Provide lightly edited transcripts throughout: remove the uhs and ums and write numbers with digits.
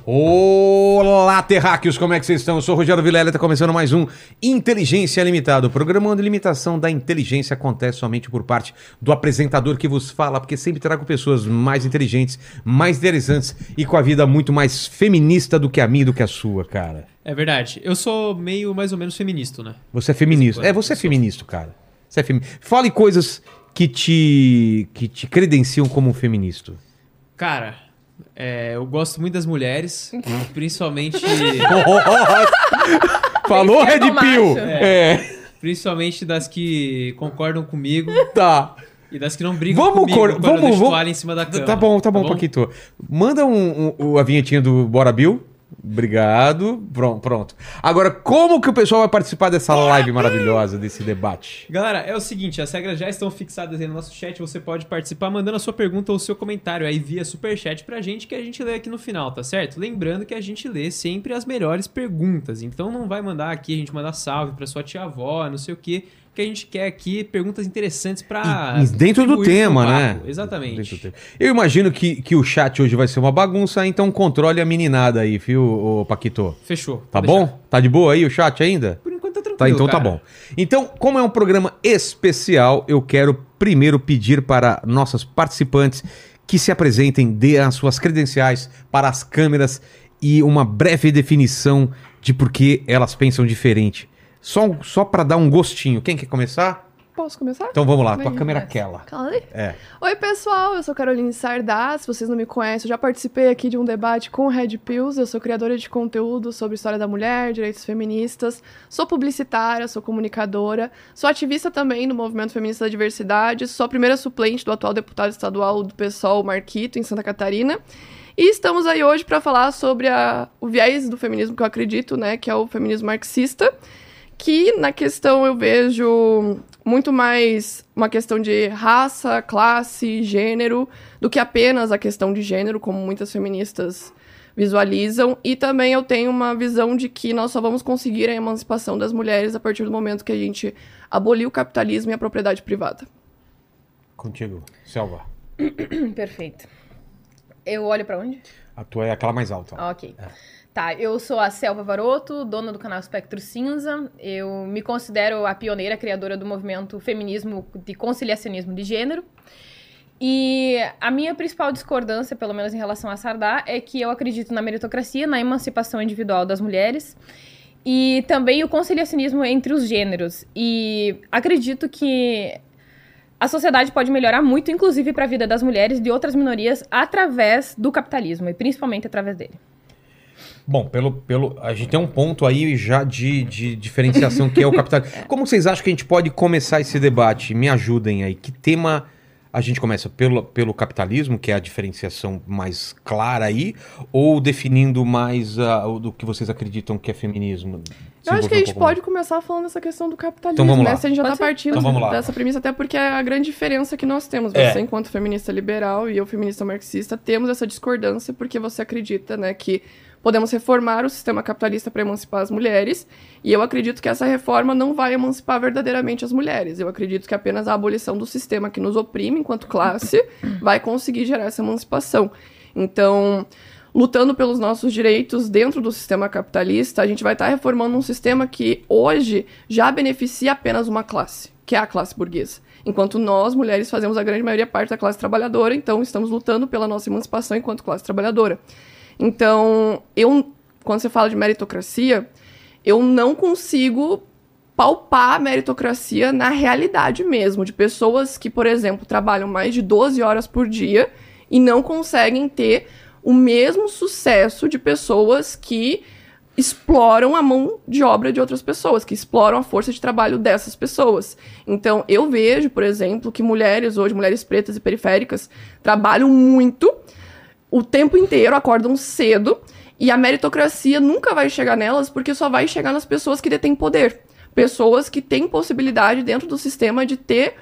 Olá, terráqueos, como é que vocês estão? Eu sou o Rogério Vilela e está começando mais um Inteligência Limitada. O programa onde a limitação da inteligência acontece somente por parte do apresentador que vos fala, porque sempre trago pessoas mais inteligentes, mais interessantes e com a vida muito mais feminista do que a minha e do que a sua, cara. É verdade. Eu sou meio mais ou menos feminista, né? Você é feminista. Você é feminista, cara. Você é feminista. Fale coisas que te credenciam como um feminista. Cara... eu gosto muito das mulheres, principalmente... Falou, Red Pill! Principalmente das que concordam comigo. Tá. E das que não brigam comigo quando eu deixo toalha em cima da cama. Tá bom, Paquito. Manda a vinhetinha do Bora Bill. Obrigado. Pronto. Agora, como que o pessoal vai participar dessa live maravilhosa, desse debate? Galera, é o seguinte, as regras já estão fixadas aí no nosso chat, você pode participar mandando a sua pergunta ou o seu comentário aí via superchat pra gente, que a gente lê aqui no final, tá certo? Lembrando que a gente lê sempre as melhores perguntas, então não vai mandar aqui, a gente manda salve pra sua tia-avó, não sei o quê, que a gente quer aqui perguntas interessantes pra... dentro do tema, né? Exatamente. Eu imagino que o chat hoje vai ser uma bagunça, então controle a meninada aí, viu, Paquito? Fechou. Tá bom? Deixar. Tá de boa aí o chat ainda? Por enquanto tá tranquilo, tá, então cara. Tá bom. Então, como é um programa especial, eu quero primeiro pedir para nossas participantes que se apresentem, dê as suas credenciais para as câmeras e uma breve definição de por que elas pensam diferente. Só pra dar um gostinho. Quem quer começar? Posso começar? Então vamos lá, tua câmera é aquela. Cala aí. É. Oi, pessoal, eu sou Caroline Sardá. Se vocês não me conhecem, eu já participei aqui de um debate com o Red Pills. Eu sou criadora de conteúdo sobre história da mulher, direitos feministas. Sou publicitária, sou comunicadora. Sou ativista também no Movimento Feminista da Diversidade. Sou a primeira suplente do atual deputado estadual do PSOL, Marquito, em Santa Catarina. E estamos aí hoje para falar sobre o viés do feminismo que eu acredito, né, que é o feminismo marxista. Que na questão eu vejo muito mais uma questão de raça, classe, gênero, do que apenas a questão de gênero, como muitas feministas visualizam. E também eu tenho uma visão de que nós só vamos conseguir a emancipação das mulheres a partir do momento que a gente abolir o capitalismo e a propriedade privada. Contigo, Selva. Perfeito. Eu olho pra onde? A tua é aquela mais alta. Ok. Tá, eu sou a Selva Varoto, dona do canal Espectro Cinza. Eu me considero a pioneira criadora do movimento feminismo de conciliacionismo de gênero. E a minha principal discordância, pelo menos em relação a Sardá, é que eu acredito na meritocracia, na emancipação individual das mulheres e também o conciliacionismo entre os gêneros. E acredito que a sociedade pode melhorar muito, inclusive para a vida das mulheres e de outras minorias, através do capitalismo, e principalmente através dele. Bom, a gente tem um ponto aí já de diferenciação que é o capitalismo. Como vocês acham que a gente pode começar esse debate? Me ajudem aí. Que tema a gente começa? Pelo capitalismo, que é a diferenciação mais clara aí, ou definindo mais do que vocês acreditam que é feminismo? Eu acho que a gente pode começar falando dessa questão do capitalismo, então, vamos lá. né? Se a gente já tá partindo dessa premissa, até porque é a grande diferença que nós temos. Você, enquanto feminista liberal, e eu, feminista marxista, temos essa discordância porque você acredita, né, que podemos reformar o sistema capitalista para emancipar as mulheres, e eu acredito que essa reforma não vai emancipar verdadeiramente as mulheres. Eu acredito que apenas a abolição do sistema que nos oprime enquanto classe vai conseguir gerar essa emancipação. Então, lutando pelos nossos direitos dentro do sistema capitalista, a gente vai estar reformando um sistema que hoje já beneficia apenas uma classe, que é a classe burguesa. Enquanto nós, mulheres, fazemos a grande maioria parte da classe trabalhadora, então estamos lutando pela nossa emancipação enquanto classe trabalhadora. Então, quando você fala de meritocracia, eu não consigo palpar a meritocracia na realidade mesmo, de pessoas que, por exemplo, trabalham mais de 12 horas por dia e não conseguem ter o mesmo sucesso de pessoas que exploram a mão de obra de outras pessoas, que exploram a força de trabalho dessas pessoas. Então, eu vejo, por exemplo, que mulheres hoje, mulheres pretas e periféricas, trabalham muito, o tempo inteiro, acordam cedo, e a meritocracia nunca vai chegar nelas, porque só vai chegar nas pessoas que detêm poder. Pessoas que têm possibilidade dentro do sistema de ter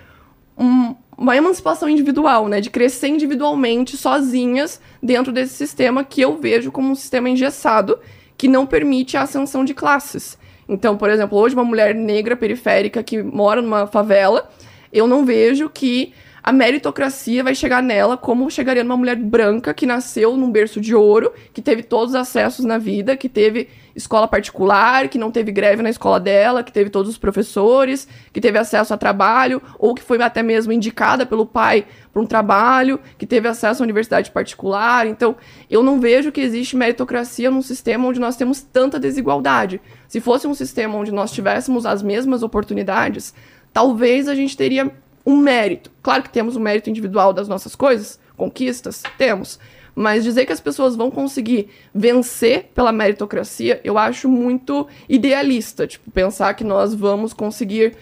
uma emancipação individual, né? De crescer individualmente, sozinhas, dentro desse sistema que eu vejo como um sistema engessado, que não permite a ascensão de classes. Então, por exemplo, hoje uma mulher negra periférica que mora numa favela, eu não vejo que a meritocracia vai chegar nela como chegaria numa mulher branca que nasceu num berço de ouro, que teve todos os acessos na vida, que teve escola particular, que não teve greve na escola dela, que teve todos os professores, que teve acesso a trabalho, ou que foi até mesmo indicada pelo pai para um trabalho, que teve acesso à universidade particular. Então, eu não vejo que existe meritocracia num sistema onde nós temos tanta desigualdade. Se fosse um sistema onde nós tivéssemos as mesmas oportunidades, talvez a gente teria um mérito. Claro que temos o mérito individual das nossas coisas, conquistas, temos. Mas dizer que as pessoas vão conseguir vencer pela meritocracia, eu acho muito idealista. Tipo, pensar que nós vamos conseguir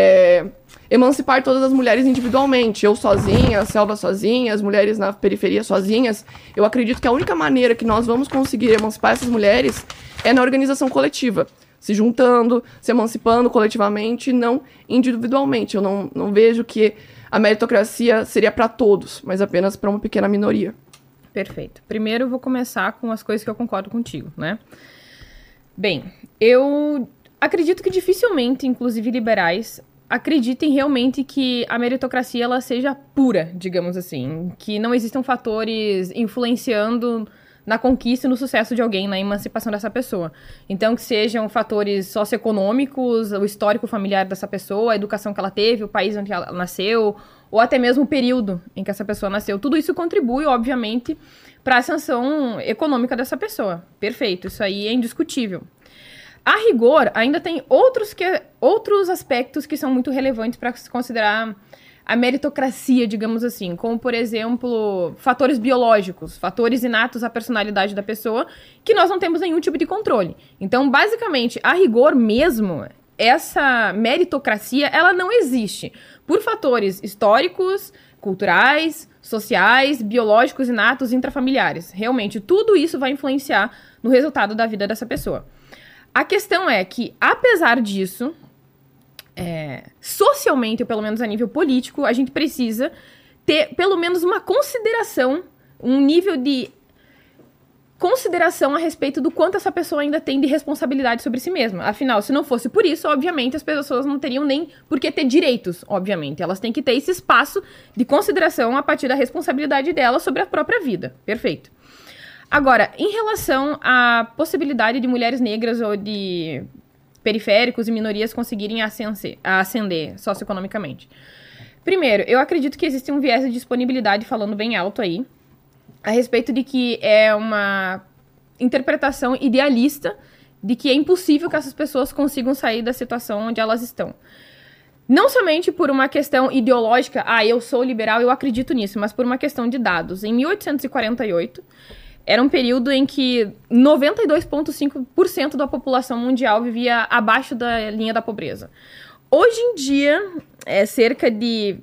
emancipar todas as mulheres individualmente. Eu sozinha, a Selva sozinha, as mulheres na periferia sozinhas. Eu acredito que a única maneira que nós vamos conseguir emancipar essas mulheres é na organização coletiva. Se juntando, se emancipando coletivamente, não individualmente. Eu não vejo que a meritocracia seria para todos, mas apenas para uma pequena minoria. Perfeito. Primeiro eu vou começar com as coisas que eu concordo contigo, né? Bem, eu acredito que dificilmente, inclusive liberais, acreditem realmente que a meritocracia ela seja pura, digamos assim. Que não existam fatores influenciando na conquista e no sucesso de alguém, na emancipação dessa pessoa. Então, que sejam fatores socioeconômicos, o histórico familiar dessa pessoa, a educação que ela teve, o país onde ela nasceu, ou até mesmo o período em que essa pessoa nasceu. Tudo isso contribui, obviamente, para a ascensão econômica dessa pessoa. Perfeito, isso aí é indiscutível. A rigor, ainda tem outros aspectos que são muito relevantes para se considerar a meritocracia, digamos assim, como, por exemplo, fatores biológicos, fatores inatos à personalidade da pessoa, que nós não temos nenhum tipo de controle. Então, basicamente, a rigor mesmo, essa meritocracia, ela não existe por fatores históricos, culturais, sociais, biológicos, inatos, intrafamiliares. Realmente, tudo isso vai influenciar no resultado da vida dessa pessoa. A questão é que, apesar disso, socialmente, ou pelo menos a nível político, a gente precisa ter pelo menos uma consideração, um nível de consideração a respeito do quanto essa pessoa ainda tem de responsabilidade sobre si mesma. Afinal, se não fosse por isso, obviamente, as pessoas não teriam nem por que ter direitos, obviamente. Elas têm que ter esse espaço de consideração a partir da responsabilidade delas sobre a própria vida. Perfeito. Agora, em relação à possibilidade de mulheres negras ou de periféricos e minorias conseguirem ascender socioeconomicamente. Primeiro, eu acredito que existe um viés de disponibilidade falando bem alto aí, a respeito de que é uma interpretação idealista de que é impossível que essas pessoas consigam sair da situação onde elas estão. Não somente por uma questão ideológica, eu sou liberal, eu acredito nisso, mas por uma questão de dados. Em 1848, era um período em que 92,5% da população mundial vivia abaixo da linha da pobreza. Hoje em dia, cerca de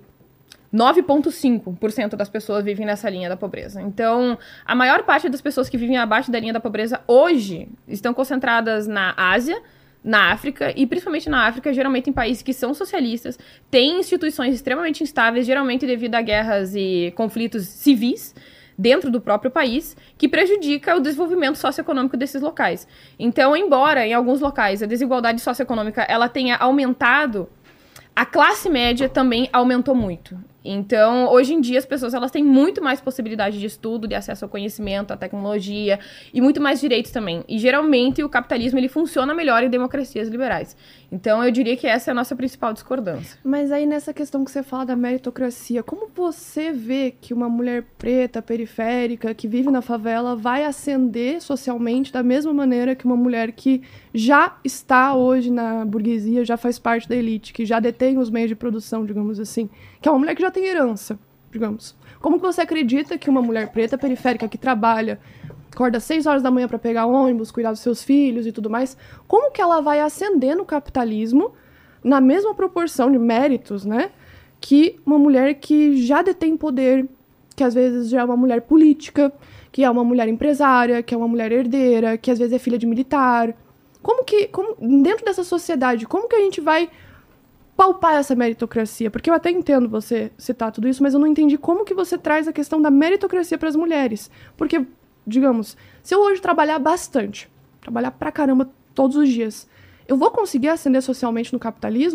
9,5% das pessoas vivem nessa linha da pobreza. Então, a maior parte das pessoas que vivem abaixo da linha da pobreza hoje estão concentradas na Ásia, na África, e principalmente na África, geralmente em países que são socialistas, têm instituições extremamente instáveis, geralmente devido a guerras e conflitos civis dentro do próprio país, que prejudica o desenvolvimento socioeconômico desses locais. Então, embora em alguns locais a desigualdade socioeconômica ela tenha aumentado, a classe média também aumentou muito. Então, hoje em dia, as pessoas elas têm muito mais possibilidade de estudo, de acesso ao conhecimento, à tecnologia e muito mais direitos também. E, geralmente, o capitalismo ele funciona melhor em democracias liberais. Então, eu diria que essa é a nossa principal discordância. Mas aí, nessa questão que você fala da meritocracia, como você vê que uma mulher preta, periférica, que vive na favela, vai ascender socialmente da mesma maneira que uma mulher que já está hoje na burguesia, já faz parte da elite, que já detém os meios de produção, digamos assim, que é uma mulher que já tem herança, digamos. Como que você acredita que uma mulher preta, periférica, que trabalha, acorda às 6 horas da manhã para pegar ônibus, cuidar dos seus filhos e tudo mais, como que ela vai ascender no capitalismo na mesma proporção de méritos, né, que uma mulher que já detém poder, que às vezes já é uma mulher política, que é uma mulher empresária, que é uma mulher herdeira, que às vezes é filha de militar? Como dentro dessa sociedade, como que a gente vai palpar essa meritocracia? Porque eu até entendo você citar tudo isso, mas eu não entendi como que você traz a questão da meritocracia para as mulheres. Porque, digamos, se eu hoje trabalhar bastante, trabalhar pra caramba todos os dias, eu vou conseguir ascender socialmente no capitalismo?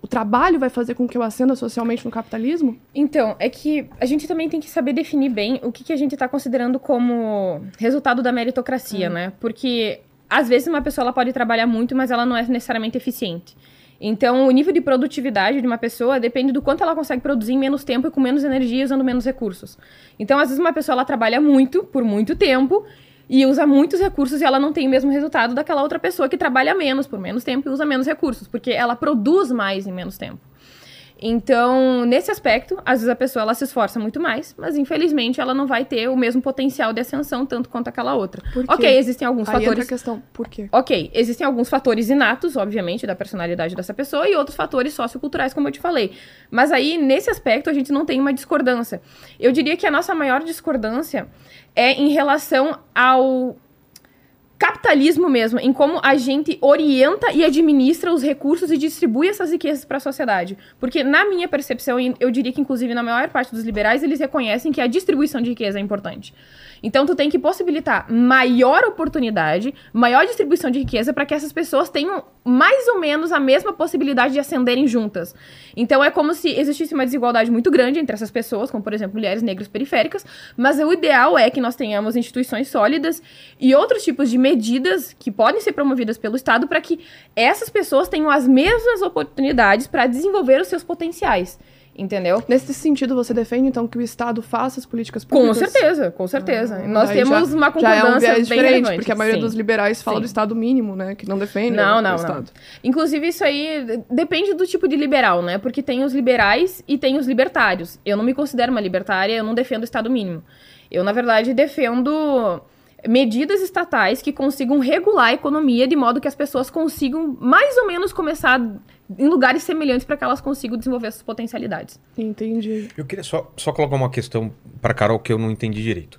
O trabalho vai fazer com que eu ascenda socialmente no capitalismo? Então, é que a gente também tem que saber definir bem o que a gente está considerando como resultado da meritocracia, né? Porque, às vezes, uma pessoa ela pode trabalhar muito, mas ela não é necessariamente eficiente. Então, o nível de produtividade de uma pessoa depende do quanto ela consegue produzir em menos tempo e com menos energia, usando menos recursos. Então, às vezes, uma pessoa ela trabalha muito, por muito tempo, e usa muitos recursos e ela não tem o mesmo resultado daquela outra pessoa que trabalha menos, por menos tempo e usa menos recursos, porque ela produz mais em menos tempo. Então, nesse aspecto, às vezes a pessoa ela se esforça muito mais, mas infelizmente ela não vai ter o mesmo potencial de ascensão tanto quanto aquela outra. Por quê? Ok, existem alguns fatores... Entra a questão, por quê? Ok, existem alguns fatores inatos, obviamente, da personalidade dessa pessoa e outros fatores socioculturais, como eu te falei. Mas aí, nesse aspecto, a gente não tem uma discordância. Eu diria que a nossa maior discordância é em relação ao capitalismo mesmo, em como a gente orienta e administra os recursos e distribui essas riquezas para a sociedade. Porque, na minha percepção, e eu diria que, inclusive, na maior parte dos liberais, eles reconhecem que a distribuição de riqueza é importante. Então, tu tem que possibilitar maior oportunidade, maior distribuição de riqueza para que essas pessoas tenham mais ou menos a mesma possibilidade de ascenderem juntas. Então, é como se existisse uma desigualdade muito grande entre essas pessoas, como, por exemplo, mulheres negras periféricas, mas o ideal é que nós tenhamos instituições sólidas e outros tipos de medidas que podem ser promovidas pelo Estado para que essas pessoas tenham as mesmas oportunidades para desenvolver os seus potenciais. Entendeu? Nesse sentido, você defende, então, que o Estado faça as políticas públicas? Com certeza, com certeza. Nós temos uma concordância já é um viés bem diferente, relevante. porque a maioria Sim. dos liberais fala do Estado mínimo, né? Que não defende o Estado. Inclusive, isso aí depende do tipo de liberal, né? Porque tem os liberais e tem os libertários. Eu não me considero uma libertária, eu não defendo o Estado mínimo. Eu, na verdade, defendo medidas estatais que consigam regular a economia de modo que as pessoas consigam mais ou menos começar em lugares semelhantes para que elas consigam desenvolver suas potencialidades. Entendi. Eu queria só colocar uma questão para Carol que eu não entendi direito.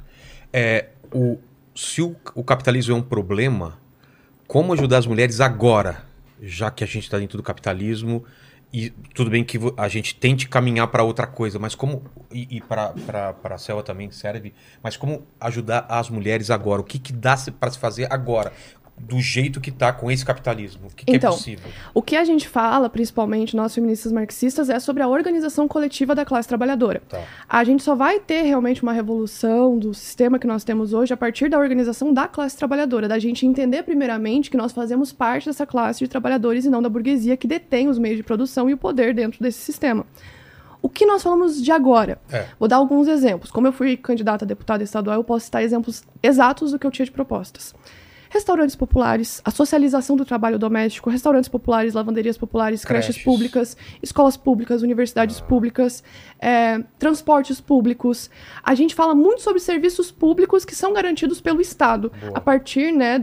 Se o capitalismo é um problema, como ajudar as mulheres agora, já que a gente está dentro do capitalismo e tudo bem que a gente tente caminhar para outra coisa, mas como, e para a Selva também serve, mas como ajudar as mulheres agora? O que dá para se fazer agora? Do jeito que está com esse capitalismo? O que é possível? O que a gente fala, principalmente nós feministas marxistas, é sobre a organização coletiva da classe trabalhadora. Tá. A gente só vai ter realmente uma revolução do sistema que nós temos hoje a partir da organização da classe trabalhadora, da gente entender primeiramente que nós fazemos parte dessa classe de trabalhadores e não da burguesia que detém os meios de produção e o poder dentro desse sistema. O que nós falamos de agora? Vou dar alguns exemplos. Como eu fui candidata a deputada estadual, eu posso citar exemplos exatos do que eu tinha de propostas. Restaurantes populares, a socialização do trabalho doméstico, restaurantes populares, lavanderias populares, creches públicas, escolas públicas, universidades públicas, transportes públicos. A gente fala muito sobre serviços públicos que são garantidos pelo Estado. Boa. A partir, né,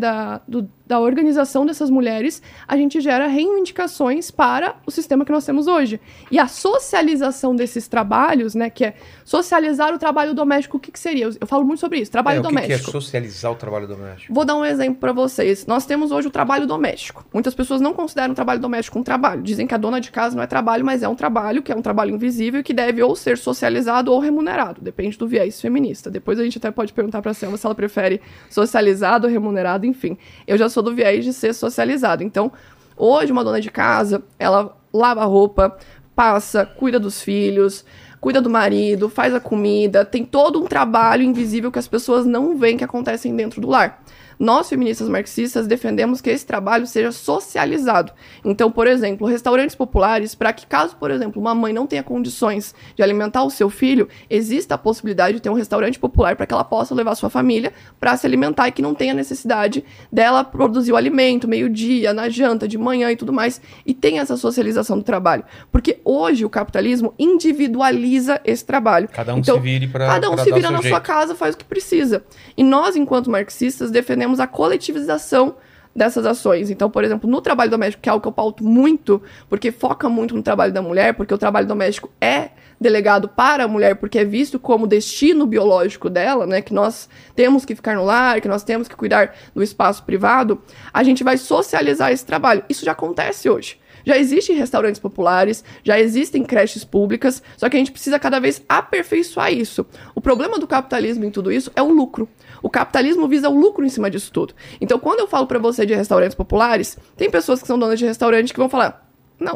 da organização dessas mulheres, a gente gera reivindicações para o sistema que nós temos hoje. E a socialização desses trabalhos, né, que é socializar o trabalho doméstico, o que seria? Eu falo muito sobre isso, trabalho doméstico. O que é socializar o trabalho doméstico? Vou dar um exemplo para vocês. Nós temos hoje o trabalho doméstico. Muitas pessoas não consideram o trabalho doméstico um trabalho. Dizem que a dona de casa não é trabalho, mas é um trabalho, que é um trabalho invisível e que deve ou ser socializado ou remunerado. Depende do viés feminista. Depois a gente até pode perguntar para a Selma se ela prefere socializado ou remunerado, enfim. Eu já sou do viés de ser socializado. Então, hoje uma dona de casa, ela lava a roupa, passa, cuida dos filhos, cuida do marido, faz a comida, tem todo um trabalho invisível que as pessoas não veem que acontecem dentro do lar. Nós, feministas marxistas, defendemos que esse trabalho seja socializado. Então, por exemplo, restaurantes populares, para que caso, por exemplo, uma mãe não tenha condições de alimentar o seu filho, exista a possibilidade de ter um restaurante popular para que ela possa levar sua família para se alimentar e que não tenha necessidade dela produzir o alimento meio-dia, na janta, de manhã e tudo mais, e tenha essa socialização do trabalho. Porque hoje o capitalismo individualiza esse trabalho. Cada um se vire para cada um se vira na sua casa, faz o que precisa. E nós, enquanto marxistas, defendemos a coletivização dessas ações. Então, por exemplo, no trabalho doméstico, que é algo que eu pauto muito, porque foca muito no trabalho da mulher, porque o trabalho doméstico é delegado para a mulher, porque é visto como destino biológico dela, né, que nós temos que ficar no lar, que nós temos que cuidar do espaço privado, a gente vai socializar esse trabalho. Isso já acontece hoje. Já existem restaurantes populares, já existem creches públicas, só que a gente precisa cada vez aperfeiçoar isso. O problema do capitalismo em tudo isso é o lucro. O capitalismo visa o lucro em cima disso tudo. Então, quando eu falo pra você de restaurantes populares, tem pessoas que são donas de restaurante que vão falar, não,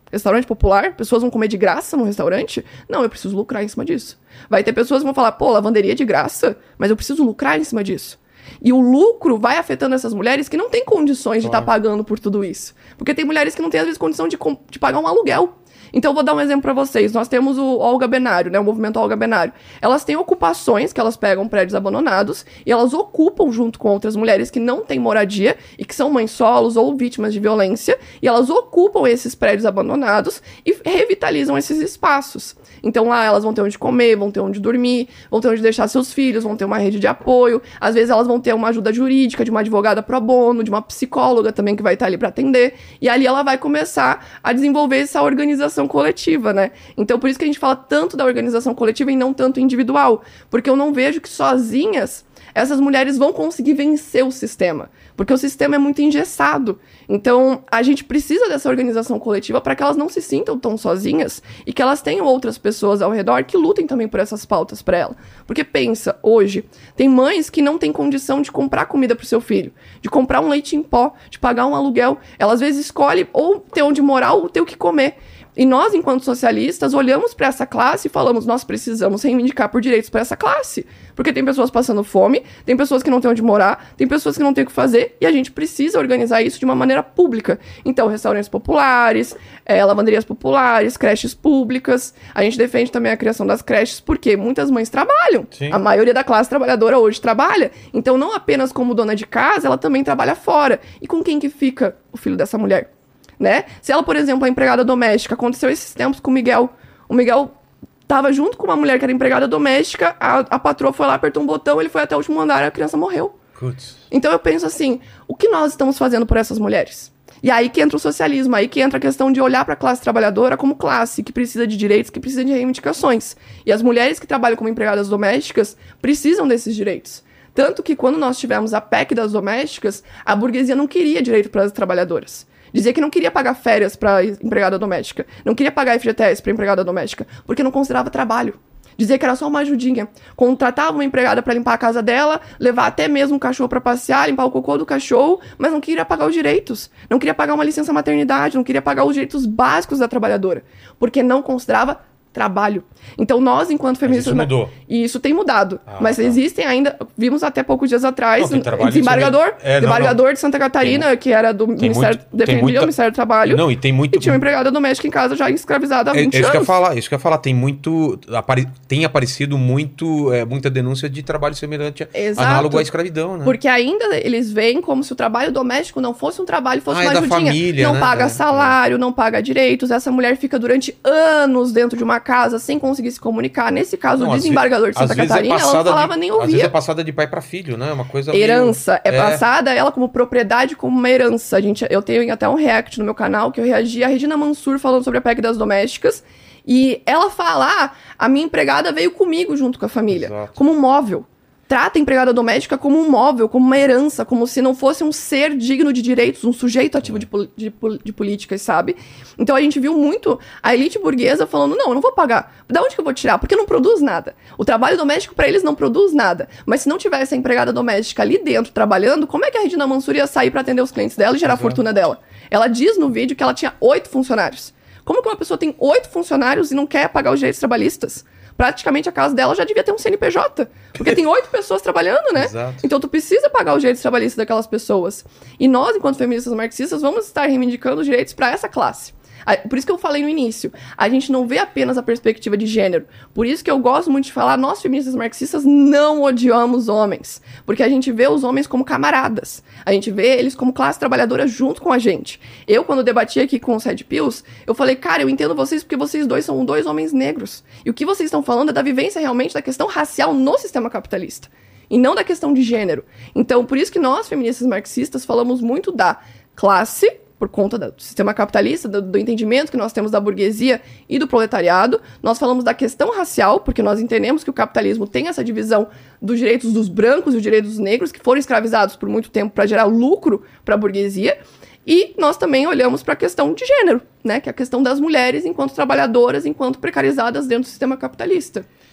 Restaurante popular, pessoas vão comer de graça no restaurante? Não, eu preciso lucrar em cima disso. Vai ter pessoas que vão falar, pô, lavanderia de graça, mas eu preciso lucrar em cima disso. E o lucro vai afetando essas mulheres que não têm condições de estar pagando por tudo isso. Porque tem mulheres que não têm, às vezes, condição de pagar um aluguel. Então, eu vou dar um exemplo para vocês. Nós temos o Olga Benário, né? O movimento Olga Benário. Elas têm ocupações, que elas pegam prédios abandonados, e elas ocupam junto com outras mulheres que não têm moradia, e que são mães solos ou vítimas de violência, e elas ocupam esses prédios abandonados e revitalizam esses espaços. Então, lá elas vão ter onde comer, vão ter onde dormir, vão ter onde deixar seus filhos, vão ter uma rede de apoio. Às vezes, elas vão ter uma ajuda jurídica de uma advogada pro bono, de uma psicóloga também que vai estar ali para atender. E ali ela vai começar a desenvolver essa organização coletiva, né? Então, por isso que a gente fala tanto da organização coletiva e não tanto individual. Porque eu não vejo que sozinhas essas mulheres vão conseguir vencer o sistema. Porque o sistema é muito engessado. Então, a gente precisa dessa organização coletiva para que elas não se sintam tão sozinhas e que elas tenham outras pessoas ao redor que lutem também por essas pautas para ela. Porque pensa, hoje, tem mães que não têm condição de comprar comida para o seu filho, de comprar um leite em pó, de pagar um aluguel. Ela, às vezes, escolhe ou ter onde morar ou ter o que comer. E nós, enquanto socialistas, olhamos para essa classe e falamos, nós precisamos reivindicar por direitos para essa classe. Porque tem pessoas passando fome, tem pessoas que não têm onde morar, tem pessoas que não têm o que fazer, e a gente precisa organizar isso de uma maneira pública. Então, restaurantes populares, lavanderias populares, creches públicas. A gente defende também a criação das creches, porque muitas mães trabalham. Sim. A maioria da classe trabalhadora hoje trabalha. Então, não apenas como dona de casa, ela também trabalha fora. E com quem que fica o filho dessa mulher? Né? Se ela, por exemplo, é empregada doméstica, aconteceu esses tempos com o Miguel. O Miguel tava junto com uma mulher que era empregada doméstica, a patroa foi lá, apertou um botão, ele foi até o último andar e a criança morreu. Putz. Então eu penso assim, o que nós estamos fazendo por essas mulheres? E aí que entra o socialismo, aí que entra a questão de olhar para a classe trabalhadora como classe, que precisa de direitos, que precisa de reivindicações. E as mulheres que trabalham como empregadas domésticas precisam desses direitos. Tanto que quando nós tivemos a PEC das domésticas, a burguesia não queria direito para as trabalhadoras. Dizia que não queria pagar férias para empregada doméstica, não queria pagar FGTS para empregada doméstica, porque não considerava trabalho. Dizia que era só uma ajudinha. Contratava uma empregada para limpar a casa dela, levar até mesmo o cachorro para passear, limpar o cocô do cachorro, mas não queria pagar os direitos. Não queria pagar uma licença maternidade, não queria pagar os direitos básicos da trabalhadora, porque não considerava trabalho. Então nós, enquanto feministas... Mas isso mudou. E isso tem mudado. Mas existem ainda... Vimos até poucos dias atrás... desembargador de Santa Catarina, que era do Ministério... Defendia o Ministério do Trabalho. Não, e tem muito... E tinha uma empregada doméstica em casa já escravizada há 20 anos. Isso que eu ia falar. Tem muito... Tem aparecido muita denúncia de trabalho semelhante análogo à escravidão, né? Porque ainda eles veem como se o trabalho doméstico não fosse um trabalho, fosse uma ajudinha. Família, não paga salário, não paga direitos. Essa mulher fica durante anos dentro de uma casa sem conseguir se comunicar. Nesse caso, o desembargador de Santa Catarina, ela não falava nem ouvia. Às vezes é passada de pai para filho, né? Uma coisa herança. Passada ela como propriedade, como uma herança. Eu tenho até um react no meu canal que eu reagi a Regina Mansur falando sobre a PEC das domésticas. E ela fala, a minha empregada veio comigo junto com a família. Exato. Como um móvel. Trata a empregada doméstica como um móvel, como uma herança, como se não fosse um ser digno de direitos, um sujeito ativo de políticas, sabe? Então a gente viu muito a elite burguesa falando, não, eu não vou pagar. Da onde que eu vou tirar? Porque não produz nada. O trabalho doméstico para eles não produz nada. Mas se não tivesse a empregada doméstica ali dentro trabalhando, como é que a Regina Mansur ia sair para atender os clientes dela e gerar a fortuna dela? Ela diz no vídeo que ela tinha 8 funcionários. Como que uma pessoa tem 8 funcionários e não quer pagar os direitos trabalhistas? Praticamente a casa dela já devia ter um CNPJ. Porque tem 8 pessoas trabalhando, né? Exato. Então tu precisa pagar os direitos trabalhistas daquelas pessoas. E nós, enquanto feministas marxistas, vamos estar reivindicando os direitos para essa classe. Por isso que eu falei no início, a gente não vê apenas a perspectiva de gênero. Por isso que eu gosto muito de falar, nós feministas marxistas não odiamos homens. Porque a gente vê os homens como camaradas. A gente vê eles como classe trabalhadora junto com a gente. Eu, quando debati aqui com os Red Pills, eu falei, cara, eu entendo vocês porque vocês dois são 2 homens negros. E o que vocês estão falando é da vivência realmente da questão racial no sistema capitalista. E não da questão de gênero. Então, por isso que nós, feministas marxistas, falamos muito da classe, por conta do sistema capitalista, do entendimento que nós temos da burguesia e do proletariado. Nós falamos da questão racial, porque nós entendemos que o capitalismo tem essa divisão dos direitos dos brancos e os direitos dos negros, que foram escravizados por muito tempo para gerar lucro para a burguesia. E nós também olhamos para a questão de gênero, né? Que é a questão das mulheres enquanto trabalhadoras, enquanto precarizadas dentro do sistema capitalista.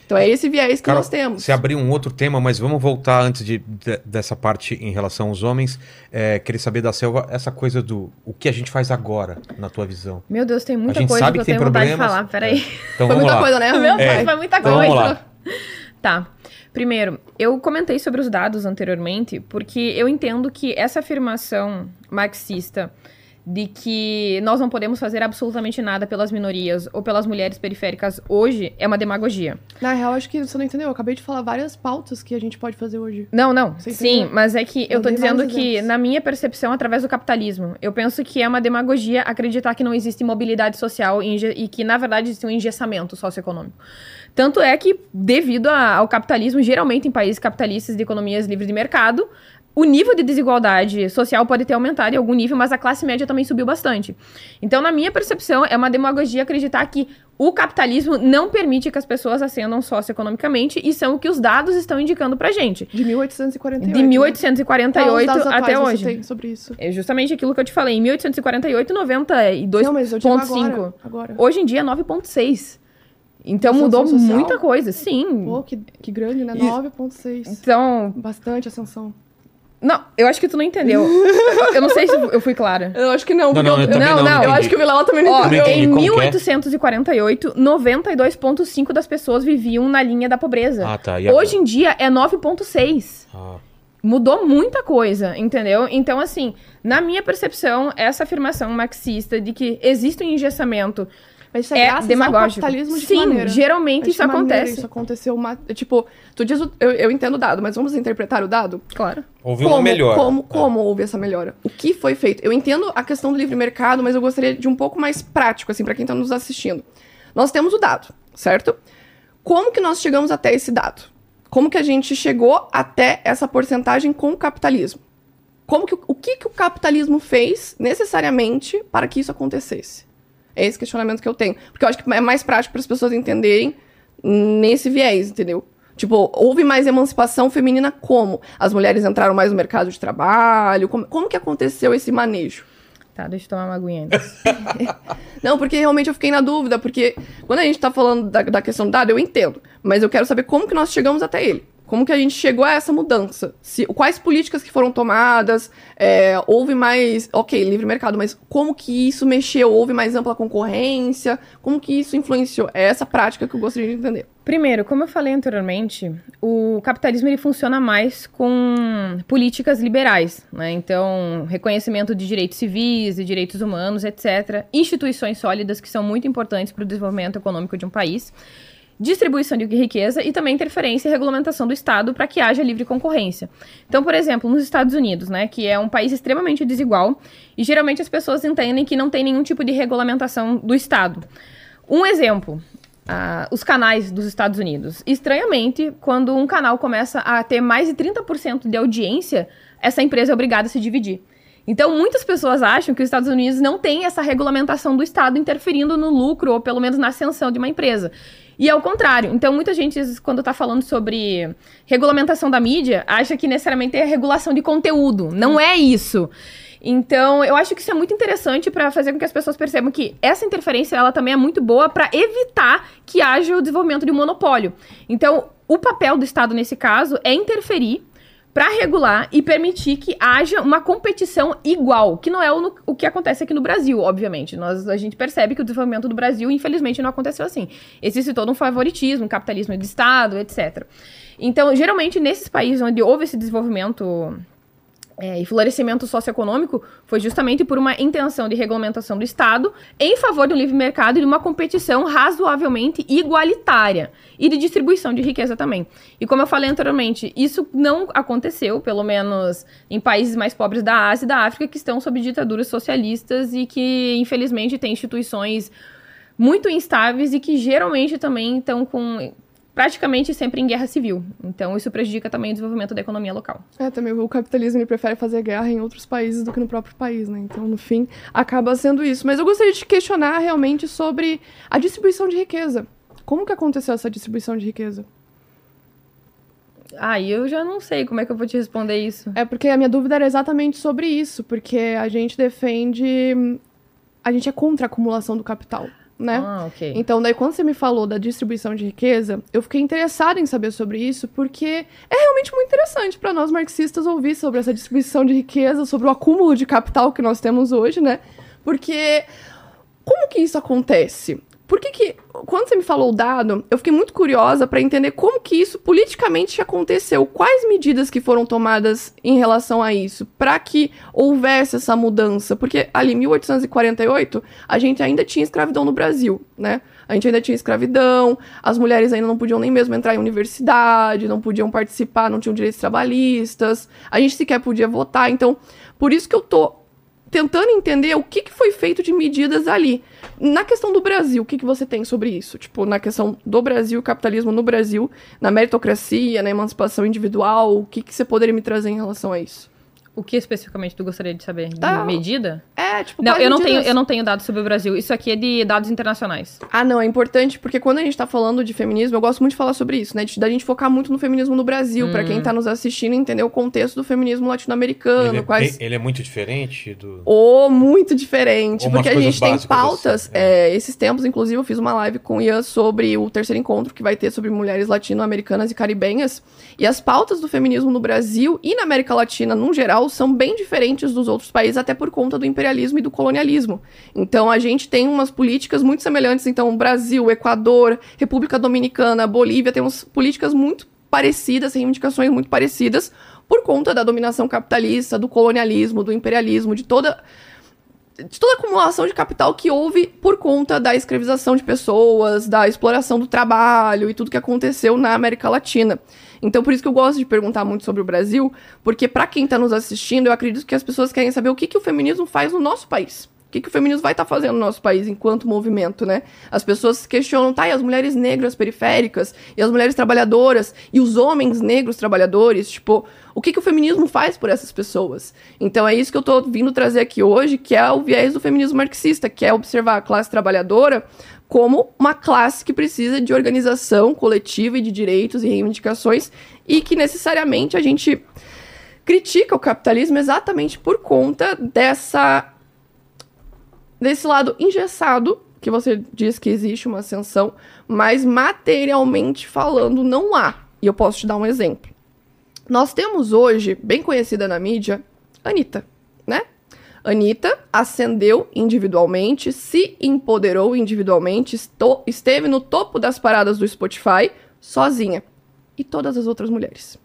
Então é esse viés que nós temos. Você abriu um outro tema, mas vamos voltar antes dessa parte em relação aos homens. Queria saber da Selva essa coisa do o que a gente faz agora, na tua visão. Meu Deus, tem muita coisa que eu tenho vontade de falar. Peraí. Então, foi muita coisa, né? Meu Deus, foi muita coisa. Vamos lá. Tá. Primeiro, eu comentei sobre os dados anteriormente, porque eu entendo que essa afirmação marxista de que nós não podemos fazer absolutamente nada pelas minorias ou pelas mulheres periféricas hoje é uma demagogia. Na real, acho que você não entendeu. Eu acabei de falar várias pautas que a gente pode fazer hoje. Não. Sim, mas é que eu tô dizendo que, na minha percepção, através do capitalismo, eu penso que é uma demagogia acreditar que não existe mobilidade social e que, na verdade, existe um engessamento socioeconômico. Tanto é que, devido ao capitalismo, geralmente em países capitalistas de economias livres de mercado, o nível de desigualdade social pode ter aumentado em algum nível, mas a classe média também subiu bastante. Então, na minha percepção, é uma demagogia acreditar que o capitalismo não permite que as pessoas ascendam socioeconomicamente, e são o que os dados estão indicando pra gente. De 1848. De 1848 até hoje. Você tem sobre isso? É justamente aquilo que eu te falei. Em 1848, 92,5. Não, mas eu digo agora. Hoje em dia, 9,6. Então, mudou muita coisa. Sim. Pô, que grande, né? 9,6. Então... Bastante ascensão. Não, eu acho que tu não entendeu. Eu não sei se eu fui clara. Eu acho que não. Não, eu acho que o Vilela também não entendeu. Em 1848, 92,5% das pessoas viviam na linha da pobreza. Ah, tá. Hoje em dia é 9,6%. Mudou muita coisa, entendeu? Então, assim, na minha percepção, essa afirmação marxista de que existe um engessamento... Mas isso é graças demagógico. Ao capitalismo de Sim, maneira. geralmente isso acontece. Isso aconteceu, tipo, tu diz, eu entendo o dado, mas vamos interpretar o dado? Claro. Houve uma melhora. Como houve essa melhora? O que foi feito? Eu entendo a questão do livre mercado, mas eu gostaria de um pouco mais prático, assim, pra quem tá nos assistindo. Nós temos o dado, certo? Como que nós chegamos até esse dado? Como que a gente chegou até essa porcentagem com o capitalismo? O que o capitalismo fez, necessariamente, para que isso acontecesse? É esse questionamento que eu tenho. Porque eu acho que é mais prático para as pessoas entenderem nesse viés, entendeu? Tipo, houve mais emancipação feminina como? As mulheres entraram mais no mercado de trabalho? Como que aconteceu esse manejo? Tá, deixa eu tomar uma aguinha ainda. Não, porque realmente eu fiquei na dúvida, porque quando a gente tá falando da questão do dado, eu entendo. Mas eu quero saber como que nós chegamos até ele. Como que a gente chegou a essa mudança? Quais políticas que foram tomadas? Houve mais... Ok, livre mercado, mas como que isso mexeu? Houve mais ampla concorrência? Como que isso influenciou? É essa prática que eu gostaria de entender. Primeiro, como eu falei anteriormente, o capitalismo ele funciona mais com políticas liberais, né? Então, reconhecimento de direitos civis e direitos humanos, etc. Instituições sólidas que são muito importantes para o desenvolvimento econômico de um país. Distribuição de riqueza e também interferência e regulamentação do Estado para que haja livre concorrência. Então, por exemplo, nos Estados Unidos, né, que é um país extremamente desigual, e geralmente as pessoas entendem que não tem nenhum tipo de regulamentação do Estado. Um exemplo, os canais dos Estados Unidos. Estranhamente, quando um canal começa a ter mais de 30% de audiência, essa empresa é obrigada a se dividir. Então, muitas pessoas acham que os Estados Unidos não tem essa regulamentação do Estado interferindo no lucro ou pelo menos na ascensão de uma empresa. E é o contrário. Então, muita gente, quando está falando sobre regulamentação da mídia, acha que necessariamente é regulação de conteúdo. Não é isso. Então, eu acho que isso é muito interessante para fazer com que as pessoas percebam que essa interferência ela também é muito boa para evitar que haja o desenvolvimento de um monopólio. Então, o papel do Estado nesse caso é interferir para regular e permitir que haja uma competição igual, que não é o que acontece aqui no Brasil, obviamente. A gente percebe que o desenvolvimento do Brasil, infelizmente, não aconteceu assim. Existe todo um favoritismo, um capitalismo de Estado, etc. Então, geralmente, nesses países onde houve esse desenvolvimento e florescimento socioeconômico, foi justamente por uma intenção de regulamentação do Estado em favor do livre mercado e de uma competição razoavelmente igualitária e de distribuição de riqueza também. E como eu falei anteriormente, isso não aconteceu, pelo menos em países mais pobres da Ásia e da África, que estão sob ditaduras socialistas e que, infelizmente, têm instituições muito instáveis e que geralmente também estão praticamente sempre em guerra civil. Então, isso prejudica também o desenvolvimento da economia local. Também o capitalismo ele prefere fazer guerra em outros países do que no próprio país, né? Então, no fim, acaba sendo isso. Mas eu gostaria de questionar realmente sobre a distribuição de riqueza. Como que aconteceu essa distribuição de riqueza? Eu já não sei como é que eu vou te responder isso. Porque a minha dúvida era exatamente sobre isso, porque a gente defende... A gente é contra a acumulação do capital. né? Ok. Então, daí, quando você me falou da distribuição de riqueza, eu fiquei interessada em saber sobre isso, porque é realmente muito interessante para nós marxistas ouvir sobre essa distribuição de riqueza, sobre o acúmulo de capital que nós temos hoje, né? Porque como que isso acontece? Por que quando você me falou o dado, eu fiquei muito curiosa para entender como que isso politicamente aconteceu, quais medidas que foram tomadas em relação a isso, para que houvesse essa mudança, porque ali em 1848, a gente ainda tinha escravidão no Brasil, né? A gente ainda tinha escravidão, as mulheres ainda não podiam nem mesmo entrar em universidade, não podiam participar, não tinham direitos trabalhistas, a gente sequer podia votar, então, por isso que eu tô tentando entender o que foi feito de medidas ali. Na questão do Brasil, o que você tem sobre isso? Tipo, na questão do Brasil, capitalismo no Brasil, na meritocracia, na emancipação individual, o que você poderia me trazer em relação a isso? O que especificamente tu gostaria de saber? De medida? Tipo, não, eu não tenho dados sobre o Brasil. Isso aqui é de dados internacionais. Não, é importante, porque quando a gente tá falando de feminismo, eu gosto muito de falar sobre isso, né? Da gente focar muito no feminismo no Brasil, pra quem tá nos assistindo entender o contexto do feminismo latino-americano. Ele é muito diferente do... Muito diferente, porque a gente tem pautas. Assim, esses tempos, inclusive, eu fiz uma live com o Ian sobre o terceiro encontro que vai ter sobre mulheres latino-americanas e caribenhas. E as pautas do feminismo no Brasil e na América Latina, num geral, são bem diferentes dos outros países, até por conta do imperialismo e do colonialismo. Então, a gente tem umas políticas muito semelhantes. Então, Brasil, Equador, República Dominicana, Bolívia, temos políticas muito parecidas, reivindicações muito parecidas, por conta da dominação capitalista, do colonialismo, do imperialismo, de toda a acumulação de capital que houve por conta da escravização de pessoas, da exploração do trabalho e tudo que aconteceu na América Latina. Então, por isso que eu gosto de perguntar muito sobre o Brasil, porque para quem tá nos assistindo, eu acredito que as pessoas querem saber o que o feminismo faz no nosso país. O que o feminismo vai estar fazendo no nosso país enquanto movimento, né? As pessoas se questionam, e as mulheres negras periféricas, e as mulheres trabalhadoras, e os homens negros trabalhadores, tipo, o que o feminismo faz por essas pessoas? Então é isso que eu tô vindo trazer aqui hoje, que é o viés do feminismo marxista, que é observar a classe trabalhadora como uma classe que precisa de organização coletiva e de direitos e reivindicações, e que necessariamente a gente critica o capitalismo exatamente por conta desse lado engessado, que você diz que existe uma ascensão, mas materialmente falando não há. E eu posso te dar um exemplo. Nós temos hoje, bem conhecida na mídia, Anitta, né? Anitta ascendeu individualmente, se empoderou individualmente, esteve no topo das paradas do Spotify, sozinha. E todas as outras mulheres.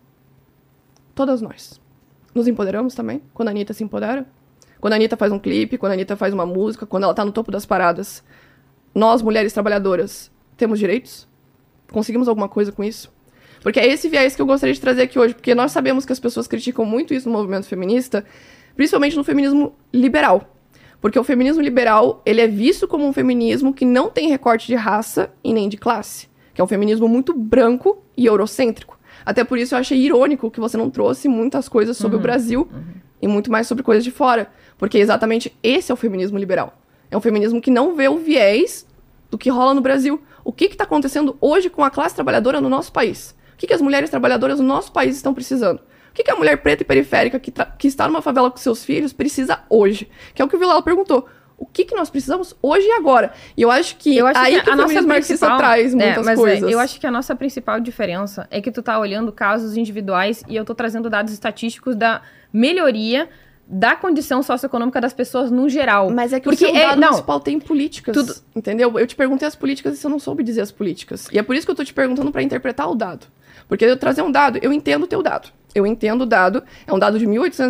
Todas nós. Nos empoderamos também, quando a Anitta se empodera? Quando a Anitta faz um clipe, quando a Anitta faz uma música, quando ela tá no topo das paradas. Nós, mulheres trabalhadoras, temos direitos? Conseguimos alguma coisa com isso? Porque é esse viés que eu gostaria de trazer aqui hoje, porque nós sabemos que as pessoas criticam muito isso no movimento feminista, principalmente no feminismo liberal. Porque o feminismo liberal, ele é visto como um feminismo que não tem recorte de raça e nem de classe. Que é um feminismo muito branco e eurocêntrico. Até por isso eu achei irônico que você não trouxe muitas coisas sobre o Brasil e muito mais sobre coisas de fora. Porque exatamente esse é o feminismo liberal. É um feminismo que não vê o viés do que rola no Brasil. O que está acontecendo hoje com a classe trabalhadora no nosso país? O que as mulheres trabalhadoras no nosso país estão precisando? O que a mulher preta e periférica que está numa favela com seus filhos precisa hoje? Que é o que o Vilela perguntou. O que nós precisamos hoje e agora? E eu acho que aí que o feminismo marxista traz muitas coisas. Eu acho que a nossa principal diferença é que tu tá olhando casos individuais e eu tô trazendo dados estatísticos da melhoria da condição socioeconômica das pessoas no geral. Mas é que o seu dado municipal tem políticas, entendeu? Eu te perguntei as políticas e você não soube dizer as políticas. E é por isso que eu tô te perguntando para interpretar o dado. Porque eu trazer um dado, eu entendo o teu dado. Eu entendo o dado, é um dado de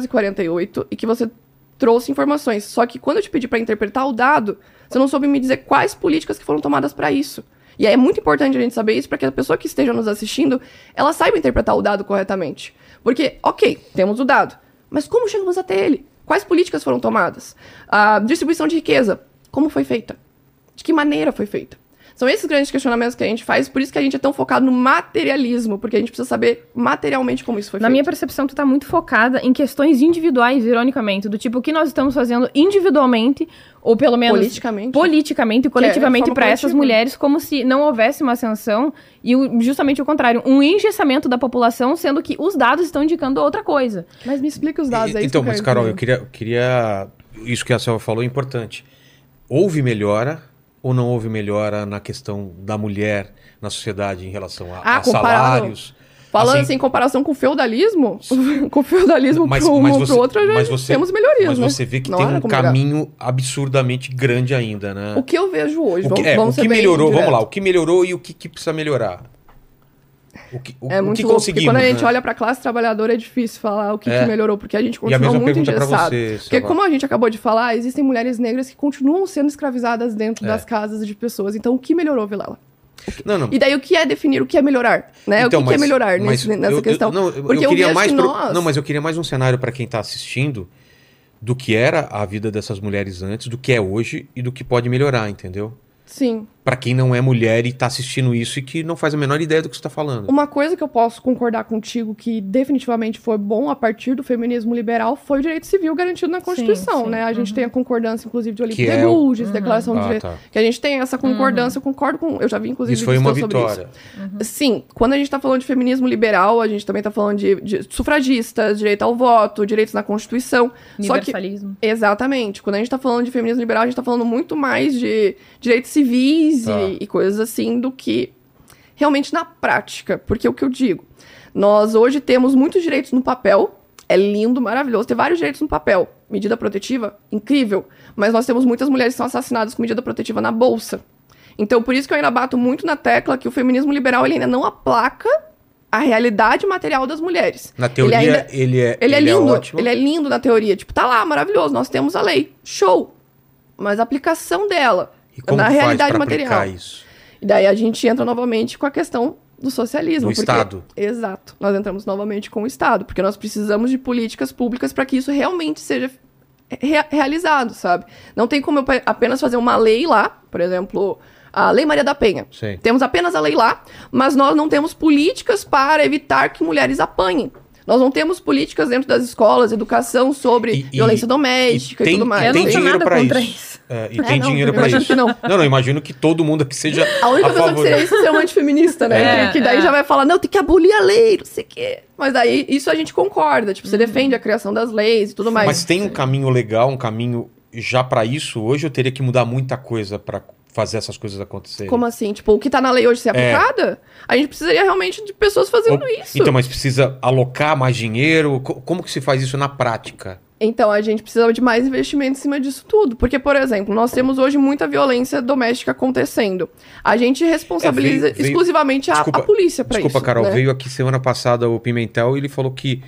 1848 e que você trouxe informações. Só que quando eu te pedi para interpretar o dado, você não soube me dizer quais políticas que foram tomadas para isso. E é muito importante a gente saber isso para que a pessoa que esteja nos assistindo, ela saiba interpretar o dado corretamente. Porque, ok, temos o dado, mas como chegamos até ele? Quais políticas foram tomadas? A distribuição de riqueza, como foi feita? De que maneira foi feita? São esses grandes questionamentos que a gente faz, por isso que a gente é tão focado no materialismo, porque a gente precisa saber materialmente como isso foi feito. Na minha percepção, tu tá muito focada em questões individuais, ironicamente, do tipo, o que nós estamos fazendo individualmente, ou pelo menos politicamente e coletivamente para essas mulheres, como se não houvesse uma ascensão e justamente o contrário, um engessamento da população, sendo que os dados estão indicando outra coisa. Mas me explica os dados aí. Então, mas Carol, eu queria... Isso que a Selva falou é importante. Houve melhora ou não houve melhora na questão da mulher na sociedade em relação a salários? Falando assim, em comparação com o feudalismo, com o feudalismo pro outro, temos melhorias, mas você vê que tem um caminho absurdamente grande ainda, né? O que eu vejo hoje, o que melhorou, vamos lá, o que melhorou e o que precisa melhorar? É muito louco, porque quando a gente olha pra classe trabalhadora é difícil falar o que melhorou, porque a gente continua muito engessado. Porque como a gente acabou de falar, existem mulheres negras que continuam sendo escravizadas dentro das casas de pessoas. Então, o que melhorou, Vilela? Não. E daí o que é definir, o que é melhorar, né? Então, o que é melhorar nessa questão? Porque eu queria mais mas eu queria mais um cenário para quem tá assistindo do que era a vida dessas mulheres antes, do que é hoje e do que pode melhorar, entendeu? Sim. Pra quem não é mulher e tá assistindo isso e que não faz a menor ideia do que você tá falando. Uma coisa que eu posso concordar contigo que definitivamente foi bom a partir do feminismo liberal foi o direito civil garantido na Constituição, né? A gente tem a concordância, inclusive, de Olímpia de Gouges, Declaração de Direito. Que a gente tem essa concordância, eu concordo com... Eu já vi, inclusive, isso foi uma vitória. Sim. Quando a gente tá falando de feminismo liberal, a gente também tá falando de sufragistas, direito ao voto, direitos na Constituição. Universalismo. Exatamente. Quando a gente tá falando de feminismo liberal, a gente tá falando muito mais de direitos civis e coisas assim do que realmente na prática. Porque o que eu digo, nós hoje temos muitos direitos no papel, é lindo, maravilhoso, ter vários direitos no papel. Medida protetiva, incrível, mas nós temos muitas mulheres que são assassinadas com medida protetiva na bolsa. Então, por isso que eu ainda bato muito na tecla que o feminismo liberal ele ainda não aplaca a realidade material das mulheres. Na teoria, ele é lindo, ótimo. Ele é lindo na teoria. Tipo, tá lá, maravilhoso, nós temos a lei. Show! Mas a aplicação dela na realidade material. Isso? E daí a gente entra novamente com a questão do socialismo. Do Estado. Exato. Nós entramos novamente com o Estado, porque nós precisamos de políticas públicas para que isso realmente seja realizado, sabe? Não tem como eu apenas fazer uma lei lá, por exemplo, a Lei Maria da Penha. Sim. Temos apenas a lei lá, mas nós não temos políticas para evitar que mulheres apanhem. Nós não temos políticas dentro das escolas, educação sobre violência doméstica e tudo mais. E tem dinheiro para isso. Tem dinheiro para isso. Não, eu imagino que todo mundo aqui seja a única pessoa que seria isso é ser um antifeminista, né? Que daí já vai falar, não, tem que abolir a lei, não sei o quê. Mas daí, isso a gente concorda. Tipo, você defende a criação das leis e tudo mais. Mas tem um caminho legal, um caminho já para isso hoje? Eu teria que mudar muita coisa para fazer essas coisas acontecerem? Como assim? Tipo, o que tá na lei hoje ser aplicada? A gente precisaria realmente de pessoas fazendo isso. Então, mas precisa alocar mais dinheiro? Como que se faz isso na prática? Então, a gente precisa de mais investimento em cima disso tudo. Porque, por exemplo, nós temos hoje muita violência doméstica acontecendo. A gente responsabiliza exclusivamente a polícia pra isso. Desculpa, Carol. Né? Veio aqui semana passada o Pimentel e ele falou que,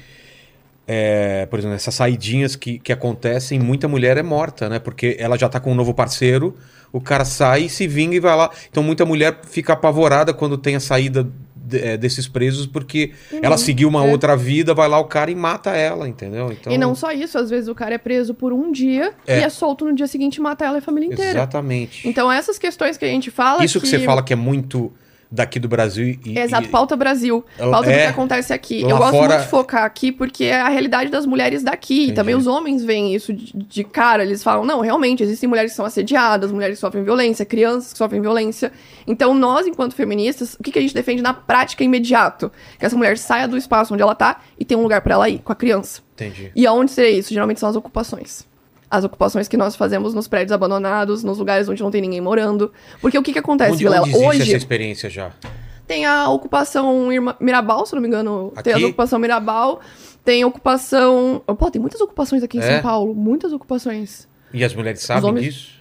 por exemplo, essas saidinhas que acontecem, muita mulher é morta, né? Porque ela já tá com um novo parceiro, o cara sai, se vinga e vai lá. Então, muita mulher fica apavorada quando tem a saída desses presos, porque ela seguiu uma outra vida, vai lá o cara e mata ela, entendeu? Então... E não só isso, às vezes o cara é preso por um dia e é solto no dia seguinte e mata ela e a família inteira. Exatamente. Então essas questões que a gente fala... Isso que você fala que é muito daqui do Brasil Exato, pauta Brasil. Pauta do que acontece aqui. Eu gosto muito de focar aqui porque é a realidade das mulheres daqui. Entendi. E também os homens veem isso de cara. Eles falam, não, realmente, existem mulheres que são assediadas, mulheres que sofrem violência, crianças que sofrem violência. Então, nós, enquanto feministas, o que a gente defende na prática imediato? Que essa mulher saia do espaço onde ela tá e tenha um lugar pra ela ir, com a criança. Entendi. E aonde seria isso? Geralmente são as ocupações. As ocupações que nós fazemos nos prédios abandonados, nos lugares onde não tem ninguém morando. Porque o que acontece, Vilela? Onde existe essa experiência já? Tem a ocupação Mirabal, se não me engano. Aqui? Tem a ocupação Mirabal. Tem ocupação... Pô, tem muitas ocupações aqui em São Paulo. Muitas ocupações. E as mulheres sabem disso?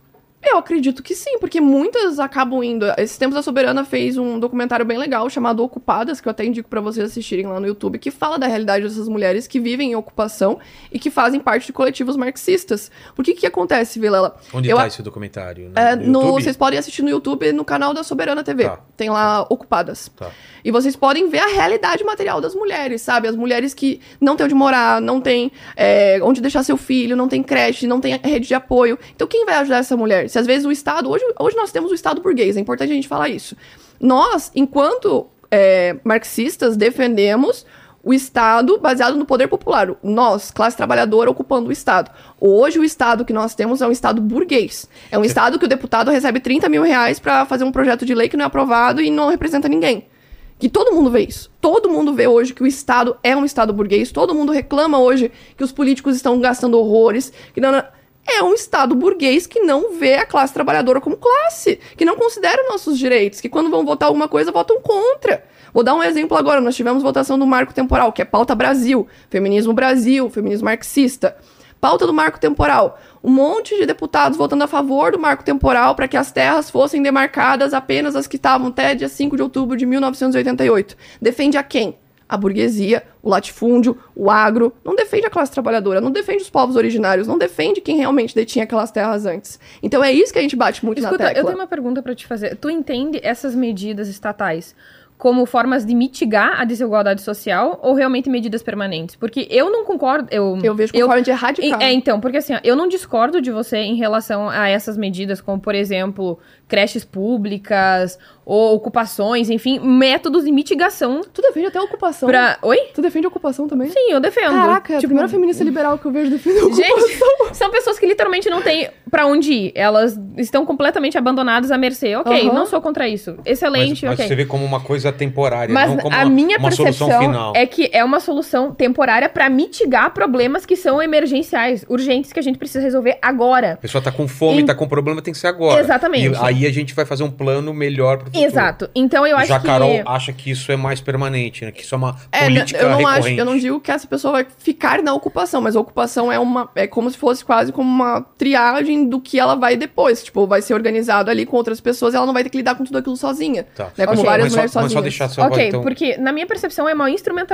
Eu acredito que sim, porque muitas acabam indo. Esses tempos a Soberana fez um documentário bem legal chamado Ocupadas, que eu até indico pra vocês assistirem lá no YouTube, que fala da realidade dessas mulheres que vivem em ocupação e que fazem parte de coletivos marxistas. Por que acontece, Vilela? Onde tá esse documentário? No YouTube? Vocês podem assistir no YouTube, no canal da Soberana TV. Tá. Tem lá Ocupadas. Tá. E vocês podem ver a realidade material das mulheres, sabe? As mulheres que não têm onde morar, não têm onde deixar seu filho, não tem creche, não tem rede de apoio. Então quem vai ajudar essa mulher? Se às vezes o Estado... Hoje nós temos o Estado burguês, é importante a gente falar isso. Nós, enquanto marxistas, defendemos o Estado baseado no poder popular. Nós, classe trabalhadora, ocupando o Estado. Hoje o Estado que nós temos é um Estado burguês. É um Estado que o deputado recebe 30 mil reais pra fazer um projeto de lei que não é aprovado e não representa ninguém. Que todo mundo vê isso. Todo mundo vê hoje que o Estado é um Estado burguês. Todo mundo reclama hoje que os políticos estão gastando horrores. Que não... é um Estado burguês que não vê a classe trabalhadora como classe, que não considera nossos direitos, que quando vão votar alguma coisa, votam contra. Vou dar um exemplo agora, nós tivemos votação do Marco Temporal, que é pauta Brasil, feminismo marxista. Pauta do Marco Temporal. Um monte de deputados votando a favor do Marco Temporal para que as terras fossem demarcadas apenas as que estavam até dia 5 de outubro de 1988. Defende a quem? A burguesia, o latifúndio, o agro. Não defende a classe trabalhadora, não defende os povos originários, não defende quem realmente detinha aquelas terras antes. Então é isso que a gente bate muito na tecla. Eu tenho uma pergunta para te fazer. Tu entende essas medidas estatais como formas de mitigar a desigualdade social ou realmente medidas permanentes? Porque eu não concordo... Eu vejo como forma de erradicar. Então, porque assim, eu não discordo de você em relação a essas medidas, como, por exemplo, creches públicas ou ocupações, enfim, métodos de mitigação. Tu defende até a ocupação. Oi? Tu defende a ocupação também? Sim, eu defendo. Caraca, a primeira feminista liberal que eu vejo defender a ocupação. Gente, são pessoas que literalmente não têm pra onde ir. Elas estão completamente abandonadas à mercê. Ok, não sou contra isso. Excelente, mas ok. Você vê como uma coisa temporária, mas não como a minha uma solução final. É que é uma solução temporária pra mitigar problemas que são emergenciais, urgentes, que a gente precisa resolver agora. A pessoa tá com fome, tá com problema, tem que ser agora. Exatamente. E aí a gente vai fazer um plano melhor pro futuro. Exato. Então eu acho que... Já Carol acha que isso é mais permanente, né? Que isso é uma política recorrente. Eu não digo que essa pessoa vai ficar na ocupação, mas a ocupação é como se fosse quase como uma triagem do que ela vai depois. Tipo, vai ser organizado ali com outras pessoas e ela não vai ter que lidar com tudo aquilo sozinha. Tá. Né? Como várias mulheres sozinhas. Mas só deixar só Ok, então... porque na minha percepção é uma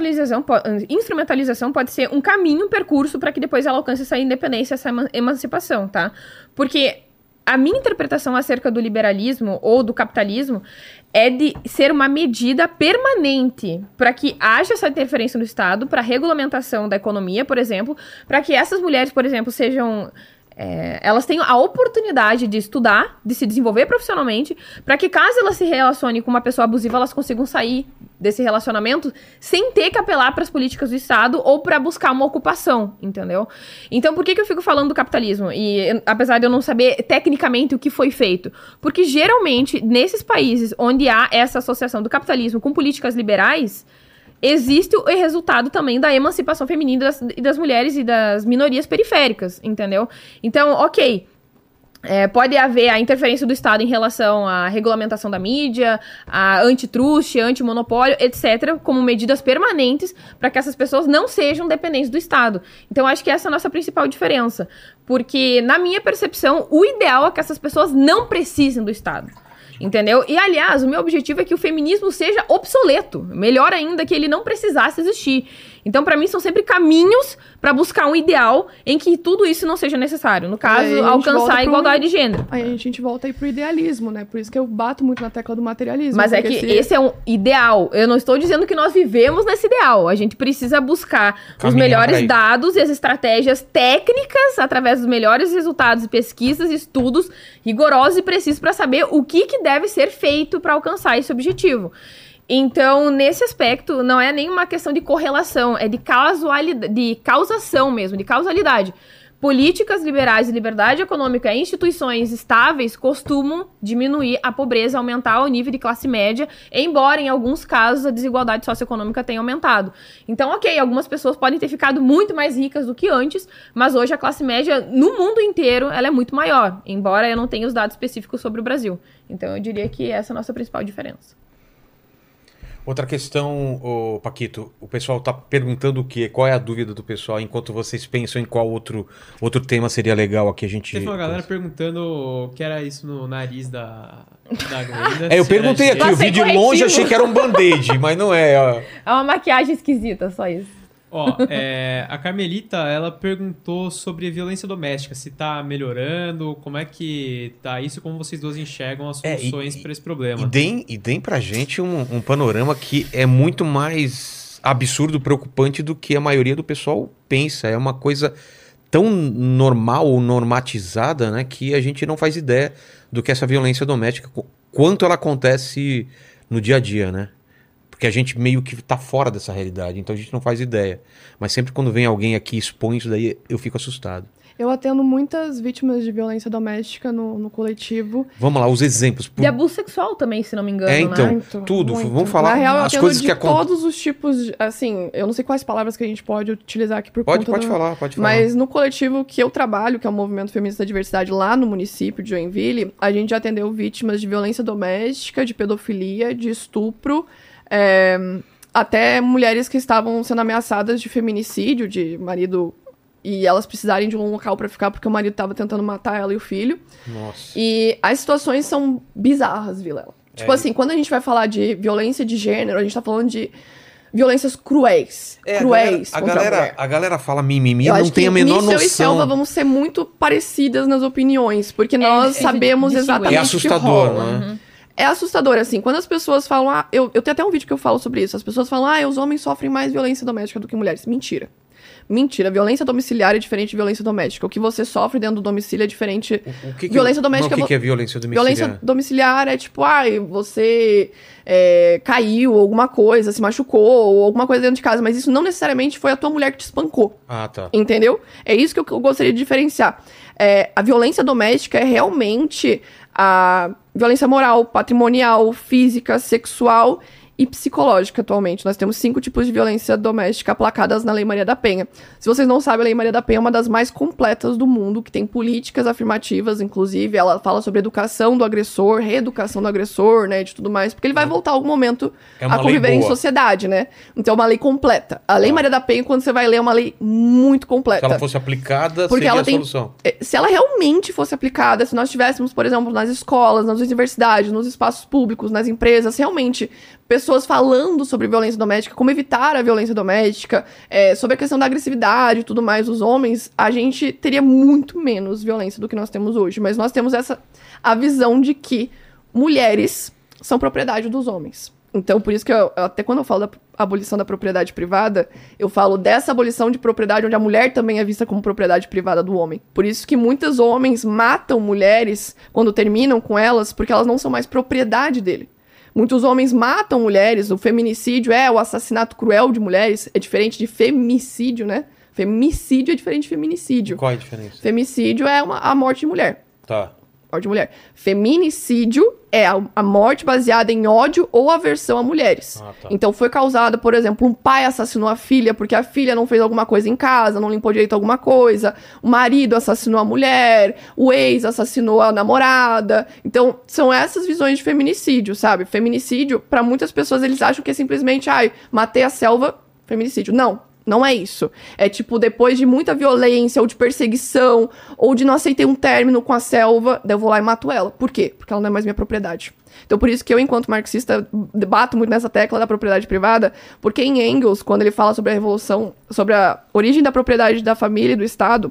instrumentalização pode ser um caminho, um percurso para que depois ela alcance essa independência, essa emancipação, tá? Porque a minha interpretação acerca do liberalismo ou do capitalismo é de ser uma medida permanente para que haja essa interferência no Estado, para regulamentação da economia, por exemplo, para que essas mulheres, por exemplo, sejam... elas tenham a oportunidade de estudar, de se desenvolver profissionalmente, para que caso elas se relacionem com uma pessoa abusiva, elas consigam sair desse relacionamento sem ter que apelar para as políticas do Estado ou para buscar uma ocupação, entendeu? Então, por que eu fico falando do capitalismo? E apesar de eu não saber tecnicamente o que foi feito, porque geralmente, nesses países onde há essa associação do capitalismo com políticas liberais, existe o resultado também da emancipação feminina das mulheres e das minorias periféricas, entendeu? Então, ok, pode haver a interferência do Estado em relação à regulamentação da mídia, a antitruste, antimonopólio, etc., como medidas permanentes para que essas pessoas não sejam dependentes do Estado. Então, acho que essa é a nossa principal diferença. Porque, na minha percepção, o ideal é que essas pessoas não precisem do Estado. Entendeu? E, aliás, o meu objetivo é que o feminismo seja obsoleto. Melhor ainda, que ele não precisasse existir. Então, pra mim, são sempre caminhos pra buscar um ideal em que tudo isso não seja necessário. No caso, alcançar a igualdade de gênero. Aí a gente volta aí pro idealismo, né? Por isso que eu bato muito na tecla do materialismo. Mas é que esse é um ideal. Eu não estou dizendo que nós vivemos nesse ideal. A gente precisa buscar os melhores dados e as estratégias técnicas através dos melhores resultados de pesquisas e estudos rigorosos e precisos para saber o que deve ser feito para alcançar esse objetivo. Então, nesse aspecto, não é nenhuma questão de correlação, é de causalidade, de causação mesmo, de causalidade. Políticas liberais de liberdade econômica e instituições estáveis costumam diminuir a pobreza, aumentar o nível de classe média, embora em alguns casos a desigualdade socioeconômica tenha aumentado. Então, ok, algumas pessoas podem ter ficado muito mais ricas do que antes, mas hoje a classe média no mundo inteiro ela é muito maior, embora eu não tenha os dados específicos sobre o Brasil. Então, eu diria que essa é a nossa principal diferença. Outra questão, Paquito, o pessoal tá perguntando o quê? Qual é a dúvida do pessoal enquanto vocês pensam em qual outro tema seria legal aqui a gente... Teve uma galera perguntando o que era isso no nariz da Glenda. Eu perguntei aqui, eu vi de longe, achei que era um band-aid, mas não é. É uma maquiagem esquisita, só isso. A Carmelita, ela perguntou sobre violência doméstica, se tá melhorando, como é que tá isso, como vocês duas enxergam as soluções para esse problema. E deem pra gente um panorama que é muito mais absurdo, preocupante do que a maioria do pessoal pensa. É uma coisa tão normal ou normatizada, né, que a gente não faz ideia do que essa violência doméstica, quanto ela acontece no dia a dia, né? Porque a gente meio que tá fora dessa realidade, então a gente não faz ideia. Mas sempre quando vem alguém aqui e expõe isso daí, eu fico assustado. Eu atendo muitas vítimas de violência doméstica no coletivo. Vamos lá, os exemplos. De abuso sexual também, se não me engano, então, né? Tudo. Muito. Vamos falar Na real, as coisas que acontecem. Todos os tipos, assim, eu não sei quais palavras que a gente pode utilizar aqui por conta Pode falar. Mas no coletivo que eu trabalho, que é o Movimento Feminista da Diversidade lá no município de Joinville, a gente já atendeu vítimas de violência doméstica, de pedofilia, de estupro, até mulheres que estavam sendo ameaçadas de feminicídio, de marido... E elas precisarem de um local pra ficar porque o marido tava tentando matar ela e o filho. Nossa. E as situações são bizarras, Vilela. Tipo assim, quando a gente vai falar de violência de gênero, a gente tá falando de violências cruéis. Cruéis. A galera fala mimimi, não tem a menor noção. Eu e Selva vamos ser muito parecidas nas opiniões, porque nós sabemos exatamente é assustador, o que rola. né? É assustador, assim, quando as pessoas falam... eu tenho até um vídeo que eu falo sobre isso. As pessoas falam, os homens sofrem mais violência doméstica do que mulheres. Mentira, violência domiciliar é diferente de violência doméstica. O que você sofre dentro do domicílio é diferente. Violência doméstica... O que é violência domiciliar? Violência domiciliar é tipo, você caiu, ou alguma coisa, se machucou, ou alguma coisa dentro de casa. Mas isso não necessariamente foi a tua mulher que te espancou. Ah, tá. Entendeu? É isso que eu gostaria de diferenciar. A violência doméstica é realmente a violência moral, patrimonial, física, sexual e psicológica atualmente. Nós temos 5 tipos de violência doméstica aplacadas na Lei Maria da Penha. Se vocês não sabem, a Lei Maria da Penha é uma das mais completas do mundo, que tem políticas afirmativas, inclusive. Ela fala sobre educação do agressor, reeducação do agressor, né, de tudo mais, porque ele vai voltar algum momento a conviver em sociedade, né? Então é uma lei completa. A Lei Maria da Penha, quando você vai ler, é uma lei muito completa. Se ela fosse aplicada, porque seria a solução. Se ela realmente fosse aplicada, se nós tivéssemos, por exemplo, nas escolas, nas universidades, nos espaços públicos, nas empresas, realmente... pessoas falando sobre violência doméstica, como evitar a violência doméstica, sobre a questão da agressividade e tudo mais dos homens, a gente teria muito menos violência do que nós temos hoje. Mas nós temos a visão de que mulheres são propriedade dos homens. Então, por isso que até quando eu falo da abolição da propriedade privada, eu falo dessa abolição de propriedade onde a mulher também é vista como propriedade privada do homem. Por isso que muitos homens matam mulheres quando terminam com elas, porque elas não são mais propriedade dele. Muitos homens matam mulheres, o feminicídio o assassinato cruel de mulheres, é diferente de femicídio, né? Femicídio é diferente de feminicídio. Qual é a diferença? Femicídio é a morte de mulher. Tá. Morte de mulher. Feminicídio é a morte baseada em ódio ou aversão a mulheres. Tá. Então foi causada, por exemplo, um pai assassinou a filha porque a filha não fez alguma coisa em casa, não limpou direito alguma coisa, o marido assassinou a mulher, o ex assassinou a namorada. Então são essas visões de feminicídio, sabe? Feminicídio, pra muitas pessoas, eles acham que é simplesmente, matei a Selva, feminicídio. Não é isso. É tipo, depois de muita violência, ou de perseguição, ou de não aceitar um término com a Selva, daí eu vou lá e mato ela. Por quê? Porque ela não é mais minha propriedade. Então, por isso que eu, enquanto marxista, bato muito nessa tecla da propriedade privada, porque em Engels, quando ele fala sobre a revolução, sobre a origem da propriedade da família e do Estado,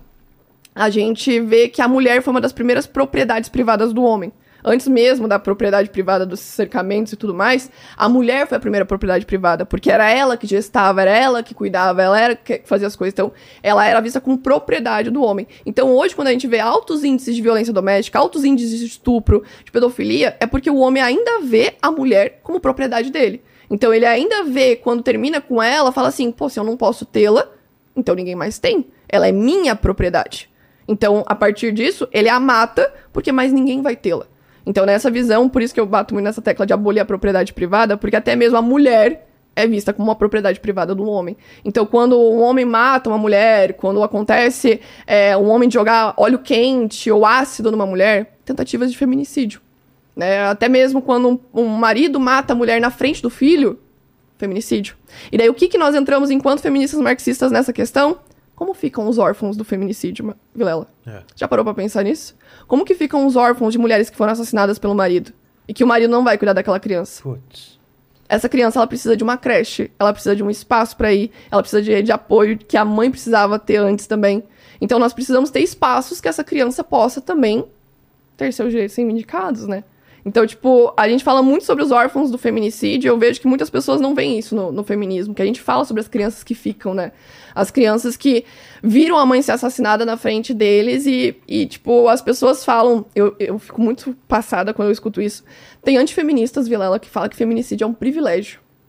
a gente vê que a mulher foi uma das primeiras propriedades privadas do homem. Antes mesmo da propriedade privada dos cercamentos e tudo mais, a mulher foi a primeira propriedade privada, porque era ela que gestava, era ela que cuidava, ela era que fazia as coisas. Então, ela era vista como propriedade do homem. Então, hoje, quando a gente vê altos índices de violência doméstica, altos índices de estupro, de pedofilia, é porque o homem ainda vê a mulher como propriedade dele. Então, ele ainda vê, quando termina com ela, fala assim, se eu não posso tê-la, então ninguém mais tem. Ela é minha propriedade. Então, a partir disso, ele a mata, porque mais ninguém vai tê-la. Então, nessa visão, por isso que eu bato muito nessa tecla de abolir a propriedade privada, porque até mesmo a mulher é vista como uma propriedade privada do homem. Então, quando um homem mata uma mulher, quando acontece um homem jogar óleo quente ou ácido numa mulher, tentativas de feminicídio. Né? Até mesmo quando um marido mata a mulher na frente do filho, feminicídio. E daí, o que nós entramos enquanto feministas marxistas nessa questão? Como ficam os órfãos do feminicídio, Vilela? Já parou pra pensar nisso? Como que ficam os órfãos de mulheres que foram assassinadas pelo marido? E que o marido não vai cuidar daquela criança? Putz. Essa criança, ela precisa de uma creche, ela precisa de um espaço pra ir, ela precisa de apoio que a mãe precisava ter antes também. Então, nós precisamos ter espaços que essa criança possa também ter seus direitos reivindicados, né? Então, tipo, a gente fala muito sobre os órfãos do feminicídio, eu vejo que muitas pessoas não veem isso no feminismo, que a gente fala sobre as crianças que ficam, né? As crianças que viram a mãe ser assassinada na frente deles e tipo, as pessoas falam... Eu fico muito passada quando eu escuto isso. Tem antifeministas, Vilela, que falam que feminicídio é um privilégio.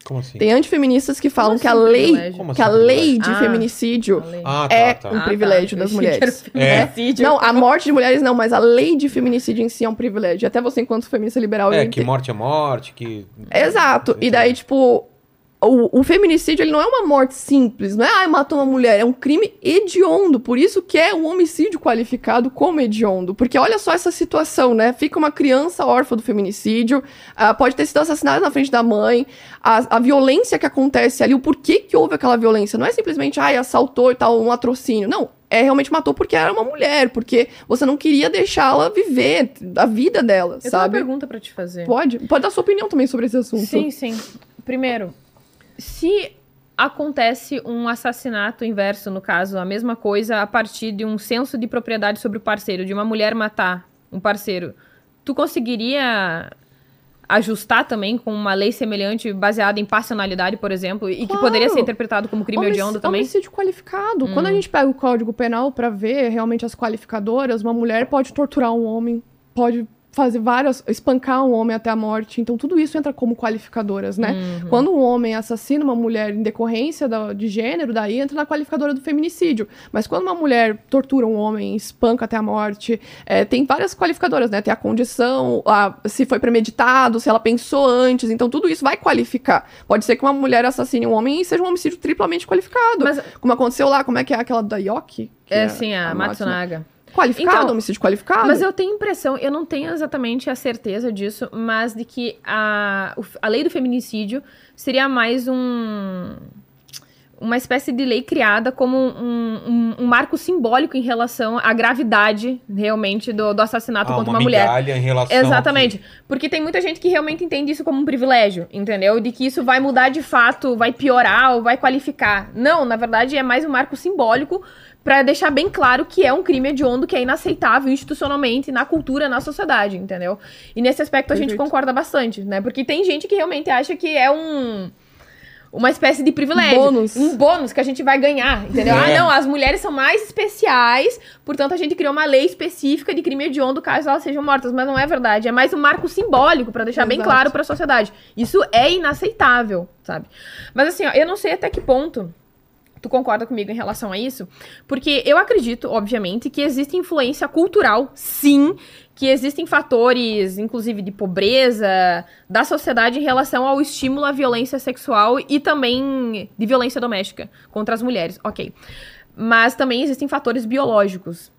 Como assim? Tem antifeministas que falam que a lei, de feminicídio é um privilégio das mulheres. Não, a morte de mulheres não, mas a lei de feminicídio em si é um privilégio. Até você, enquanto feminista liberal... que morte é morte, que... Exato. E daí, tipo... O feminicídio, ele não é uma morte simples, não é, matou uma mulher, é um crime hediondo, por isso que é um homicídio qualificado como hediondo, porque olha só essa situação, né, fica uma criança órfã do feminicídio, pode ter sido assassinada na frente da mãe, a violência que acontece ali, o porquê que houve aquela violência, não é simplesmente, assaltou e tal, um latrocínio, não, realmente matou porque era uma mulher, porque você não queria deixá-la viver a vida dela, sabe? Eu tenho uma pergunta pra te fazer. Pode dar sua opinião também sobre esse assunto. Sim. Primeiro, se acontece um assassinato inverso, no caso, a mesma coisa, a partir de um senso de propriedade sobre o parceiro, de uma mulher matar um parceiro, tu conseguiria ajustar também com uma lei semelhante baseada em passionalidade, por exemplo, e que poderia ser interpretado como crime hediondo também? Homicídio qualificado. Quando a gente pega o Código Penal pra ver realmente as qualificadoras, uma mulher pode torturar um homem, pode espancar um homem até a morte, então tudo isso entra como qualificadoras, né? Quando um homem assassina uma mulher em decorrência de gênero, daí entra na qualificadora do feminicídio, mas quando uma mulher tortura um homem, espanca até a morte, tem várias qualificadoras, né? Tem a condição, se foi premeditado, se ela pensou antes, então tudo isso vai qualificar. Pode ser que uma mulher assassine um homem e seja um homicídio triplamente qualificado, como aconteceu lá, como é que é aquela da Yoki? Sim, a Matsunaga. Qualificado, então, homicídio qualificado. Mas eu tenho impressão, eu não tenho exatamente a certeza disso, mas de que a lei do feminicídio seria mais uma espécie de lei criada como um marco simbólico em relação à gravidade, realmente, do assassinato contra uma mulher. Em relação Exatamente. Porque tem muita gente que realmente entende isso como um privilégio, entendeu? De que isso vai mudar de fato, vai piorar ou vai qualificar. Não, na verdade, é mais um marco simbólico pra deixar bem claro que é um crime hediondo, que é inaceitável institucionalmente, na cultura, na sociedade, entendeu? E nesse aspecto a gente concorda bastante, né? Porque tem gente que realmente acha que é uma espécie de privilégio. Um bônus que a gente vai ganhar, entendeu? Não, as mulheres são mais especiais, portanto a gente criou uma lei específica de crime hediondo caso elas sejam mortas, mas não é verdade. É mais um marco simbólico pra deixar bem claro pra sociedade. Isso é inaceitável, sabe? Mas assim, ó, eu não sei até que ponto tu concorda comigo em relação a isso? Porque eu acredito, obviamente, que existe influência cultural, sim, que existem fatores, inclusive, de pobreza da sociedade em relação ao estímulo à violência sexual e também de violência doméstica contra as mulheres, ok. Mas também existem fatores biológicos,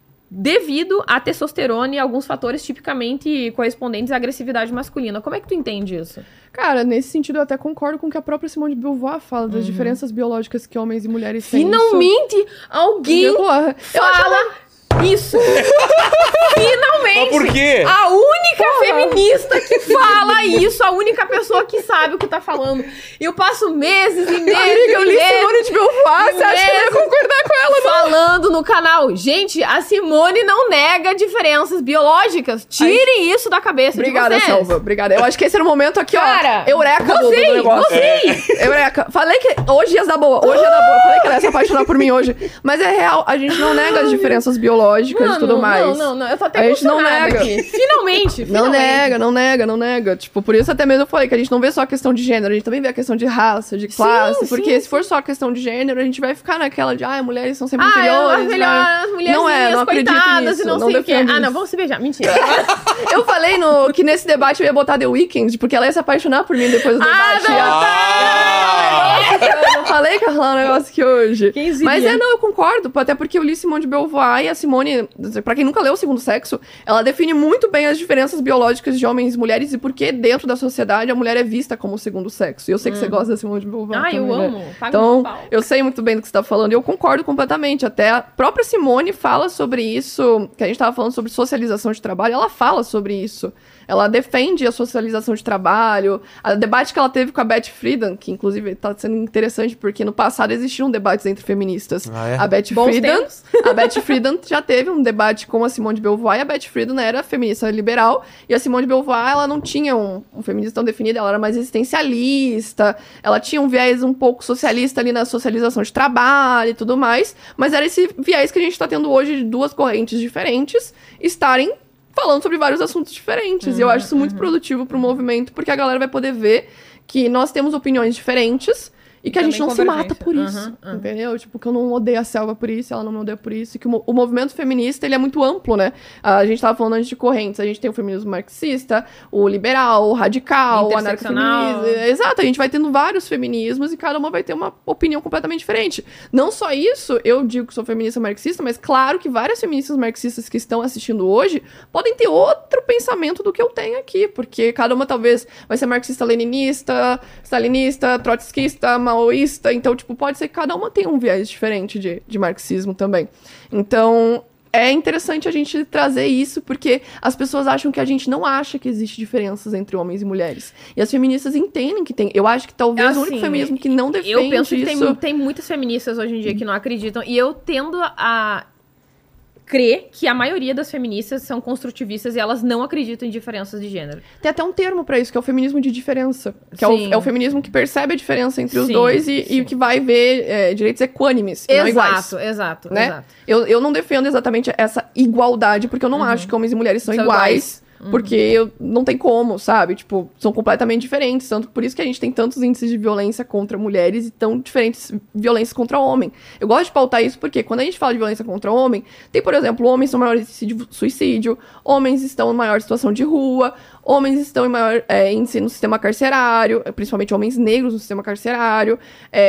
devido à testosterona e alguns fatores tipicamente correspondentes à agressividade masculina. Como é que tu entende isso? Cara, nesse sentido eu até concordo com o que a própria Simone de Beauvoir fala das diferenças biológicas que homens e mulheres têm. Finalmente alguém fala isso. Finalmente. Mas por quê? A única feminista que fala isso, a única pessoa que sabe o que tá falando. Eu passo meses e meses. Amiga, eu li Simone de Beauvoir, você acha que eu ia concordar com ela, não? Falando no canal. Gente, a Simone não nega diferenças biológicas. Tirem isso da cabeça Obrigada, de vocês. Obrigada, Selva. Obrigada. Eu acho que esse era o momento aqui, cara, ó. Eureka do negócio. Eureka. Falei que hoje ia dar boa. Hoje ia dar boa. Falei que ela ia se apaixonar por mim hoje. Mas é real, a gente não nega as diferenças biológicas e tudo mais. Não. Eu tô até emocionada aqui. Finalmente. Não nega. Tipo, por isso até mesmo eu falei que a gente não vê só a questão de gênero, a gente também vê a questão de raça, de classe. Porque se for só a questão de gênero, a gente vai ficar naquela de, mulheres são sempre inferiores. As mulheres não acredito nisso. E não sei o quê. Não, vamos se beijar. Mentira. Eu falei que nesse debate eu ia botar The Weeknd, porque ela ia se apaixonar por mim depois do debate. Eu falei que ia falar um negócio aqui hoje. Mas eu concordo, até porque eu li Simone de Beauvoir e a Simone, pra quem nunca leu O Segundo Sexo, ela define muito bem as diferenças biológicas de homens e mulheres e por que dentro da sociedade a mulher é vista como o segundo sexo. E eu sei que você gosta da Simone de Beauvoir também, eu amo. Então, eu sei muito bem do que você tá falando e eu concordo completamente. Até a própria Simone fala sobre isso, que a gente tava falando sobre socialização de trabalho, ela fala sobre isso. Ela defende a socialização de trabalho. O debate que ela teve com a Beth Friedan, que inclusive tá sendo interessante, porque no passado existiam debates entre feministas. É? A Beth Friedan já teve um debate com a Simone de Beauvoir, e a Beth Friedan era feminista liberal, e a Simone de Beauvoir, ela não tinha um feminismo tão definido, ela era mais existencialista, ela tinha um viés um pouco socialista ali na socialização de trabalho e tudo mais, mas era esse viés que a gente tá tendo hoje de duas correntes diferentes estarem falando sobre vários assuntos diferentes. E eu acho isso muito produtivo pro movimento, porque a galera vai poder ver que nós temos opiniões diferentes e que a gente não se mata por isso, entendeu? Tipo, que eu não odeio a Selva por isso, ela não me odeia por isso, e que o movimento feminista, ele é muito amplo, né? A gente tava falando antes de correntes, a gente tem o feminismo marxista, o liberal, o radical, o anarcofeminismo. Exato, a gente vai tendo vários feminismos e cada uma vai ter uma opinião completamente diferente. Não só isso, eu digo que sou feminista marxista, mas claro que várias feministas marxistas que estão assistindo hoje podem ter outro pensamento do que eu tenho aqui, porque cada uma talvez vai ser marxista-leninista, stalinista, trotskista, maoísta, então, tipo, pode ser que cada uma tenha um viés diferente de marxismo também. Então, é interessante a gente trazer isso, porque as pessoas acham que a gente não acha que existe diferenças entre homens e mulheres. E as feministas entendem que tem. Eu acho que talvez o único feminismo que não defende eu penso que isso... tem muitas feministas hoje em dia que não acreditam, e eu tendo a crer que a maioria das feministas são construtivistas e elas não acreditam em diferenças de gênero. Tem até um termo pra isso, que é o feminismo de diferença. Que é o feminismo que percebe a diferença entre os dois e que vai ver direitos equânimes, não iguais. Exato. Eu não defendo exatamente essa igualdade, porque eu não acho que homens e mulheres são iguais. Porque não tem como, sabe? Tipo, são completamente diferentes. Tanto por isso que a gente tem tantos índices de violência contra mulheres e tão diferentes violências contra homem. Eu gosto de pautar isso porque quando a gente fala de violência contra homem, tem, por exemplo, homens são maior índice de suicídio, homens estão em maior situação de rua, homens estão em maior índice no sistema carcerário, principalmente homens negros no sistema carcerário.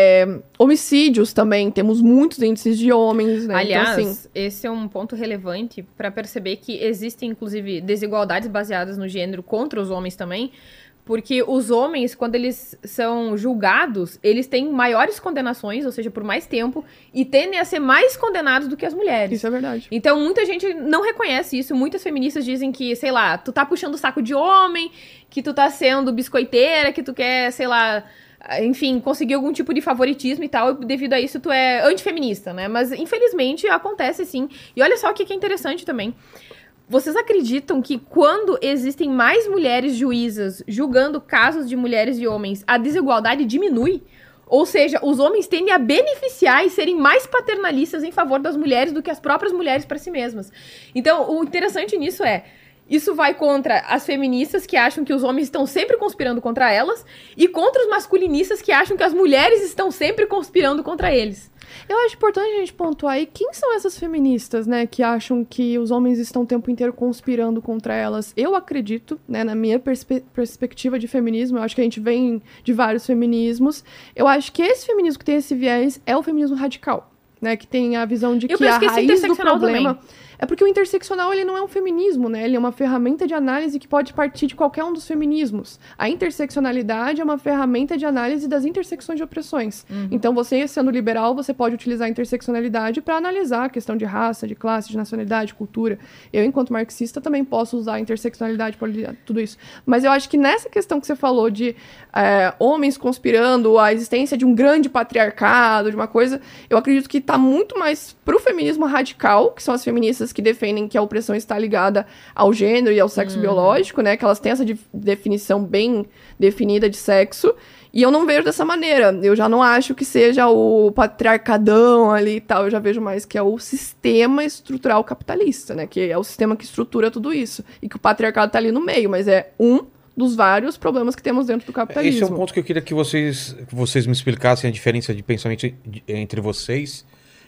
Homicídios também, temos muitos índices de homens, né? Aliás, então, assim, esse é um ponto relevante para perceber que existem, inclusive, desigualdades baseadas no gênero contra os homens também, porque os homens, quando eles são julgados, eles têm maiores condenações, ou seja, por mais tempo, e tendem a ser mais condenados do que as mulheres. Isso é verdade. Então, muita gente não reconhece isso. Muitas feministas dizem que, sei lá, tu tá puxando o saco de homem, que tu tá sendo biscoiteira, que tu quer, sei lá, enfim, conseguir algum tipo de favoritismo e tal, e devido a isso tu é antifeminista, né? Mas, infelizmente, acontece sim. E olha só o que é interessante também. Vocês acreditam que quando existem mais mulheres juízas julgando casos de mulheres e homens, a desigualdade diminui? Ou seja, os homens tendem a beneficiar e serem mais paternalistas em favor das mulheres do que as próprias mulheres para si mesmas. Então, o interessante nisso isso vai contra as feministas que acham que os homens estão sempre conspirando contra elas e contra os masculinistas que acham que as mulheres estão sempre conspirando contra eles. Eu acho importante a gente pontuar aí quem são essas feministas, né, que acham que os homens estão o tempo inteiro conspirando contra elas. Eu acredito, né, na minha perspectiva de feminismo, eu acho que a gente vem de vários feminismos, eu acho que esse feminismo que tem esse viés é o feminismo radical, né, que tem a visão de que a raiz do problema... Também. É porque o interseccional, ele não é um feminismo, né? Ele é uma ferramenta de análise que pode partir de qualquer um dos feminismos. A interseccionalidade é uma ferramenta de análise das intersecções de opressões. Então, você, sendo liberal, você pode utilizar a interseccionalidade para analisar a questão de raça, de classe, de nacionalidade, cultura. Eu, enquanto marxista, também posso usar a interseccionalidade para olhar tudo isso. Mas eu acho que nessa questão que você falou de homens conspirando, a existência de um grande patriarcado, de uma coisa, eu acredito que está muito mais pro feminismo radical, que são as feministas que defendem que a opressão está ligada ao gênero e ao sexo biológico, né? Que elas têm essa definição bem definida de sexo. E eu não vejo dessa maneira. Eu já não acho que seja o patriarcadão ali e tal. Eu já vejo mais que é o sistema estrutural capitalista, né? Que é o sistema que estrutura tudo isso. E que o patriarcado tá ali no meio, mas é dos vários problemas que temos dentro do capitalismo. Esse é um ponto que eu queria que vocês me explicassem a diferença de pensamento entre vocês...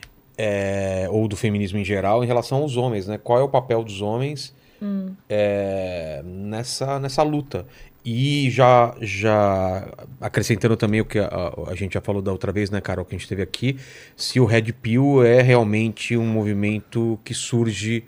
ou do feminismo em geral, em relação aos homens, né? Qual é o papel dos homens nessa luta? E já acrescentando também o que a gente já falou da outra vez, né, Carol, que a gente teve aqui, se o Red Pill é realmente um movimento que surge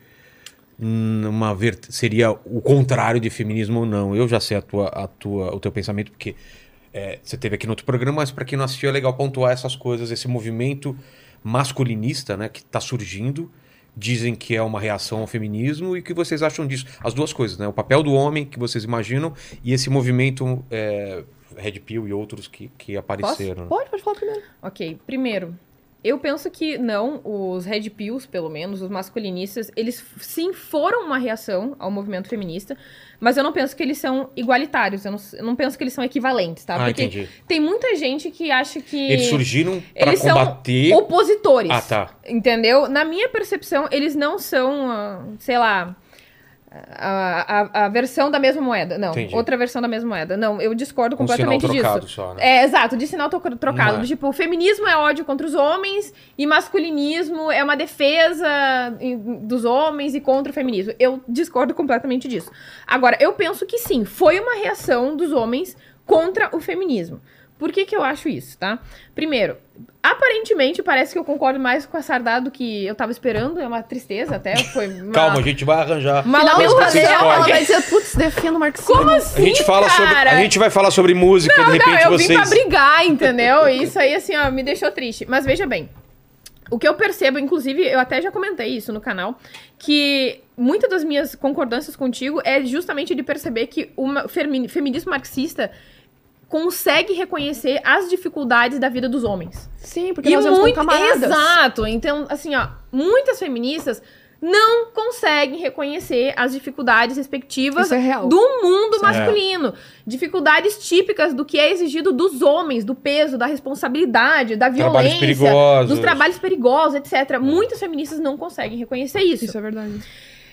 seria o contrário de feminismo ou não. Eu já sei o teu pensamento, porque você teve aqui no outro programa, mas para quem não assistiu é legal pontuar essas coisas, esse movimento masculinista, né, que está surgindo, dizem que é uma reação ao feminismo, e o que vocês acham disso? As duas coisas, né? O papel do homem que vocês imaginam e esse movimento Red Pill e outros que apareceram. Pode falar primeiro. Ok, primeiro, eu penso que não, os Red Pills, pelo menos, os masculinistas, eles sim foram uma reação ao movimento feminista, mas eu não penso que eles são igualitários, eu não penso que eles são equivalentes, tá? Porque entendi. Tem muita gente que acha que... Eles surgiram para combater... São opositores. Ah, tá. Entendeu? Na minha percepção, eles não são, sei lá... a versão da mesma moeda. Não, Entendi. outra versão da mesma moeda. Não, eu discordo completamente sinal trocado disso. só, né? Exato, de sinal trocado. Não é. Tipo, o feminismo é ódio contra os homens e masculinismo é uma defesa dos homens e contra o feminismo. Eu discordo completamente disso. Agora, eu penso que sim, foi uma reação dos homens contra o feminismo. Por que eu acho isso, tá? Primeiro, aparentemente, parece que eu concordo mais com a Sardá do que eu tava esperando. É uma tristeza até. Foi uma... Calma, a gente vai arranjar. Uma Finalmente lamentação. ela vai dizer, putz, defendo o marxismo. Como assim, A gente fala cara? a gente vai falar sobre música, de repente eu vim pra vocês... brigar, entendeu? E isso aí, assim, ó, me deixou triste. Mas veja bem, o que eu percebo, inclusive, eu até já comentei isso no canal, que muitas das minhas concordâncias contigo é justamente de perceber que o feminismo marxista consegue reconhecer as dificuldades da vida dos homens. Sim, porque nós somos camaradas. Exato. Então, assim, ó, muitas feministas não conseguem reconhecer as dificuldades respectivas Isso é real. do mundo masculino. Dificuldades típicas do que é exigido dos homens, do peso, da responsabilidade, da Trabalhos violência, perigosos. dos trabalhos perigosos, etc. Muitas feministas não conseguem reconhecer isso. Isso é verdade.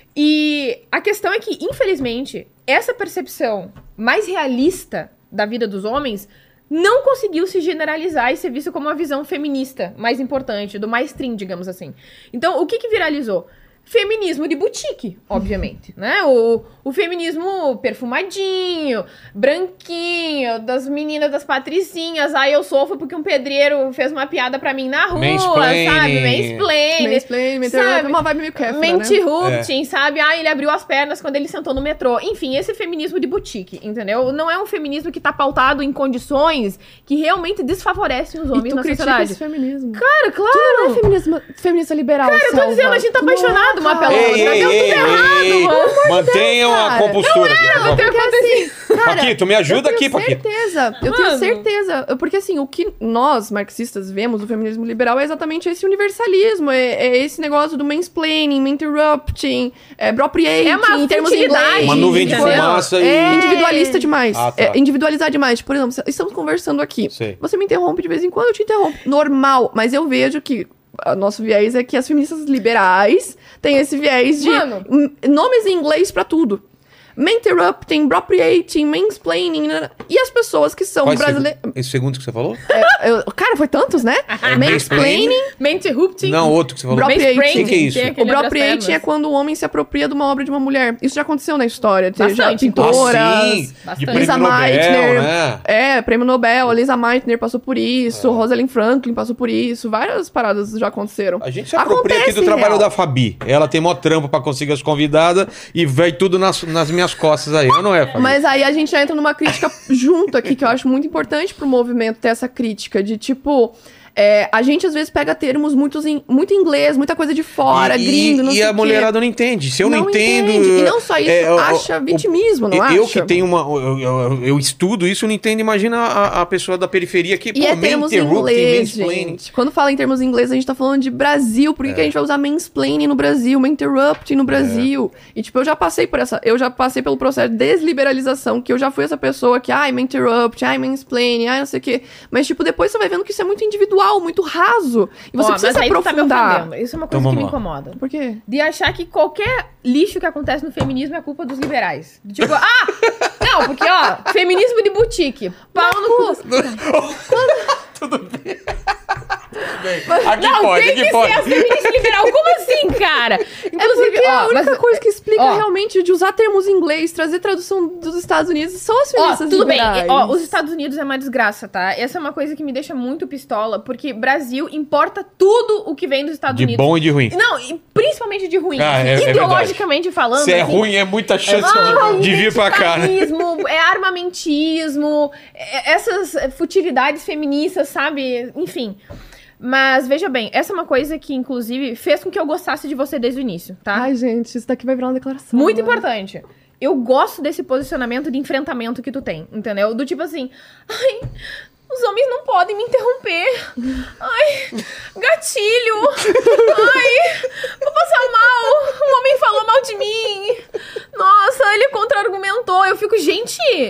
E a questão é que, infelizmente, essa percepção mais realista da vida dos homens não conseguiu se generalizar e ser visto como uma visão feminista mais importante, do mainstream, digamos assim. Então, o que viralizou? Feminismo de boutique, obviamente, né? O feminismo perfumadinho, branquinho, das meninas das patricinhas. Aí eu sofro porque um pedreiro fez uma piada pra mim na rua, Mansplaining. sabe? Mansplaining, Sabe? Uma vibe meio Kéfera, né? Mente-rupting, sabe? Ah, ele abriu as pernas quando ele sentou no metrô. Enfim, esse feminismo de boutique, entendeu? Não é um feminismo que tá pautado em condições que realmente desfavorecem os homens E tu na critica sociedade. esse feminismo. Cara, claro! Tu não é feminista liberal, Cara, eu tô dizendo, a gente tá apaixonado uma pela outra. Deu tudo errado, mano. Mantenham a cara. compostura aqui, por favor. Porque assim, cara, Paquito, me ajuda aqui, Paquito. Eu tenho certeza. Porque assim, o que nós, marxistas, vemos do feminismo liberal é exatamente esse universalismo. É esse negócio do mansplaining, interrupting, appropriating, É uma em termos futilidade, inglês. Uma nuvem de entendeu? fumaça e... É individualista demais. Ah, tá. É individualizar demais. Por exemplo, estamos conversando aqui. Sei. Você me interrompe de vez em quando, eu te interrompo. Normal. Mas eu vejo que o nosso viés é que as feministas liberais têm esse viés de Mano. nomes em inglês pra tudo. Interrupting, appropriating, mansplaining. E as pessoas que são Quais brasileiras. esse segundo que você falou? Cara, foi tantos, né? mansplaining? Mansplaining. Mente-rupting. Não, outro que você falou. Appropriating. O que é isso? O appropriating é quando o homem se apropria de uma obra de uma mulher. Isso já aconteceu na história. Bastante. Já pintoras. Ah, sim, de bastante. prêmio Lisa Nobel, Meitner. né? Prêmio Nobel. A Lisa Meitner passou por isso. Rosalind Franklin passou por isso. Várias paradas já aconteceram. A gente se apropria aqui do trabalho da Fabi. Ela tem mó trampo pra conseguir as convidadas e vai tudo nas minhas costas aí. Eu não é, Fabi? Mas aí a gente já entra numa crítica junto aqui, que eu acho muito importante pro movimento ter essa crítica de tipo... a gente às vezes pega termos muito em inglês, muita coisa de fora, gringo, não sei o quê. E a mulherada não entende. Se eu não entendo... entende. E não só isso, acha vitimismo, não acha? Eu que tenho eu estudo isso, não entendo. Imagina a pessoa da periferia que... E termos em inglês, gente. Quando fala em termos em inglês, a gente tá falando de Brasil. Por que a gente vai usar mansplaining no Brasil, interrupting no Brasil? E tipo, eu já passei pelo processo de desliberalização, que eu já fui essa pessoa que, interrupt, mansplaining, não sei o quê. Mas tipo, depois você vai vendo que isso é muito individual, muito raso. E você precisa se aprofundar. Isso é uma coisa que me incomoda. Por quê? De achar que qualquer lixo que acontece no feminismo é culpa dos liberais. Tipo, não, porque, feminismo de boutique. Pau no cu. Tudo bem. Aqui pode. Ser feminista liberal. Como assim, cara? Inclusive, a única coisa que explica realmente de usar termos em inglês, trazer tradução dos Estados Unidos, são as feministas liberais. Tudo bem. Os Estados Unidos é uma desgraça, tá? Essa é uma coisa que me deixa muito pistola, porque Brasil importa tudo o que vem dos Estados Unidos. De bom e de ruim. Não, principalmente de ruim. É ideologicamente falando. Se é ruim, é muita chance de vir pra cá, né? É armamentismo, essas futilidades feministas, sabe? Enfim. Mas, veja bem, essa é uma coisa que, inclusive, fez com que eu gostasse de você desde o início, tá? Ai, gente, isso daqui vai virar uma declaração. Muito importante. Eu gosto desse posicionamento de enfrentamento que tu tem, entendeu? Do tipo assim, os homens não podem me interromper. Gatilho. Vou passar mal. Um homem falou mal de mim. Nossa, ele contra-argumentou. Eu fico, gente...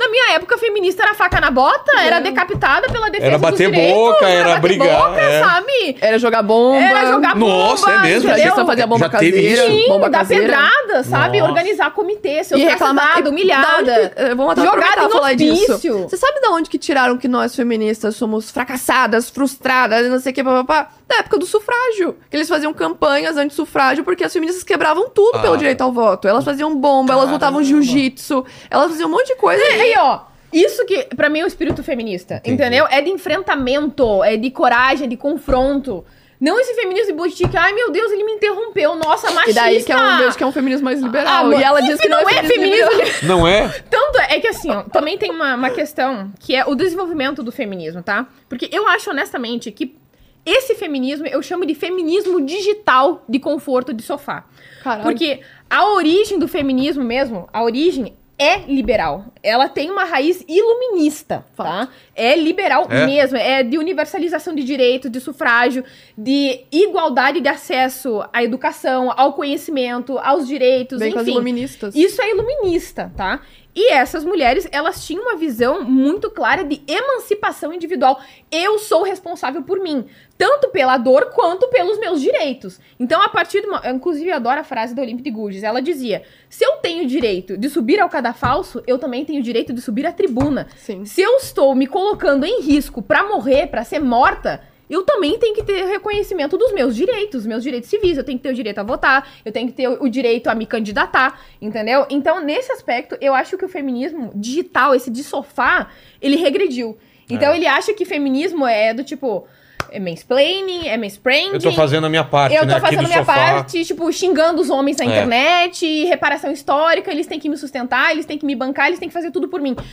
Na minha época, feminista era faca na bota, era decapitada pela defesa era bater dos direitos, boca, era brigar, boca, sabe? Era jogar bomba. Nossa, é mesmo? Entendeu? Fazer bomba caseira. Sim, bomba dar caseira. pedrada, sabe? Nossa. Organizar comitê, ser E reclamar, humilhada. Vamos até Jogada em falar disso. hospício. Você sabe de onde que tiraram que nós feministas somos fracassadas, frustradas, não sei o que, papapá? Da época do sufrágio. Que eles faziam campanhas anti-sufrágio porque as feministas quebravam tudo pelo direito ao voto. Elas faziam bomba, elas lutavam jiu-jitsu, elas faziam um monte de coisa. E aí, ó, isso que pra mim é o espírito feminista, entendeu? É de enfrentamento, é de coragem, é de confronto. Não esse feminismo de boutique, ai meu Deus, ele me interrompeu, nossa, machista. E daí que é um vejo que é um feminismo mais liberal. Ah, e ela diz que não é feminismo liberal. Não é? Tanto é que assim, ó, também tem uma questão que é o desenvolvimento do feminismo, tá? Porque eu acho honestamente que esse feminismo eu chamo de feminismo digital de conforto de sofá. Caralho. Porque a origem do feminismo mesmo, a origem é liberal. Ela tem uma raiz iluminista, tá? É liberal mesmo. É de universalização de direitos, de sufrágio, de igualdade de acesso à educação, ao conhecimento, aos direitos, Bem enfim. com as iluministas. Isso é iluminista, tá? E essas mulheres, elas tinham uma visão muito clara de emancipação individual. Eu sou responsável por mim, tanto pela dor quanto pelos meus direitos. Então, a partir de uma... Inclusive, eu adoro a frase da Olympe de Gouges. Ela dizia, se eu tenho direito de subir ao cadafalso, eu também tenho direito de subir à tribuna. Sim. Se eu estou me colocando em risco pra morrer, pra ser morta, eu também tenho que ter reconhecimento dos meus direitos civis. Eu tenho que ter o direito a votar, eu tenho que ter o direito a me candidatar, entendeu? Então, nesse aspecto, eu acho que o feminismo digital, esse de sofá, ele regrediu. Então, ele acha que feminismo é do tipo... É mansplaining, é manspreading. Eu tô fazendo a minha parte, Eu né? tô fazendo a minha sofá. parte, tipo, xingando os homens na internet, reparação histórica, eles têm que me sustentar, eles têm que me bancar, eles têm que fazer tudo por mim.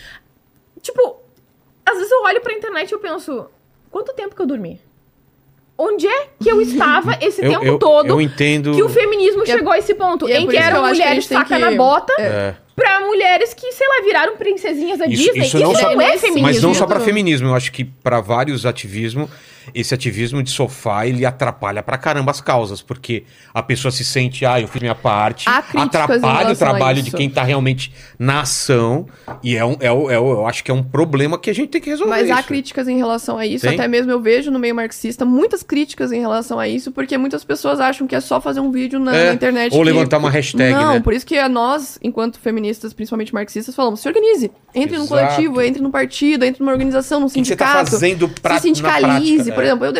Tipo, às vezes eu olho pra internet e eu penso, quanto tempo que eu dormi? Onde é que eu estava esse tempo todo eu entendo... que o feminismo chegou a esse ponto? E é em por que isso que eram eu acho que a mulheres gente tem faca que- na bota É. pra mulheres que, sei lá, viraram princesinhas da Disney. Isso não não só- é feminismo. Mas não só pra feminismo, eu acho que pra vários ativismos, esse ativismo de sofá, ele atrapalha pra caramba as causas, porque a pessoa se sente, eu fiz minha parte, Há críticas em atrapalha o relação a trabalho de isso. quem tá realmente na ação, e eu acho que é um problema que a gente tem que resolver. Mas há isso. críticas em relação a isso, Tem? até mesmo eu vejo no meio marxista muitas críticas em relação a isso, porque muitas pessoas acham que é só fazer um vídeo na internet. Ou que- levantar uma hashtag, Não, né? por isso que nós, enquanto feministas, principalmente marxistas, falamos, se organize, entre num Exato. coletivo, entre num partido, entre numa organização, num O que você tá sindicato. fazendo se sindicalize. na prática? Por exemplo,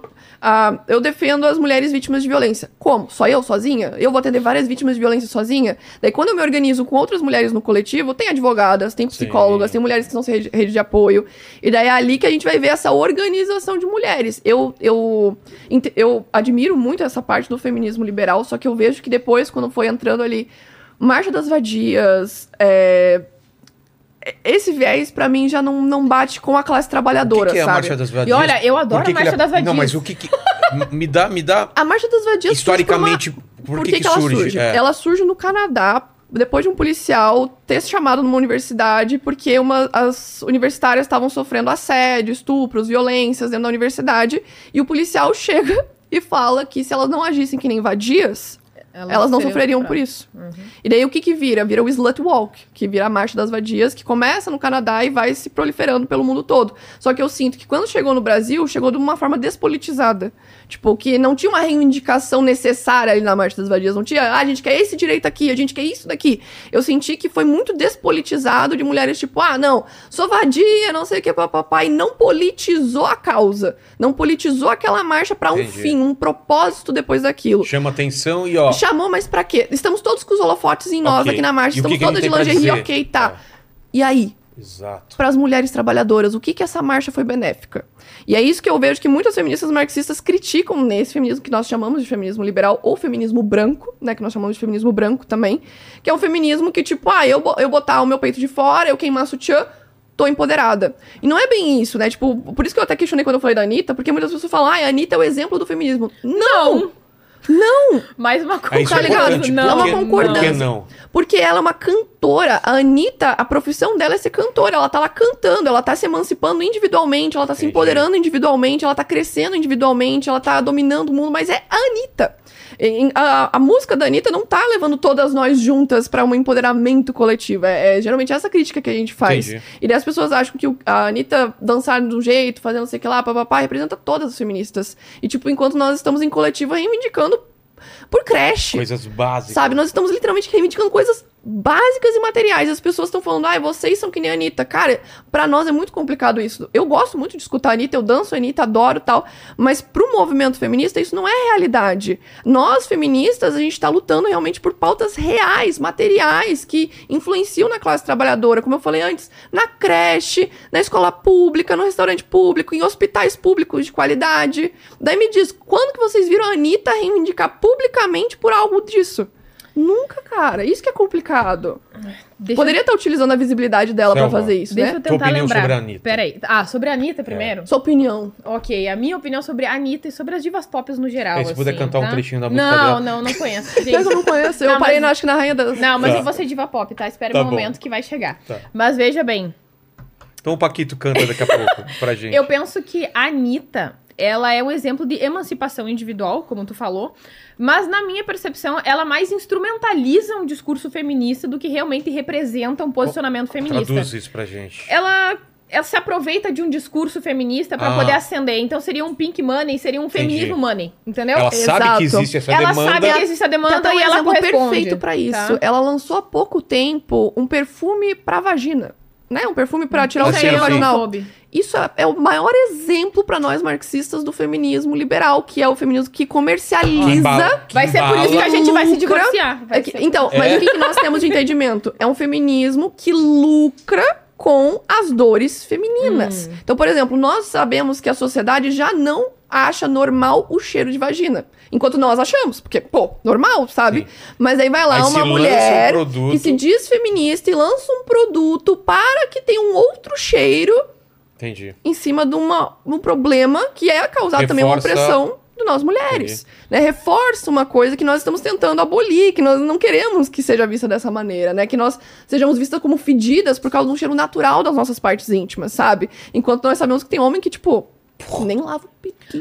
eu defendo as mulheres vítimas de violência. Como? Só eu, sozinha? Eu vou atender várias vítimas de violência sozinha? Daí, quando eu me organizo com outras mulheres no coletivo, tem advogadas, tem psicólogas, tem mulheres que são rede de apoio. E daí é ali que a gente vai ver essa organização de mulheres. Eu admiro muito essa parte do feminismo liberal, só que eu vejo que depois, quando foi entrando ali, Marcha das Vadias, esse viés, pra mim, já não bate com a classe trabalhadora, O que é a sabe? Marcha das Vadias? E olha, eu adoro Por que a Marcha que das Vadias. Não, mas o que me dá A Marcha das Vadias historicamente, Por que ela surge? É. Ela surge no Canadá, depois de um policial ter se chamado numa universidade, porque as universitárias estavam sofrendo assédio, estupros, violências dentro da universidade, e o policial chega e fala que se elas não agissem que nem vadias, elas não sofreriam por isso. E daí o que vira? Vira o Slut Walk, que vira a Marcha das Vadias, que começa no Canadá e vai se proliferando pelo mundo todo. Só que eu sinto que quando chegou no Brasil, chegou de uma forma despolitizada. Tipo, que não tinha uma reivindicação necessária ali na Marcha das Vadias. Não tinha, a gente quer esse direito aqui, a gente quer isso daqui. Eu senti que foi muito despolitizado de mulheres tipo, não, sou vadia, não sei o que, papapá, e não politizou a causa. Não politizou aquela marcha pra um fim, um propósito depois daquilo. Chama atenção e ó... Chamou, mas pra quê? Estamos todos com os holofotes em nós aqui na marcha, E o que estamos que a todas de gente tem pra lingerie, dizer? ok, tá. E aí? Exato. Para as mulheres trabalhadoras, o que essa marcha foi benéfica? E é isso que eu vejo que muitas feministas marxistas criticam nesse feminismo que nós chamamos de feminismo liberal ou feminismo branco, né, que nós chamamos de feminismo branco também, que é um feminismo que tipo, eu botar o meu peito de fora, eu queimar sutiã, tô empoderada. E não é bem isso, né? Tipo, por isso que eu até questionei quando eu falei da Anitta, porque muitas pessoas falam, a Anitta é o exemplo do feminismo. Não! Mais uma É isso tá ligado? importante. Não, é uma Por que concordância. não? Porque ela é uma cantora. A Anitta, a profissão dela é ser cantora. Ela tá lá cantando, ela tá se emancipando individualmente, ela tá se empoderando individualmente, ela tá crescendo individualmente, ela tá dominando o mundo, mas é a Anitta. A música da Anitta não tá levando todas nós juntas pra um empoderamento coletivo. É geralmente essa crítica que a gente faz. Entendi. E daí as pessoas acham que a Anitta dançar de um jeito, fazendo não sei o que lá, papapá, representa todas as feministas. E, tipo, enquanto nós estamos em coletivo reivindicando por creche. Coisas básicas. Sabe? Nós estamos literalmente reivindicando coisas básicas e materiais. As pessoas estão falando, vocês são que nem a Anitta. Cara, pra nós é muito complicado isso. Eu gosto muito de escutar a Anitta, eu danço a Anitta, adoro tal. Mas pro movimento feminista, isso não é realidade. Nós, feministas, a gente tá lutando realmente por pautas reais, materiais, que influenciam na classe trabalhadora. Como eu falei antes, na creche, na escola pública, no restaurante público, em hospitais públicos de qualidade. Daí me diz, quando que vocês viram a Anitta reivindicar publicamente por algo disso? Nunca, cara. Isso que é complicado. Poderia estar utilizando a visibilidade dela pra fazer isso, Deixa eu tentar lembrar. Sobre a Anitta. Peraí. Sobre a Anitta primeiro? Sua opinião. Ok, a minha opinião sobre a Anitta e sobre as divas pop no geral. Se puder cantar um trechinho da música dela. Não Conheço. Gente. Eu não conheço. Eu parei, acho que na Rainha das... Não, mas eu vou ser diva pop, tá? Espera um momento que vai chegar. Tá. Mas veja bem. Então o Paquito canta daqui a pouco pra gente. Eu penso que a Anitta, ela é um exemplo de emancipação individual, como tu falou, mas na minha percepção, ela mais instrumentaliza um discurso feminista do que realmente representa um posicionamento feminista. Traduz isso pra gente. Ela se aproveita de um discurso feminista pra poder ascender. Então seria um pink money, seria um feminismo money, entendeu? Ela sabe que existe essa demanda. Ela sabe que existe a demanda e ela corresponde. Perfeito pra isso. Tá? Ela lançou há pouco tempo um perfume pra vagina. Né? Um perfume pra tirar o cheiro vaginal. Isso é o maior exemplo pra nós marxistas do feminismo liberal, que é o feminismo que comercializa. Vai ser por isso que a gente vai se divorciar. Então, mas o que nós temos de entendimento? É um feminismo que lucra com as dores femininas. Então, por exemplo, nós sabemos que a sociedade já não acha normal o cheiro de vagina. Enquanto nós achamos, porque, normal, sabe? Sim. Mas aí vai lá uma mulher que se diz feminista e lança um produto para que tenha um outro cheiro. Entendi. Em cima de um problema que é causar também uma opressão de nós mulheres. Né? Reforça uma coisa que nós estamos tentando abolir, que nós não queremos que seja vista dessa maneira, né? Que nós sejamos vistas como fedidas por causa de um cheiro natural das nossas partes íntimas, sabe? Enquanto nós sabemos que tem homem que, nem lava o piqui.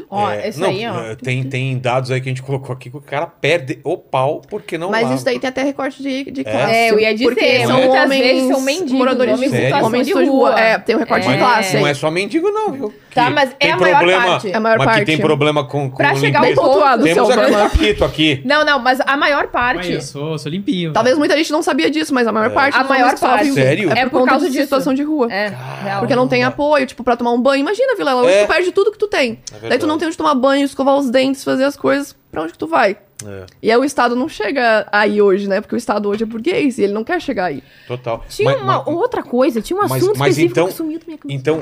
Tem dados aí que a gente colocou aqui que o cara perde o pau porque não lava. Mas isso daí tem até recorte de classe. Eu ia dizer, porque são homens, são mendigos, moradores de rua. Homens de rua. Tem um recorte de classe. Não é só mendigo não, viu? Tá, mas é a maior parte. É a maior parte. Mas que tem problema com pra chegar ao pontuado, temos aqui um Paquito aqui. Não, mas a maior parte... Eu sou limpinho. Talvez muita gente não sabia disso, mas a maior parte... A maior parte. Sério? É por causa de situação de rua. Porque não tem apoio, pra tomar um banho. Imagina, Vilela, hoje tu perde tudo que tu tem. Daí tu não tem onde tomar banho, escovar os dentes, fazer as coisas. Pra onde que tu vai? E aí o Estado não chega aí hoje, né? Porque o Estado hoje é burguês e ele não quer chegar aí. Total. Tinha outra coisa, tinha um assunto específico que sumiu da minha cabeça. Então,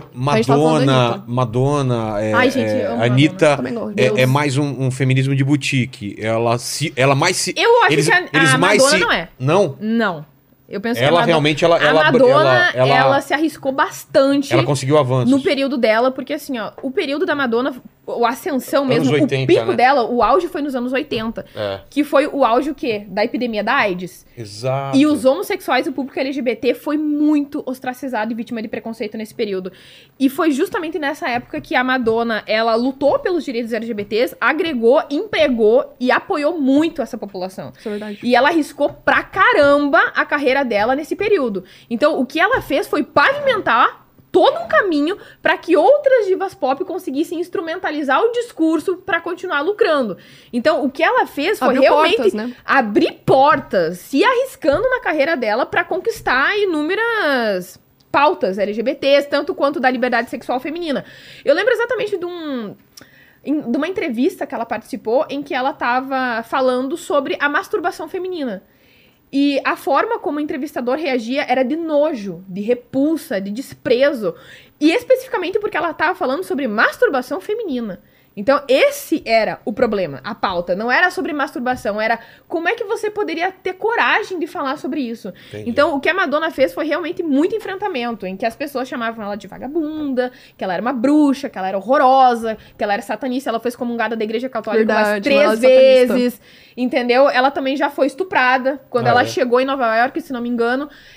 Madonna, Ai, gente, Anitta é mais um feminismo de boutique. Ela mais se... Eu acho que a Madonna não é. Não? Não. Eu penso ela que realmente a Madonna ela se arriscou bastante. Ela conseguiu avanços no período dela, porque assim, o período da Madonna, a ascensão mesmo, 80, o pico né? dela, o auge foi nos anos 80. Que foi o auge o quê? Da epidemia da AIDS. Exato. E os homossexuais e o público LGBT foi muito ostracizado e vítima de preconceito nesse período. E foi justamente nessa época que a Madonna, ela lutou pelos direitos LGBTs, agregou, empregou e apoiou muito essa população. Isso é verdade. E ela arriscou pra caramba a carreira dela nesse período. Então, o que ela fez foi pavimentar todo um caminho para que outras divas pop conseguissem instrumentalizar o discurso para continuar lucrando. Então, o que ela fez foi realmente abrir portas, se arriscando na carreira dela para conquistar inúmeras pautas LGBTs, tanto quanto da liberdade sexual feminina. Eu lembro exatamente de uma entrevista que ela participou em que ela estava falando sobre a masturbação feminina. E a forma como o entrevistador reagia era de nojo, de repulsa, de desprezo. E especificamente porque ela estava falando sobre masturbação feminina. Então, esse era o problema, a pauta. Não era sobre masturbação, era como é que você poderia ter coragem de falar sobre isso. Entendi. Então, o que a Madonna fez foi realmente muito enfrentamento, em que as pessoas chamavam ela de vagabunda, que ela era uma bruxa, que ela era horrorosa, que ela era satanista. Ela foi excomungada da Igreja Católica umas 3 vezes, entendeu? Ela também já foi estuprada, quando ela chegou em Nova York, se não me engano.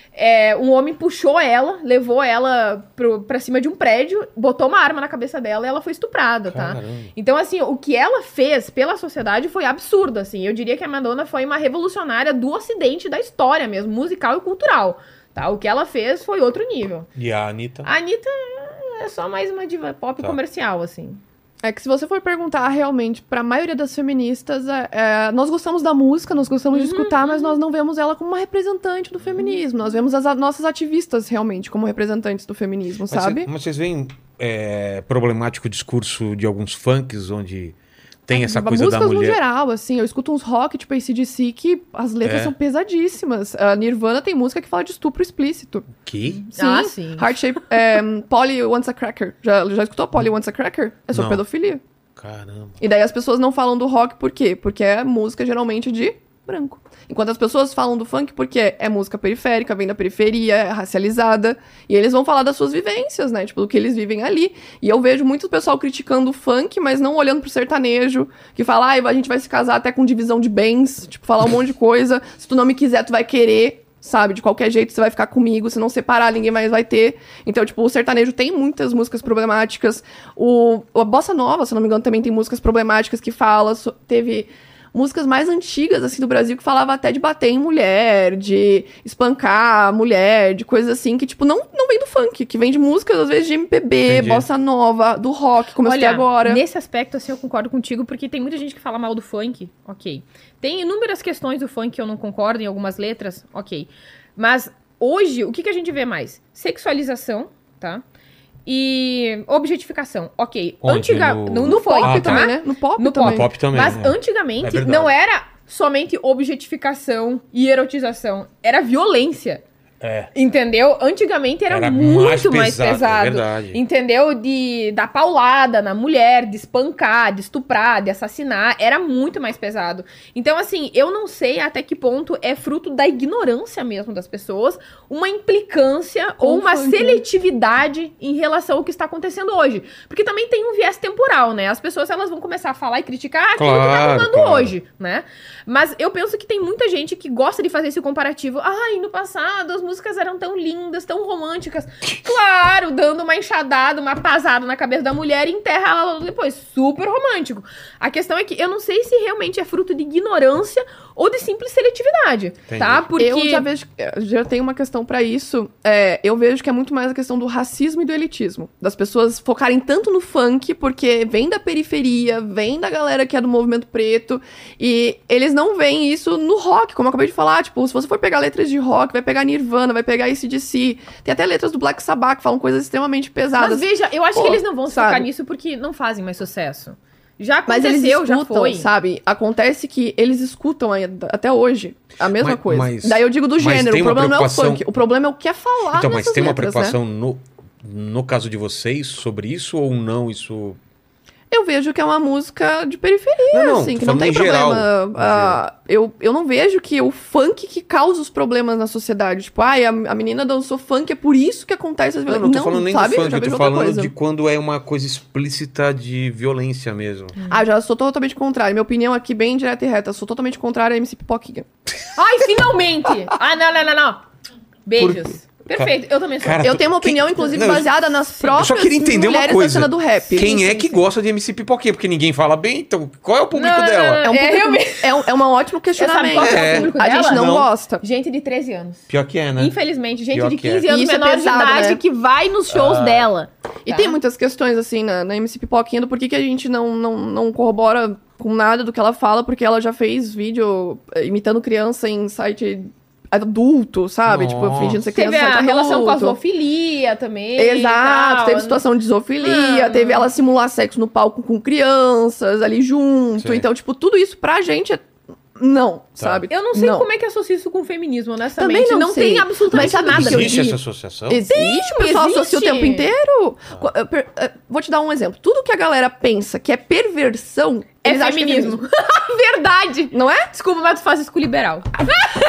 um homem puxou ela, levou ela pra cima de um prédio, botou uma arma na cabeça dela e ela foi estuprada, tá? Caramba. Então, assim, o que ela fez pela sociedade foi absurdo, assim. Eu diria que a Madonna foi uma revolucionária do ocidente da história mesmo, musical e cultural, tá? O que ela fez foi outro nível. E a Anitta? A Anitta é só mais uma diva pop comercial, assim. É que se você for perguntar realmente pra maioria das feministas, nós gostamos da música, nós gostamos de escutar, mas nós não vemos ela como uma representante do feminismo. Nós vemos as nossas ativistas realmente como representantes do feminismo, sabe? Mas vocês veem problemático o discurso de alguns funks onde tem essa coisa da mulher... Músicas no geral, assim, eu escuto uns rock, tipo AC/DC, que as letras são pesadíssimas. A Nirvana tem música que fala de estupro explícito. Que? Sim. Sim. Heart Shape, Polly Wants a Cracker. Já escutou Polly Wants a Cracker? É sobre pedofilia. Caramba. E daí as pessoas não falam do rock por quê? Porque é música geralmente de branco. Enquanto as pessoas falam do funk porque é música periférica, vem da periferia, é racializada. E eles vão falar das suas vivências, né? Tipo, do que eles vivem ali. E eu vejo muito pessoal criticando o funk, mas não olhando pro sertanejo. Que fala, a gente vai se casar até com divisão de bens. Tipo, falar um monte de coisa. Se tu não me quiser, tu vai querer, sabe? De qualquer jeito, você vai ficar comigo. Se não separar, ninguém mais vai ter. Então, tipo, o sertanejo tem muitas músicas problemáticas. A bossa nova, se não me engano, também tem músicas problemáticas que fala. Teve... músicas mais antigas, assim, do Brasil, que falava até de bater em mulher, de espancar a mulher, de coisas assim, que, tipo, não vem do funk, que vem de músicas, às vezes, de MPB, Entendi. bossa nova, do rock, como eu citei agora. Nesse aspecto, assim, eu concordo contigo, porque tem muita gente que fala mal do funk, ok. Tem inúmeras questões do funk que eu não concordo, em algumas letras, ok. Mas, hoje, o que a gente vê mais? Sexualização, tá? E objetificação, ok. Onde? No pop funk, também, tá? né? No pop No também. pop também. Mas né? antigamente É não era somente objetificação e erotização, era violência. Entendeu? Antigamente era muito mais pesado. É verdade. Entendeu? De dar paulada na mulher, de espancar, de estuprar, de assassinar. Era muito mais pesado. Então, assim, eu não sei até que ponto é fruto da ignorância mesmo das pessoas, uma implicância ou uma seletividade em relação ao que está acontecendo hoje. Porque também tem um viés temporal, né? As pessoas, elas vão começar a falar e criticar aquilo que tá rolando hoje, né? Mas eu penso que tem muita gente que gosta de fazer esse comparativo. No passado as músicas eram tão lindas, tão românticas. Claro, dando uma enxadada, uma pasada na cabeça da mulher e enterra ela depois. Super romântico. A questão é que eu não sei se realmente é fruto de ignorância ou de simples seletividade, tá? Porque... Eu já tenho uma questão pra isso. Eu vejo que é muito mais a questão do racismo e do elitismo. Das pessoas focarem tanto no funk, porque vem da periferia, vem da galera que é do movimento preto, e eles não veem isso no rock, como eu acabei de falar. Tipo, se você for pegar letras de rock, vai pegar Nirvana, vai pegar AC/DC. Tem até letras do Black Sabbath que falam coisas extremamente pesadas. Mas veja, eu acho que eles não vão se focar nisso porque não fazem mais sucesso. Já aconteceu, mas eles escutam, já foi. Sabe? Acontece que eles escutam ainda, até hoje a mesma coisa. Daí eu digo do gênero, o problema não é o funk, o problema é o que é falar. Então, mas tem uma letras, preocupação né? no caso de vocês sobre isso ou não? Isso... Eu vejo que é uma música de periferia, assim, que não tem problema. Eu não vejo que o funk que causa os problemas na sociedade. Tipo, a menina dançou funk, é por isso que acontece as violências. Não tô falando nem sabe? do funk, eu tô falando de quando é uma coisa explícita de violência mesmo. Já sou totalmente contrária. Minha opinião aqui, bem direta e reta. Sou totalmente contrária a MC Pipoquinha. Ai, finalmente! Não. Beijos. Perfeito, eu também sou. Eu tenho uma opinião, inclusive, baseada nas próprias eu só queria entender mulheres uma coisa. da cena do rap. Quem é que gosta de MC Pipoquinha? Porque ninguém fala bem, então qual é o público dela? É um ótimo questionamento. Sabe qual é o público A dela? gente não gosta. Gente de 13 anos. Pior que é, né? Infelizmente, gente Pior de que 15 anos, Isso menor pesado, de idade, né? que vai nos shows dela. E tem muitas questões, assim, na MC Pipoquinha, do porquê que a gente não corrobora com nada do que ela fala, porque ela já fez vídeo imitando criança em site adulto, sabe? Nossa. Tipo, fingindo ser criança. Teve a adulto. relação com a zoofilia também. Exato, teve situação de zoofilia, teve ela simular sexo no palco com crianças ali junto. Sim. Então, tipo, tudo isso pra gente é... Não, sabe? Eu não sei como é que associa isso com o feminismo, honestamente. Também não sei. Tem absolutamente Mas sabe nada. que eu Existe digo? essa associação? Existe, o pessoal associa o tempo inteiro. Vou te dar um exemplo. Tudo que a galera pensa que é perversão, É eles acham que feminismo. Verdade. Não é? Desculpa, mas tu faz isso com o liberal. Tu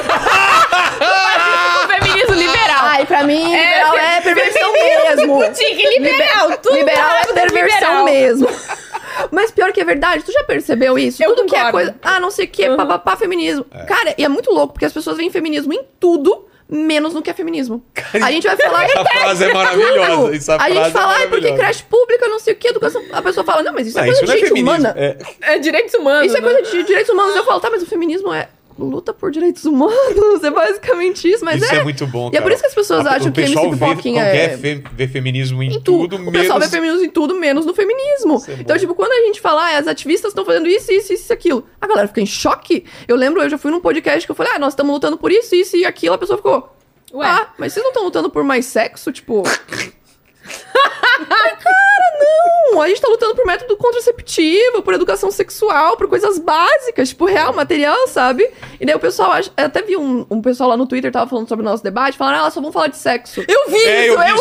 faz isso com o feminismo liberal. Ai, pra mim, liberal é perversão mesmo. Liberal, tudo Liberal é tudo perversão liberal. mesmo. Mas pior que é verdade, tu já percebeu isso? Eu Tudo que é concordo. coisa... não sei o que, papapá, feminismo. Cara, e é muito louco, porque as pessoas veem feminismo em tudo, menos no que é feminismo. A gente vai falar... Essa frase é maravilhosa. A gente fala, porque creche pública, não sei o que, educação... A pessoa fala, não, mas isso é coisa de gente humana. É direitos humanos. Isso é coisa de direitos humanos. Eu falo, tá, mas o feminismo é... luta por direitos humanos, é basicamente isso, mas isso é muito bom, cara. E é por isso que as pessoas acham que MC Pipoquinha vê feminismo em tudo, menos... O pessoal vê feminismo em tudo, menos no feminismo. Então, tipo, quando a gente fala, as ativistas estão fazendo isso, isso, isso e aquilo, a galera fica em choque. Eu lembro, eu já fui num podcast que eu falei, nós estamos lutando por isso, isso e aquilo, a pessoa ficou, mas vocês não estão lutando por mais sexo? Tipo... Cara, não! A gente tá lutando por método contraceptivo, por educação sexual, por coisas básicas, tipo, real, material, sabe? E daí o pessoal, eu até vi um pessoal lá no Twitter tava falando sobre o nosso debate, falando, elas só vão falar de sexo. Eu vi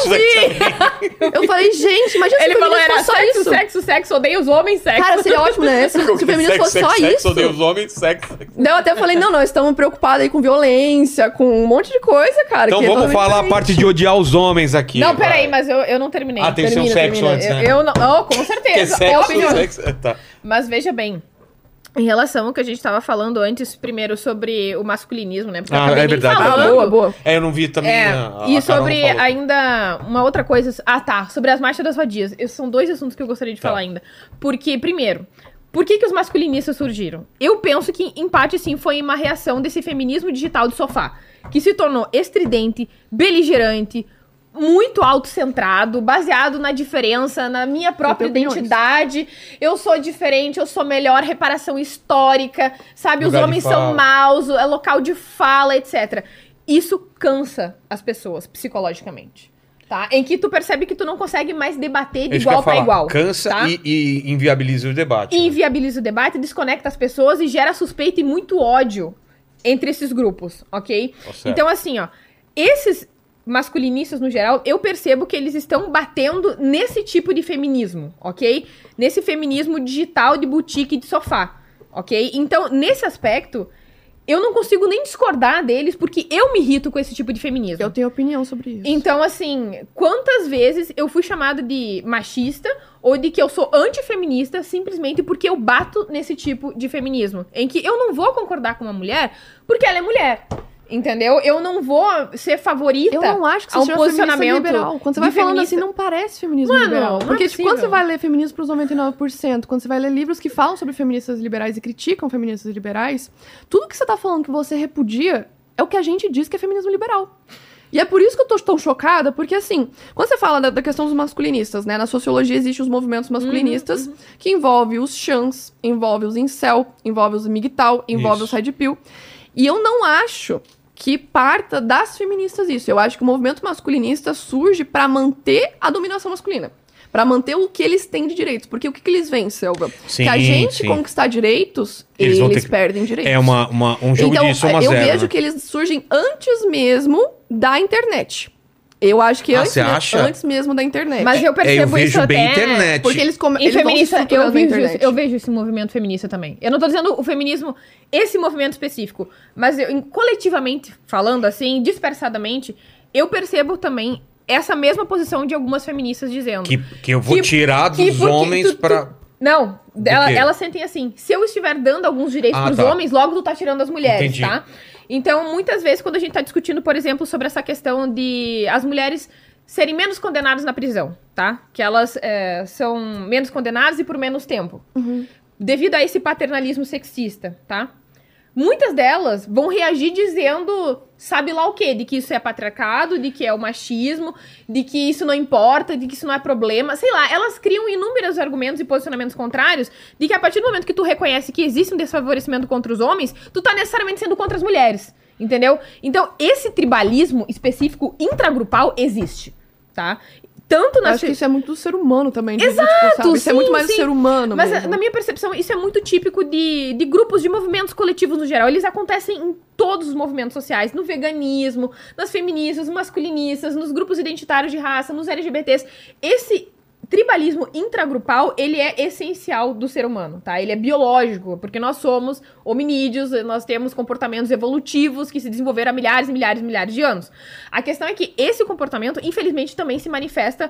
isso! Eu falei, gente, imagina se o feminismo fosse só sexo, isso. Sexo, odeia os homens, sexo. Cara, seria ótimo, né? Se o feminismo fosse só isso. Sexo, odeia os homens, sexo. Daí eu até falei, não, nós estamos preocupados aí com violência, com um monte de coisa, cara. Então vamos falar a parte de odiar os homens aqui. Não, peraí, mas eu não terminei. Ah, tem o seu sexo antes, né? Eu não... Oh, com certeza. Sexo. Tá. Mas veja bem, em relação ao que a gente tava falando antes, primeiro sobre o masculinismo, né? Porque é verdade. Boa. Eu não vi também. E sobre ainda uma outra coisa. Sobre as marchas das vadias. Esses são dois assuntos que eu gostaria de falar ainda. Porque, primeiro, por que os masculinistas surgiram? Eu penso que, em parte, sim, foi uma reação desse feminismo digital de sofá, que se tornou estridente, beligerante, muito autocentrado, baseado na diferença, na minha própria identidade. Eu sou diferente, eu sou melhor, reparação histórica, sabe? Os homens são maus, é local de fala, etc. Isso cansa as pessoas psicologicamente, tá? Em que tu percebe que tu não consegue mais debater de igual para igual. Cansa, tá? e inviabiliza o debate. Inviabiliza o debate, desconecta as pessoas e gera suspeita e muito ódio entre esses grupos, ok? Então, assim, esses masculinistas no geral, eu percebo que eles estão batendo nesse tipo de feminismo, ok? Nesse feminismo digital de boutique de sofá, ok? Então, nesse aspecto, eu não consigo nem discordar deles, porque eu me irrito com esse tipo de feminismo. Eu tenho opinião sobre isso. Então, assim, quantas vezes eu fui chamada de machista ou de que eu sou antifeminista simplesmente porque eu bato nesse tipo de feminismo, em que eu não vou concordar com uma mulher porque ela é mulher. Entendeu? Eu não vou ser favorita. Eu não acho que você seja posicionamento liberal. Quando você vai falando assim, não parece feminismo liberal. Porque quando você vai ler feminismo pros 99%, quando você vai ler livros que falam sobre feministas liberais e criticam feministas liberais, tudo que você tá falando que você repudia é o que a gente diz que é feminismo liberal. E é por isso que eu tô tão chocada, porque assim, quando você fala da questão dos masculinistas, né? Na sociologia existem os movimentos masculinistas, que envolve os chans, envolve os incel, envolve os MGTOW, envolve os red pill. E eu não acho que parta das feministas isso. Eu acho que o movimento masculinista surge pra manter a dominação masculina. Pra manter o que eles têm de direitos. Porque o que eles veem, Selva? Sim, que a gente conquistar direitos, eles perdem direitos. É um jogo de soma zero. Eu vejo que eles surgem antes mesmo da internet. Eu acho que antes mesmo da internet. Mas eu percebo isso até... internet. Porque eles feminista, eu vejo esse movimento feminista também. Eu não tô dizendo o feminismo, esse movimento específico. Mas coletivamente falando, assim, dispersadamente, eu percebo também essa mesma posição de algumas feministas dizendo... Que eu vou tirar dos homens pra... Não, elas sentem assim, se eu estiver dando alguns direitos pros homens, logo tu tá tirando as mulheres, tá? Então, muitas vezes, quando a gente tá discutindo, por exemplo, sobre essa questão de as mulheres serem menos condenadas na prisão, tá? Que elas são menos condenadas e por menos tempo. Devido a esse paternalismo sexista, tá? Muitas delas vão reagir dizendo, sabe lá o quê? De que isso é patriarcado, de que é o machismo, de que isso não importa, de que isso não é problema. Sei lá, elas criam inúmeros argumentos e posicionamentos contrários de que a partir do momento que tu reconhece que existe um desfavorecimento contra os homens, tu tá necessariamente sendo contra as mulheres, entendeu? Então, esse tribalismo específico intragrupal existe, tá? Tanto acho que isso é muito do ser humano também. Exato, isso é muito mais do ser humano. Mas mesmo. Na minha percepção, isso é muito típico de grupos, de movimentos coletivos no geral. Eles acontecem em todos os movimentos sociais. No veganismo, nas feministas, masculinistas, nos grupos identitários de raça, nos LGBTs. Esse tribalismo intragrupal, ele é essencial do ser humano, tá? Ele é biológico, porque nós somos hominídeos, nós temos comportamentos evolutivos que se desenvolveram há milhares e milhares e milhares de anos. A questão é que esse comportamento, infelizmente, também se manifesta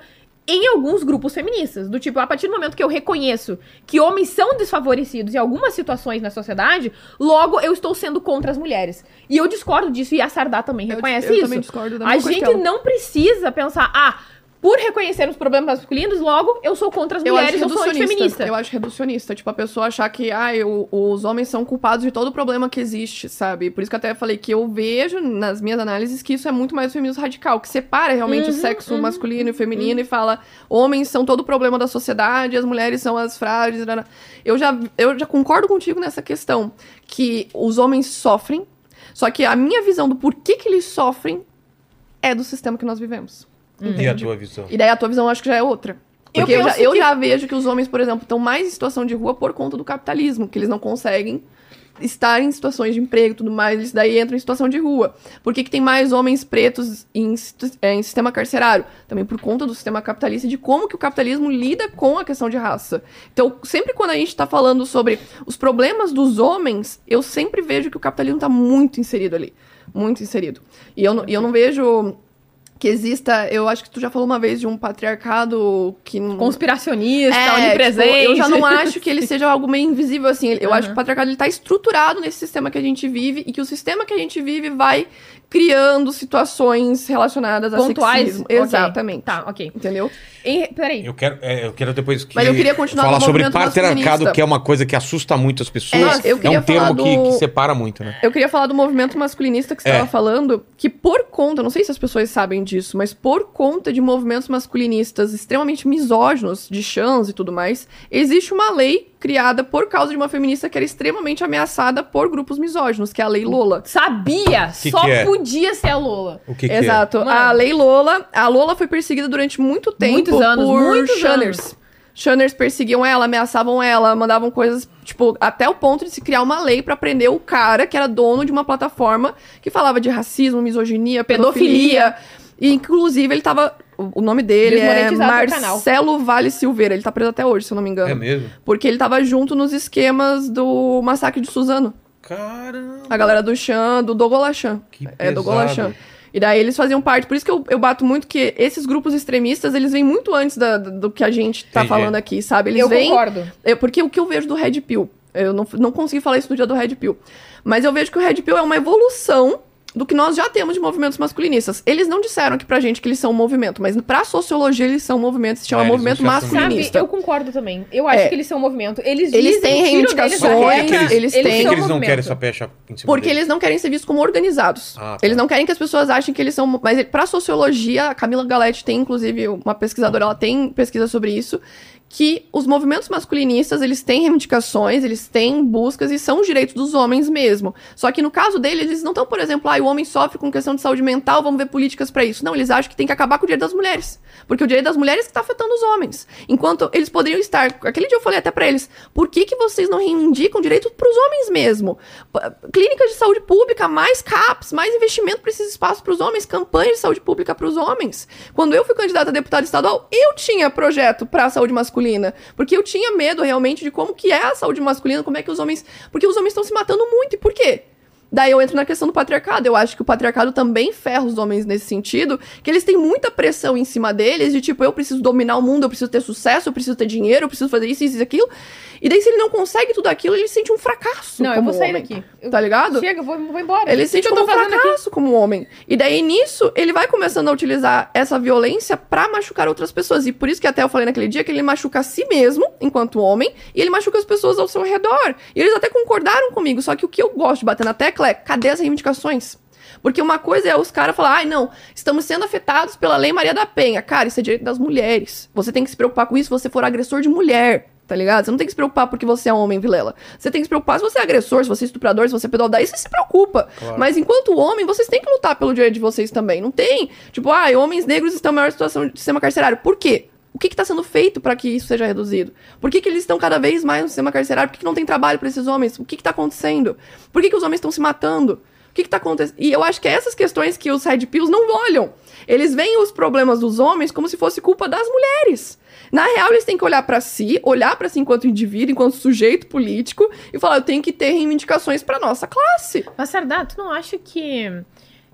em alguns grupos feministas. Do tipo, a partir do momento que eu reconheço que homens são desfavorecidos em algumas situações na sociedade, logo eu estou sendo contra as mulheres. E eu discordo disso, e a Sardá também reconhece isso. Eu também discordo da A gente não precisa pensar, por reconhecer os problemas masculinos, logo eu sou contra as mulheres, eu sou antifeminista. Eu acho reducionista. Tipo, a pessoa achar que os homens são culpados de todo o problema que existe, sabe? Por isso que eu até falei que eu vejo nas minhas análises que isso é muito mais o feminismo radical, que separa realmente o sexo masculino e feminino e fala, homens são todo o problema da sociedade, as mulheres são as frágeis. Eu já concordo contigo nessa questão, que os homens sofrem, só que a minha visão do porquê que eles sofrem é do sistema que nós vivemos. Entende? E a tua visão? E daí a tua visão eu acho que já é outra. Porque eu já vejo que os homens, por exemplo, estão mais em situação de rua por conta do capitalismo, que eles não conseguem estar em situações de emprego e tudo mais, eles daí entram em situação de rua. Por que tem mais homens pretos em sistema carcerário? Também por conta do sistema capitalista e de como que o capitalismo lida com a questão de raça. Então, sempre quando a gente tá falando sobre os problemas dos homens, eu sempre vejo que o capitalismo tá muito inserido ali. Muito inserido. E eu não vejo que exista, eu acho que tu já falou uma vez de um patriarcado que... conspiracionista, onipresente. Tipo, eu já não acho que ele seja algo meio invisível, assim. Eu acho que o patriarcado, ele tá estruturado nesse sistema que a gente vive e que o sistema que a gente vive vai criando situações relacionadas a sexismo. Okay. Exatamente. Tá, ok. Entendeu? Peraí. Eu quero depois Mas eu queria continuar falar sobre patriarcado, masculinista. que é uma coisa que assusta muito as pessoas. Eu é um termo que separa muito, né? Eu queria falar do movimento masculinista que você estava falando, que por conta, não sei se as pessoas sabem disso, mas por conta de movimentos masculinistas extremamente misóginos, de chans e tudo mais, existe uma lei criada por causa de uma feminista que era extremamente ameaçada por grupos misóginos, que é a Lei Lola. Sabia! Só podia ser a Lola. O que Exato. É? A Lei Lola, a Lola foi perseguida durante muito tempo muitos anos. Shunners. Shunners perseguiam ela, ameaçavam ela, mandavam coisas, tipo, até o ponto de se criar uma lei pra prender o cara que era dono de uma plataforma que falava de racismo, misoginia, pedofilia. E, inclusive, ele tava... O nome dele é Marcelo Vale Silveira. Ele tá preso até hoje, se eu não me engano. É mesmo? Porque ele tava junto nos esquemas do massacre de Suzano. Caramba! A galera do Chan, do Dogolachan. Que pesado. Dogolachan. E daí eles faziam parte. Por isso que eu bato muito que esses grupos extremistas, eles vêm muito antes do que a gente tá falando aqui, sabe? Eles vêm... concordo. Porque o que eu vejo do Red Pill... Eu não consegui falar isso no dia do Red Pill. Mas eu vejo que o Red Pill é uma evolução do que nós já temos de movimentos masculinistas. Eles não disseram aqui pra gente que eles são um movimento, mas pra sociologia eles são um movimento, se chama movimento masculinista. Sabe, eu concordo também. Eu acho que eles são um movimento. Eles têm reivindicações, eles não querem essa pecha em cima porque eles não querem ser vistos como organizados. Eles não querem que as pessoas achem que eles são... Mas pra sociologia, a Camila Galetti tem, inclusive, uma pesquisadora, ela tem pesquisa sobre isso, que os movimentos masculinistas, eles têm reivindicações, eles têm buscas e são os direitos dos homens mesmo. Só que no caso deles, eles não estão, por exemplo, o homem sofre com questão de saúde mental, vamos ver políticas pra isso. Não, eles acham que tem que acabar com o direito das mulheres. Porque o direito das mulheres que tá afetando os homens. Enquanto eles poderiam estar... Aquele dia eu falei até pra eles, por que vocês não reivindicam direito pros homens mesmo? Clínicas de saúde pública, mais CAPs, mais investimento pra esses espaços pros homens, campanhas de saúde pública pros homens. Quando eu fui candidata a deputada estadual, eu tinha projeto pra saúde masculina. Porque eu tinha medo realmente de como que é a saúde masculina, como é que os homens... Porque os homens estão se matando muito, e por quê? Daí eu entro na questão do patriarcado. Eu acho que o patriarcado também ferra os homens nesse sentido, que eles têm muita pressão em cima deles, de tipo, eu preciso dominar o mundo, eu preciso ter sucesso, eu preciso ter dinheiro, eu preciso fazer isso, isso e aquilo. E daí, se ele não consegue tudo aquilo, ele sente um fracasso. Não, eu vou sair daqui. Tá ligado? Chega, vou embora. Ele sente como um fracasso como homem. E daí, nisso, ele vai começando a utilizar essa violência pra machucar outras pessoas. E por isso que até eu falei naquele dia que ele machuca a si mesmo, enquanto homem, e ele machuca as pessoas ao seu redor. E eles até concordaram comigo, só que o que eu gosto de bater na tecla é, cadê as reivindicações? Porque uma coisa é os caras falar, não, estamos sendo afetados pela Lei Maria da Penha. Cara, isso é direito das mulheres. Você tem que se preocupar com isso se você for agressor de mulher. Tá ligado? Você não tem que se preocupar porque você é homem, Vilela. Você tem que se preocupar se você é agressor, se você é estuprador, se você é pedófilo. Daí você se preocupa. Claro. Mas enquanto homem, vocês têm que lutar pelo direito de vocês também. Não tem, tipo, homens negros estão em maior situação de sistema carcerário. Por quê? O que está sendo feito para que isso seja reduzido? Por que eles estão cada vez mais no sistema carcerário? Por que não tem trabalho para esses homens? O que está acontecendo? Por que os homens estão se matando? O que está acontecendo? E eu acho que é essas questões que os Red Pills não olham. Eles veem os problemas dos homens como se fosse culpa das mulheres. Na real, eles têm que olhar pra si enquanto indivíduo, enquanto sujeito político, e falar, eu tenho que ter reivindicações pra nossa classe. Mas, Sardá, tu não acha que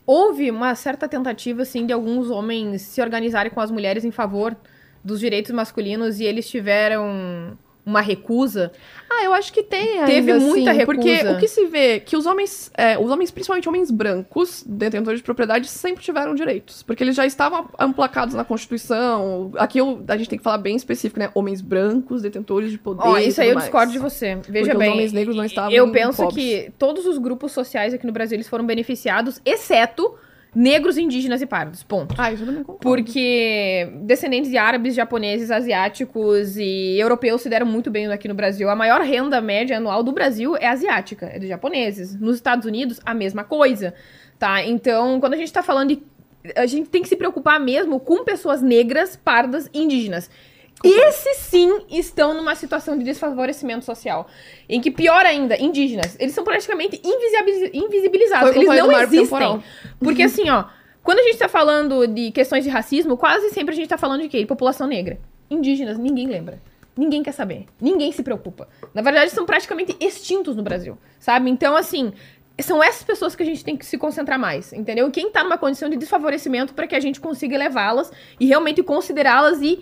houve uma certa tentativa, assim, de alguns homens se organizarem com as mulheres em favor dos direitos masculinos e eles tiveram uma recusa. Eu acho que tem ainda, Teve muita recusa. Porque o que se vê que os homens, principalmente homens brancos, detentores de propriedade, sempre tiveram direitos. Porque eles já estavam emplacados na Constituição. Aqui a gente tem que falar bem específico, né? Homens brancos, detentores de poder. Isso aí eu discordo de você. Veja porque bem. Os homens negros não estavam Eu penso pobres. que todos os grupos sociais aqui no Brasil eles foram beneficiados, exceto negros, indígenas e pardos, ponto. Isso eu também concordo. Porque descendentes de árabes, japoneses, asiáticos e europeus se deram muito bem aqui no Brasil. A maior renda média anual do Brasil é asiática, é dos japoneses. Nos Estados Unidos, a mesma coisa, tá? Então, quando a gente tá falando de... A gente tem que se preocupar mesmo com pessoas negras, pardas e indígenas. Esses sim estão numa situação de desfavorecimento social. Em que, pior ainda, indígenas, eles são praticamente invisibilizados. Eles não existem. Porque assim, ó, quando a gente tá falando de questões de racismo, quase sempre a gente tá falando de quê? De população negra. Indígenas, ninguém lembra. Ninguém quer saber. Ninguém se preocupa. Na verdade, são praticamente extintos no Brasil, sabe? Então, assim, são essas pessoas que a gente tem que se concentrar mais, entendeu? Quem tá numa condição de desfavorecimento para que a gente consiga elevá-las e realmente considerá-las e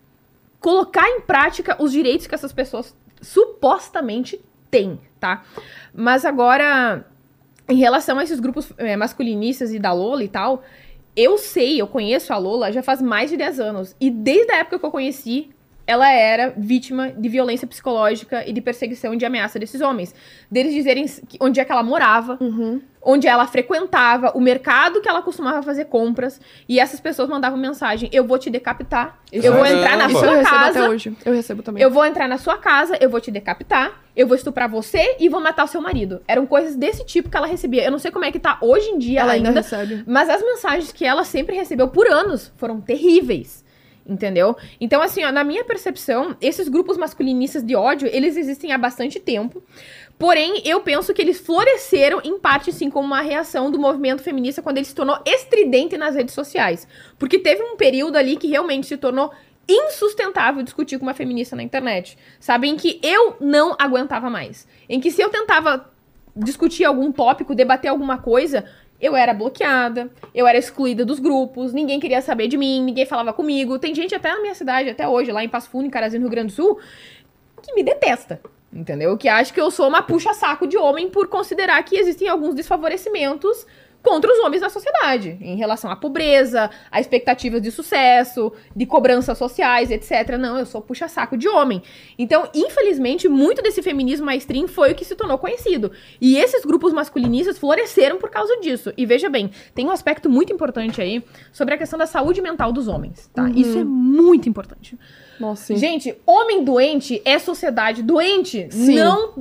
colocar em prática os direitos que essas pessoas supostamente têm, tá? Mas agora, em relação a esses grupos masculinistas e da Lola e tal, eu conheço a Lola já faz mais de 10 anos. E desde a época que eu conheci, ela era vítima de violência psicológica e de perseguição e de ameaça desses homens. Deles dizerem onde é que ela morava, onde ela frequentava, o mercado que ela costumava fazer compras. E essas pessoas mandavam mensagem: eu vou te decapitar, eu vou entrar na sua casa. Até hoje. Eu recebo também. Eu vou entrar na sua casa, eu vou te decapitar, eu vou estuprar você e vou matar o seu marido. Eram coisas desse tipo que ela recebia. Eu não sei como é que tá hoje em dia ela ainda recebe. Mas as mensagens que ela sempre recebeu por anos foram terríveis. Entendeu? Então, assim, ó, na minha percepção, esses grupos masculinistas de ódio, eles existem há bastante tempo. Porém, eu penso que eles floresceram, em parte, sim, como uma reação do movimento feminista quando ele se tornou estridente nas redes sociais. Porque teve um período ali que realmente se tornou insustentável discutir com uma feminista na internet. Sabe? Em que eu não aguentava mais. Em que se eu tentava discutir algum tópico, debater alguma coisa, eu era bloqueada, eu era excluída dos grupos, ninguém queria saber de mim, ninguém falava comigo. Tem gente até na minha cidade, até hoje, lá em Passo Fundo, em Carazinho, no Rio Grande do Sul, que me detesta, entendeu? Que acha que eu sou uma puxa-saco de homem por considerar que existem alguns desfavorecimentos contra os homens na sociedade, em relação à pobreza, a expectativas de sucesso, de cobranças sociais, etc. Não, eu sou puxa-saco de homem. Então, infelizmente, muito desse feminismo mainstream foi o que se tornou conhecido. E esses grupos masculinistas floresceram por causa disso. E veja bem, tem um aspecto muito importante aí sobre a questão da saúde mental dos homens, tá? Isso é muito importante. Nossa, sim. Gente, homem doente é sociedade doente. Sim. Não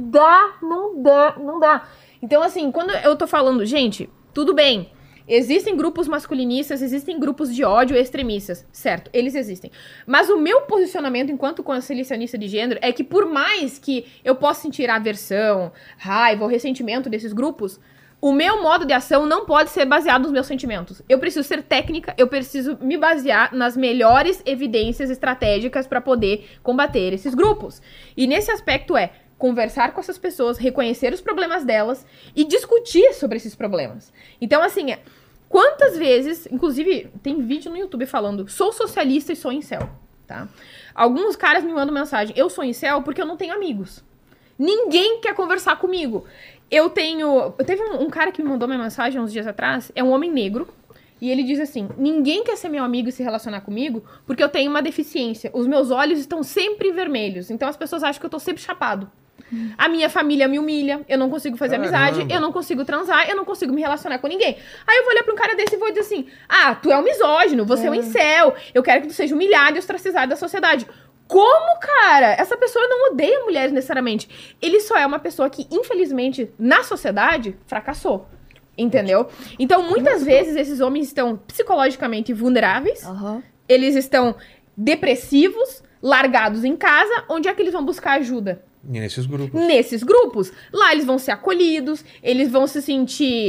dá. Então, assim, quando eu tô falando, gente, tudo bem, existem grupos masculinistas, existem grupos de ódio extremistas, certo, eles existem. Mas o meu posicionamento enquanto conselhista de gênero é que por mais que eu possa sentir aversão, raiva ou ressentimento desses grupos, o meu modo de ação não pode ser baseado nos meus sentimentos. Eu preciso ser técnica, eu preciso me basear nas melhores evidências estratégicas para poder combater esses grupos. E nesse aspecto conversar com essas pessoas, reconhecer os problemas delas e discutir sobre esses problemas. Então, assim, quantas vezes, inclusive, tem vídeo no YouTube falando, sou socialista e sou incel, tá? Alguns caras me mandam mensagem, eu sou incel porque eu não tenho amigos. Ninguém quer conversar comigo. Teve um cara que me mandou minha mensagem uns dias atrás, é um homem negro, e ele diz assim, ninguém quer ser meu amigo e se relacionar comigo porque eu tenho uma deficiência. Os meus olhos estão sempre vermelhos, então as pessoas acham que eu tô sempre chapado. A minha família me humilha, eu não consigo fazer amizade, eu não consigo transar, eu não consigo me relacionar com ninguém. Aí eu vou olhar pra um cara desse e vou dizer assim, tu é um misógino, você é um incel, eu quero que tu seja humilhado e ostracizado da sociedade. Como, cara? Essa pessoa não odeia mulheres necessariamente. Ele só é uma pessoa que, infelizmente, na sociedade, fracassou. Entendeu? Então, muitas vezes, esses homens estão psicologicamente vulneráveis, eles estão depressivos, largados em casa. Onde é que eles vão buscar ajuda? Nesses grupos. Nesses grupos. Lá eles vão ser acolhidos, eles vão se sentir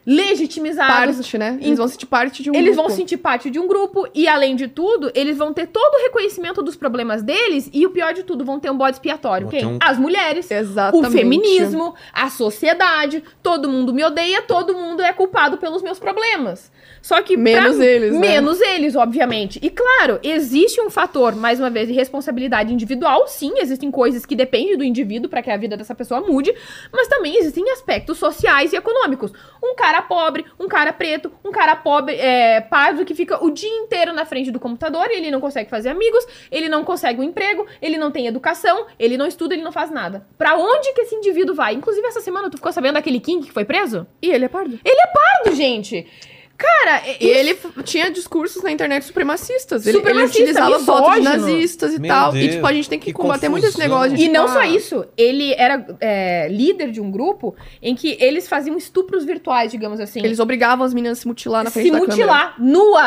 legitimizados. Parte, né? Eles vão sentir parte de um Eles grupo. vão sentir parte de um grupo e, além de tudo, eles vão ter todo o reconhecimento dos problemas deles e, o pior de tudo, vão ter um bode expiatório. Quem? As mulheres, Exatamente. o feminismo, a sociedade, todo mundo me odeia, todo mundo é culpado pelos meus problemas. Só que menos eles, né? Menos eles, obviamente. E claro, existe um fator, mais uma vez, de responsabilidade individual. Sim, existem coisas que dependem do indivíduo para que a vida dessa pessoa mude, mas também existem aspectos sociais e econômicos. Um cara pobre, um cara preto, um cara pobre, pardo, que fica o dia inteiro na frente do computador e ele não consegue fazer amigos, ele não consegue um emprego, ele não tem educação, ele não estuda, ele não faz nada. Pra onde que esse indivíduo vai? Inclusive, essa semana, tu ficou sabendo daquele King que foi preso? E ele é pardo. Ele é pardo, gente! Cara, ele tinha discursos na internet supremacistas. Ele utilizava fotos de nazistas e tal. Deus, e, tipo, a gente tem que combater muito esse negócio de, E não só isso. Ele era líder de um grupo em que eles faziam estupros virtuais, digamos assim. Eles obrigavam as meninas a se mutilar na frente da câmera. Se mutilar,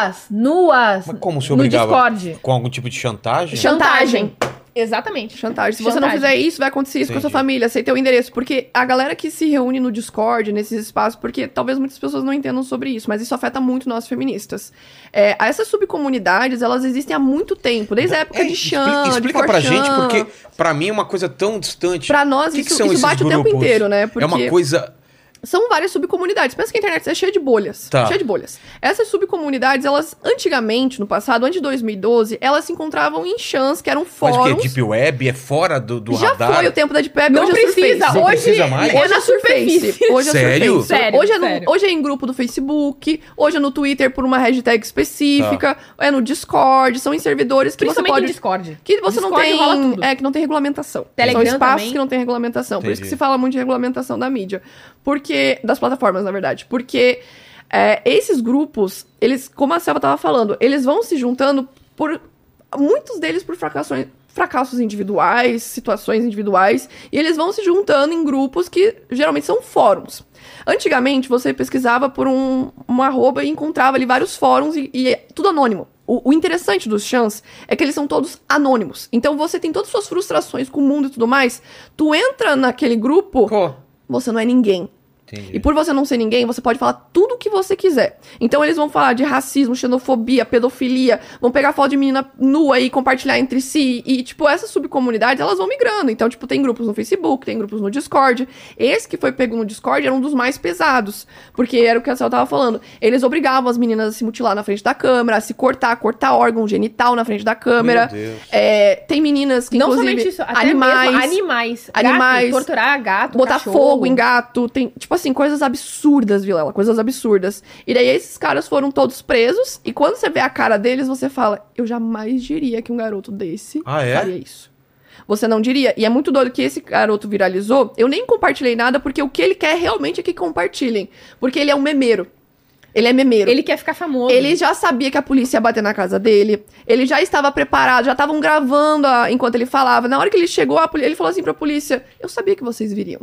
nuas. Mas como se obrigava? No Discord. Com algum tipo de chantagem? Chantagem. Exatamente. Chantagem. Se você não fizer isso, vai acontecer isso com a sua família. Aceita o endereço. Porque a galera que se reúne no Discord, nesses espaços, porque talvez muitas pessoas não entendam sobre isso, mas isso afeta muito nós feministas. Essas subcomunidades, elas existem há muito tempo, desde a época de Xan, explica pra gente, porque pra mim é uma coisa tão distante. Pra nós, isso bate o tempo inteiro, né? Porque é uma coisa... São várias subcomunidades. Pensa que a internet é cheia de bolhas. Tá. Cheia de bolhas. Essas subcomunidades, elas, antigamente, no passado, antes de 2012, elas se encontravam em chans, que eram fóruns. Mas o que? Deep Web é fora do Já radar? foi o tempo da Deep Web, não hoje precisa. é Surface. Não precisa mais? Hoje é Surface. Hoje é Sério? Surface. Sério, hoje, sério. Hoje é em grupo do Facebook, hoje é no Twitter por uma hashtag específica, é no Discord, são em servidores que você Principalmente pode... no Discord. Que você não Discord rola tem... tudo. Que não tem regulamentação. Telegram São espaços também. que não tem regulamentação. Por isso que Entendi. se fala muito de regulamentação da mídia. Porque... Das plataformas, na verdade. Porque esses grupos, eles, como a Selva tava falando, eles vão se juntando por... Muitos deles por fracassos individuais, situações individuais, e eles vão se juntando em grupos que geralmente são fóruns. Antigamente, você pesquisava por um arroba e encontrava ali vários fóruns e é tudo anônimo. O interessante dos chans é que eles são todos anônimos. Então você tem todas as suas frustrações com o mundo e tudo mais, tu entra naquele grupo, você não é ninguém. Entendi. E por você não ser ninguém, você pode falar tudo o que você quiser. Então eles vão falar de racismo, xenofobia, pedofilia, vão pegar foto de menina nua e compartilhar entre si. E, tipo, essas subcomunidades, elas vão migrando. Então, tipo, tem grupos no Facebook, tem grupos no Discord. Esse que foi pego no Discord era um dos mais pesados. Porque era o que a Cel tava falando. Eles obrigavam as meninas a se mutilar na frente da câmera, a se cortar órgão genital na frente da câmera. Meu Deus. Tem meninas que, Não inclusive, somente isso, até mesmo animais. Gato, torturar gato, botar cachorro. fogo em gato, tem, tipo assim, coisas absurdas, Vilela, coisas absurdas. E daí esses caras foram todos presos, e quando você vê a cara deles, você fala, eu jamais diria que um garoto desse faria isso. Você não diria. E é muito doido que esse garoto viralizou. Eu nem compartilhei nada, porque o que ele quer realmente é que compartilhem. Porque ele é um memeiro. Ele é memeiro. Ele quer ficar famoso. Ele já sabia que a polícia ia bater na casa dele. Ele já estava preparado, já estavam gravando enquanto ele falava. Na hora que ele chegou, ele falou assim pra polícia, eu sabia que vocês viriam.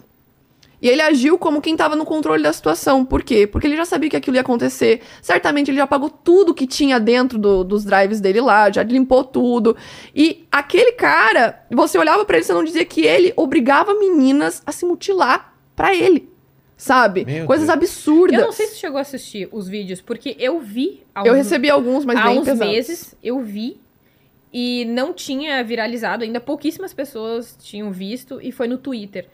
E ele agiu como quem tava no controle da situação. Por quê? Porque ele já sabia que aquilo ia acontecer. Certamente ele já pagou tudo que tinha dentro dos drives dele lá, já limpou tudo. E aquele cara, você olhava pra ele e você não dizia que ele obrigava meninas a se mutilar pra ele. Sabe? Meu Coisas Deus. absurdas. Eu não sei se chegou a assistir os vídeos, porque eu vi... Eu recebi alguns, mas há bem uns pesados. meses, eu vi. E não tinha viralizado ainda. Pouquíssimas pessoas tinham visto. E foi no Twitter.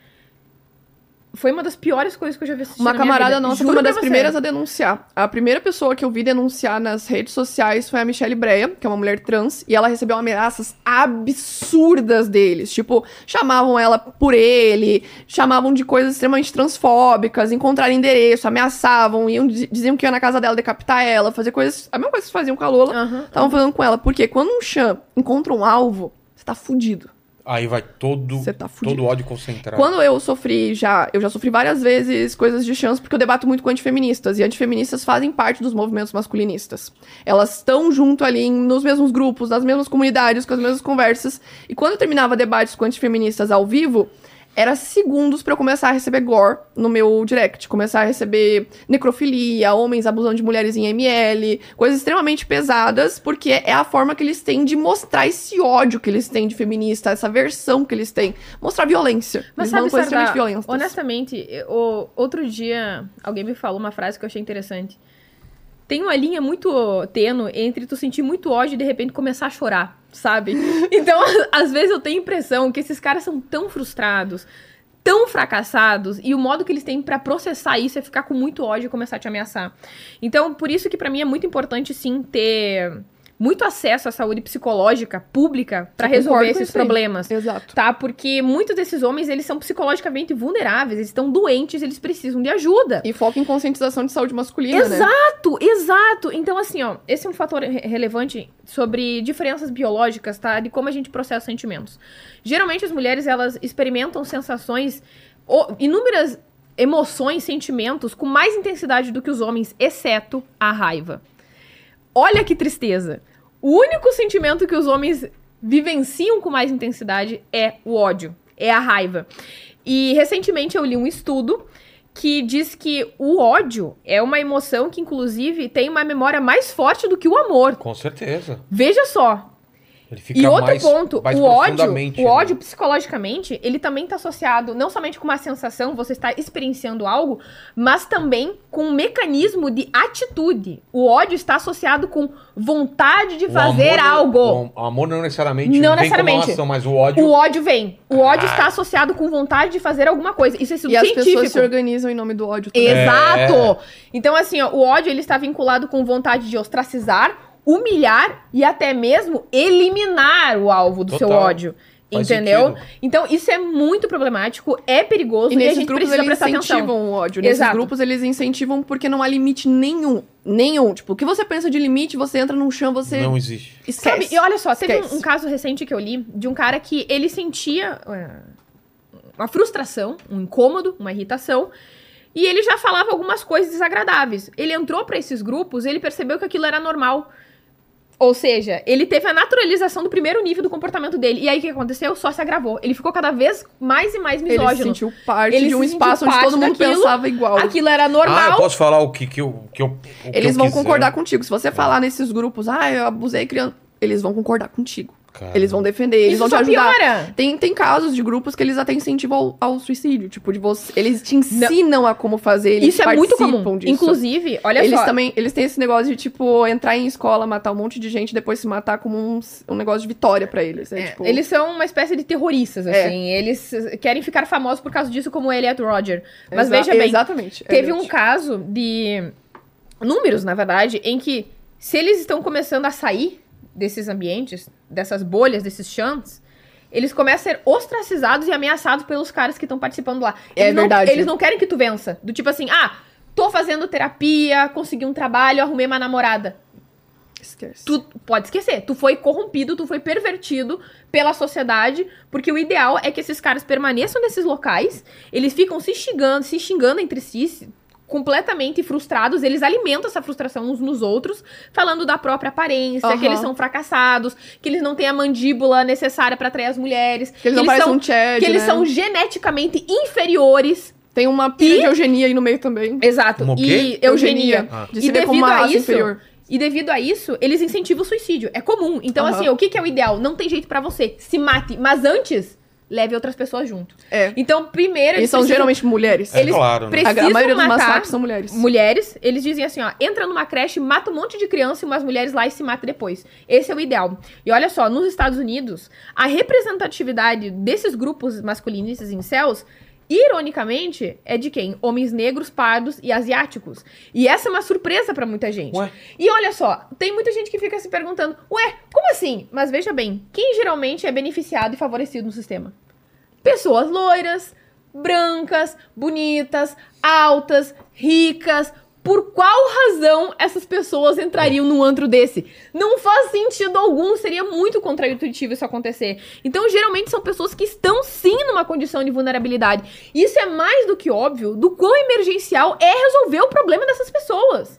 Foi uma das piores coisas que eu já vi assistir Uma na minha camarada vida. nossa Juro foi uma pra das você. primeiras a denunciar. A primeira pessoa que eu vi denunciar nas redes sociais foi a Michelle Breia, que é uma mulher trans, e ela recebeu ameaças absurdas deles. Tipo, chamavam ela por ele, chamavam de coisas extremamente transfóbicas, encontraram endereço, ameaçavam, diziam que ia na casa dela decapitar ela, fazer coisas... A mesma coisa que faziam com a Lola, estavam fazendo com ela. Porque quando um Xan encontra um alvo, você tá fudido. Aí vai todo o ódio concentrado. Quando eu já sofri várias vezes coisas de chance, porque eu debato muito com antifeministas, e antifeministas fazem parte dos movimentos masculinistas. Elas estão junto ali nos mesmos grupos, nas mesmas comunidades, com as mesmas conversas, e quando eu terminava debates com antifeministas ao vivo, era segundos pra eu começar a receber gore no meu direct. Começar a receber necrofilia, homens abusando de mulheres em ML, coisas extremamente pesadas, porque é a forma que eles têm de mostrar esse ódio que eles têm de feminista, essa versão que eles têm. Mostrar violência. Mas eles sabe, mandam coisas extremamente violentas. Honestamente, outro dia alguém me falou uma frase que eu achei interessante. Tem uma linha muito tênue entre tu sentir muito ódio e de repente começar a chorar, sabe? Então, às vezes eu tenho a impressão que esses caras são tão frustrados, tão fracassados, e o modo que eles têm pra processar isso é ficar com muito ódio e começar a te ameaçar. Então, por isso que pra mim é muito importante, sim, ter muito acesso à saúde psicológica pública pra resolver esses problemas. Exato. Tá? Porque muitos desses homens, eles são psicologicamente vulneráveis, eles estão doentes, eles precisam de ajuda. E foca em conscientização de saúde masculina, né? Exato! Então, assim, ó, esse é um fator relevante sobre diferenças biológicas, tá? De como a gente processa sentimentos. Geralmente, as mulheres, elas experimentam sensações, inúmeras emoções, sentimentos, com mais intensidade do que os homens, exceto a raiva. Olha que tristeza! O único sentimento que os homens vivenciam com mais intensidade é o ódio, é a raiva. E recentemente eu li um estudo que diz que o ódio é uma emoção que, inclusive, tem uma memória mais forte do que o amor. Com certeza. Veja só. Ele fica E outro ponto, mais o profundamente, ódio psicologicamente, ele também está associado não somente com uma sensação, você está experienciando algo, mas também com um mecanismo de atitude. O ódio está associado com vontade de fazer algo. O amor não necessariamente não vem necessariamente. como uma ação, mas o ódio... O ódio vem. O ódio está associado com vontade de fazer alguma coisa. Isso é estudo científico. E as pessoas se organizam em nome do ódio também. Exato! Então, assim, ó, o ódio ele está vinculado com vontade de ostracizar, humilhar e até mesmo eliminar o alvo do seu ódio. Faz entendeu? sentido. Então, isso é muito problemático, é perigoso e a gente precisa prestar atenção. Nesses grupos eles incentivam o ódio. Nesses grupos eles incentivam porque não há limite nenhum. Nenhum. Tipo, o que você pensa de limite, você entra num chão, você... Não existe. Esquece. Sabe, e olha só, teve um caso recente que eu li de um cara que ele sentia uma frustração, um incômodo, uma irritação, e ele já falava algumas coisas desagradáveis. Ele entrou pra esses grupos, ele percebeu que aquilo era normal. Ou seja, ele teve a naturalização do primeiro nível do comportamento dele. E aí, o que aconteceu? Só se agravou. Ele ficou cada vez mais e mais misógino. Ele se sentiu parte de um espaço onde todo mundo pensava igual. Aquilo era normal. Eu posso falar o que eu Eles vão concordar contigo. Se você falar nesses grupos, eu abusei criança, eles vão concordar contigo. Caramba. Eles vão defender, eles vão te ajudar. Piora. Tem casos de grupos que eles até incentivam ao suicídio. Tipo, eles te ensinam a como fazer, eles Isso é muito comum. Disso. Inclusive, olha eles só. Eles têm esse negócio de, tipo, entrar em escola, matar um monte de gente, depois se matar como um negócio de vitória pra eles. Tipo... Eles são uma espécie de terroristas, assim. Eles querem ficar famosos por causa disso, como o Elliot Rodger. Mas veja bem, exatamente. Teve um caso de números, na verdade, em que se eles estão começando a sair desses ambientes, dessas bolhas, desses chants, eles começam a ser ostracizados e ameaçados pelos caras que estão participando lá. Verdade. Eles não querem que tu vença. Do tipo assim, tô fazendo terapia, consegui um trabalho, arrumei uma namorada. Esquece. Tu pode esquecer. Tu foi corrompido, tu foi pervertido pela sociedade, porque o ideal é que esses caras permaneçam nesses locais, eles ficam se xingando entre si, completamente frustrados, eles alimentam essa frustração uns nos outros, falando da própria aparência, que eles são fracassados, que eles não têm a mandíbula necessária pra atrair as mulheres, que eles não parecem um Chad, que eles são geneticamente inferiores. Tem uma pilha de eugenia aí no meio também. Exato. Como o quê? E eugenia. De se ver como uma raça inferior. E devido a isso, eles incentivam o suicídio. É comum. Então, assim, o que é o ideal? Não tem jeito pra você. Se mate. Mas antes, leve outras pessoas junto. Então, primeiro... Eles são geralmente mulheres. Eles claro, né? precisam A maioria dos matar massacres são mulheres. Mulheres. Eles dizem assim, entra numa creche, mata um monte de criança e umas mulheres lá e se mata depois. Esse é o ideal. E olha só, nos Estados Unidos, a representatividade desses grupos masculinistas incels, ironicamente, é de quem? Homens negros, pardos e asiáticos. E essa é uma surpresa pra muita gente. Ué? E olha só, tem muita gente que fica se perguntando, como assim? Mas veja bem, quem geralmente é beneficiado e favorecido no sistema? Pessoas loiras, brancas, bonitas, altas, ricas. Por qual razão essas pessoas entrariam num antro desse? Não faz sentido algum, seria muito contraintuitivo isso acontecer. Então, geralmente, são pessoas que estão, sim, numa condição de vulnerabilidade. Isso é mais do que óbvio do quão emergencial é resolver o problema dessas pessoas.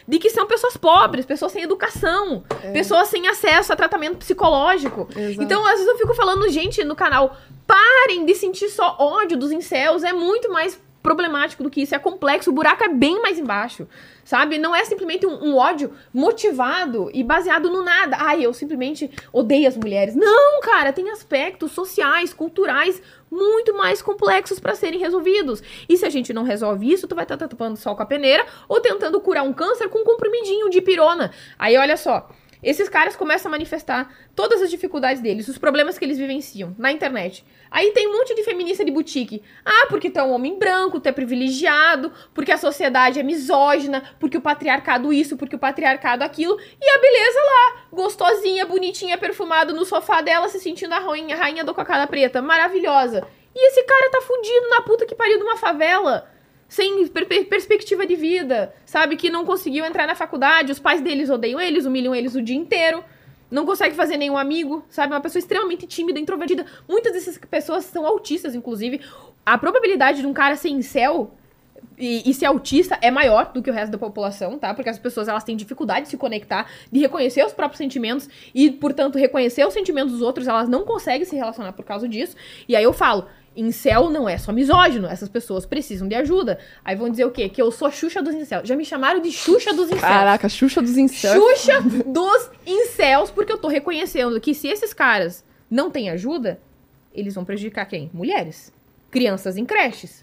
de que são pessoas pobres, pessoas sem educação, pessoas sem acesso a tratamento psicológico. Exato. Então, às vezes eu fico falando, gente, no canal, parem de sentir só ódio dos incels, é muito mais problemático do que isso, é complexo, o buraco é bem mais embaixo, sabe? Não é simplesmente um ódio motivado e baseado no nada. Ai, eu simplesmente odeio as mulheres. Não, cara, tem aspectos sociais, culturais muito mais complexos pra serem resolvidos. E se a gente não resolve isso, tu vai estar tapando sol com a peneira ou tentando curar um câncer com um comprimidinho de pirona. Aí, olha só, esses caras começam a manifestar todas as dificuldades deles, os problemas que eles vivenciam na internet. Aí tem um monte de feminista de boutique. Ah, porque tu é um homem branco, tu é privilegiado, porque a sociedade é misógina, porque o patriarcado isso, porque o patriarcado aquilo. E a beleza lá, gostosinha, bonitinha, perfumada no sofá dela, se sentindo a rainha do cocada preta. Maravilhosa. E esse cara tá fudido na puta que pariu de uma favela. Sem perspectiva de vida, sabe? Que não conseguiu entrar na faculdade, os pais deles odeiam eles, humilham eles o dia inteiro, não consegue fazer nenhum amigo, sabe? Uma pessoa extremamente tímida, introvertida. Muitas dessas pessoas são autistas, inclusive. A probabilidade de um cara ser incel e ser autista é maior do que o resto da população, tá? Porque as pessoas, elas têm dificuldade de se conectar, de reconhecer os próprios sentimentos e, portanto, reconhecer os sentimentos dos outros, elas não conseguem se relacionar por causa disso. E aí eu falo, incel não é só misógino, essas pessoas precisam de ajuda. Aí vão dizer o quê? Que eu sou a Xuxa dos incels. Já me chamaram de Xuxa dos incels. Caraca, Xuxa dos incels. Xuxa dos incels, porque eu tô reconhecendo que se esses caras não têm ajuda, eles vão prejudicar quem? Mulheres. Crianças em creches.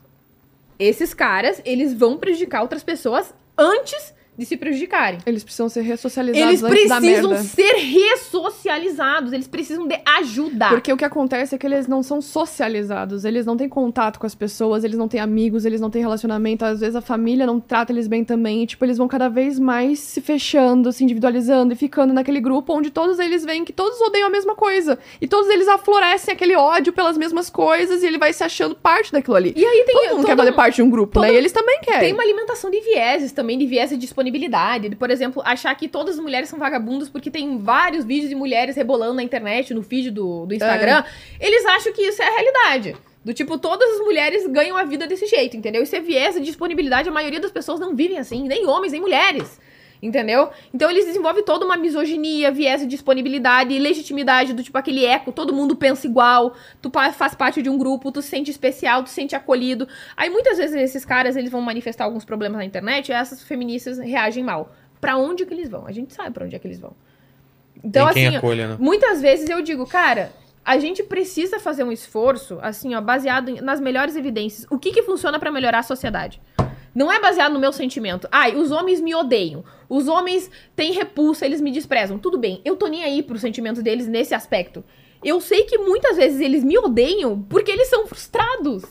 Esses caras, eles vão prejudicar outras pessoas antes de se prejudicarem. Eles precisam ser ressocializados. Eles precisam ser ressocializados, eles precisam de ajuda. Porque o que acontece é que eles não são socializados, eles não têm contato com as pessoas, eles não têm amigos, eles não têm relacionamento, às vezes a família não trata eles bem também, e tipo, eles vão cada vez mais se fechando, se individualizando e ficando naquele grupo onde todos eles veem que todos odeiam a mesma coisa, e todos eles aflorescem aquele ódio pelas mesmas coisas, e ele vai se achando parte daquilo ali. E aí tem todo mundo quer fazer parte de um grupo, né? E eles também querem. Tem uma alimentação de vieses também, de viés de disponibilidade. De, por exemplo, achar que todas as mulheres são vagabundas porque tem vários vídeos de mulheres rebolando na internet, no feed do Instagram. Eles acham que isso é a realidade. Do tipo, todas as mulheres ganham a vida desse jeito, entendeu? Isso é viés de disponibilidade. A maioria das pessoas não vivem assim, nem homens, nem mulheres. Entendeu? Então eles desenvolvem toda uma misoginia, viés de disponibilidade, legitimidade do tipo aquele eco, todo mundo pensa igual, tu faz parte de um grupo, tu se sente especial, tu se sente acolhido. Aí muitas vezes esses caras, eles vão manifestar alguns problemas na internet e essas feministas reagem mal. Pra onde que eles vão? A gente sabe pra onde é que eles vão. Então tem quem assim, acolha, né? Muitas vezes eu digo, cara, a gente precisa fazer um esforço, assim, ó, baseado nas melhores evidências. O que funciona pra melhorar a sociedade? Não é baseado no meu sentimento. Ai, os homens me odeiam. Os homens têm repulsa, eles me desprezam. Tudo bem, eu tô nem aí pros sentimentos deles nesse aspecto. Eu sei que muitas vezes eles me odeiam porque eles são frustrados.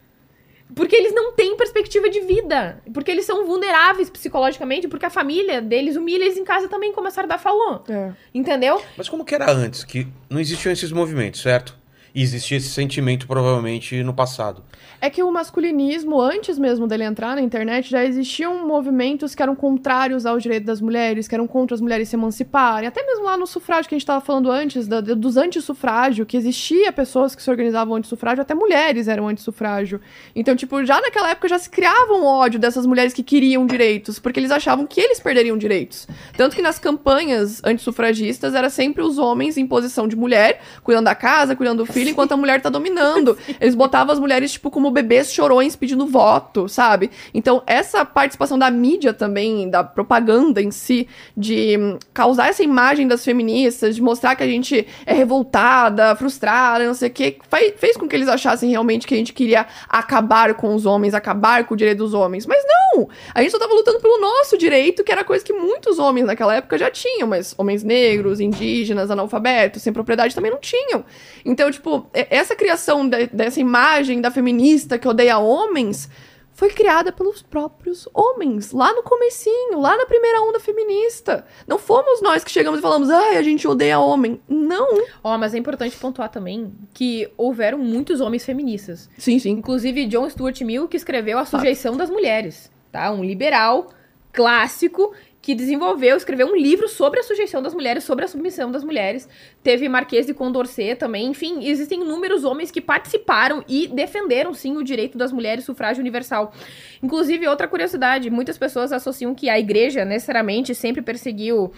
Porque eles não têm perspectiva de vida. Porque eles são vulneráveis psicologicamente. Porque a família deles humilha eles em casa também, começaram a dar falou. Entendeu? Mas como que era antes? Que não existiam esses movimentos, certo? E existia esse sentimento, provavelmente, no passado. É que o masculinismo, antes mesmo dele entrar na internet, já existiam movimentos que eram contrários ao direito das mulheres, que eram contra as mulheres se emanciparem. Até mesmo lá no sufrágio que a gente estava falando antes, dos anti-sufrágio, que existia pessoas que se organizavam anti-sufrágio, até mulheres eram anti-sufrágio. Então, tipo, já naquela época já se criava um ódio dessas mulheres que queriam direitos, porque eles achavam que eles perderiam direitos. Tanto que nas campanhas anti-sufragistas era sempre os homens em posição de mulher, cuidando da casa, cuidando do filho, enquanto a mulher tá dominando. Eles botavam as mulheres, tipo, como bebês chorões pedindo voto, sabe? Então, essa participação da mídia também, da propaganda em si, de causar essa imagem das feministas, de mostrar que a gente é revoltada, frustrada, não sei o quê, fez com que eles achassem realmente que a gente queria acabar com os homens, acabar com o direito dos homens. Mas não! A gente só tava lutando pelo nosso direito, que era coisa que muitos homens naquela época já tinham, mas homens negros, indígenas, analfabetos, sem propriedade também não tinham. Então, tipo, essa criação dessa imagem da feminista que odeia homens foi criada pelos próprios homens, lá no comecinho, lá na primeira onda feminista. Não fomos nós que chegamos e falamos, ai, a gente odeia homem. Não. Mas é importante pontuar também que houveram muitos homens feministas. Sim, sim. Inclusive John Stuart Mill, que escreveu A Sujeição das Mulheres, tá? Um liberal clássico que escreveu um livro sobre a sujeição das mulheres, sobre a submissão das mulheres. Teve Marquês de Condorcet também. Enfim, existem inúmeros homens que participaram e defenderam, sim, o direito das mulheres, sufrágio universal. Inclusive, outra curiosidade, muitas pessoas associam que a igreja, necessariamente, sempre perseguiu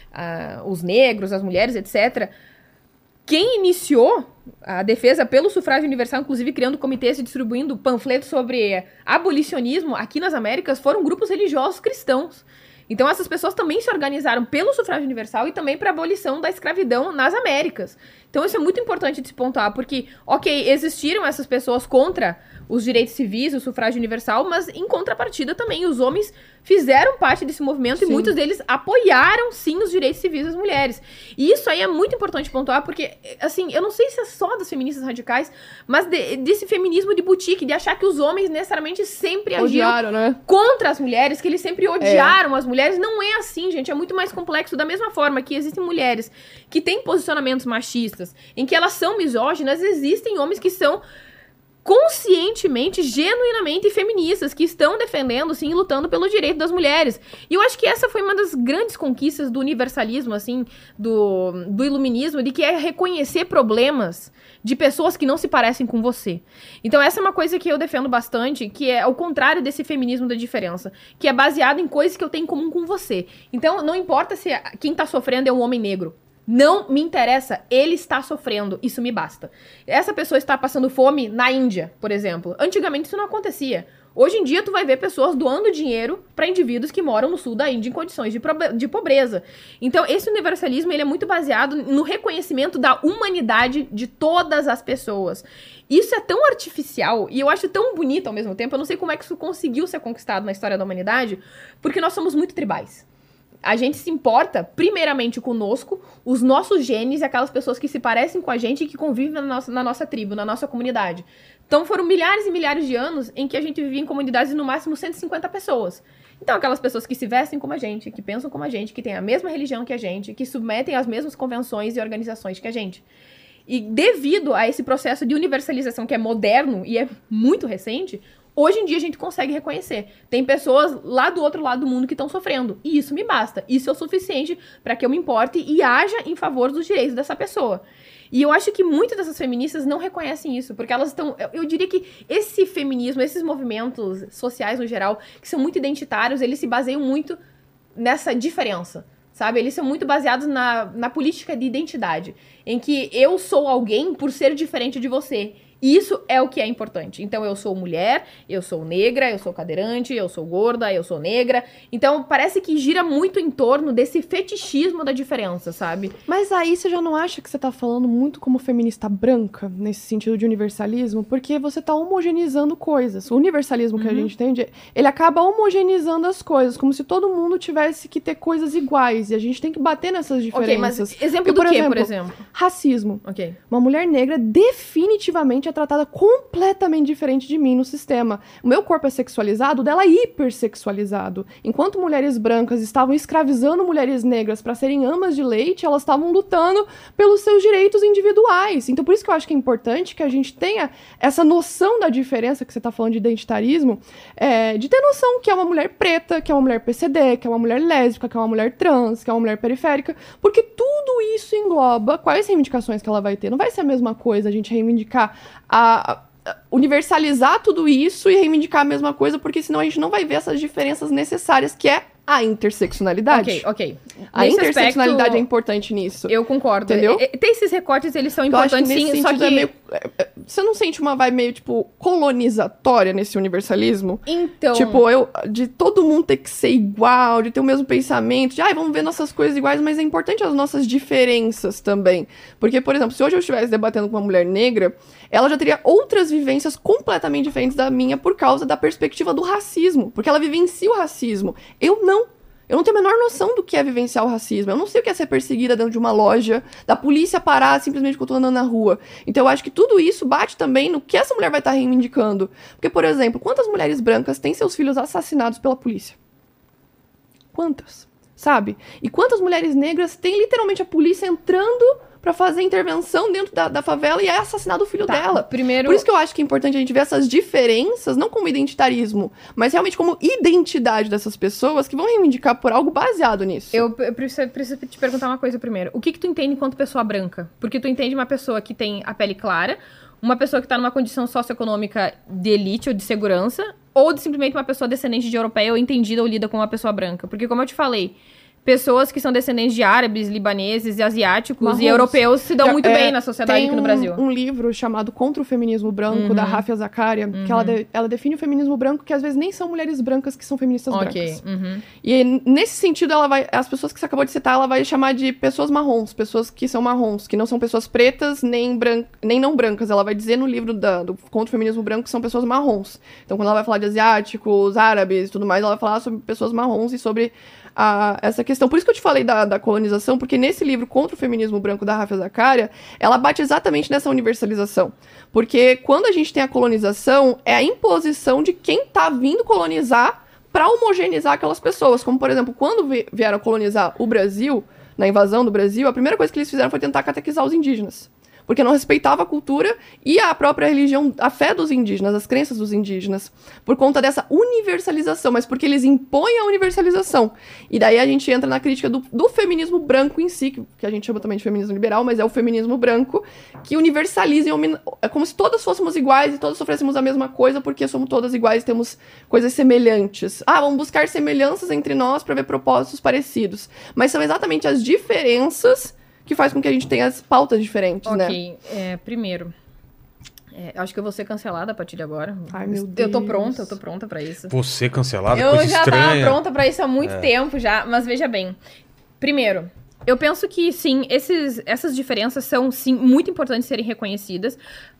os negros, as mulheres, etc. Quem iniciou a defesa pelo sufrágio universal, inclusive criando comitês e distribuindo panfletos sobre abolicionismo aqui nas Américas, foram grupos religiosos cristãos. Então essas pessoas também se organizaram pelo sufrágio universal e também para a abolição da escravidão nas Américas. Então isso é muito importante de se pontuar, porque, ok, existiram essas pessoas contra os direitos civis, o sufrágio universal, mas em contrapartida também os homens fizeram parte desse movimento. Sim. E muitos deles apoiaram, sim, os direitos civis das mulheres. E isso aí é muito importante pontuar, porque, assim, eu não sei se é só das feministas radicais, mas desse feminismo de boutique, de achar que os homens necessariamente sempre agiram, né, contra as mulheres, que eles sempre odiaram as mulheres. Não é assim, gente, é muito mais complexo. Da mesma forma que existem mulheres que têm posicionamentos machistas, em que elas são misóginas, existem homens que são conscientemente, genuinamente feministas, que estão defendendo, sim, lutando pelo direito das mulheres. E eu acho que essa foi uma das grandes conquistas do universalismo, assim, do iluminismo, de que é reconhecer problemas de pessoas que não se parecem com você. Então essa é uma coisa que eu defendo bastante, que é o contrário desse feminismo da diferença, que é baseado em coisas que eu tenho em comum com você. Então não importa se quem tá sofrendo é um homem negro. Não me interessa, ele está sofrendo, isso me basta. Essa pessoa está passando fome na Índia, por exemplo. Antigamente isso não acontecia. Hoje em dia tu vai ver pessoas doando dinheiro para indivíduos que moram no sul da Índia em condições de pobreza. Então esse universalismo ele é muito baseado no reconhecimento da humanidade de todas as pessoas. Isso é tão artificial e eu acho tão bonito ao mesmo tempo. Eu não sei como é que isso conseguiu ser conquistado na história da humanidade, porque nós somos muito tribais. A gente se importa, primeiramente, conosco, os nossos genes e aquelas pessoas que se parecem com a gente e que convivem na nossa tribo, na nossa comunidade. Então, foram milhares e milhares de anos em que a gente vivia em comunidades de, no máximo, 150 pessoas. Então, aquelas pessoas que se vestem como a gente, que pensam como a gente, que têm a mesma religião que a gente, que submetem às mesmas convenções e organizações que a gente. E devido a esse processo de universalização que é moderno e é muito recente, hoje em dia a gente consegue reconhecer. Tem pessoas lá do outro lado do mundo que estão sofrendo. E isso me basta. Isso é o suficiente para que eu me importe e haja em favor dos direitos dessa pessoa. E eu acho que muitas dessas feministas não reconhecem isso, porque elas estão... Eu diria que esse feminismo, esses movimentos sociais no geral, que são muito identitários, eles se baseiam muito nessa diferença, sabe? Eles são muito baseados na política de identidade, em que eu sou alguém por ser diferente de você. Isso é o que é importante. Então, eu sou mulher, eu sou negra, eu sou cadeirante, eu sou gorda, eu sou negra. Então, parece que gira muito em torno desse fetichismo da diferença, sabe? Mas aí você já não acha que você tá falando muito como feminista branca, nesse sentido de universalismo? Porque você tá homogeneizando coisas. O universalismo que a gente entende, ele acaba homogeneizando as coisas, como se todo mundo tivesse que ter coisas iguais. E a gente tem que bater nessas diferenças. Ok, mas exemplo do quê, por exemplo? Racismo. Ok. Uma mulher negra definitivamente tratada completamente diferente de mim no sistema. O meu corpo é sexualizado, o dela é hipersexualizado. Enquanto mulheres brancas estavam escravizando mulheres negras para serem amas de leite, elas estavam lutando pelos seus direitos individuais. Então, por isso que eu acho que é importante que a gente tenha essa noção da diferença que você está falando de identitarismo, de ter noção que é uma mulher preta, que é uma mulher PCD, que é uma mulher lésbica, que é uma mulher trans, que é uma mulher periférica, porque tudo isso engloba quais reivindicações que ela vai ter. Não vai ser a mesma coisa a gente reivindicar universalizar tudo isso e reivindicar a mesma coisa, porque senão a gente não vai ver essas diferenças necessárias, que é a interseccionalidade. Ok. A interseccionalidade aspecto, é importante nisso. Eu concordo. Entendeu? Tem esses recortes, eles são importantes, sim, só que... Você não sente uma vibe meio, tipo, colonizatória nesse universalismo? Então... Tipo, de todo mundo ter que ser igual, de ter o mesmo pensamento, de, vamos ver nossas coisas iguais, mas é importante as nossas diferenças também. Porque, por exemplo, se hoje eu estivesse debatendo com uma mulher negra, ela já teria outras vivências completamente diferentes da minha por causa da perspectiva do racismo. Porque ela vivencia o racismo. Eu não tenho a menor noção do que é vivenciar o racismo. Eu não sei o que é ser perseguida dentro de uma loja, da polícia parar simplesmente porque eu tô andando na rua. Então eu acho que tudo isso bate também no que essa mulher vai estar reivindicando. Porque, por exemplo, quantas mulheres brancas têm seus filhos assassinados pela polícia? Quantas? Sabe? E quantas mulheres negras têm literalmente a polícia entrando pra fazer intervenção dentro da favela e é assassinado o filho dela. Primeiro... Por isso que eu acho que é importante a gente ver essas diferenças, não como identitarismo, mas realmente como identidade dessas pessoas que vão reivindicar por algo baseado nisso. Eu preciso te perguntar uma coisa primeiro. O que tu entende enquanto pessoa branca? Porque tu entende uma pessoa que tem a pele clara, uma pessoa que tá numa condição socioeconômica de elite ou de segurança, ou simplesmente uma pessoa descendente de europeia ou entendida ou lida com uma pessoa branca. Porque, como eu te falei, pessoas que são descendentes de árabes, libaneses e asiáticos e europeus se dão muito bem na sociedade aqui no Brasil. Tem um livro chamado Contra o Feminismo Branco, da Rafia Zakaria, que ela define o feminismo branco, que às vezes nem são mulheres brancas que são feministas brancas. E nesse sentido, as pessoas que você acabou de citar, ela vai chamar de pessoas marrons, pessoas que são marrons, que não são pessoas pretas nem não brancas. Ela vai dizer no livro do Contra o Feminismo Branco que são pessoas marrons. Então, quando ela vai falar de asiáticos, árabes e tudo mais, ela vai falar sobre pessoas marrons e sobre essa questão. Por isso que eu te falei da colonização, porque nesse livro Contra o Feminismo Branco da Rafia Zakaria, ela bate exatamente nessa universalização. Porque quando a gente tem a colonização, é a imposição de quem tá vindo colonizar para homogeneizar aquelas pessoas. Como, por exemplo, quando vieram colonizar o Brasil, na invasão do Brasil, a primeira coisa que eles fizeram foi tentar catequizar os indígenas. Porque não respeitava a cultura e a própria religião, a fé dos indígenas, as crenças dos indígenas, por conta dessa universalização, mas porque eles impõem a universalização. E daí a gente entra na crítica do feminismo branco em si, que a gente chama também de feminismo liberal, mas é o feminismo branco, que universaliza, é como se todas fôssemos iguais e todas sofrêssemos a mesma coisa, porque somos todas iguais e temos coisas semelhantes. Vamos buscar semelhanças entre nós para ver propósitos parecidos. Mas são exatamente as diferenças que faz com que a gente tenha as pautas diferentes, né? Ok, primeiro, acho que eu vou ser cancelada a partir de agora. Ai, meu Deus. Eu tô pronta pra isso. Você cancelada? Eu coisa já estranha. tava pronta pra isso há muito tempo já, mas veja bem. Primeiro, eu penso que, sim, essas diferenças são, sim, muito importantes serem reconhecidas.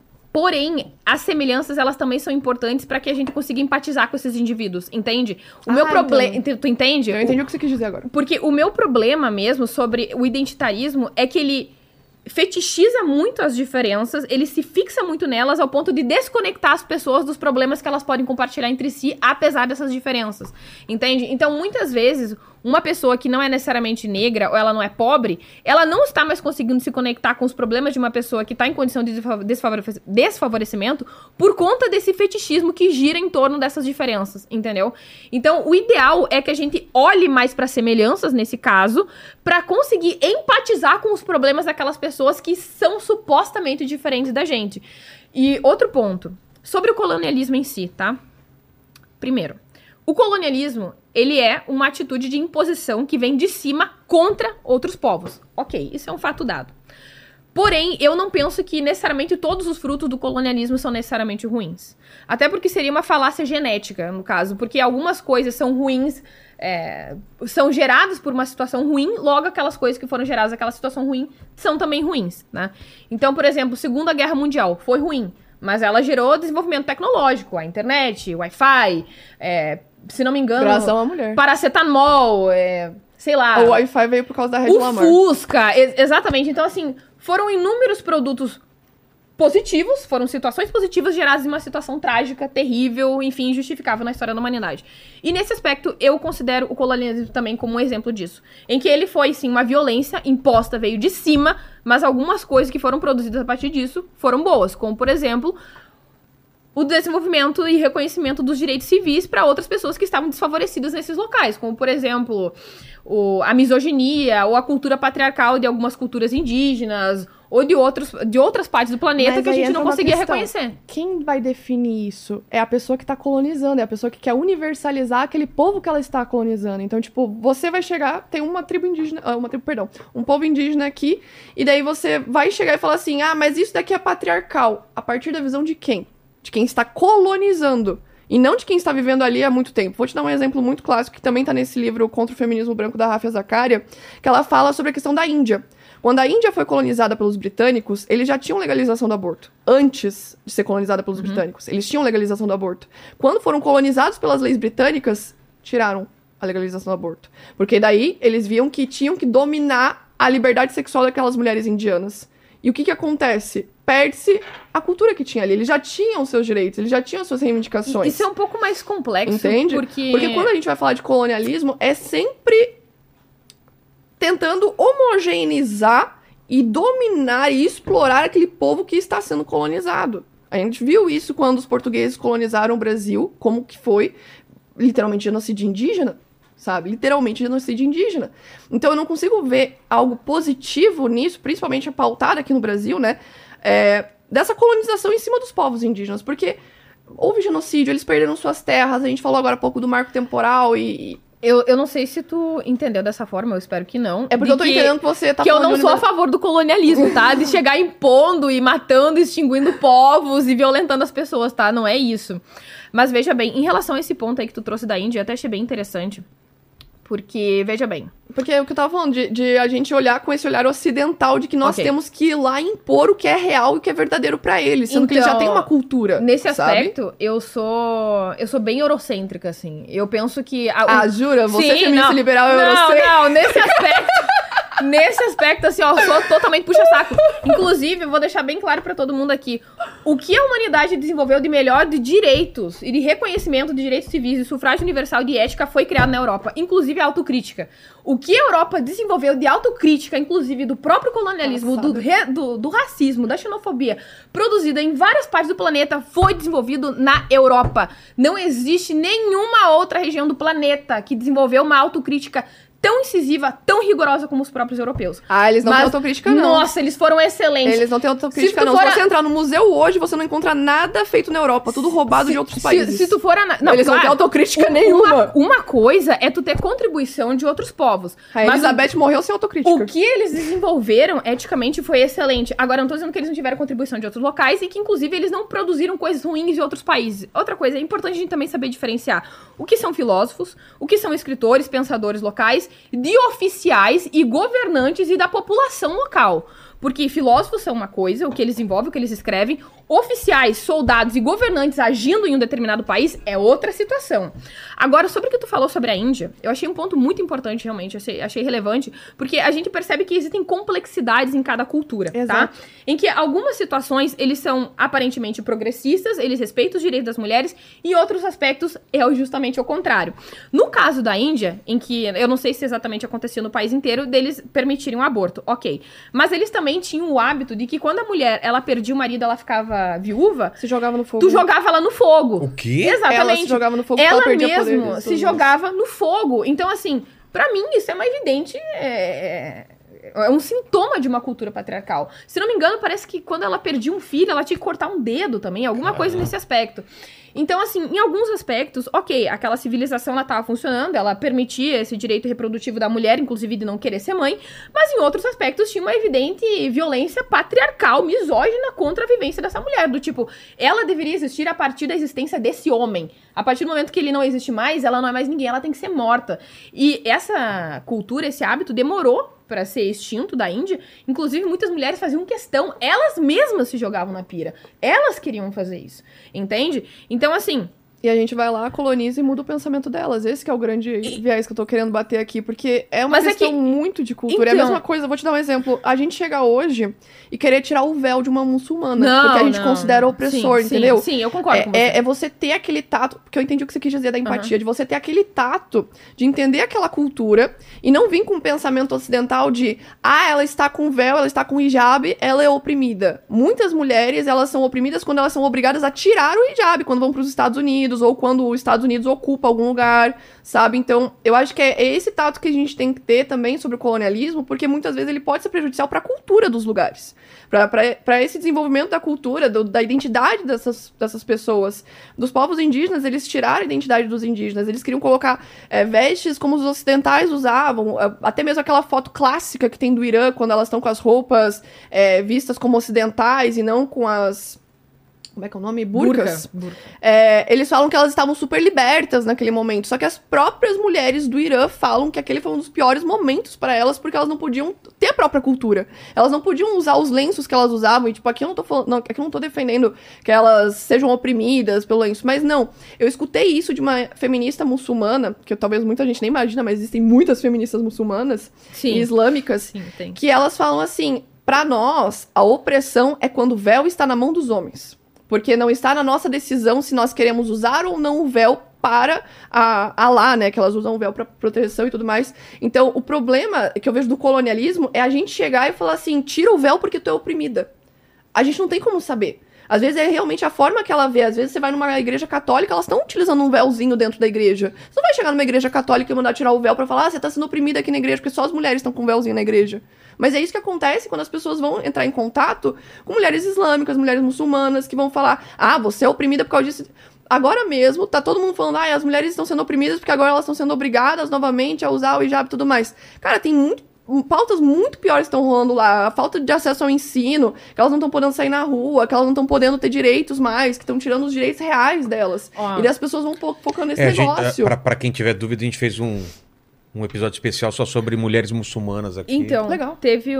Porém, as semelhanças, elas também são importantes para que a gente consiga empatizar com esses indivíduos, entende? O meu problema... Tu entende? Eu entendi o que você quis dizer agora. Porque o meu problema mesmo sobre o identitarismo é que ele fetichiza muito as diferenças, ele se fixa muito nelas ao ponto de desconectar as pessoas dos problemas que elas podem compartilhar entre si, apesar dessas diferenças, entende? Então, muitas vezes, uma pessoa que não é necessariamente negra ou ela não é pobre, ela não está mais conseguindo se conectar com os problemas de uma pessoa que está em condição de desfavorecimento por conta desse fetichismo que gira em torno dessas diferenças, entendeu? Então, o ideal é que a gente olhe mais para semelhanças, nesse caso, para conseguir empatizar com os problemas daquelas pessoas que são supostamente diferentes da gente. E outro ponto, sobre o colonialismo em si, tá? Primeiro, o colonialismo, ele é uma atitude de imposição que vem de cima contra outros povos. Ok, isso é um fato dado. Porém, eu não penso que necessariamente todos os frutos do colonialismo são necessariamente ruins. Até porque seria uma falácia genética, no caso. Porque algumas coisas são ruins, são geradas por uma situação ruim, logo aquelas coisas que foram geradas naquela situação ruim são também ruins, né? Então, por exemplo, Segunda Guerra Mundial foi ruim, mas ela gerou desenvolvimento tecnológico, a internet, o Wi-Fi, se não me engano... Graças à mulher. Paracetamol, sei lá... O Wi-Fi veio por causa da rede Lamar. O Fusca, exatamente. Então, assim, foram inúmeros produtos positivos, foram situações positivas geradas em uma situação trágica, terrível, enfim, injustificável na história da humanidade. E nesse aspecto, eu considero o colonialismo também como um exemplo disso. Em que ele foi, sim, uma violência imposta, veio de cima, mas algumas coisas que foram produzidas a partir disso foram boas, como, por exemplo, o desenvolvimento e reconhecimento dos direitos civis para outras pessoas que estavam desfavorecidas nesses locais, como, por exemplo, a misoginia ou a cultura patriarcal de algumas culturas indígenas ou de outras partes do planeta que a gente não conseguia reconhecer. Quem vai definir isso? É a pessoa que está colonizando, é a pessoa que quer universalizar aquele povo que ela está colonizando. Então, tipo, você vai chegar, tem uma tribo indígena, um povo indígena aqui, e daí você vai chegar e falar assim, mas isso daqui é patriarcal. A partir da visão de quem? De quem está colonizando. E não de quem está vivendo ali há muito tempo. Vou te dar um exemplo muito clássico, que também está nesse livro Contra o Feminismo Branco, da Rafia Zakaria, que ela fala sobre a questão da Índia. Quando a Índia foi colonizada pelos britânicos, eles já tinham legalização do aborto. Antes de ser colonizada pelos britânicos, eles tinham legalização do aborto. Quando foram colonizados pelas leis britânicas, tiraram a legalização do aborto. Porque daí eles viam que tinham que dominar a liberdade sexual daquelas mulheres indianas. E o que acontece? Perde-se a cultura que tinha ali. Eles já tinham seus direitos, eles já tinham suas reivindicações. Isso é um pouco mais complexo. Entende? Porque quando a gente vai falar de colonialismo, é sempre tentando homogeneizar e dominar e explorar aquele povo que está sendo colonizado. A gente viu isso quando os portugueses colonizaram o Brasil, como que foi literalmente genocídio indígena, sabe? Literalmente genocídio indígena. Então eu não consigo ver algo positivo nisso, principalmente pautado aqui no Brasil, né? Dessa colonização em cima dos povos indígenas, porque houve genocídio, eles perderam suas terras, a gente falou agora há pouco do marco temporal e... Eu não sei se tu entendeu dessa forma, eu espero que não. É porque eu tô entendendo que você tá falando... Que eu não sou a favor do colonialismo, tá? De chegar impondo e matando, extinguindo povos e violentando as pessoas, tá? Não é isso. Mas veja bem, em relação a esse ponto aí que tu trouxe da Índia, eu até achei bem interessante. Porque, veja bem... Porque é o que eu tava falando, de a gente olhar com esse olhar ocidental de que nós temos que ir lá impor o que é real e o que é verdadeiro pra eles, sendo que eles já têm uma cultura. Nesse aspecto, eu sou bem eurocêntrica, assim. Eu penso que... jura? Você é feminista liberal eurocêntrica? Não, nesse aspecto... Nesse aspecto, assim, ó, eu sou totalmente puxa-saco. Inclusive, eu vou deixar bem claro pra todo mundo aqui. O que a humanidade desenvolveu de melhor de direitos e de reconhecimento de direitos civis, de sufrágio universal e de ética foi criado na Europa. Inclusive a autocrítica. O que a Europa desenvolveu de autocrítica, inclusive do próprio colonialismo, do racismo, da xenofobia, produzida em várias partes do planeta, foi desenvolvido na Europa. Não existe nenhuma outra região do planeta que desenvolveu uma autocrítica tão incisiva, tão rigorosa como os próprios europeus. Eles não têm autocrítica, não. Nossa, eles foram excelentes. Eles não têm autocrítica, não. Se você entrar no museu hoje, você não encontra nada feito na Europa. Tudo roubado de outros países. Se tu for... Eles não têm autocrítica nenhuma. Uma coisa é tu ter contribuição de outros povos. A Elizabeth morreu sem autocrítica. O que eles desenvolveram, eticamente, foi excelente. Agora, eu não tô dizendo que eles não tiveram contribuição de outros locais e que, inclusive, eles não produziram coisas ruins de outros países. Outra coisa, é importante a gente também saber diferenciar o que são filósofos, o que são escritores, pensadores locais, de oficiais e governantes e da população local. Porque filósofos são uma coisa, o que eles envolvem, o que eles escrevem. Oficiais, soldados e governantes agindo em um determinado país é outra situação. Agora, sobre o que tu falou sobre a Índia, eu achei um ponto muito importante, realmente. Achei relevante, porque a gente percebe que existem complexidades em cada cultura, tá? Em que algumas situações, eles são aparentemente progressistas, eles respeitam os direitos das mulheres, e em outros aspectos é justamente o contrário. No caso da Índia, em que eu não sei se exatamente acontecia no país inteiro, deles permitirem o aborto, ok. Mas eles também tinham o hábito de que quando a mulher, ela perdia o marido, ela ficava viúva, se jogava no fogo. Tu jogava ela no fogo. O quê? Exatamente. Ela se jogava no fogo, ela mesmo se jogava no fogo. Então, assim, pra mim, isso é uma evidente... É um sintoma de uma cultura patriarcal. Se não me engano, parece que quando ela perdia um filho, ela tinha que cortar um dedo também, alguma coisa nesse aspecto. Então, assim, em alguns aspectos, ok, aquela civilização, ela tava funcionando, ela permitia esse direito reprodutivo da mulher, inclusive de não querer ser mãe, mas em outros aspectos tinha uma evidente violência patriarcal, misógina contra a vivência dessa mulher, do tipo, ela deveria existir a partir da existência desse homem. A partir do momento que ele não existe mais, ela não é mais ninguém, ela tem que ser morta. E essa cultura, esse hábito demorou para ser extinto da Índia. Inclusive, muitas mulheres faziam questão, elas mesmas se jogavam na pira. Elas queriam fazer isso, entende? Então, assim... E a gente vai lá, coloniza e muda o pensamento delas. Esse que é o grande viés que eu tô querendo bater aqui, porque é uma questão muito de cultura. Então... É a mesma coisa, vou te dar um exemplo. A gente chega hoje e querer tirar o véu de uma muçulmana, porque a gente considera opressor, entendeu? Sim, eu concordo com você. É você ter aquele tato, porque eu entendi o que você quis dizer da empatia, de você ter aquele tato de entender aquela cultura e não vir com um pensamento ocidental de, ela está com véu, ela está com hijab, ela é oprimida. Muitas mulheres, elas são oprimidas quando elas são obrigadas a tirar o hijab, quando vão para os Estados Unidos, ou quando os Estados Unidos ocupa algum lugar, sabe? Então, eu acho que é esse tato que a gente tem que ter também sobre o colonialismo, porque muitas vezes ele pode ser prejudicial para a cultura dos lugares, para esse desenvolvimento da cultura, da identidade dessas pessoas. Dos povos indígenas, eles tiraram a identidade dos indígenas, eles queriam colocar vestes como os ocidentais usavam, até mesmo aquela foto clássica que tem do Irã, quando elas estão com as roupas vistas como ocidentais e não com as... Como é que é o nome? Burcas. Burca. Eles falam que elas estavam super libertas naquele momento. Só que as próprias mulheres do Irã falam que aquele foi um dos piores momentos para elas, porque elas não podiam ter a própria cultura. Elas não podiam usar os lenços que elas usavam. E, tipo, aqui eu não tô falando, aqui eu não tô defendendo que elas sejam oprimidas pelo lenço. Mas não, eu escutei isso de uma feminista muçulmana, que talvez muita gente nem imagina, mas existem muitas feministas muçulmanas e islâmicas, que elas falam assim: pra nós, a opressão é quando o véu está na mão dos homens. Porque não está na nossa decisão se nós queremos usar ou não o véu para a lá, né, que elas usam o véu para proteção e tudo mais. Então, o problema que eu vejo do colonialismo é a gente chegar e falar assim, tira o véu porque tu é oprimida. A gente não tem como saber. Às vezes é realmente a forma que ela vê. Às vezes você vai numa igreja católica, elas estão utilizando um véuzinho dentro da igreja. Você não vai chegar numa igreja católica e mandar tirar o véu pra falar, você tá sendo oprimida aqui na igreja, porque só as mulheres estão com véuzinho na igreja. Mas é isso que acontece quando as pessoas vão entrar em contato com mulheres islâmicas, mulheres muçulmanas, que vão falar, você é oprimida por causa disso. Agora mesmo, tá todo mundo falando, as mulheres estão sendo oprimidas porque agora elas estão sendo obrigadas novamente a usar o hijab e tudo mais. Cara, tem pautas muito piores estão rolando lá. A falta de acesso ao ensino, que elas não estão podendo sair na rua, que elas não estão podendo ter direitos mais, que estão tirando os direitos reais delas. E daí as pessoas vão focando nesse negócio. Pra quem tiver dúvida, a gente fez um episódio especial só sobre mulheres muçulmanas aqui. Então, legal.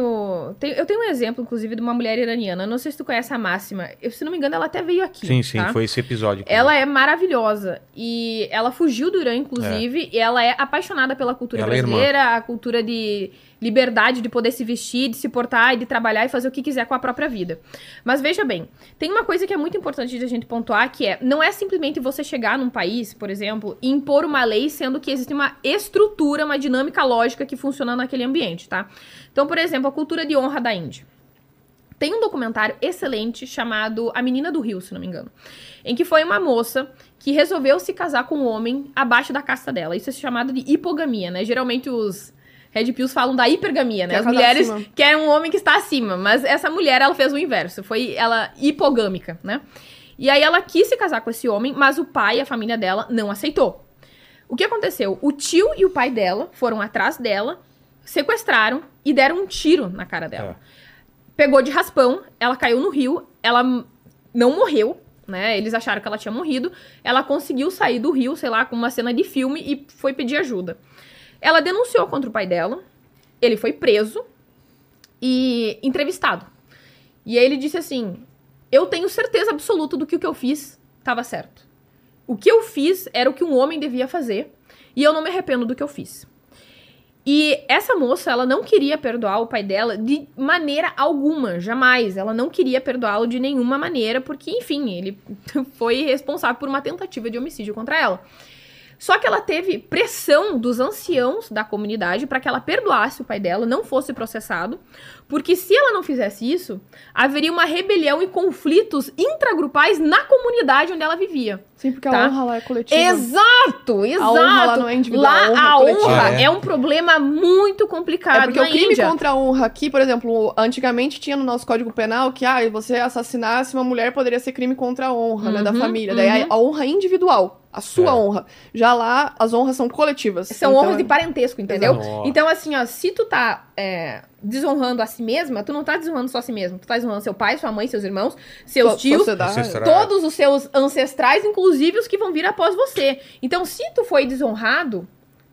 Eu tenho um exemplo, inclusive, de uma mulher iraniana. Não sei se tu conhece a Máxima. Se não me engano, ela até veio aqui. Sim, tá? Foi esse episódio. Ela é maravilhosa. E ela fugiu do Irã, inclusive. E ela é apaixonada pela cultura brasileira, a cultura de liberdade de poder se vestir, de se portar e de trabalhar e fazer o que quiser com a própria vida. Mas veja bem, tem uma coisa que é muito importante de a gente pontuar, que não é simplesmente você chegar num país, por exemplo, e impor uma lei, sendo que existe uma estrutura, uma dinâmica lógica que funciona naquele ambiente, tá? Então, por exemplo, a cultura de honra da Índia. Tem um documentário excelente chamado A Menina do Rio, se não me engano, em que foi uma moça que resolveu se casar com um homem abaixo da casta dela. Isso é chamado de hipogamia, né? Geralmente os Red Pills falam da hipergamia, né? As mulheres querem um homem que está acima, mas essa mulher, ela fez o inverso, foi ela hipogâmica, né? E aí ela quis se casar com esse homem, mas o pai e a família dela não aceitou. O que aconteceu? O tio e o pai dela foram atrás dela, sequestraram e deram um tiro na cara dela. Pegou de raspão, ela caiu no rio, ela não morreu, né? Eles acharam que ela tinha morrido, ela conseguiu sair do rio, sei lá, com uma cena de filme e foi pedir ajuda. Ela denunciou contra o pai dela, ele foi preso e entrevistado. E aí ele disse assim, eu tenho certeza absoluta do que o que eu fiz estava certo. O que eu fiz era o que um homem devia fazer e eu não me arrependo do que eu fiz. E essa moça, ela não queria perdoar o pai dela de maneira alguma, jamais. Ela não queria perdoá-lo de nenhuma maneira, porque, enfim, ele foi responsável por uma tentativa de homicídio contra ela. Só que ela teve pressão dos anciãos da comunidade para que ela perdoasse o pai dela, não fosse processado, porque se ela não fizesse isso, haveria uma rebelião e conflitos intragrupais na comunidade onde ela vivia. Sim, porque a honra lá é coletiva. Exato! A honra lá não é individual, lá a honra é um problema muito complicado porque o crime contra a honra aqui, por exemplo, antigamente tinha no nosso Código Penal que você assassinasse uma mulher poderia ser crime contra a honra, né, da família. Daí a honra individual. A sua honra. Já lá, as honras são coletivas. São honras de parentesco, entendeu? Então, assim, se tu tá desonrando a si mesma, tu não tá desonrando só a si mesmo. Tu tá desonrando seu pai, sua mãe, seus irmãos, seus tios, todos os seus ancestrais, inclusive os que vão vir após você. Então, se tu foi desonrado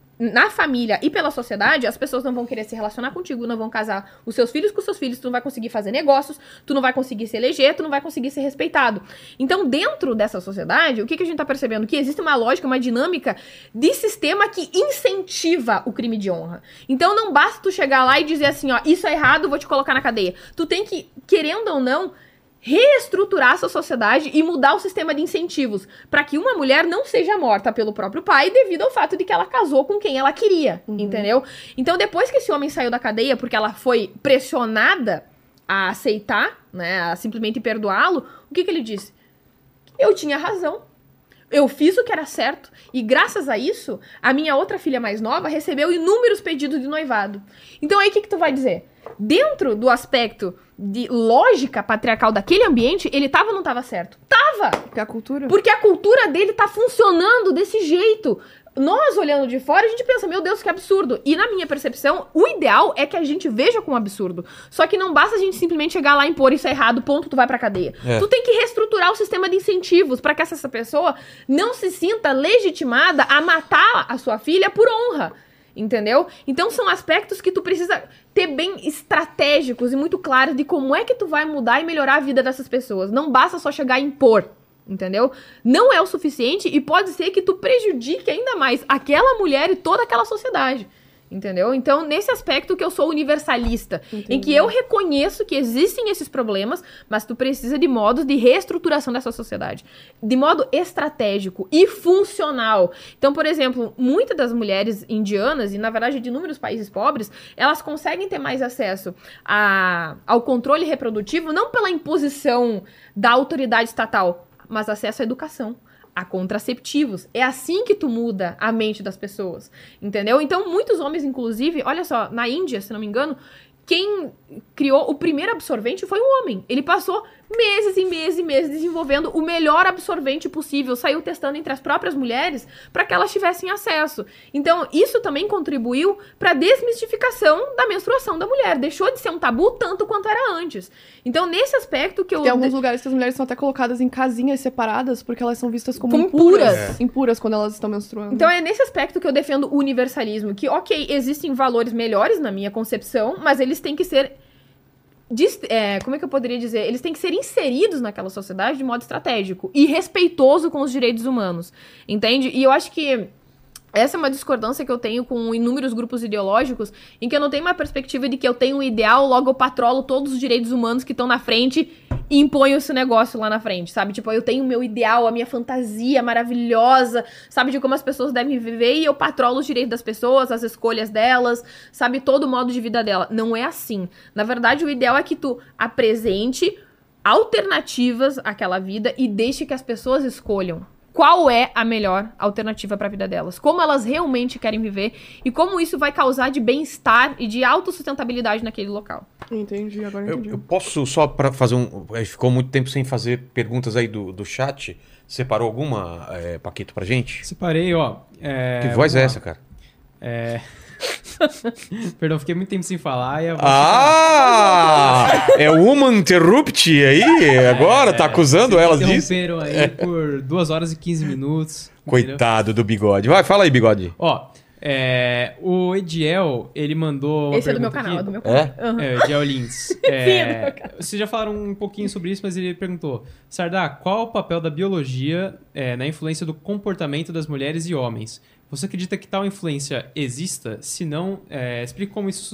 na família e pela sociedade, as pessoas não vão querer se relacionar contigo, não vão casar os seus filhos com os seus filhos, tu não vai conseguir fazer negócios, tu não vai conseguir se eleger, tu não vai conseguir ser respeitado. Então, dentro dessa sociedade, o que a gente tá percebendo? Que existe uma lógica, uma dinâmica de sistema que incentiva o crime de honra. Então, não basta tu chegar lá e dizer assim, isso é errado, vou te colocar na cadeia. Tu tem que, querendo ou não, reestruturar essa sociedade e mudar o sistema de incentivos para que uma mulher não seja morta pelo próprio pai devido ao fato de que ela casou com quem ela queria, entendeu? Então, depois que esse homem saiu da cadeia porque ela foi pressionada a aceitar, né, a simplesmente perdoá-lo, o que ele disse? Eu tinha razão. Eu fiz o que era certo e graças a isso, a minha outra filha mais nova recebeu inúmeros pedidos de noivado. Então aí o que tu vai dizer? Dentro do aspecto de lógica patriarcal daquele ambiente, ele tava ou não tava certo? Tava! Porque a cultura dele tá funcionando desse jeito. Nós, olhando de fora, a gente pensa, meu Deus, que absurdo. E na minha percepção, o ideal é que a gente veja como absurdo. Só que não basta a gente simplesmente chegar lá e impor isso é errado, ponto, tu vai pra cadeia. Tu tem que reestruturar o sistema de incentivos pra que essa pessoa não se sinta legitimada a matar a sua filha por honra. Entendeu? Então são aspectos que tu precisa ter bem estratégicos e muito claros de como é que tu vai mudar e melhorar a vida dessas pessoas. Não basta só chegar e impor. Entendeu? Não é o suficiente e pode ser que tu prejudique ainda mais aquela mulher e toda aquela sociedade. Entendeu? Então, nesse aspecto que eu sou universalista, em que eu reconheço que existem esses problemas, mas tu precisa de modos de reestruturação dessa sociedade, de modo estratégico e funcional. Então, por exemplo, muitas das mulheres indianas, e na verdade de inúmeros países pobres, elas conseguem ter mais acesso ao controle reprodutivo, não pela imposição da autoridade estatal, mas acesso à educação, a contraceptivos. É assim que tu muda a mente das pessoas, entendeu? Então, muitos homens, inclusive, olha só, na Índia, se não me engano, quem criou o primeiro absorvente foi um homem. Ele passou meses e meses e meses desenvolvendo o melhor absorvente possível, saiu testando entre as próprias mulheres para que elas tivessem acesso. Então, isso também contribuiu para a desmistificação da menstruação da mulher. Deixou de ser um tabu tanto quanto era antes. Então, nesse aspecto que eu... Tem alguns lugares que as mulheres são até colocadas em casinhas separadas porque elas são vistas como impuras. Impuras quando elas estão menstruando. Então, é nesse aspecto que eu defendo o universalismo, que, ok, existem valores melhores na minha concepção, mas eles têm que ser... como é que eu poderia dizer? Eles têm que ser inseridos naquela sociedade de modo estratégico e respeitoso com os direitos humanos, entende? E eu acho que essa é uma discordância que eu tenho com inúmeros grupos ideológicos, em que eu não tenho uma perspectiva de que eu tenho um ideal, logo eu patrolo todos os direitos humanos que estão na frente e imponho esse negócio lá na frente, sabe? Tipo, eu tenho o meu ideal, a minha fantasia maravilhosa, sabe? De como as pessoas devem viver e eu patrolo os direitos das pessoas, as escolhas delas, sabe? Todo o modo de vida dela. Não é assim. Na verdade, o ideal é que tu apresente alternativas àquela vida e deixe que as pessoas escolham qual é a melhor alternativa para a vida delas, como elas realmente querem viver e como isso vai causar de bem-estar e de autossustentabilidade naquele local. Entendi, agora entendi. Eu posso só para fazer a gente ficou muito tempo sem fazer perguntas aí do chat. Separou alguma, Paquito, pra gente? Separei, ó. Que voz é essa, cara? Perdão, fiquei muito tempo sem falar. É o Woman Interrupt aí? Agora? Tá acusando elas disso? Interromperam aí por 2 horas e 15 minutos. Coitado do Bigode. Vai, fala aí, Bigode. Ó, o Ediel, ele mandou uma Esse é do meu canal, é do meu canal. O Ediel Lins. Sim, é do meu canal. Vocês já falaram um pouquinho sobre isso, mas ele perguntou: Sardá, qual o papel da biologia na influência do comportamento das mulheres e homens? Você acredita que tal influência exista? Se não, explique como isso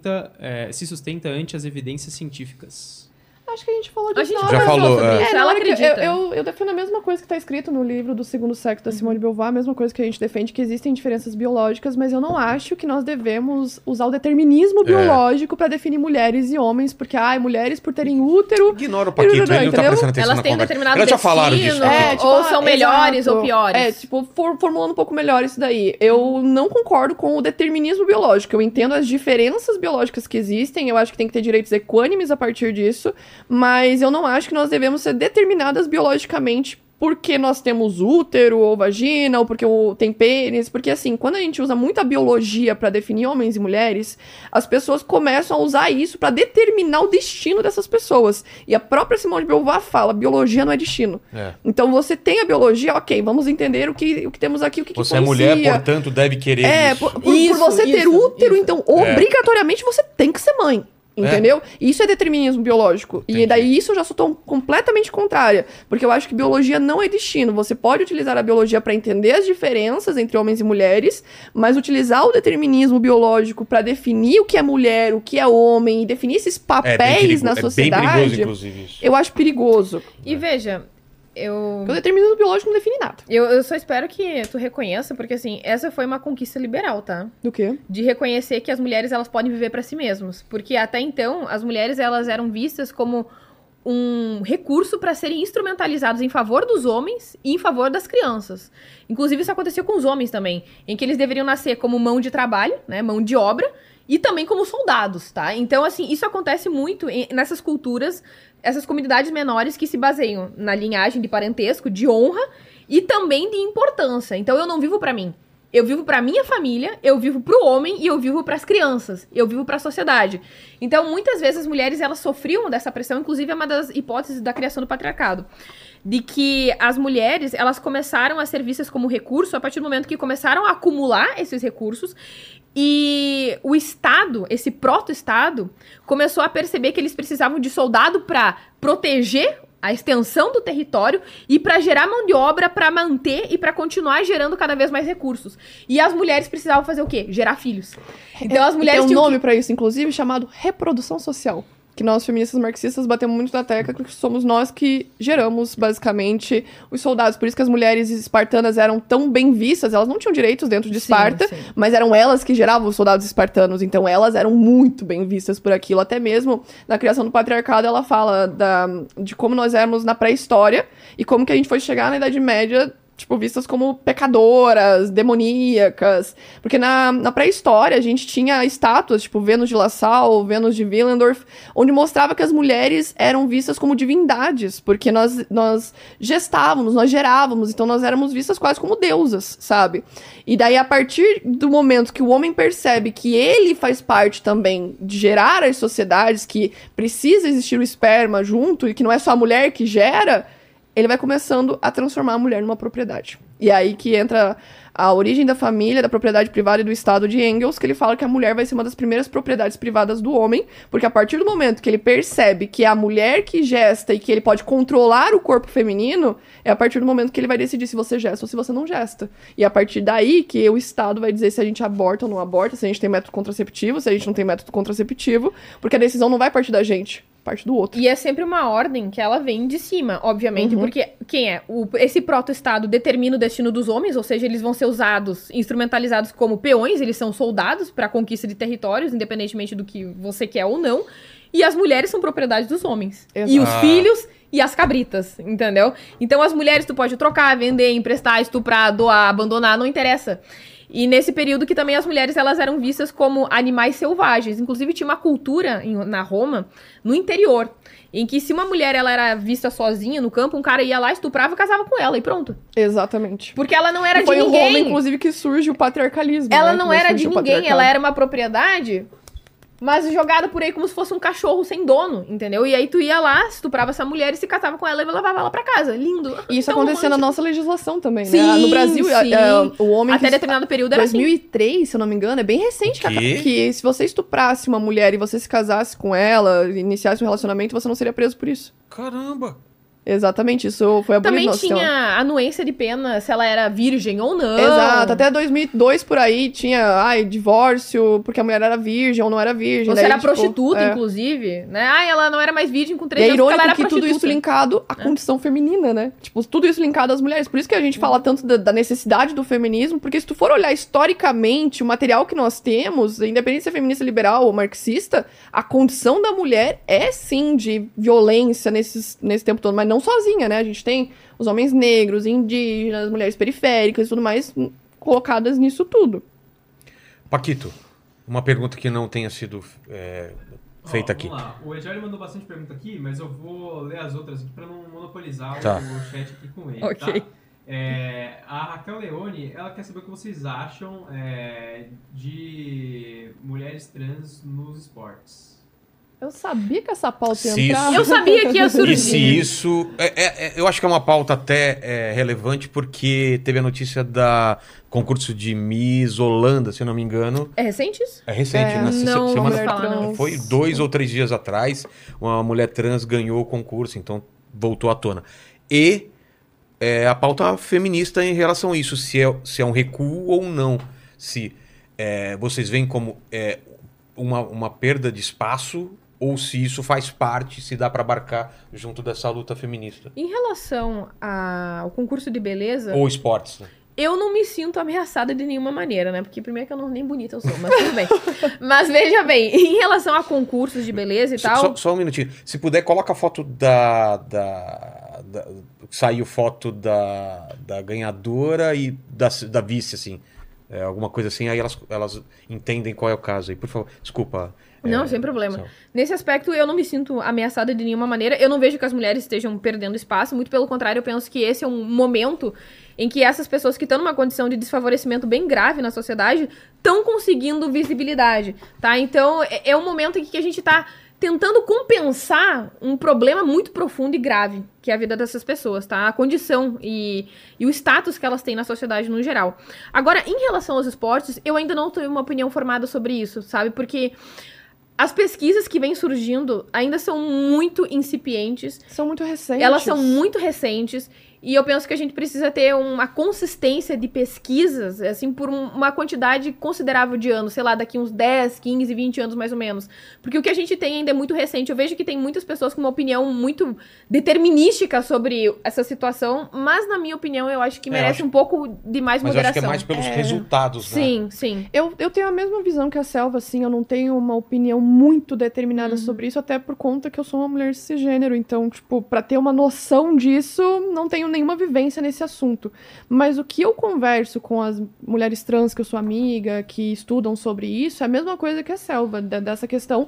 se sustenta ante as evidências científicas. Acho que a gente falou disso. Já falou. Ela acredita. Eu defendo a mesma coisa que está escrito no livro do Segundo Sexo da Simone de Beauvoir, a mesma coisa que a gente defende, que existem diferenças biológicas, mas eu não acho que nós devemos usar o determinismo biológico para definir mulheres e homens, porque, mulheres por terem útero... Ignora o Paquito, ele não tá prestando atenção elas têm na conversa. determinado Elas já falaram disso. Ou são melhores ou piores. Formulando um pouco melhor isso daí. Eu não concordo com o determinismo biológico. Eu entendo as diferenças biológicas que existem, eu acho que tem que ter direitos equânimes a partir disso, mas eu não acho que nós devemos ser determinadas biologicamente porque nós temos útero ou vagina, ou porque tem pênis, porque assim, quando a gente usa muita biologia para definir homens e mulheres, as pessoas começam a usar isso para determinar o destino dessas pessoas. E a própria Simone de Beauvoir fala, biologia não é destino. Então você tem a biologia, ok, vamos entender o que temos aqui, o que você é mulher, portanto, deve querer isso. Por você ter útero, então, obrigatoriamente você tem que ser mãe. Entendeu? Isso é determinismo biológico. Entendi. E daí isso eu já sou completamente contrária. Porque eu acho que biologia não é destino. Você pode utilizar a biologia para entender as diferenças entre homens e mulheres, mas utilizar o determinismo biológico para definir o que é mulher, o que é homem, e definir esses papéis na sociedade, bem perigoso, inclusive, isso. Eu acho perigoso. E veja... Porque o determinismo biológico não define nada. Eu só espero que tu reconheça, porque assim, essa foi uma conquista liberal, tá? Do quê? De reconhecer que as mulheres, elas podem viver pra si mesmas. Porque até então, as mulheres, elas eram vistas como um recurso para serem instrumentalizados em favor dos homens e em favor das crianças. Inclusive, isso aconteceu com os homens também, em que eles deveriam nascer como mão de trabalho, né, mão de obra, e também como soldados, tá? Então, assim, isso acontece muito nessas culturas, essas comunidades menores que se baseiam na linhagem de parentesco, de honra e também de importância. Então, eu não vivo pra mim. Eu vivo pra minha família, eu vivo pro homem e eu vivo pras crianças. Eu vivo pra sociedade. Então, muitas vezes as mulheres, elas sofriam dessa pressão, inclusive é uma das hipóteses da criação do patriarcado. De que as mulheres, elas começaram a ser vistas como recurso a partir do momento que começaram a acumular esses recursos e o Estado, esse proto-Estado, começou a perceber que eles precisavam de soldado para proteger a extensão do território e para gerar mão de obra para manter e para continuar gerando cada vez mais recursos. E as mulheres precisavam fazer o quê? Gerar filhos. Então as mulheres tem um nome para isso, inclusive, chamado reprodução social. Que nós, feministas marxistas, batemos muito na tecla, que somos nós que geramos, basicamente, os soldados. Por isso que as mulheres espartanas eram tão bem vistas, elas não tinham direitos dentro de Esparta, mas eram elas que geravam os soldados espartanos, então elas eram muito bem vistas por aquilo. Até mesmo na criação do patriarcado, ela fala de como nós éramos na pré-história e como que a gente foi chegar na Idade Média, tipo, vistas como pecadoras, demoníacas. Porque na pré-história a gente tinha estátuas, tipo Vênus de La Salle, Vênus de Willendorf, onde mostrava que as mulheres eram vistas como divindades, porque nós gestávamos, nós gerávamos, então nós éramos vistas quase como deusas, sabe? E daí, a partir do momento que o homem percebe que ele faz parte também de gerar as sociedades, que precisa existir o esperma junto, e que não é só a mulher que gera, ele vai começando a transformar a mulher numa propriedade. E é aí que entra a origem da família, da propriedade privada e do Estado de Engels, que ele fala que a mulher vai ser uma das primeiras propriedades privadas do homem, porque a partir do momento que ele percebe que é a mulher que gesta e que ele pode controlar o corpo feminino, é a partir do momento que ele vai decidir se você gesta ou se você não gesta. E é a partir daí que o Estado vai dizer se a gente aborta ou não aborta, se a gente tem método contraceptivo, se a gente não tem método contraceptivo, porque a decisão não vai partir da gente, parte do outro. E é sempre uma ordem que ela vem de cima, obviamente, porque quem é? Esse proto-estado determina o destino dos homens, ou seja, eles vão ser usados, instrumentalizados como peões, eles são soldados para a conquista de territórios, independentemente do que você quer ou não, e as mulheres são propriedade dos homens. Exato. E os filhos e as cabritas, entendeu? Então as mulheres tu pode trocar, vender, emprestar, estuprar, doar, abandonar, não interessa. E nesse período que também as mulheres elas eram vistas como animais selvagens. Inclusive tinha uma cultura na Roma, no interior, em que se uma mulher ela era vista sozinha no campo, um cara ia lá, estuprava e casava com ela e pronto. Exatamente. Porque ela não era de ninguém. Foi em Roma, inclusive, que surge o patriarcalismo. Ela não era de ninguém, ela era uma propriedade, mas jogada por aí como se fosse um cachorro sem dono, entendeu? E aí tu ia lá, estuprava essa mulher e se casava com ela e levava ela pra casa. Lindo. E isso acontecia na nossa legislação também, sim, né? No Brasil, o homem... Até determinado período era 2003, assim. Se eu não me engano, é bem recente que se você estuprasse uma mulher e você se casasse com ela, iniciasse um relacionamento, você não seria preso por isso. Caramba! Exatamente, isso foi abolido. Também tinha anuência de pena se ela era virgem ou não. Exato, até 2002 por aí tinha, divórcio, porque a mulher era virgem ou não era virgem. Ou se era prostituta, inclusive, né? Ela não era mais virgem com 3 anos porque ela era prostituta. Tudo isso linkado à condição feminina, né? Tipo, tudo isso linkado às mulheres. Por isso que a gente fala tanto da necessidade do feminismo, porque se tu for olhar historicamente o material que nós temos, independente se é feminista liberal ou marxista, a condição da mulher é sim de violência nesse tempo todo, mas não sozinha, né? A gente tem os homens negros, indígenas, mulheres periféricas e tudo mais colocadas nisso tudo. Paquito, uma pergunta que não tenha sido feita aqui. Vamos lá. O Edjali mandou bastante pergunta aqui, mas eu vou ler as outras aqui para não monopolizar o chat aqui com ele. Ok. Tá? A Raquel Leone, ela quer saber o que vocês acham de mulheres trans nos esportes. Eu sabia que essa pauta ia entrar. Eu sabia que ia surgir. E se isso... eu acho que é uma pauta até relevante, porque teve a notícia da concurso de Miss Holanda, se eu não me engano. É recente isso? É recente. Na semana foi 2 ou 3 dias atrás, uma mulher trans ganhou o concurso, então voltou à tona. E a pauta feminista em relação a isso, se é um recuo ou não. Se vocês veem como uma perda de espaço, ou se isso faz parte, se dá para abarcar junto dessa luta feminista. Em relação ao concurso de beleza... Ou esportes, né? Eu não me sinto ameaçada de nenhuma maneira, né? Porque primeiro que eu nem bonita eu sou, mas tudo bem. Mas veja bem, em relação a concursos de beleza e tal... Só um minutinho. Se puder, coloca a foto saiu foto da ganhadora e da vice, assim. Alguma coisa assim, aí elas entendem qual é o caso aí. Por favor, desculpa... Não, sem problema. Nesse aspecto, eu não me sinto ameaçada de nenhuma maneira. Eu não vejo que as mulheres estejam perdendo espaço. Muito pelo contrário, eu penso que esse é um momento em que essas pessoas que estão numa condição de desfavorecimento bem grave na sociedade estão conseguindo visibilidade, tá? Então, é um momento em que a gente está tentando compensar um problema muito profundo e grave, que é a vida dessas pessoas, tá? A condição e o status que elas têm na sociedade no geral. Agora, em relação aos esportes, eu ainda não tenho uma opinião formada sobre isso, sabe? Porque... as pesquisas que vêm surgindo ainda são muito incipientes. São muito recentes. Elas são muito recentes. E eu penso que a gente precisa ter uma consistência de pesquisas, assim, por uma quantidade considerável de anos. Sei lá, daqui uns 10, 15, 20 anos mais ou menos. Porque o que a gente tem ainda é muito recente. Eu vejo que tem muitas pessoas com uma opinião muito determinística sobre essa situação. Mas, na minha opinião, eu acho que merece um pouco de mais moderação. Mas eu acho que é mais pelos resultados, né? Sim, sim. Eu tenho a mesma visão que a Selva, assim. Eu não tenho uma opinião muito determinada sobre isso. Até por conta que eu sou uma mulher cisgênero. Então, tipo, pra ter uma noção disso, não tenho nenhuma vivência nesse assunto. Mas o que eu converso com as mulheres trans que eu sou amiga, que estudam sobre isso, é a mesma coisa que a Selva, dessa questão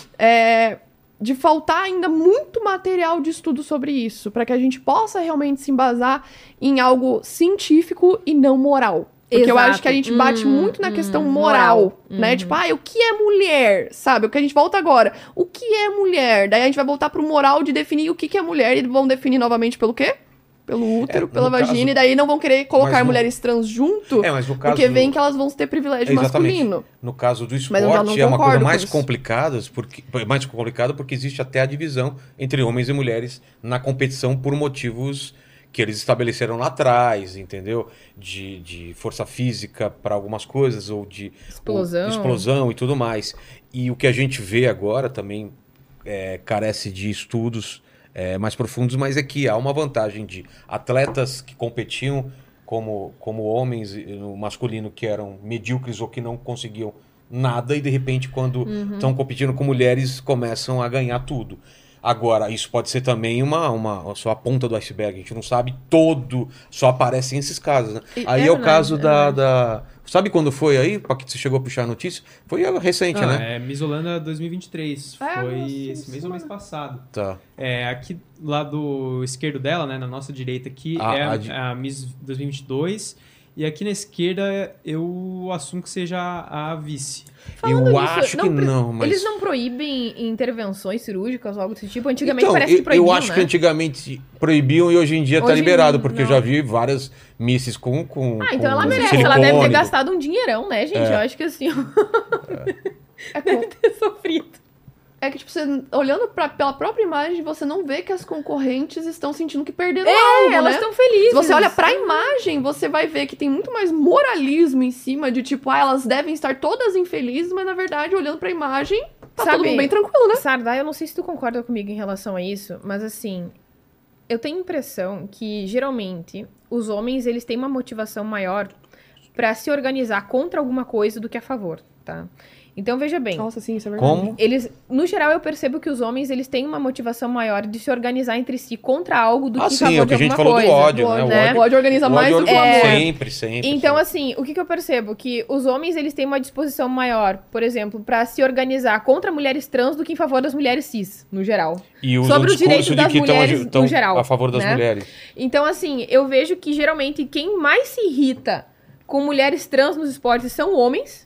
de faltar ainda muito material de estudo sobre isso, para que a gente possa realmente se embasar em algo científico e não moral. Porque eu acho que a gente bate muito na questão moral, né? Tipo, o que é mulher? Sabe? O que a gente volta agora. O que é mulher? Daí a gente vai voltar pro moral de definir o que é mulher e vão definir novamente pelo quê? Pelo útero, pela vagina, e daí não vão querer colocar mulheres trans junto, mas no caso porque veem que elas vão ter privilégio masculino. No caso do esporte é uma coisa mais complicada, porque existe até a divisão entre homens e mulheres na competição por motivos que eles estabeleceram lá atrás, entendeu? De força física para algumas coisas, ou de explosão e tudo mais. E o que a gente vê agora também carece de estudos mais profundos, mas é que há uma vantagem de atletas que competiam como homens no masculino, que eram medíocres ou que não conseguiam nada, e de repente quando estão competindo com mulheres começam a ganhar tudo. Agora, isso pode ser também só a ponta do iceberg, a gente não sabe todo, só aparecem esses casos, né? Aí o caso da... Sabe quando foi aí, que você chegou a puxar a notícia? Foi recente, né? Miss Holanda 2023, foi esse mês ou mês passado. Tá. Aqui, lá do esquerdo dela, né, na nossa direita aqui, a Miss 2022, e aqui na esquerda eu assumo que seja a vice. Falando eu acho que não, mas... Eles não proíbem intervenções cirúrgicas ou algo desse tipo? Antigamente parece que proibiam, eu acho que antigamente proibiam e hoje em dia tá liberado, porque eu já vi várias misses com então ela merece, silicone. Ela deve ter gastado um dinheirão, né, gente? Eu acho que assim... deve ter sofrido. É que, tipo, você, olhando pela própria imagem, você não vê que as concorrentes estão sentindo que perderam algo, elas estão felizes. Se você olha pra imagem, você vai ver que tem muito mais moralismo em cima de, tipo, elas devem estar todas infelizes, mas, na verdade, olhando pra imagem, tá todo mundo bem tranquilo, né? Sardá, eu não sei se tu concorda comigo em relação a isso, mas, assim, eu tenho a impressão que, geralmente, os homens, eles têm uma motivação maior pra se organizar contra alguma coisa do que a favor, tá? Então, veja bem. Nossa, sim, isso é verdade. Como? No geral, eu percebo que os homens, eles têm uma motivação maior de se organizar entre si contra algo do que sim, favor de alguma coisa. O ódio, né? O ódio organiza mais do que o amor. Sempre. Então, assim, o que eu percebo? Que os homens, eles têm uma disposição maior, por exemplo, pra se organizar contra mulheres trans do que em favor das mulheres cis, no geral. E sobre os direitos das mulheres, no geral. A favor das mulheres. Então, assim, eu vejo que, geralmente, quem mais se irrita com mulheres trans nos esportes são homens.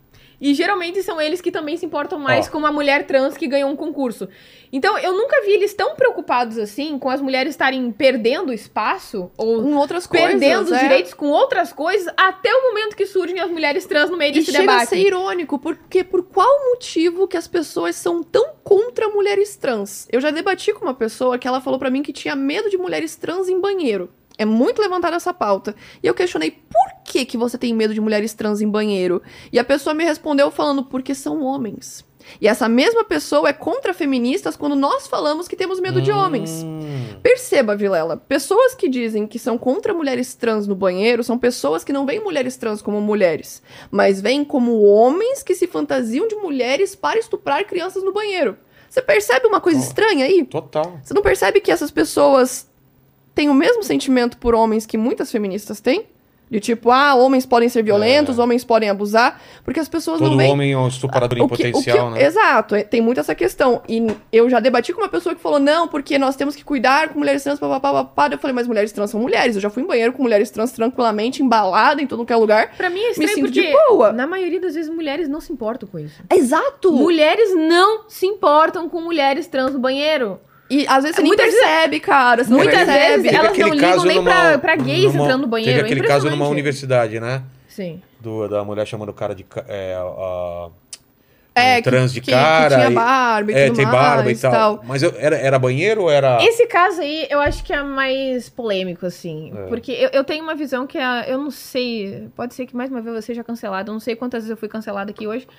E geralmente são eles que também se importam mais com uma mulher trans que ganhou um concurso. Então, eu nunca vi eles tão preocupados assim com as mulheres estarem perdendo espaço ou com outras perdendo os direitos com outras coisas até o momento que surgem as mulheres trans no meio desse debate. E chega a ser irônico, porque por qual motivo que as pessoas são tão contra mulheres trans? Eu já debati com uma pessoa que ela falou pra mim que tinha medo de mulheres trans em banheiro. É muito levantada essa pauta. E eu questionei, por que você tem medo de mulheres trans em banheiro? E a pessoa me respondeu falando, porque são homens. E essa mesma pessoa é contra feministas quando nós falamos que temos medo de homens. Perceba, Vilela, pessoas que dizem que são contra mulheres trans no banheiro são pessoas que não veem mulheres trans como mulheres, mas veem como homens que se fantasiam de mulheres para estuprar crianças no banheiro. Você percebe uma coisa estranha aí? Total. Você não percebe que essas pessoas têm o mesmo sentimento por homens que muitas feministas têm? De tipo, homens podem ser violentos, homens podem abusar, porque as pessoas não veem... Todo homem é um estuprador em potencial, né? Exato, tem muito essa questão. E eu já debati com uma pessoa que falou, não, porque nós temos que cuidar com mulheres trans, papapá. Eu falei, mas mulheres trans são mulheres. Eu já fui em banheiro com mulheres trans tranquilamente, embalada em todo que é lugar. Pra mim é estranho, me sinto porque de boa. Na maioria das vezes mulheres não se importam com isso. Exato! Mulheres não se importam com mulheres trans no banheiro. E às vezes você nem percebe, cara. Você muitas percebe. vezes elas não ligam nem pra gays entrando no banheiro. Teve aquele caso numa universidade, né? Sim. Da mulher chamando o cara de... trans de cara. Que tinha barba e tudo tem mais, barba e tal. Mas era banheiro ou era... Esse caso aí, eu acho que é mais polêmico, assim. Porque eu tenho uma visão que eu não sei... Pode ser que mais uma vez eu seja cancelada. Eu não sei quantas vezes eu fui cancelada aqui hoje.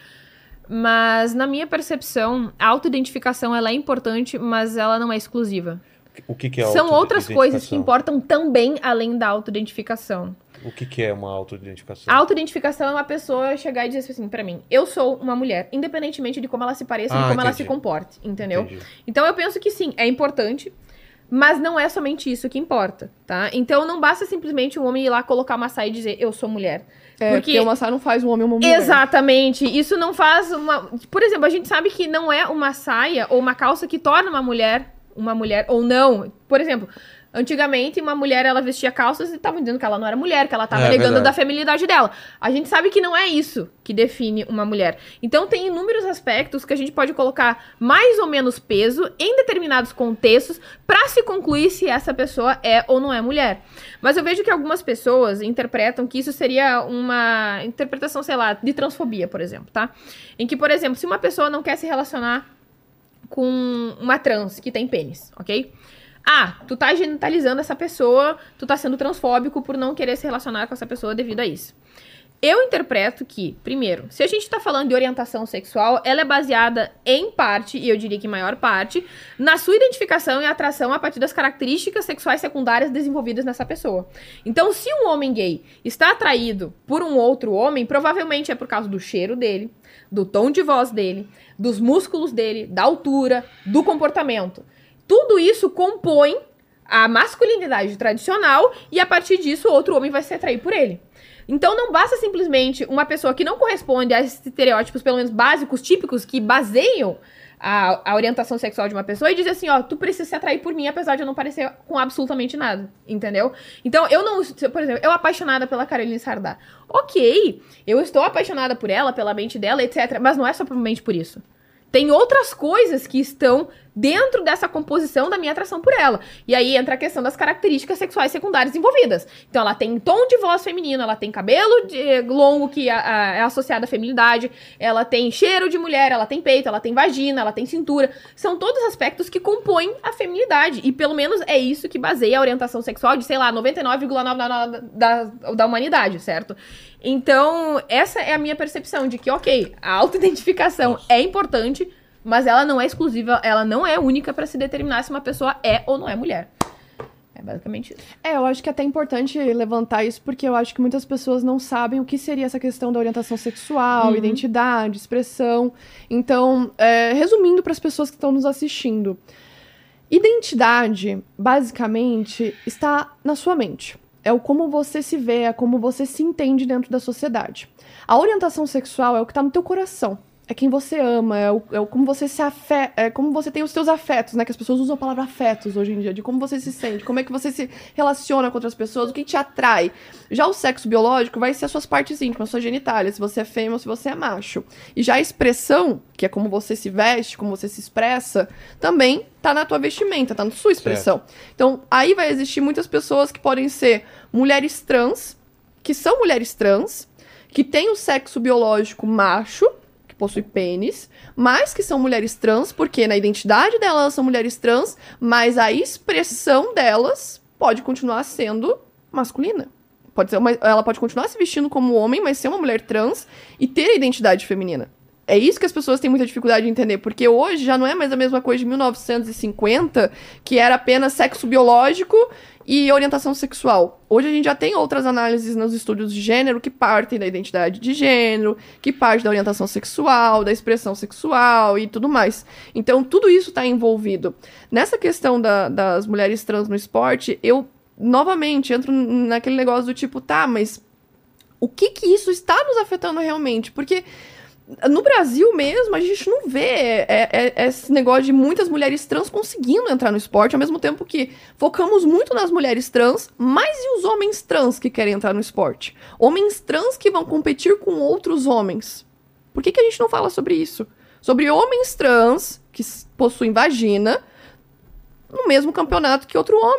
Mas, na minha percepção, a autoidentificação, ela é importante, mas ela não é exclusiva. O que é a São outras coisas que importam também, além da autoidentificação. O que é uma autoidentificação? A autoidentificação é uma pessoa chegar e dizer assim pra mim, eu sou uma mulher, independentemente de como ela se pareça e como ela se comporte, entendeu? Entendi. Então eu penso que sim, é importante, mas não é somente isso que importa, tá? Então não basta simplesmente um homem ir lá colocar uma saia e dizer, eu sou mulher. Porque uma saia não faz um homem uma mulher. Exatamente. Isso não faz uma... Por exemplo, a gente sabe que não é uma saia ou uma calça que torna uma mulher ou não. Por exemplo... Antigamente, uma mulher, ela vestia calças e estavam dizendo que ela não era mulher, que ela estava negando da feminilidade dela. A gente sabe que não é isso que define uma mulher. Então, tem inúmeros aspectos que a gente pode colocar mais ou menos peso em determinados contextos para se concluir se essa pessoa é ou não é mulher. Mas eu vejo que algumas pessoas interpretam que isso seria uma interpretação, sei lá, de transfobia, por exemplo, tá? Em que, por exemplo, se uma pessoa não quer se relacionar com uma trans que tem pênis, ok? Tu tá genitalizando essa pessoa, tu tá sendo transfóbico por não querer se relacionar com essa pessoa devido a isso. Eu interpreto que, primeiro, se a gente tá falando de orientação sexual, ela é baseada em parte, e eu diria que maior parte, na sua identificação e atração a partir das características sexuais secundárias desenvolvidas nessa pessoa. Então, se um homem gay está atraído por um outro homem, provavelmente é por causa do cheiro dele, do tom de voz dele, dos músculos dele, da altura, do comportamento. Tudo isso compõe a masculinidade tradicional e, a partir disso, outro homem vai se atrair por ele. Então, não basta simplesmente uma pessoa que não corresponde a esses estereótipos, pelo menos básicos, típicos, que baseiam a orientação sexual de uma pessoa e dizer assim, tu precisa se atrair por mim, apesar de eu não parecer com absolutamente nada, entendeu? Então, eu não... Por exemplo, eu apaixonada pela Caroline Sardá. Ok, eu estou apaixonada por ela, pela mente dela, etc. Mas não é somente por isso. Tem outras coisas que estão dentro dessa composição da minha atração por ela. E aí entra a questão das características sexuais secundárias envolvidas. Então ela tem tom de voz feminino, ela tem cabelo longo que é associado à feminilidade, ela tem cheiro de mulher, ela tem peito, ela tem vagina, ela tem cintura. São todos aspectos que compõem a feminilidade. E pelo menos é isso que baseia a orientação sexual de, sei lá, 99,9% da humanidade, certo? Então, essa é a minha percepção de que, ok, a autoidentificação é importante, mas ela não é exclusiva, ela não é única para se determinar se uma pessoa é ou não é mulher. É basicamente isso. Eu acho que é até importante levantar isso, porque eu acho que muitas pessoas não sabem o que seria essa questão da orientação sexual, identidade, expressão. Então, resumindo para as pessoas que estão nos assistindo, identidade, basicamente, está na sua mente. É o como você se vê, é como você se entende dentro da sociedade. A orientação sexual é o que está no teu coração. É quem você ama, é como você se afeta, é como você tem os seus afetos, né? Que as pessoas usam a palavra afetos hoje em dia, de como você se sente, como é que você se relaciona com outras pessoas, o que te atrai. Já o sexo biológico vai ser as suas partes íntimas, suas genitálias, se você é fêmea ou se você é macho. E já a expressão, que é como você se veste, como você se expressa, também tá na tua vestimenta, tá na sua expressão. Certo. Então, aí vai existir muitas pessoas que podem ser mulheres trans, que são mulheres trans, que têm o sexo biológico macho, possui pênis, mas que são mulheres trans, porque na identidade delas elas são mulheres trans, mas a expressão delas pode continuar sendo masculina. Ela pode continuar se vestindo como homem, mas ser uma mulher trans e ter a identidade feminina. É isso que as pessoas têm muita dificuldade de entender, porque hoje já não é mais a mesma coisa de 1950, que era apenas sexo biológico e orientação sexual. Hoje a gente já tem outras análises nos estudos de gênero que partem da identidade de gênero, que partem da orientação sexual, da expressão sexual e tudo mais. Então, tudo isso está envolvido. Nessa questão das mulheres trans no esporte, eu, novamente, entro naquele negócio do tipo, mas o que isso está nos afetando realmente? Porque no Brasil mesmo, a gente não vê esse negócio de muitas mulheres trans conseguindo entrar no esporte, ao mesmo tempo que focamos muito nas mulheres trans, mas e os homens trans que querem entrar no esporte? Homens trans que vão competir com outros homens. Por que a gente não fala sobre isso? Sobre homens trans que possuem vagina no mesmo campeonato que outro homem.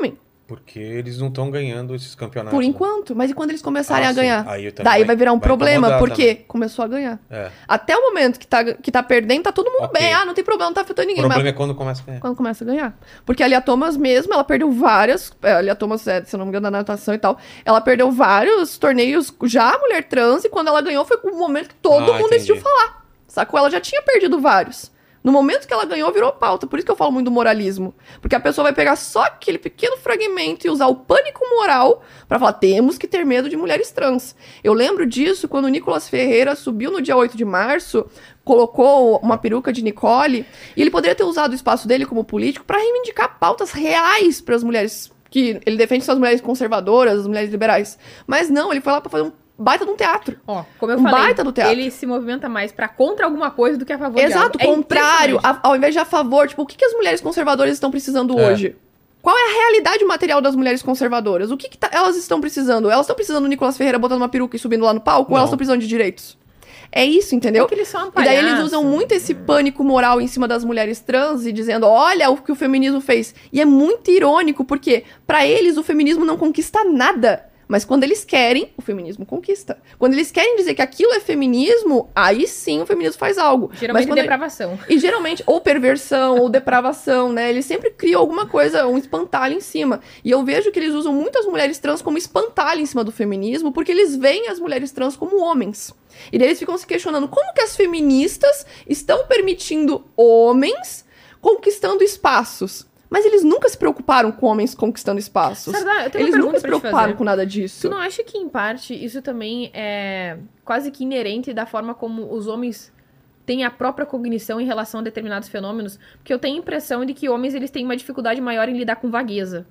Porque eles não estão ganhando esses campeonatos. Por enquanto. Mas e quando eles começarem a ganhar? Daí vai virar um problema, porque começou a ganhar. Até o momento que tá perdendo, tá todo mundo bem. Não tem problema, não tá afetando ninguém. O problema é quando começa a ganhar. Quando começa a ganhar. Porque a Lia Thomas mesmo, ela perdeu várias... A Lia Thomas, se eu não me engano, da natação e tal. Ela perdeu vários torneios já mulher trans, e quando ela ganhou foi o momento que todo mundo decidiu falar. Sacou? Ela já tinha perdido vários. No momento que ela ganhou, virou pauta. Por isso que eu falo muito do moralismo. Porque a pessoa vai pegar só aquele pequeno fragmento e usar o pânico moral pra falar, temos que ter medo de mulheres trans. Eu lembro disso quando o Nicolas Ferreira subiu no dia 8 de março, colocou uma peruca de Nicole, e ele poderia ter usado o espaço dele como político pra reivindicar pautas reais pras mulheres, que ele defende só as mulheres conservadoras, as mulheres liberais. Mas não, ele foi lá pra fazer um baita de um teatro. Como eu falei, baita do teatro. Ele se movimenta mais pra contra alguma coisa do que a favor de algo. Exato, contrário, ao invés de a favor. Tipo, o que as mulheres conservadoras estão precisando hoje? Qual é a realidade material das mulheres conservadoras? O que elas estão precisando? Elas estão precisando do Nicolas Ferreira botando uma peruca e subindo lá no palco? Ou elas estão precisando de direitos? É isso, entendeu? Que eles são um e daí eles usam muito esse pânico moral em cima das mulheres trans e dizendo, olha o que o feminismo fez. E é muito irônico, porque pra eles o feminismo não conquista nada. Mas quando eles querem, o feminismo conquista. Quando eles querem dizer que aquilo é feminismo, aí sim o feminismo faz algo. Geralmente depravação. E geralmente, ou perversão, ou depravação, né? Eles sempre criam alguma coisa, um espantalho em cima. E eu vejo que eles usam muitas mulheres trans como espantalho em cima do feminismo, porque eles veem as mulheres trans como homens. E daí eles ficam se questionando como que as feministas estão permitindo homens conquistando espaços. Mas eles nunca se preocuparam com homens conquistando espaços. Eles nunca se preocuparam com nada disso. Tu não acha que, em parte, isso também é quase que inerente da forma como os homens têm a própria cognição em relação a determinados fenômenos? Porque eu tenho a impressão de que homens eles têm uma dificuldade maior em lidar com vagueza.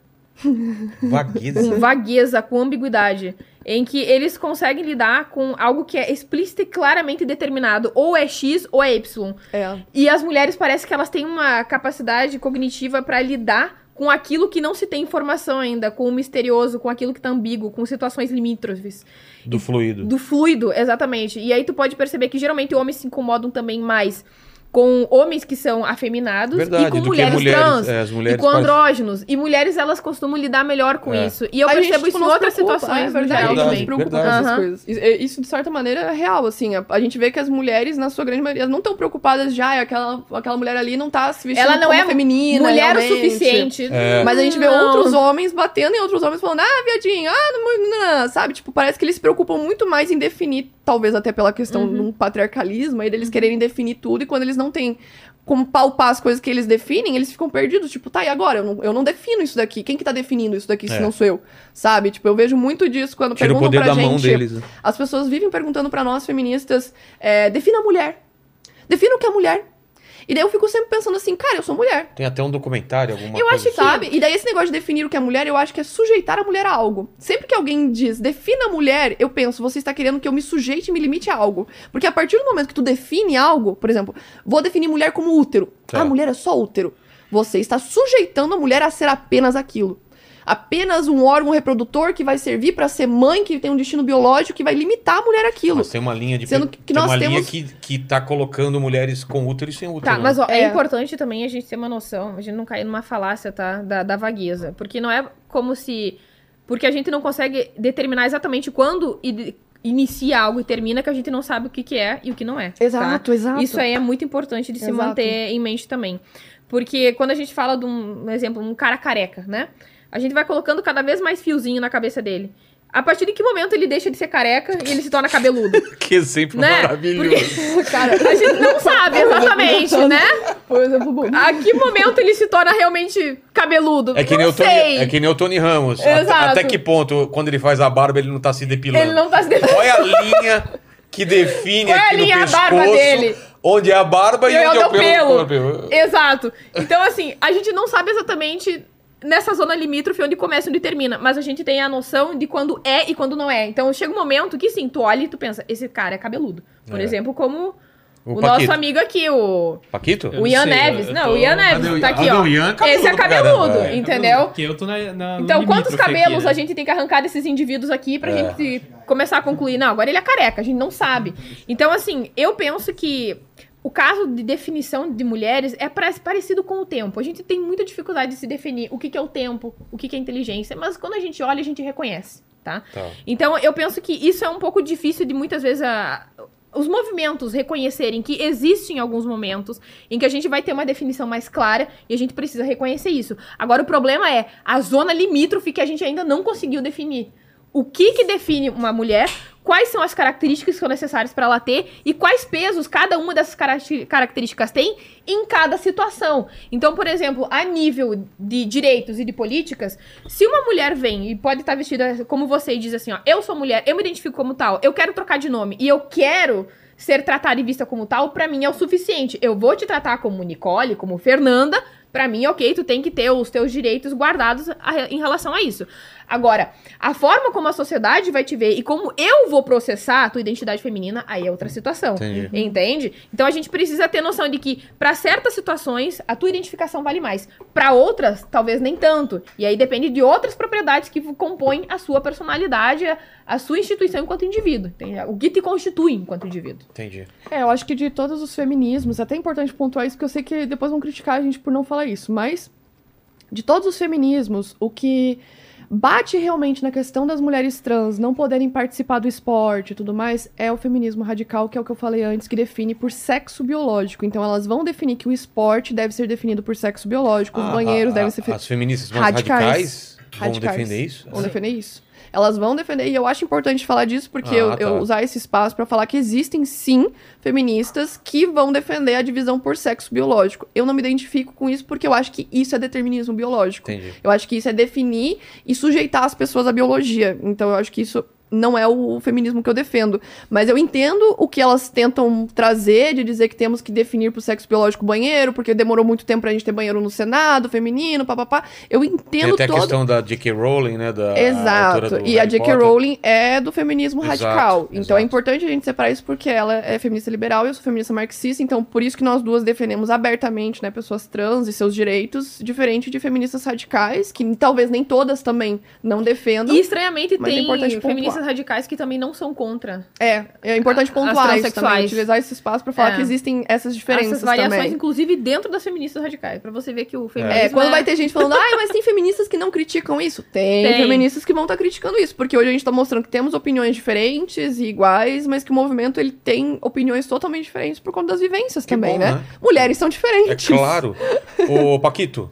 Vagueza? Com vagueza, com ambiguidade. Em que eles conseguem lidar com algo que é explícito e claramente determinado. Ou é X ou é Y. E as mulheres parece que elas têm uma capacidade cognitiva pra lidar com aquilo que não se tem informação ainda. Com o misterioso, com aquilo que tá ambíguo, com situações limítrofes. Do fluido. Do fluido, exatamente. E aí tu pode perceber que geralmente homens se incomodam também mais com homens que são afeminados e com mulheres trans, e com andrógenos. E mulheres, elas costumam lidar melhor com isso. E eu percebo isso em outras situações, no geral, também. A gente se preocupa com essas coisas. Isso, de certa maneira, é real, assim. A gente vê que as mulheres, na sua grande maioria, não estão preocupadas já. Aquela mulher ali não tá se vestindo ela não como é feminina, mulher realmente. O suficiente. Mas a gente vê outros homens batendo em outros homens falando, viadinho, não, sabe? Tipo, parece que eles se preocupam muito mais em definir, talvez até pela questão de um patriarcalismo, aí deles quererem definir tudo, e quando eles não têm como palpar as coisas que eles definem, eles ficam perdidos, tipo, tá, e agora? Eu não defino isso daqui. Quem que tá definindo isso daqui se não sou eu? Sabe? Tipo, eu vejo muito disso quando tira perguntam o poder pra da gente. Mão deles, né? As pessoas vivem perguntando pra nós, feministas, defina a mulher. Defina o que é mulher. E daí eu fico sempre pensando assim, cara, eu sou mulher. Tem até um documentário, alguma coisa. Eu acho que, sabe? E daí esse negócio de definir o que é mulher, eu acho que é sujeitar a mulher a algo. Sempre que alguém diz, defina a mulher, eu penso, você está querendo que eu me sujeite e me limite a algo. Porque a partir do momento que tu define algo, por exemplo, vou definir mulher como útero. A mulher é só útero. Você está sujeitando a mulher a ser apenas aquilo. Apenas um órgão reprodutor que vai servir pra ser mãe, que tem um destino biológico, que vai limitar a mulher àquilo. Mas tem uma linha de... Sendo que nós linha que tá colocando mulheres com útero e sem útero. Tá, mas ó, é importante também a gente ter uma noção, a gente não cair numa falácia, tá? Da vagueza. Porque não é como se... Porque a gente não consegue determinar exatamente quando inicia algo e termina, que a gente não sabe o que é e o que não é. Exato, exato. Isso aí é muito importante de se manter em mente também. Porque quando a gente fala de um exemplo, um cara careca, né? A gente vai colocando cada vez mais fiozinho na cabeça dele. A partir de que momento ele deixa de ser careca e ele se torna cabeludo? Que exemplo maravilhoso. Porque, cara, a gente não sabe exatamente, né? Por exemplo, a que momento ele se torna realmente cabeludo? É que nem o Tony Ramos. Exato. Até que ponto, quando ele faz a barba, ele não tá se depilando? Ele não tá se depilando. Qual é a linha que define aqui no pescoço? Qual é a barba dele? Onde é a barba e onde é o pelo. Exato. Então, assim, a gente não sabe exatamente... nessa zona limítrofe onde começa e onde termina. Mas a gente tem a noção de quando é e quando não é. Então chega um momento que sim, tu olha e tu pensa, esse cara é cabeludo. Por exemplo, como o nosso amigo aqui, o... Paquito? O Ian Neves. Não, o Ian Neves tá aqui, ó. Esse é cabeludo, entendeu? Porque eu tô na então, quantos cabelos aqui, né? a gente tem que arrancar desses indivíduos aqui pra gente começar a concluir? Não, agora ele é careca, a gente não sabe. Então, assim, eu penso que o caso de definição de mulheres é parecido com o tempo. A gente tem muita dificuldade de se definir o que é o tempo, o que é inteligência, mas quando a gente olha, a gente reconhece, tá? Então, eu penso que isso é um pouco difícil de muitas vezes os movimentos reconhecerem que existem alguns momentos em que a gente vai ter uma definição mais clara e a gente precisa reconhecer isso. Agora, o problema é a zona limítrofe que a gente ainda não conseguiu definir. O que define uma mulher, quais são as características que são necessárias para ela ter e quais pesos cada uma dessas características tem em cada situação. Então, por exemplo, a nível de direitos e de políticas, se uma mulher vem e pode estar vestida como você e diz assim, ó, eu sou mulher, eu me identifico como tal, eu quero trocar de nome e eu quero ser tratada e vista como tal, pra mim é o suficiente. Eu vou te tratar como Nicole, como Fernanda, pra mim, ok, tu tem que ter os teus direitos guardados em relação a isso. Agora, a forma como a sociedade vai te ver e como eu vou processar a tua identidade feminina, aí é outra situação. Entendi. Entende? Então a gente precisa ter noção de que, pra certas situações, a tua identificação vale mais. Pra outras, talvez nem tanto. E aí depende de outras propriedades que compõem a sua personalidade, a sua instituição enquanto indivíduo. Entende? O que te constitui enquanto indivíduo. Entendi. Eu acho que de todos os feminismos, é até importante pontuar isso, porque eu sei que depois vão criticar a gente por não falar isso, mas de todos os feminismos, o que bate realmente na questão das mulheres trans não poderem participar do esporte e tudo mais, é o feminismo radical, que é o que eu falei antes, que define por sexo biológico. Então elas vão definir que o esporte deve ser definido por sexo biológico, os banheiros devem ser... As feministas mais radicais vão defender isso? Vão defender isso. Elas vão defender, e eu acho importante falar disso, porque eu usar esse espaço pra falar que existem, sim, feministas que vão defender a divisão por sexo biológico. Eu não me identifico com isso, porque eu acho que isso é determinismo biológico. Entendi. Eu acho que isso é definir e sujeitar as pessoas à biologia. Então, eu acho que isso não é o feminismo que eu defendo. Mas eu entendo o que elas tentam trazer, de dizer que temos que definir pro sexo biológico banheiro, porque demorou muito tempo pra gente ter banheiro no Senado, feminino, papapá. Eu entendo tem até a questão da J.K. Rowling, né? Exato. E a J.K. Rowling é do feminismo radical. Então é importante a gente separar isso, porque ela é feminista liberal e eu sou feminista marxista. Então por isso que nós duas defendemos abertamente, né, pessoas trans e seus direitos, diferente de feministas radicais, que talvez nem todas também não defendam. E estranhamente tem feministas feministas radicais que também não são contra. É importante pontuar isso também, utilizar esse espaço pra falar que existem essas diferenças essas variações, também. Inclusive dentro das feministas radicais, pra você ver que o feminismo quando vai ter gente falando, mas tem feministas que não criticam isso. Tem feministas que vão estar criticando isso, porque hoje a gente tá mostrando que temos opiniões diferentes e iguais, mas que o movimento, ele tem opiniões totalmente diferentes por conta das vivências também, né? Mulheres são diferentes. É claro. Ô, Paquito.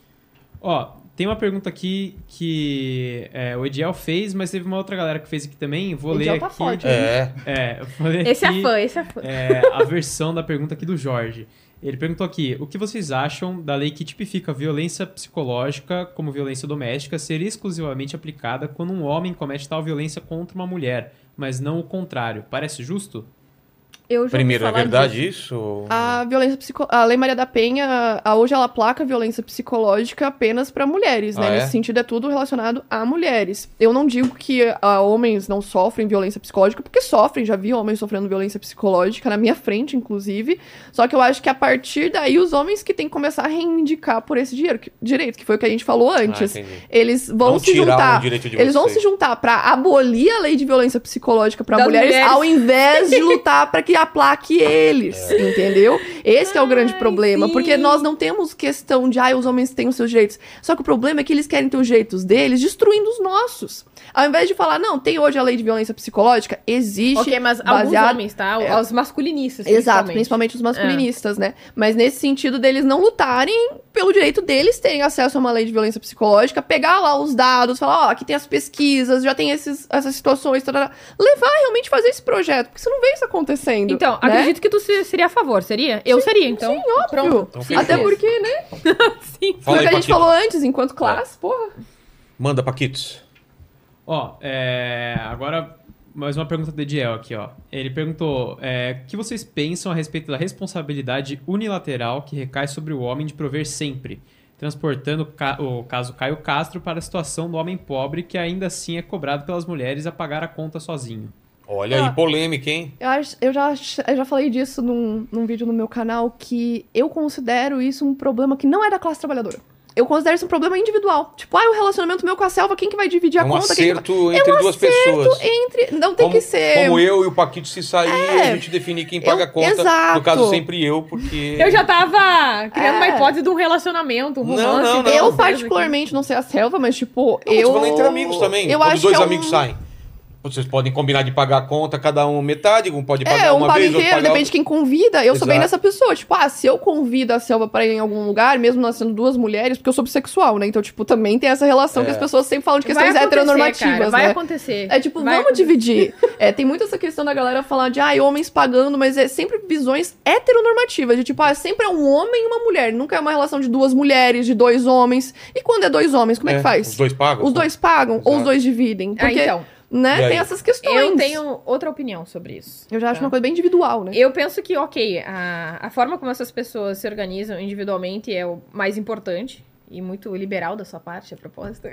Tem uma pergunta aqui que o Ediel fez, mas teve uma outra galera que fez aqui também. Vou ler aqui. Tá forte, vou ler esse aqui, esse é fã. A versão da pergunta aqui do Jorge. Ele perguntou aqui, o que vocês acham da lei que tipifica a violência psicológica como violência doméstica ser exclusivamente aplicada quando um homem comete tal violência contra uma mulher, mas não o contrário? Parece justo? Primeiro, é verdade isso? A Lei Maria da Penha, hoje ela aplaca violência psicológica apenas para mulheres, né? Nesse sentido, é tudo relacionado a mulheres. Eu não digo que homens não sofrem violência psicológica, porque sofrem, já vi homens sofrendo violência psicológica na minha frente, inclusive. Só que eu acho que a partir daí, os homens que têm que começar a reivindicar por esse direito, que foi o que a gente falou antes. Eles vão se juntar. Eles vão se juntar pra abolir a lei de violência psicológica para mulheres, ao invés de lutar para que aplaque eles, entendeu? Esse é o grande problema, porque nós não temos questão de, os homens têm os seus direitos. Só que o problema é que eles querem ter os direitos deles destruindo os nossos. Ao invés de falar, não, tem hoje a lei de violência psicológica, existe. Ok, mas alguns homens, tá? Os masculinistas. Exato, principalmente os masculinistas, né? Mas nesse sentido deles não lutarem pelo direito deles terem acesso a uma lei de violência psicológica, pegar lá os dados, falar, aqui tem as pesquisas, já tem essas situações, levar realmente fazer esse projeto, porque você não vê isso acontecendo. Então, acredito que tu seria a favor, seria? Eu seria, então. Sim, óbvio. Pronto. Então, até porque, né? Sim. Foi o que a gente falou antes, enquanto classe, porra. Manda, Paquitos. Agora, mais uma pergunta do Ediel aqui, Ele perguntou, o que vocês pensam a respeito da responsabilidade unilateral que recai sobre o homem de prover sempre, transportando o caso Caio Castro para a situação do homem pobre que ainda assim é cobrado pelas mulheres a pagar a conta sozinho. Olha aí, polêmica, hein? Eu já falei disso num vídeo no meu canal, que eu considero isso um problema que não é da classe trabalhadora. eu considero isso um problema individual. Tipo, o relacionamento meu com a Selva, quem que vai dividir a conta? Acerto entre duas pessoas. Não tem que ser... Como eu e o Paquito se sair, a gente definir quem paga a conta. Exato. No caso, sempre eu, porque... Eu já tava criando uma hipótese de um relacionamento, um romance. Não. Eu particularmente não sei a Selva, mas tipo, eu... Você fala entre amigos também. Eu quando acho dois que amigos saem. Vocês podem combinar de pagar a conta, cada um metade, um pode pagar uma vez, inteiro, depende de quem convida. Eu sou bem dessa pessoa. Tipo, se eu convido a Selva pra ir em algum lugar, mesmo nós sendo duas mulheres, porque eu sou bissexual, né? Então, tipo, também tem essa relação que as pessoas sempre falam de questões heteronormativas, cara, vai né? acontecer. É tipo, vamos dividir. Tem muito essa questão da galera falar de, homens pagando, mas é sempre visões heteronormativas. De tipo, sempre é um homem e uma mulher. Nunca é uma relação de duas mulheres, de dois homens. E quando é dois homens, como é que faz? Os dois pagam? Os dois pagam ou os dois dividem? Porque... então... Né? Tem essas questões. Eu tenho outra opinião sobre isso. Eu já acho uma coisa bem individual, né? Eu penso que, a forma como essas pessoas se organizam individualmente é o mais importante. E muito liberal da sua parte, a propósito.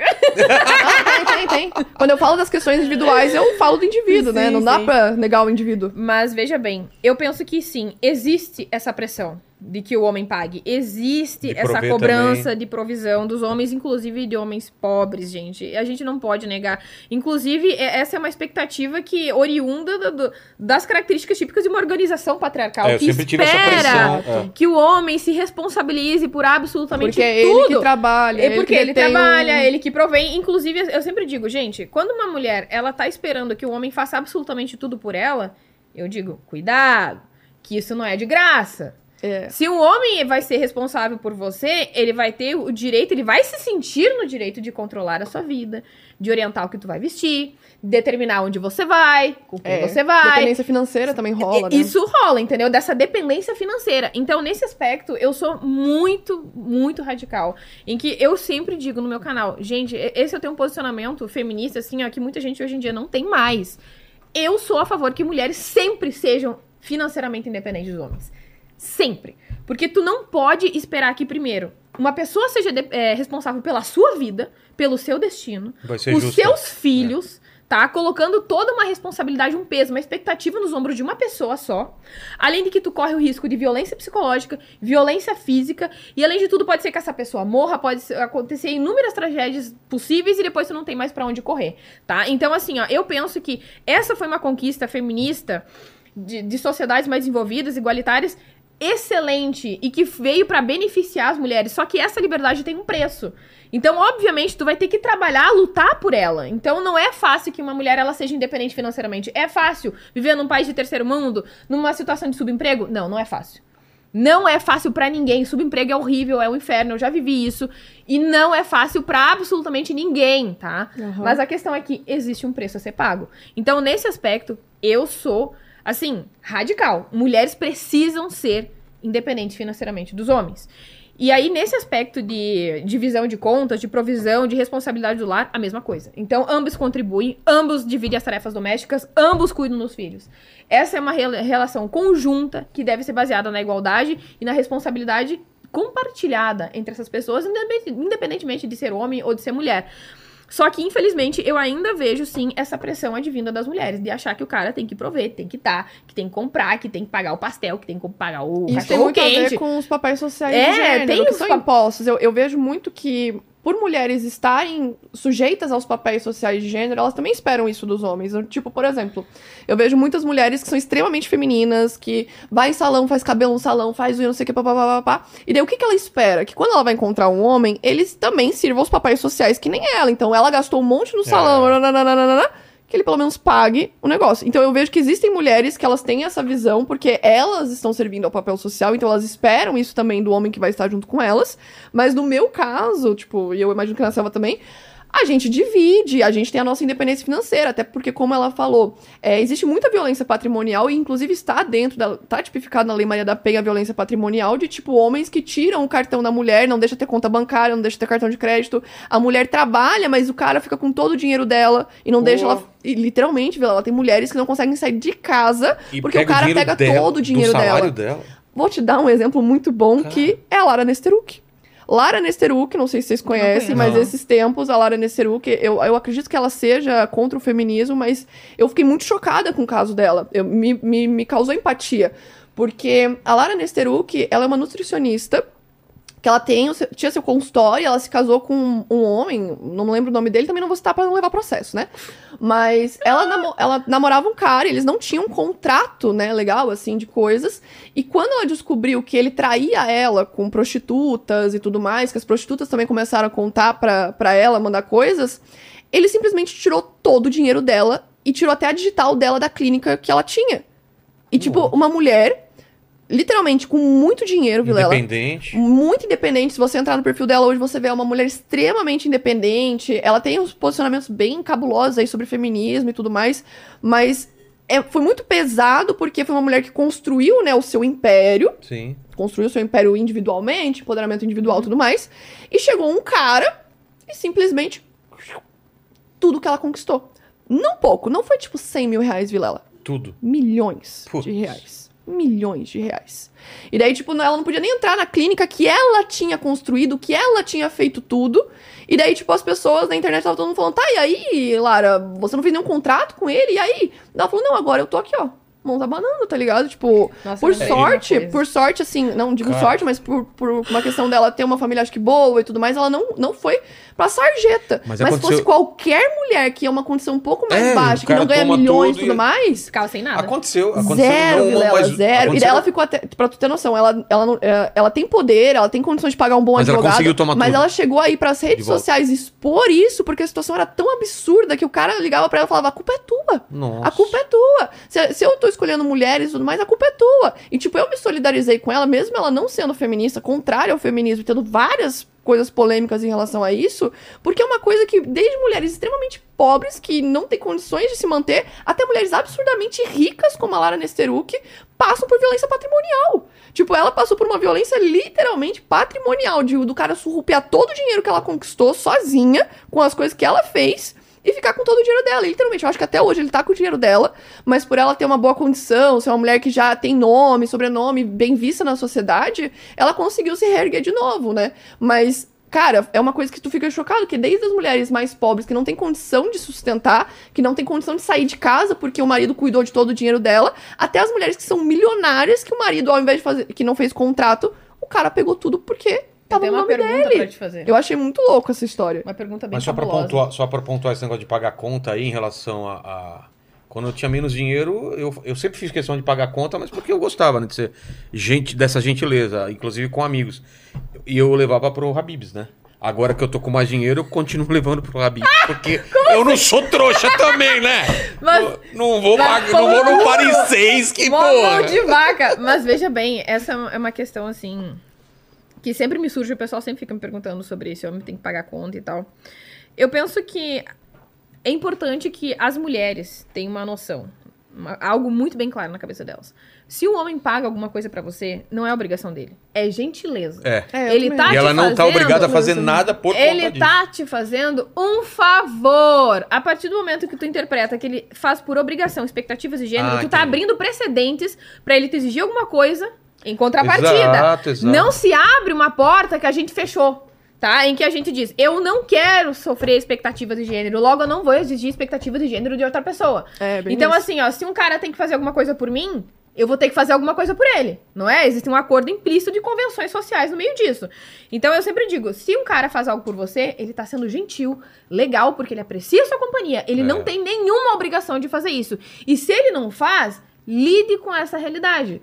Tem. Quando eu falo das questões individuais, eu falo do indivíduo, né? Não dá pra negar o indivíduo. Mas, veja bem, eu penso que sim, existe essa pressão de que o homem pague. Existe essa cobrança também de provisão dos homens, inclusive de homens pobres, gente. A gente não pode negar. Inclusive, essa é uma expectativa que oriunda das características típicas de uma organização patriarcal. Eu sempre tive essa pressão. Que o homem se responsabilize por absolutamente tudo. Porque é ele que trabalha. Porque ele trabalha, ele que provém. Inclusive, eu sempre digo, gente, quando uma mulher, ela tá esperando que o homem faça absolutamente tudo por ela, eu digo, cuidado, que isso não é de graça. Se um homem vai ser responsável por você, ele vai ter o direito, ele vai se sentir no direito de controlar a sua vida, de orientar o que tu vai vestir, determinar onde você vai, com quem você vai. Dependência financeira também rola, né? Isso rola, entendeu? Dessa dependência financeira. Então, nesse aspecto, eu sou muito, muito radical. Em que eu sempre digo no meu canal, gente, esse eu tenho um posicionamento feminista, assim, que muita gente hoje em dia não tem mais. Eu sou a favor que mulheres sempre sejam financeiramente independentes dos homens. Sempre. Porque tu não pode esperar que, primeiro, uma pessoa seja responsável pela sua vida, pelo seu destino, os seus filhos, tá? Colocando toda uma responsabilidade, um peso, uma expectativa nos ombros de uma pessoa só. Além de que tu corre o risco de violência psicológica, violência física, e além de tudo pode ser que essa pessoa morra, pode acontecer inúmeras tragédias possíveis e depois tu não tem mais pra onde correr, tá? Então, assim, eu penso que essa foi uma conquista feminista de sociedades mais desenvolvidas, igualitárias, excelente e que veio pra beneficiar as mulheres, só que essa liberdade tem um preço. Então, obviamente, tu vai ter que trabalhar, lutar por ela. Então, não é fácil que uma mulher ela seja independente financeiramente. É fácil viver num país de terceiro mundo, numa situação de subemprego? Não, não é fácil. Não é fácil pra ninguém. Subemprego é horrível, é um inferno, eu já vivi isso. E não é fácil pra absolutamente ninguém, tá? Mas a questão é que existe um preço a ser pago. Então, nesse aspecto, eu sou... assim, radical. Mulheres precisam ser independentes financeiramente dos homens. E aí, nesse aspecto de divisão de contas, de provisão, de responsabilidade do lar, a mesma coisa. Então, ambos contribuem, ambos dividem as tarefas domésticas, ambos cuidam dos filhos. Essa é uma relação conjunta que deve ser baseada na igualdade e na responsabilidade compartilhada entre essas pessoas, independentemente de ser homem ou de ser mulher. Só que, infelizmente, eu ainda vejo, sim, essa pressão advinda das mulheres, de achar que o cara tem que prover, tem que que tem que comprar, que tem que pagar o pastel, que tem que pagar o cachorro-quente. Isso tem muito a ver com os papéis sociais de gênero, que são impostos. Eu vejo muito que, por mulheres estarem sujeitas aos papéis sociais de gênero, elas também esperam isso dos homens. Tipo, por exemplo, eu vejo muitas mulheres que são extremamente femininas, que vai em salão, faz cabelo no salão, faz unha, não sei o que, papapá. E daí o que ela espera? Que quando ela vai encontrar um homem, eles também sirvam os papéis sociais que nem ela. Então ela gastou um monte no salão, que ele pelo menos pague o negócio. Então eu vejo que existem mulheres que elas têm essa visão porque elas estão servindo ao papel social, então elas esperam isso também do homem que vai estar junto com elas. Mas no meu caso, tipo, e eu imagino que na Selva também, a gente divide, a gente tem a nossa independência financeira, até porque, como ela falou, existe muita violência patrimonial e, inclusive, está tipificado na Lei Maria da Penha a violência patrimonial de, tipo, homens que tiram o cartão da mulher, não deixa ter conta bancária, não deixa ter cartão de crédito. A mulher trabalha, mas o cara fica com todo o dinheiro dela e não deixa ela... E, literalmente, ela tem mulheres que não conseguem sair de casa porque o cara pega todo o dinheiro dela. Vou te dar um exemplo muito bom, que é a Lara Nesteruk. Lara Nesteruk, não sei se vocês conhecem, mas esses tempos, a Lara Nesteruk, eu acredito que ela seja contra o feminismo, mas eu fiquei muito chocada com o caso dela. Me causou empatia, porque a Lara Nesteruk, ela é uma nutricionista que ela tinha seu consultório, ela se casou com um homem, não me lembro o nome dele, também não vou citar pra não levar processo, né? Mas ela namorava um cara, e eles não tinham um contrato, né, legal, assim, de coisas. E quando ela descobriu que ele traía ela com prostitutas e tudo mais, que as prostitutas também começaram a contar pra ela, mandar coisas, ele simplesmente tirou todo o dinheiro dela e tirou até a digital dela da clínica que ela tinha. E, tipo, uma mulher... Literalmente, com muito dinheiro, Vilela. Independente. Muito independente. Se você entrar no perfil dela hoje, você vê uma mulher extremamente independente. Ela tem uns posicionamentos bem cabulosos aí sobre feminismo e tudo mais. Mas foi muito pesado, porque foi uma mulher que construiu, né, o seu império. Sim. Construiu o seu império individualmente, empoderamento individual e tudo mais. E chegou um cara e simplesmente... Tudo que ela conquistou. Não pouco. Não foi tipo 100 mil reais, Vilela. Tudo. Milhões de reais. Milhões de reais. E daí, tipo, ela não podia nem entrar na clínica que ela tinha construído, que ela tinha feito tudo. E daí, tipo, as pessoas na internet estavam todo mundo falando, tá, e aí, Lara, você não fez nenhum contrato com ele? E aí? Ela falou, não, agora eu tô aqui, ó. Mão tá banando, tá ligado? Tipo, Nossa, por sorte, assim, não digo sorte, mas por uma questão dela ter uma família, acho que boa e tudo mais, ela não foi pra sarjeta. Mas se fosse qualquer mulher que é uma condição um pouco mais baixa, que não ganha milhões e tudo mais... Ficava sem nada. Aconteceu. Zero, Vilela, zero. E daí ela ficou até... Pra tu ter noção, ela tem poder, ela tem condições de pagar um bom advogado. Ela conseguiu tomar mas ela chegou aí pras redes sociais expor isso, porque a situação era tão absurda que o cara ligava pra ela e falava, a culpa é tua. Nossa. A culpa é tua. Se eu tô escolhendo mulheres e tudo mais, a culpa é tua. E, tipo, eu me solidarizei com ela, mesmo ela não sendo feminista, contrária ao feminismo, tendo várias coisas polêmicas em relação a isso, porque é uma coisa que, desde mulheres extremamente pobres, que não têm condições de se manter, até mulheres absurdamente ricas, como a Lara Nesteruk, passam por violência patrimonial. Tipo, ela passou por uma violência literalmente patrimonial, do cara surrupiar todo o dinheiro que ela conquistou sozinha, com as coisas que ela fez, e ficar com todo o dinheiro dela. E, literalmente, eu acho que até hoje ele tá com o dinheiro dela, mas por ela ter uma boa condição, ser uma mulher que já tem nome, sobrenome, bem vista na sociedade, ela conseguiu se reerguer de novo, né? Mas, cara, é uma coisa que tu fica chocado, que desde as mulheres mais pobres, que não tem condição de sustentar, que não tem condição de sair de casa porque o marido cuidou de todo o dinheiro dela, até as mulheres que são milionárias, que o marido, ao invés de fazer, que não fez contrato, o cara pegou tudo porque... Tava no nome dele. Pra te fazer. Eu achei muito louco essa história. Uma pergunta bem Mas só pra pontuar esse negócio de pagar conta aí em relação a... Quando eu tinha menos dinheiro, eu sempre fiz questão de pagar conta, mas porque eu gostava, né, de ser dessa gentileza, inclusive com amigos. E eu levava pro Habib's, né? Agora que eu tô com mais dinheiro, eu continuo levando pro Habib's, porque eu não sou trouxa também, né? Mas, não vou no Paris 6, que porra! Mão de vaca! Mas veja bem, essa é uma questão, assim... que sempre me surge, o pessoal sempre fica me perguntando sobre esse homem tem que pagar conta e tal. Eu penso que é importante que as mulheres tenham uma noção, algo muito bem claro na cabeça delas. Se um homem paga alguma coisa pra você, não é obrigação dele, é gentileza. Ele tá e ela não tá obrigada a fazer nada por conta disso. Ele tá te fazendo um favor. A partir do momento que tu interpreta que ele faz por obrigação expectativas de gênero, tu tá abrindo precedentes pra ele te exigir alguma coisa em contrapartida. Exato. Não se abre uma porta que a gente fechou, tá? Em que a gente diz, eu não quero sofrer expectativas de gênero, logo eu não vou exigir expectativas de gênero de outra pessoa. Então, assim, ó, se um cara tem que fazer alguma coisa por mim, eu vou ter que fazer alguma coisa por ele, não é? Existe um acordo implícito de convenções sociais no meio disso. Então, eu sempre digo, se um cara faz algo por você, ele tá sendo gentil, legal, porque ele aprecia a sua companhia. Ele não tem nenhuma obrigação de fazer isso. E se ele não faz, lide com essa realidade.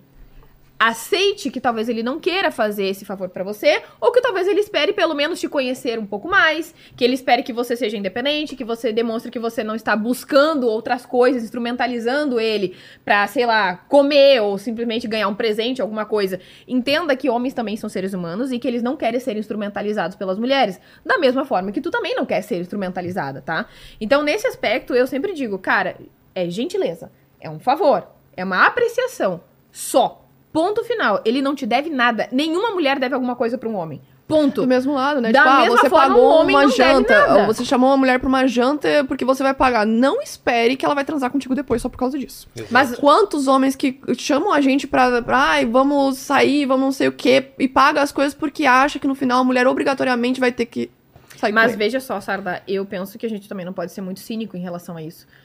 Aceite que talvez ele não queira fazer esse favor pra você, ou que talvez ele espere pelo menos te conhecer um pouco mais, que ele espere que você seja independente, que você demonstre que você não está buscando outras coisas, instrumentalizando ele pra, sei lá, comer ou simplesmente ganhar um presente, alguma coisa. Entenda que homens também são seres humanos e que eles não querem ser instrumentalizados pelas mulheres, da mesma forma que tu também não quer ser instrumentalizada, tá? Então, nesse aspecto, eu sempre digo, cara, é gentileza, é um favor, é uma apreciação, só. Ponto final. Ele não te deve nada. Nenhuma mulher deve alguma coisa pra um homem. Ponto. Do mesmo lado, né? Da tipo, mesma você forma, pagou um homem uma não janta. deve nada. Ou você chamou uma mulher pra uma janta porque você vai pagar. Não espere que ela vai transar contigo depois só por causa disso. Exato. Mas quantos homens que chamam a gente pra ai, vamos sair, vamos não sei o quê, e pagam as coisas porque acha que no final a mulher obrigatoriamente vai ter que sair com Mas ele. veja só, Sarda, eu penso que a gente também não pode ser muito cínico em relação a isso.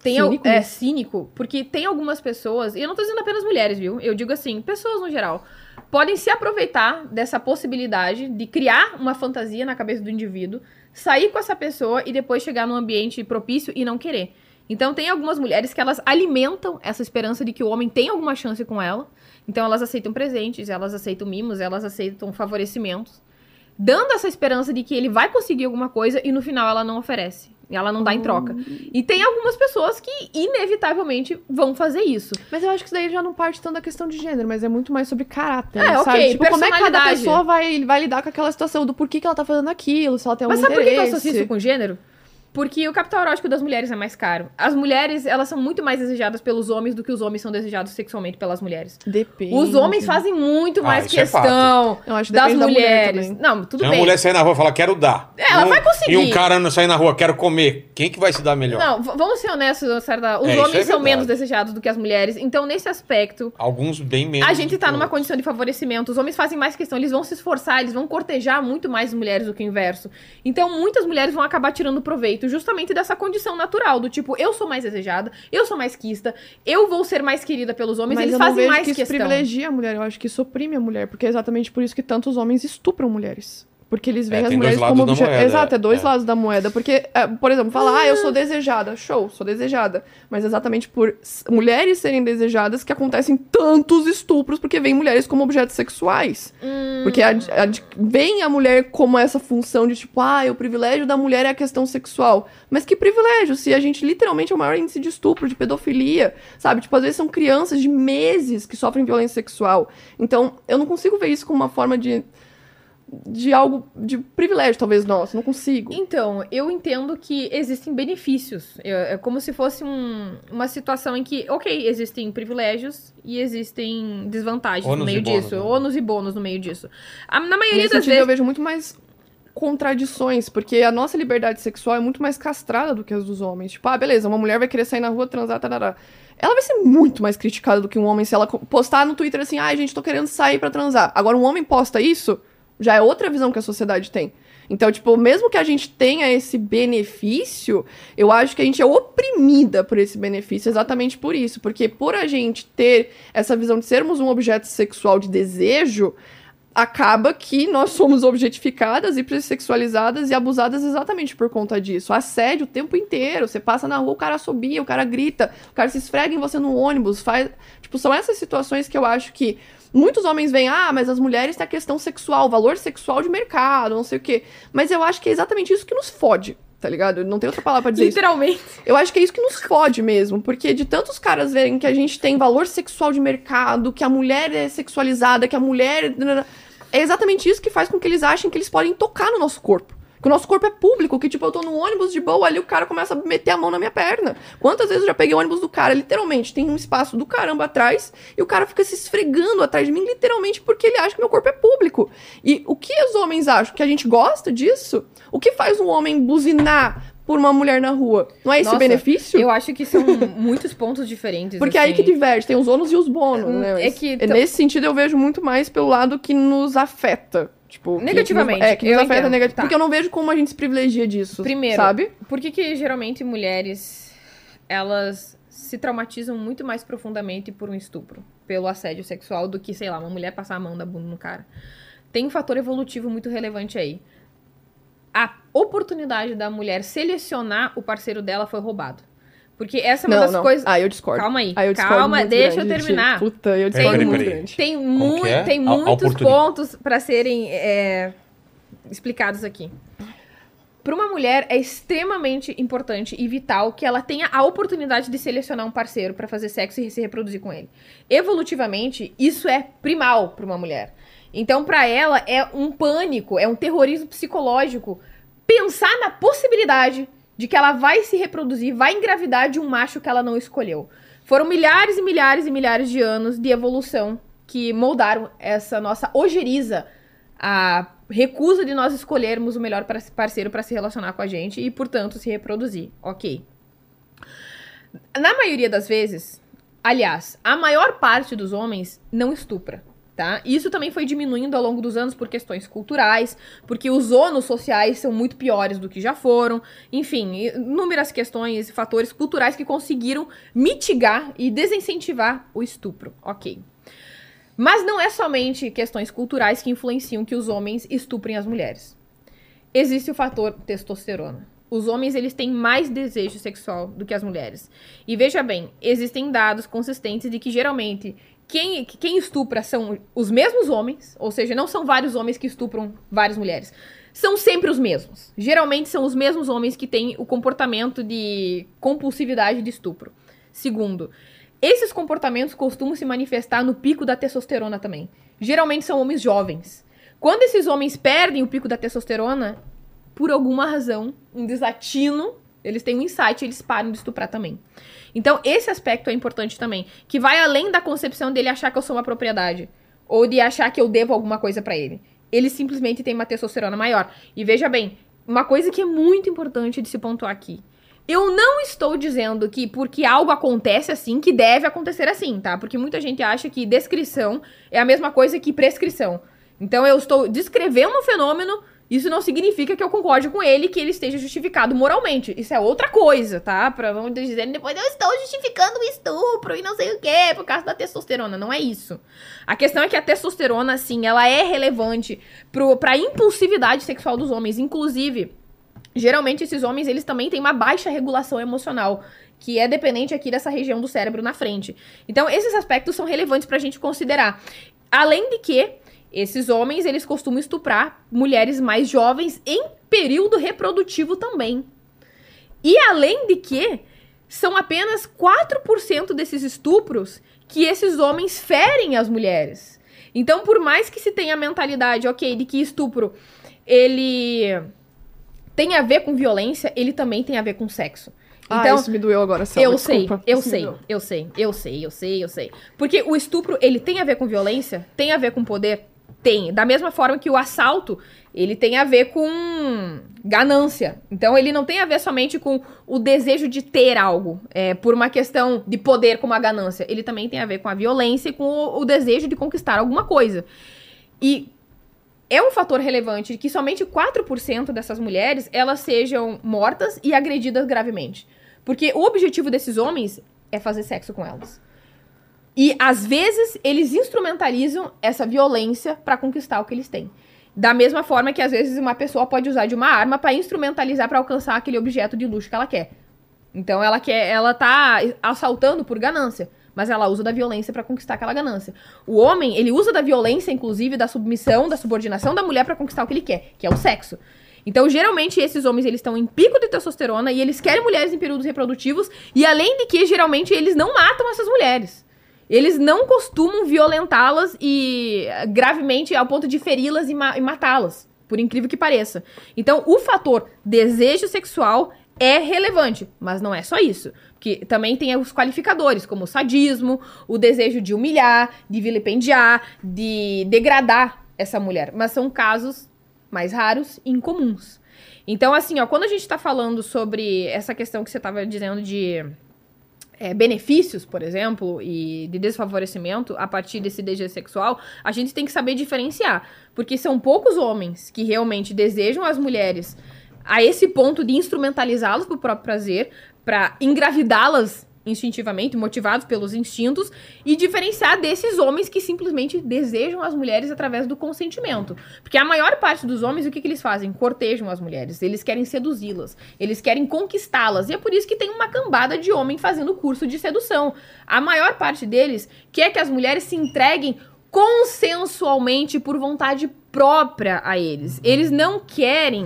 cínico, porque tem algumas pessoas, e eu não tô dizendo apenas mulheres, viu? Eu digo assim, pessoas no geral, podem se aproveitar dessa possibilidade de criar uma fantasia na cabeça do indivíduo, sair com essa pessoa e depois chegar num ambiente propício e não querer. Então tem algumas mulheres que elas alimentam essa esperança de que o homem tem alguma chance com ela, então elas aceitam presentes, elas aceitam mimos, elas aceitam favorecimentos, dando essa esperança de que ele vai conseguir alguma coisa e no final ela não oferece. Ela não dá em troca. E tem algumas pessoas que, inevitavelmente, vão fazer isso. Mas eu acho que isso daí já não parte tanto da questão de gênero, mas é muito mais sobre caráter, sabe? Ok, tipo, como é que cada pessoa vai lidar com aquela situação do porquê que ela tá fazendo aquilo, se ela tem algum interesse. Mas sabe por que eu associo isso com gênero? Porque o capital erótico das mulheres é mais caro. As mulheres, elas são muito mais desejadas pelos homens do que os homens são desejados sexualmente pelas mulheres. Depende. Os homens fazem muito mais questão das mulheres. Não, tudo bem. Se uma mulher sair na rua e falar, quero dar. Ela vai conseguir. E um cara não sair na rua, quero comer. Quem que vai se dar melhor? Não, vamos ser honestos, Sardá. Os homens são menos desejados do que as mulheres. Então, nesse aspecto... Alguns bem menos. A gente tá numa condição de favorecimento. Os homens fazem mais questão. Eles vão se esforçar, eles vão cortejar muito mais as mulheres do que o inverso. Então, muitas mulheres vão acabar tirando proveito justamente dessa condição natural, do tipo, eu sou mais desejada, eu sou mais quista, eu vou ser mais querida pelos homens, mas eles fazem mais questão. Mas eu não vejo que isso privilegia a mulher, eu acho que isso oprime a mulher, porque é exatamente por isso que tantos homens estupram mulheres. Porque eles veem as mulheres como objeto. Exato, dois lados da moeda. Porque, por exemplo, falar, eu sou desejada. Show, sou desejada. Mas exatamente por mulheres serem desejadas que acontecem tantos estupros, porque veem mulheres como objetos sexuais. Porque vem a mulher como essa função de tipo, o privilégio da mulher é a questão sexual. Mas que privilégio, se a gente literalmente é o maior índice de estupro, de pedofilia, sabe? Tipo, às vezes são crianças de meses que sofrem violência sexual. Então, eu não consigo ver isso como uma forma de algo, de privilégio, talvez, nosso. Não consigo. Então, eu entendo que existem benefícios. É como se fosse uma situação em que, ok, existem privilégios e existem desvantagens no meio disso. Ônus e bônus no meio disso. Na maioria das vezes... eu vejo muito mais contradições, porque a nossa liberdade sexual é muito mais castrada do que as dos homens. Tipo, beleza, uma mulher vai querer sair na rua, transar, tarará. Ela vai ser muito mais criticada do que um homem se ela postar no Twitter assim, gente, tô querendo sair pra transar. Agora, um homem posta isso... já é outra visão que a sociedade tem. Então, tipo, mesmo que a gente tenha esse benefício, eu acho que a gente é oprimida por esse benefício exatamente por isso. Porque por a gente ter essa visão de sermos um objeto sexual de desejo, acaba que nós somos objetificadas, hipersexualizadas e abusadas exatamente por conta disso. Assédio o tempo inteiro. Você passa na rua, o cara assobia, o cara grita, o cara se esfrega em você no ônibus. Tipo, são essas situações que eu acho que muitos homens veem, mas as mulheres têm a questão sexual, valor sexual de mercado, não sei o quê. Mas eu acho que é exatamente isso que nos fode, tá ligado? Não tem outra palavra pra dizer Literalmente. Isso. Eu acho que é isso que nos fode mesmo, porque de tantos caras verem que a gente tem valor sexual de mercado, que a mulher é sexualizada, que a mulher... É exatamente isso que faz com que eles achem que eles podem tocar no nosso corpo. Que o nosso corpo é público, que tipo, eu tô no ônibus de boa, ali o cara começa a meter a mão na minha perna. Quantas vezes eu já peguei o ônibus do cara, literalmente, tem um espaço do caramba atrás, e o cara fica se esfregando atrás de mim, literalmente, porque ele acha que meu corpo é público. E o que os homens acham? Que a gente gosta disso? O que faz um homem buzinar por uma mulher na rua? Não é esse o benefício? Eu acho que são muitos pontos diferentes. Porque assim. Aí que diverge, tem os ônus e os bônus, né? Nesse sentido, eu vejo muito mais pelo lado que nos afeta. Tipo, negativamente. Que nos afeta negativamente. Tá. Porque eu não vejo como a gente se privilegia disso. Primeiro, sabe? Por que geralmente mulheres, elas se traumatizam muito mais profundamente por um estupro, pelo assédio sexual, do que, sei lá, uma mulher passar a mão da bunda no cara? Tem um fator evolutivo muito relevante aí. A oportunidade da mulher selecionar o parceiro dela foi roubado. Porque essa é uma das coisas... eu discordo. Calma aí. Eu discordo. Calma, deixa eu terminar. Puta, eu discordo muito grande. Tem muitos pontos pra serem explicados aqui. Para uma mulher, é extremamente importante e vital que ela tenha a oportunidade de selecionar um parceiro pra fazer sexo e se reproduzir com ele. Evolutivamente, isso é primal pra uma mulher. Então, pra ela, é um pânico, é um terrorismo psicológico pensar na possibilidade de que ela vai se reproduzir, vai engravidar de um macho que ela não escolheu. Foram milhares e milhares e milhares de anos de evolução que moldaram essa nossa ojeriza, a recusa de nós escolhermos o melhor parceiro para se relacionar com a gente e, portanto, se reproduzir. Ok. Na maioria das vezes, aliás, a maior parte dos homens não estupra. Tá? Isso também foi diminuindo ao longo dos anos por questões culturais, porque os ônus sociais são muito piores do que já foram. Enfim, inúmeras questões e fatores culturais que conseguiram mitigar e desincentivar o estupro. Ok. Mas não é somente questões culturais que influenciam que os homens estuprem as mulheres. Existe o fator testosterona. Os homens, eles têm mais desejo sexual do que as mulheres. E veja bem, existem dados consistentes de que geralmente quem estupra são os mesmos homens, ou seja, não são vários homens que estupram várias mulheres. São sempre os mesmos. Geralmente são os mesmos homens que têm o comportamento de compulsividade de estupro. Segundo, esses comportamentos costumam se manifestar no pico da testosterona também. Geralmente são homens jovens. Quando esses homens perdem o pico da testosterona, por alguma razão, um desatino, eles têm um insight e eles param de estuprar também. Então, esse aspecto é importante também, que vai além da concepção dele achar que eu sou uma propriedade, ou de achar que eu devo alguma coisa pra ele. Ele simplesmente tem uma testosterona maior. E veja bem, uma coisa que é muito importante de se pontuar aqui. Eu não estou dizendo que porque algo acontece assim, que deve acontecer assim, tá? Porque muita gente acha que descrição é a mesma coisa que prescrição. Então, eu estou descrevendo um fenômeno. Isso não significa que eu concorde com ele, que ele esteja justificado moralmente. Isso é outra coisa, tá? Pra não dizer depois, eu estou justificando o estupro e não sei o quê, por causa da testosterona. Não é isso. A questão é que a testosterona, sim, ela é relevante pra impulsividade sexual dos homens. Inclusive, geralmente esses homens, eles também têm uma baixa regulação emocional, que é dependente aqui dessa região do cérebro na frente. Então, esses aspectos são relevantes pra gente considerar. Além de que esses homens, eles costumam estuprar mulheres mais jovens em período reprodutivo também. E além de que, são apenas 4% desses estupros que esses homens ferem as mulheres. Então, por mais que se tenha a mentalidade, ok, de que estupro, ele tem a ver com violência, ele também tem a ver com sexo. Então, isso me doeu agora, Selma, eu sei. Porque o estupro, ele tem a ver com violência, tem a ver com poder. Tem. Da mesma forma que o assalto, ele tem a ver com ganância. Então, ele não tem a ver somente com o desejo de ter algo, por uma questão de poder como a ganância. Ele também tem a ver com a violência e com o desejo de conquistar alguma coisa. E é um fator relevante que somente 4% dessas mulheres, elas sejam mortas e agredidas gravemente. Porque o objetivo desses homens é fazer sexo com elas. E, às vezes, eles instrumentalizam essa violência para conquistar o que eles têm. Da mesma forma que, às vezes, uma pessoa pode usar de uma arma para instrumentalizar para alcançar aquele objeto de luxo que ela quer. Então, ela tá assaltando por ganância, mas ela usa da violência para conquistar aquela ganância. O homem, ele usa da violência, inclusive, da submissão, da subordinação da mulher para conquistar o que ele quer, que é o sexo. Então, geralmente, esses homens, eles estão em pico de testosterona e eles querem mulheres em períodos reprodutivos e, além de que, geralmente, eles não matam essas mulheres. Eles não costumam violentá-las e gravemente ao ponto de feri-las e matá-las, por incrível que pareça. Então, o fator desejo sexual é relevante, mas não é só isso. Porque também tem os qualificadores, como o sadismo, o desejo de humilhar, de vilipendiar, de degradar essa mulher. Mas são casos mais raros e incomuns. Então, assim, ó, quando a gente tá falando sobre essa questão que você tava dizendo de benefícios, por exemplo, e de desfavorecimento a partir desse desejo sexual, a gente tem que saber diferenciar. Porque são poucos homens que realmente desejam as mulheres a esse ponto de instrumentalizá-las para o próprio prazer, para engravidá-las instintivamente, motivados pelos instintos, e diferenciar desses homens que simplesmente desejam as mulheres através do consentimento. Porque a maior parte dos homens, o que eles fazem? Cortejam as mulheres, eles querem seduzi-las, eles querem conquistá-las, e é por isso que tem uma cambada de homem fazendo curso de sedução. A maior parte deles quer que as mulheres se entreguem consensualmente por vontade própria a eles. Eles não querem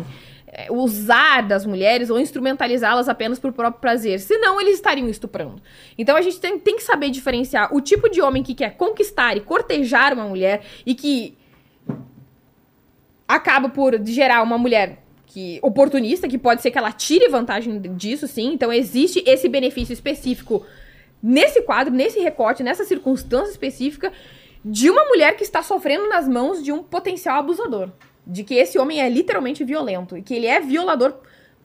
usar das mulheres ou instrumentalizá-las apenas por próprio prazer, senão eles estariam estuprando. Então a gente tem que saber diferenciar o tipo de homem que quer conquistar e cortejar uma mulher e que acaba por gerar uma mulher oportunista, que pode ser que ela tire vantagem disso, sim. Então existe esse benefício específico nesse quadro, nesse recorte, nessa circunstância específica de uma mulher que está sofrendo nas mãos de um potencial abusador. De que esse homem é literalmente violento e que ele é violador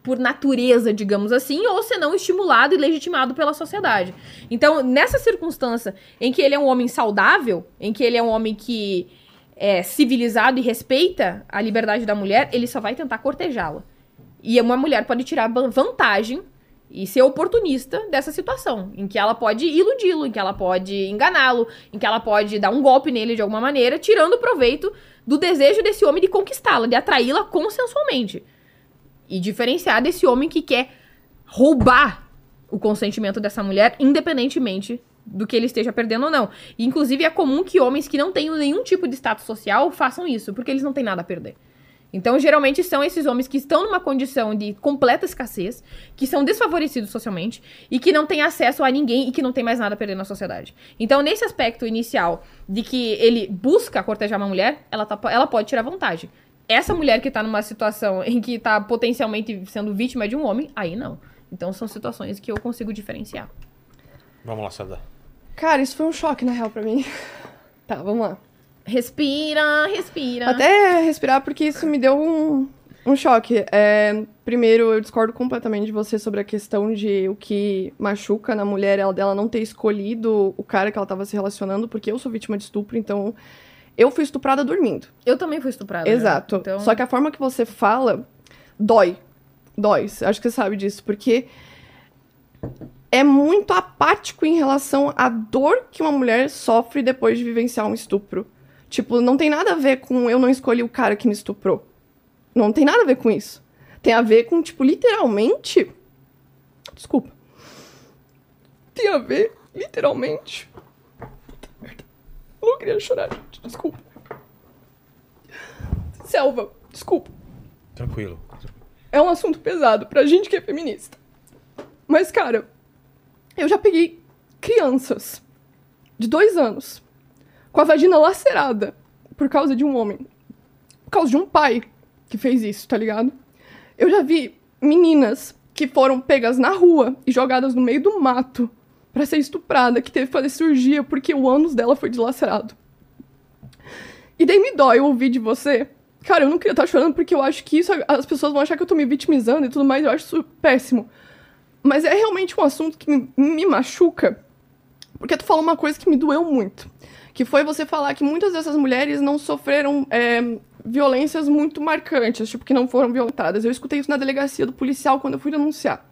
por natureza, digamos assim, ou se não estimulado e legitimado pela sociedade. Então, nessa circunstância em que ele é um homem saudável, em que ele é um homem que é civilizado e respeita a liberdade da mulher, ele só vai tentar cortejá-la. E uma mulher pode tirar vantagem e ser oportunista dessa situação, em que ela pode iludi-lo, em que ela pode enganá-lo, em que ela pode dar um golpe nele de alguma maneira, tirando proveito do desejo desse homem de conquistá-la, de atraí-la consensualmente. E diferenciar desse homem que quer roubar o consentimento dessa mulher, independentemente do que ele esteja perdendo ou não. E, inclusive, é comum que homens que não tenham nenhum tipo de status social façam isso, porque eles não têm nada a perder. Então, geralmente, são esses homens que estão numa condição de completa escassez, que são desfavorecidos socialmente e que não têm acesso a ninguém e que não têm mais nada a perder na sociedade. Então, nesse aspecto inicial de que ele busca cortejar uma mulher, ela pode tirar vantagem. Essa mulher que tá numa situação em que tá potencialmente sendo vítima de um homem, aí não. Então, são situações que eu consigo diferenciar. Vamos lá, Sada. Cara, isso foi um choque, na real, pra mim. Tá, vamos lá. Respira, respira. Até respirar, porque isso me deu um choque. Primeiro, eu discordo completamente de você sobre a questão de o que machuca na mulher, dela não ter escolhido o cara que ela tava se relacionando, porque eu sou vítima de estupro, então eu fui estuprada dormindo. Eu também fui estuprada. Exato. Então... Só que a forma que você fala dói. Dói. Acho que você sabe disso, porque é muito apático em relação à dor que uma mulher sofre depois de vivenciar um estupro. Tipo, não tem nada a ver com eu não escolhi o cara que me estuprou. Não tem nada a ver com isso. Tem a ver com, tipo, literalmente... Desculpa. Tem a ver, literalmente... Eu não queria chorar, gente. Desculpa. Selva, desculpa. Tranquilo. É um assunto pesado pra gente que é feminista. Mas, cara, eu já peguei crianças de 2 anos com a vagina lacerada por causa de um homem. Por causa de um pai que fez isso, tá ligado? Eu já vi meninas que foram pegas na rua e jogadas no meio do mato pra ser estuprada, que teve que fazer cirurgia porque o ânus dela foi dilacerado. E daí me dói ouvir de você. Cara, eu não queria estar chorando porque eu acho que isso, as pessoas vão achar que eu tô me vitimizando e tudo mais, eu acho isso péssimo. Mas é realmente um assunto que me machuca, porque tu falou uma coisa que me doeu muito, que foi você falar que muitas dessas mulheres não sofreram violências muito marcantes, tipo, que não foram violentadas. Eu escutei isso na delegacia do policial quando eu fui denunciar.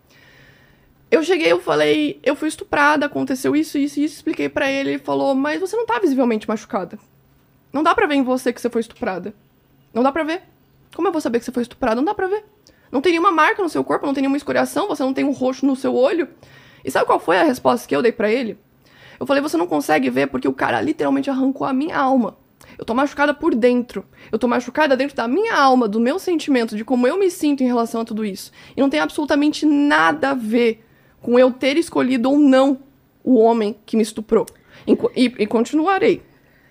Eu cheguei, eu falei, eu fui estuprada, aconteceu isso, expliquei pra ele, ele falou, mas você não tá visivelmente machucada. Não dá pra ver em você que você foi estuprada. Não dá pra ver. Como eu vou saber que você foi estuprada? Não dá pra ver. Não tem nenhuma marca no seu corpo, não tem nenhuma escoriação, você não tem um roxo no seu olho. E sabe qual foi a resposta que eu dei pra ele? Eu falei, você não consegue ver porque o cara literalmente arrancou a minha alma. Eu tô machucada por dentro. Eu tô machucada dentro da minha alma, do meu sentimento, de como eu me sinto em relação a tudo isso. E não tem absolutamente nada a ver com eu ter escolhido ou não o homem que me estuprou. E continuarei.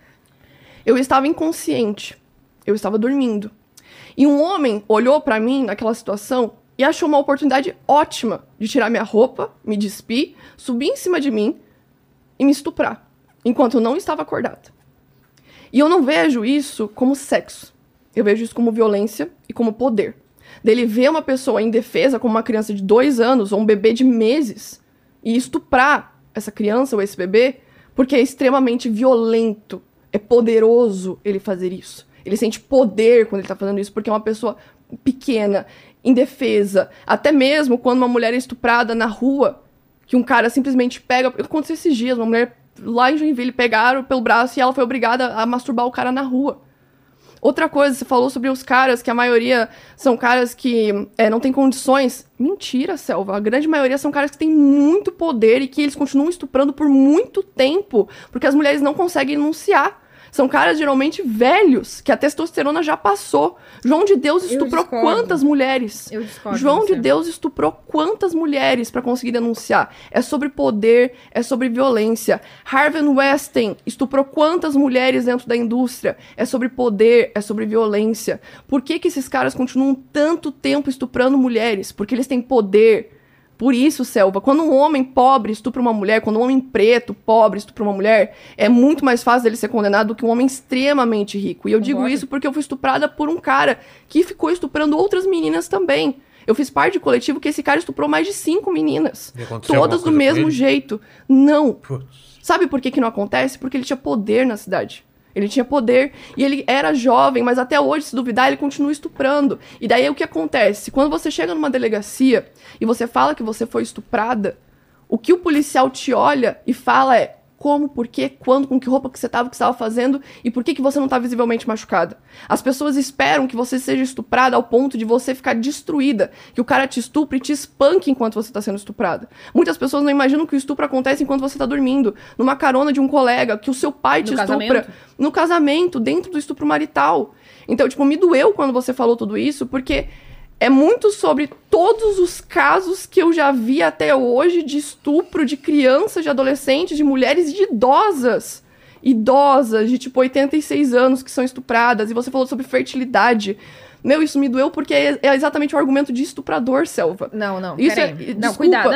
Eu estava inconsciente. Eu estava dormindo. E um homem olhou pra mim naquela situação e achou uma oportunidade ótima de tirar minha roupa, me despir, subir em cima de mim e me estuprar, enquanto eu não estava acordada. E eu não vejo isso como sexo. Eu vejo isso como violência e como poder. Dele ver uma pessoa indefesa, como uma criança de 2 anos ou um bebê de meses, e estuprar essa criança ou esse bebê, porque é extremamente violento. É poderoso ele fazer isso. Ele sente poder quando ele tá fazendo isso, porque é uma pessoa pequena, indefesa. Até mesmo quando uma mulher é estuprada na rua, que um cara simplesmente pega... Aconteceu esses dias, uma mulher lá em Joinville pegaram pelo braço e ela foi obrigada a masturbar o cara na rua. Outra coisa, você falou sobre os caras, que a maioria são caras que não têm condições. Mentira, Selva. A grande maioria são caras que têm muito poder e que eles continuam estuprando por muito tempo, porque as mulheres não conseguem denunciar. São caras geralmente velhos, que a testosterona já passou. João de Deus estuprou quantas mulheres? Eu discordo. João de Deus estuprou quantas mulheres para conseguir denunciar? É sobre poder, é sobre violência. Harvey Weinstein estuprou quantas mulheres dentro da indústria? É sobre poder, é sobre violência. Por que esses caras continuam tanto tempo estuprando mulheres? Porque eles têm poder. Por isso, Selva, quando um homem pobre estupra uma mulher, quando um homem preto, pobre, estupra uma mulher, é muito mais fácil dele ser condenado do que um homem extremamente rico. E eu digo isso porque eu fui estuprada por um cara que ficou estuprando outras meninas também. Eu fiz parte de coletivo que esse cara estuprou mais de 5 meninas. Todas do mesmo jeito. Não. Putz. Sabe por que não acontece? Porque ele tinha poder na cidade. Ele tinha poder e ele era jovem, mas até hoje, se duvidar, ele continua estuprando. E daí o que acontece? Quando você chega numa delegacia e você fala que você foi estuprada, o que o policial te olha e fala é: como, por quê, quando, com que roupa que você estava fazendo e por que você não está visivelmente machucada. As pessoas esperam que você seja estuprada ao ponto de você ficar destruída, que o cara te estupre e te espanque enquanto você está sendo estuprada. Muitas pessoas não imaginam que o estupro acontece enquanto você está dormindo, numa carona de um colega, que o seu pai te estupra no casamento, dentro do estupro marital. Então, tipo, me doeu quando você falou tudo isso, porque é muito sobre todos os casos que eu já vi até hoje de estupro de crianças, de adolescentes, de mulheres e de idosas. Idosas de, tipo, 86 anos que são estupradas. E você falou sobre fertilidade. Meu, isso me doeu porque é exatamente o argumento de estuprador, Selva. Não, isso peraí. Não, cuidado.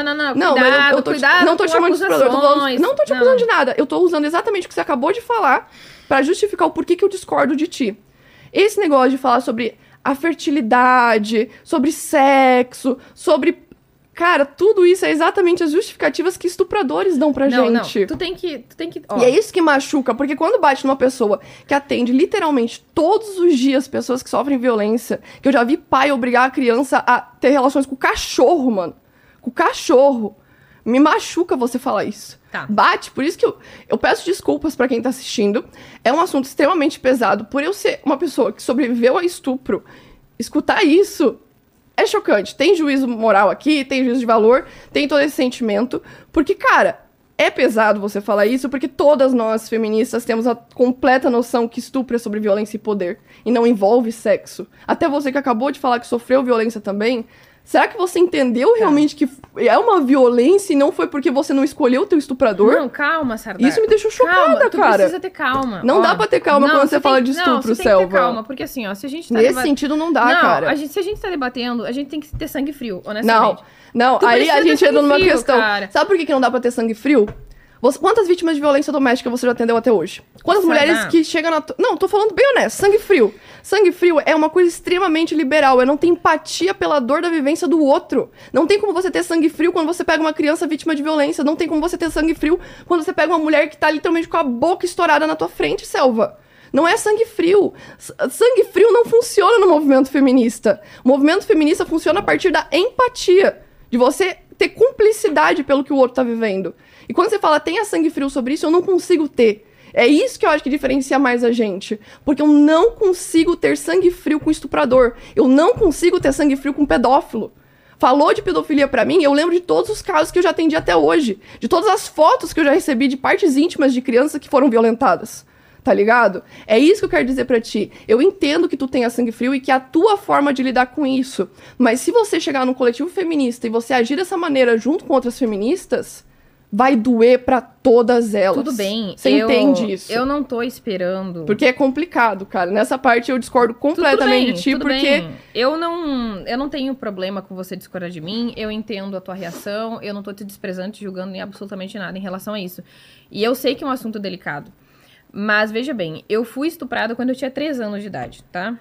Cuidado, não tô te chamando de estuprador. Não tô te acusando de nada. Eu tô usando exatamente o que você acabou de falar pra justificar o porquê que eu discordo de ti. Esse negócio de falar sobre a fertilidade, sobre sexo, sobre... Cara, tudo isso é exatamente as justificativas que estupradores dão pra gente. Não, tu tem que... Ó. E é isso que machuca, porque quando bate numa pessoa que atende literalmente todos os dias pessoas que sofrem violência, que eu já vi pai obrigar a criança a ter relações com o cachorro, mano. Com o cachorro. Me machuca você falar isso. Tá. Bate, por isso que eu peço desculpas pra quem tá assistindo. É um assunto extremamente pesado. Por eu ser uma pessoa que sobreviveu a estupro, escutar isso é chocante. Tem juízo moral aqui, tem juízo de valor, tem todo esse sentimento. Porque, cara, é pesado você falar isso, porque todas nós, feministas, temos a completa noção que estupro é sobre violência e poder. E não envolve sexo. Até você que acabou de falar que sofreu violência também... Será que você entendeu realmente que é uma violência e não foi porque você não escolheu o teu estuprador? Não, calma, Sardar. Isso me deixou chocada, tu cara. Precisa ter calma. Não dá pra ter calma quando você fala de estupro, Selva. Não, você tem que ter calma, porque assim, ó, se a gente tá... Nesse sentido não dá, cara. Se a gente tá debatendo, a gente tem que ter sangue frio, honestamente. Não, aí a gente entra numa questão. Cara. Sabe por que não dá pra ter sangue frio? Quantas vítimas de violência doméstica você já atendeu até hoje? Quantas mulheres que chegam na... Não, tô falando bem honesto. Sangue frio. Sangue frio é uma coisa extremamente liberal. É não ter empatia pela dor da vivência do outro. Não tem como você ter sangue frio quando você pega uma criança vítima de violência. Não tem como você ter sangue frio quando você pega uma mulher que tá literalmente com a boca estourada na tua frente, Selva. Não é sangue frio. Sangue frio não funciona no movimento feminista. O movimento feminista funciona a partir da empatia. De você ter cumplicidade pelo que o outro tá vivendo. E quando você fala, tenha sangue frio sobre isso, eu não consigo ter. É isso que eu acho que diferencia mais a gente. Porque eu não consigo ter sangue frio com estuprador. Eu não consigo ter sangue frio com pedófilo. Falou de pedofilia pra mim, eu lembro de todos os casos que eu já atendi até hoje. De todas as fotos que eu já recebi de partes íntimas de crianças que foram violentadas. Tá ligado? É isso que eu quero dizer pra ti. Eu entendo que tu tenha sangue frio e que a tua forma de lidar com isso. Mas se você chegar num coletivo feminista e você agir dessa maneira junto com outras feministas... vai doer pra todas elas. Tudo bem. Você entende isso? Eu não tô esperando. Porque é complicado, cara. Nessa parte eu discordo completamente de ti, porque... Bem. Eu não tenho problema com você discordar de mim. Eu entendo a tua reação. Eu não tô te desprezando, te julgando em absolutamente nada em relação a isso. E eu sei que é um assunto delicado. Mas, veja bem, eu fui estuprada quando eu tinha 3 anos de idade, tá?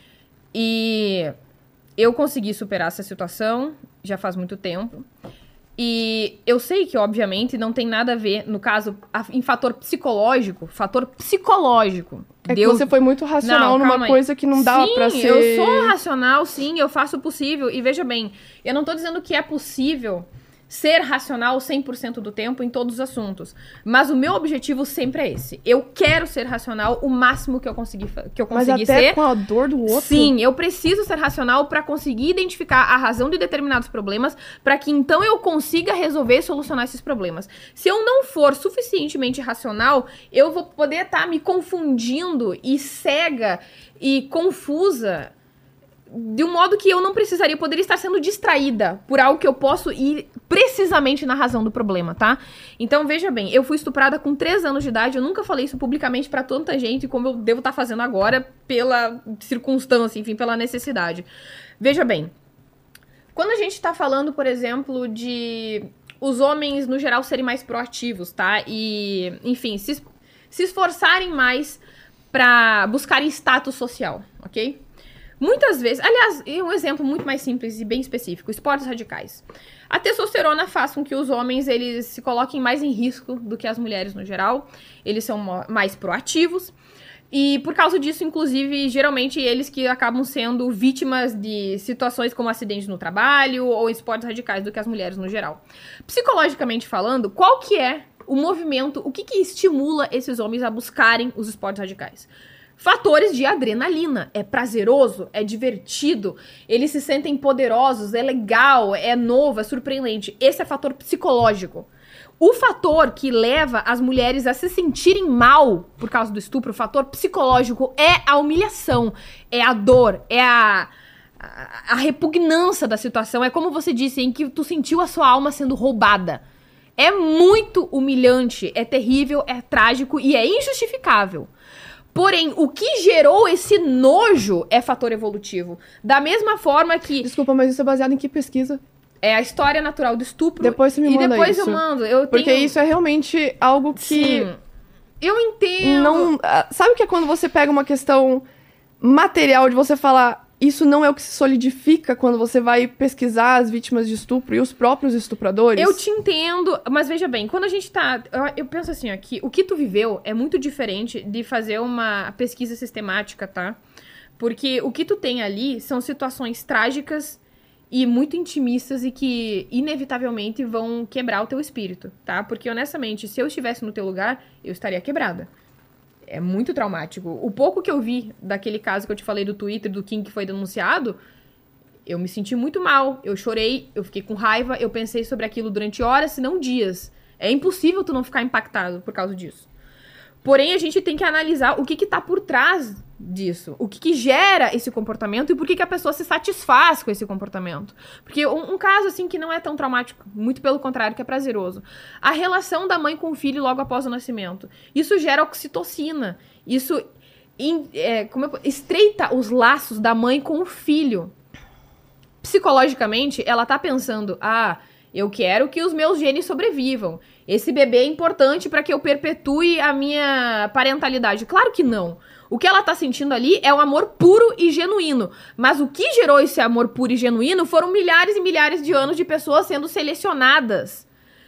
E eu consegui superar essa situação já faz muito tempo. E eu sei que, obviamente, não tem nada a ver, no caso, em fator psicológico. É que você foi muito racional numa coisa que não dá pra ser... Sim, eu sou racional, sim, eu faço o possível. E veja bem, eu não tô dizendo que é possível ser racional 100% do tempo em todos os assuntos. Mas o meu objetivo sempre é esse. Eu quero ser racional o máximo que eu conseguir ser. Mas até com a dor do outro? Sim, eu preciso ser racional pra conseguir identificar a razão de determinados problemas, pra que então eu consiga resolver e solucionar esses problemas. Se eu não for suficientemente racional, eu vou poder estar me confundindo e cega e confusa de um modo que eu não precisaria, eu poderia estar sendo distraída por algo que eu posso ir precisamente na razão do problema, tá? Então, veja bem, eu fui estuprada com 3 anos de idade, eu nunca falei isso publicamente pra tanta gente, como eu devo estar fazendo agora, pela circunstância, enfim, pela necessidade. Veja bem, quando a gente tá falando, por exemplo, de os homens, no geral, serem mais proativos, tá? E, enfim, se esforçarem mais pra buscarem status social, ok? Muitas vezes, aliás, um exemplo muito mais simples e bem específico, esportes radicais. A testosterona faz com que os homens, eles se coloquem mais em risco do que as mulheres no geral. Eles são mais proativos. E por causa disso, inclusive, geralmente eles que acabam sendo vítimas de situações como acidentes no trabalho ou esportes radicais do que as mulheres no geral. Psicologicamente falando, qual que é o movimento, o que estimula esses homens a buscarem os esportes radicais? Fatores de adrenalina. É prazeroso, é divertido, eles se sentem poderosos, é legal, é novo, é surpreendente. Esse é fator psicológico. O fator que leva as mulheres a se sentirem mal por causa do estupro, o fator psicológico, é a humilhação, é a dor, é a repugnância da situação. É como você disse, em que tu sentiu a sua alma sendo roubada. É muito humilhante, é terrível, é trágico e é injustificável. Porém, o que gerou esse nojo é fator evolutivo. Da mesma forma que... Desculpa, mas isso é baseado em que pesquisa? É a história natural do estupro. Depois você me manda isso. E depois eu mando. Porque isso é realmente algo que... Sim. Eu entendo. Não, sabe o que é quando você pega uma questão material de você falar... Isso não é o que se solidifica quando você vai pesquisar as vítimas de estupro e os próprios estupradores? Eu te entendo, mas veja bem, quando a gente tá... Eu penso assim, ó, que o que tu viveu é muito diferente de fazer uma pesquisa sistemática, tá? Porque o que tu tem ali são situações trágicas e muito intimistas e que, inevitavelmente, vão quebrar o teu espírito, tá? Porque, honestamente, se eu estivesse no teu lugar, eu estaria quebrada. É muito traumático. O pouco que eu vi daquele caso que eu te falei do Twitter, do Kim que foi denunciado, eu me senti muito mal. Eu chorei, eu fiquei com raiva, eu pensei sobre aquilo durante horas, se não dias. É impossível tu não ficar impactado por causa disso. Porém, a gente tem que analisar o que tá por trás disso. O que gera esse comportamento e por que a pessoa se satisfaz com esse comportamento. Porque um caso, assim, que não é tão traumático, muito pelo contrário, que é prazeroso. A relação da mãe com o filho logo após o nascimento. Isso gera oxitocina. Isso estreita os laços da mãe com o filho. Psicologicamente, ela tá pensando, eu quero que os meus genes sobrevivam. Esse bebê é importante para que eu perpetue a minha parentalidade. Claro que não. O que ela tá sentindo ali é um amor puro e genuíno. Mas o que gerou esse amor puro e genuíno foram milhares e milhares de anos de pessoas sendo selecionadas.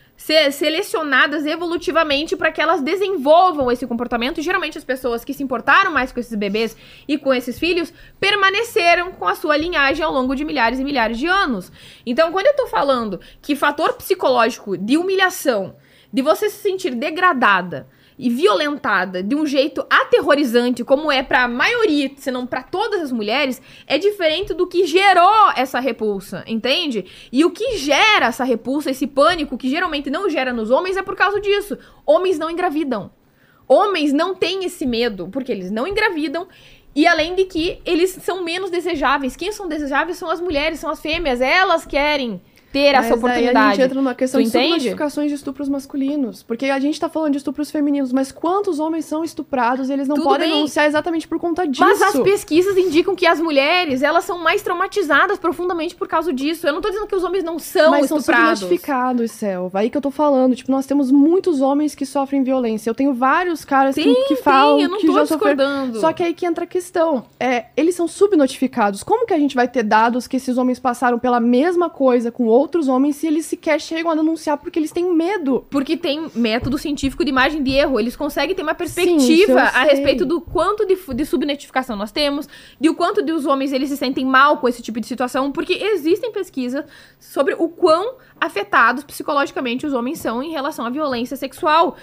Selecionadas evolutivamente para que elas desenvolvam esse comportamento. E geralmente as pessoas que se importaram mais com esses bebês e com esses filhos permaneceram com a sua linhagem ao longo de milhares e milhares de anos. Então, quando eu tô falando que fator psicológico de humilhação, de você se sentir degradada e violentada de um jeito aterrorizante, como é pra maioria, se não pra todas as mulheres, é diferente do que gerou essa repulsa, entende? E o que gera essa repulsa, esse pânico, que geralmente não gera nos homens, é por causa disso. Homens não engravidam. Homens não têm esse medo, porque eles não engravidam, e além de que eles são menos desejáveis. Quem são desejáveis são as mulheres, são as fêmeas, elas querem ter essa oportunidade. Aí a gente entra numa questão de subnotificações de estupros masculinos. Porque a gente tá falando de estupros femininos, mas quantos homens são estuprados e eles não podem denunciar exatamente por conta disso? Mas as pesquisas indicam que as mulheres, elas são mais traumatizadas profundamente por causa disso. Eu não tô dizendo que os homens não são estuprados. Mas são subnotificados, Selva. Aí que eu tô falando. Tipo, nós temos muitos homens que sofrem violência. Eu tenho vários caras que falam eu não que tô já discordando. Sofreram. Só que aí que entra a questão. Eles são subnotificados. Como que a gente vai ter dados que esses homens passaram pela mesma coisa com outros homens se eles sequer chegam a denunciar porque eles têm medo? Porque tem método científico de margem de erro. Eles conseguem ter uma perspectiva a respeito do quanto de subnotificação nós temos, de o quanto os homens eles se sentem mal com esse tipo de situação, porque existem pesquisas sobre o quão afetados psicologicamente os homens são em relação à violência sexual.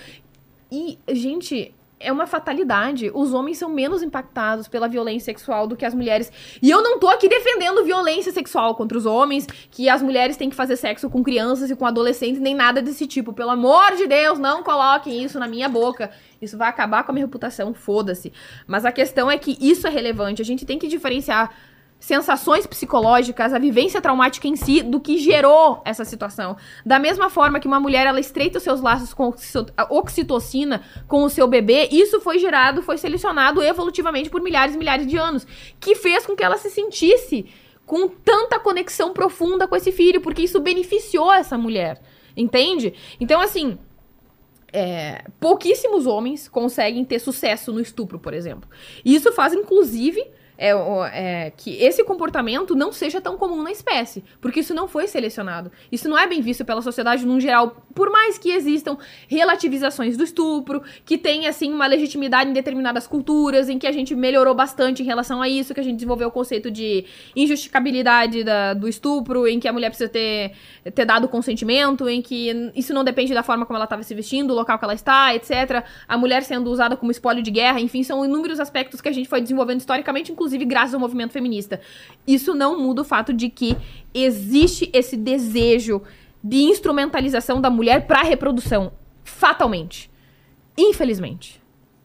E, gente, é uma fatalidade. Os homens são menos impactados pela violência sexual do que as mulheres. E eu não tô aqui defendendo violência sexual contra os homens, que as mulheres têm que fazer sexo com crianças e com adolescentes, nem nada desse tipo. Pelo amor de Deus, não coloquem isso na minha boca. Isso vai acabar com a minha reputação, foda-se. Mas a questão é que isso é relevante. A gente tem que diferenciar sensações psicológicas, a vivência traumática em si, do que gerou essa situação. Da mesma forma que uma mulher, ela estreita os seus laços com oxitocina com o seu bebê, isso foi selecionado evolutivamente por milhares e milhares de anos, que fez com que ela se sentisse com tanta conexão profunda com esse filho, porque isso beneficiou essa mulher, entende? Então, assim, pouquíssimos homens conseguem ter sucesso no estupro, por exemplo. E isso faz, inclusive, que esse comportamento não seja tão comum na espécie, porque isso não foi selecionado. Isso não é bem visto pela sociedade no geral, por mais que existam relativizações do estupro, que tem, assim, uma legitimidade em determinadas culturas, em que a gente melhorou bastante em relação a isso, que a gente desenvolveu o conceito de injustificabilidade do estupro, em que a mulher precisa ter dado consentimento, em que isso não depende da forma como ela estava se vestindo, do local que ela está, etc. A mulher sendo usada como espólio de guerra, enfim, são inúmeros aspectos que a gente foi desenvolvendo historicamente, inclusive graças ao movimento feminista. Isso não muda o fato de que existe esse desejo de instrumentalização da mulher para a reprodução, fatalmente. Infelizmente.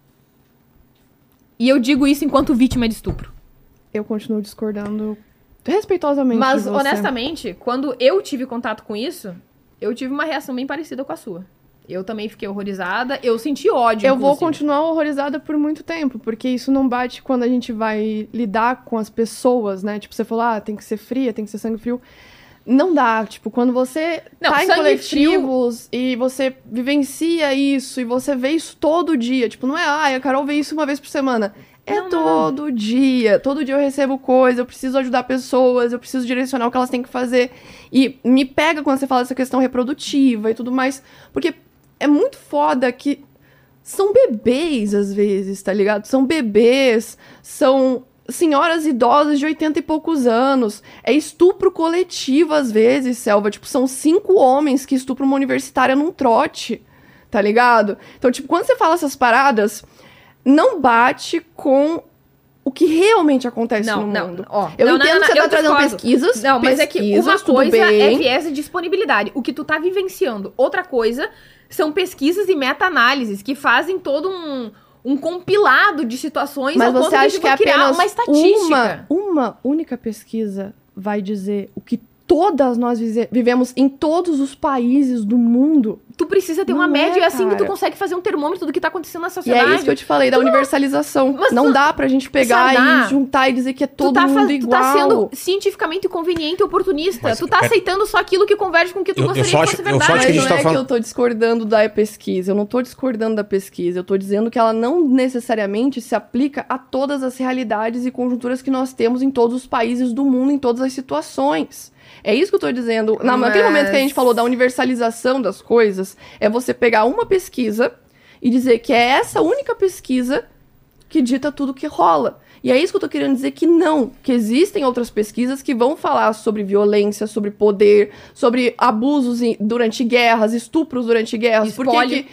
E eu digo isso enquanto vítima de estupro. Eu continuo discordando respeitosamente. Mas, honestamente, quando eu tive contato com isso, eu tive uma reação bem parecida com a sua. Eu também fiquei horrorizada, eu senti ódio, Eu vou continuar horrorizada por muito tempo, porque isso não bate quando a gente vai lidar com as pessoas, né? Tipo, você falou, tem que ser fria, tem que ser sangue frio. Não dá, tipo, quando você tá em coletivos e você vivencia isso e você vê isso todo dia, tipo, não é, a Carol vê isso uma vez por semana. É todo dia. Todo dia eu recebo coisa, eu preciso ajudar pessoas, eu preciso direcionar o que elas têm que fazer. E me pega quando você fala dessa questão reprodutiva e tudo mais, porque é muito foda que são bebês, às vezes, tá ligado? São bebês, são senhoras idosas de 80 e poucos anos. É estupro coletivo, às vezes, Selva. Tipo, são 5 homens que estupram uma universitária num trote, tá ligado? Então, tipo, quando você fala essas paradas, não bate com o que realmente acontece no mundo. Eu entendo que você tá trazendo pesquisas. Não, mas é que uma coisa é viés de disponibilidade. O que tu tá vivenciando. Outra coisa são pesquisas e meta-análises que fazem todo um compilado de situações. Mas você acha que apenas uma estatística? Uma única pesquisa vai dizer o que todas nós vivemos em todos os países do mundo? Tu precisa ter uma média, e assim que tu consegue fazer um termômetro do que tá acontecendo na sociedade. E é isso que eu te falei, da universalização. Não dá pra gente pegar e juntar e dizer que é todo mundo igual. Tu tá sendo cientificamente conveniente e oportunista. Mas, tu tá aceitando só aquilo que converge com o que tu gostaria que fosse verdade. Mas não é que eu tô discordando da pesquisa. Eu não tô discordando da pesquisa. Eu tô dizendo que ela não necessariamente se aplica a todas as realidades e conjunturas que nós temos em todos os países do mundo, em todas as situações. É isso que eu tô dizendo. Naquele momento que a gente falou da universalização das coisas, é você pegar uma pesquisa e dizer que é essa única pesquisa que dita tudo que rola. E é isso que eu tô querendo dizer que não, que existem outras pesquisas que vão falar sobre violência, sobre poder, sobre abusos durante guerras, estupros durante guerras. Por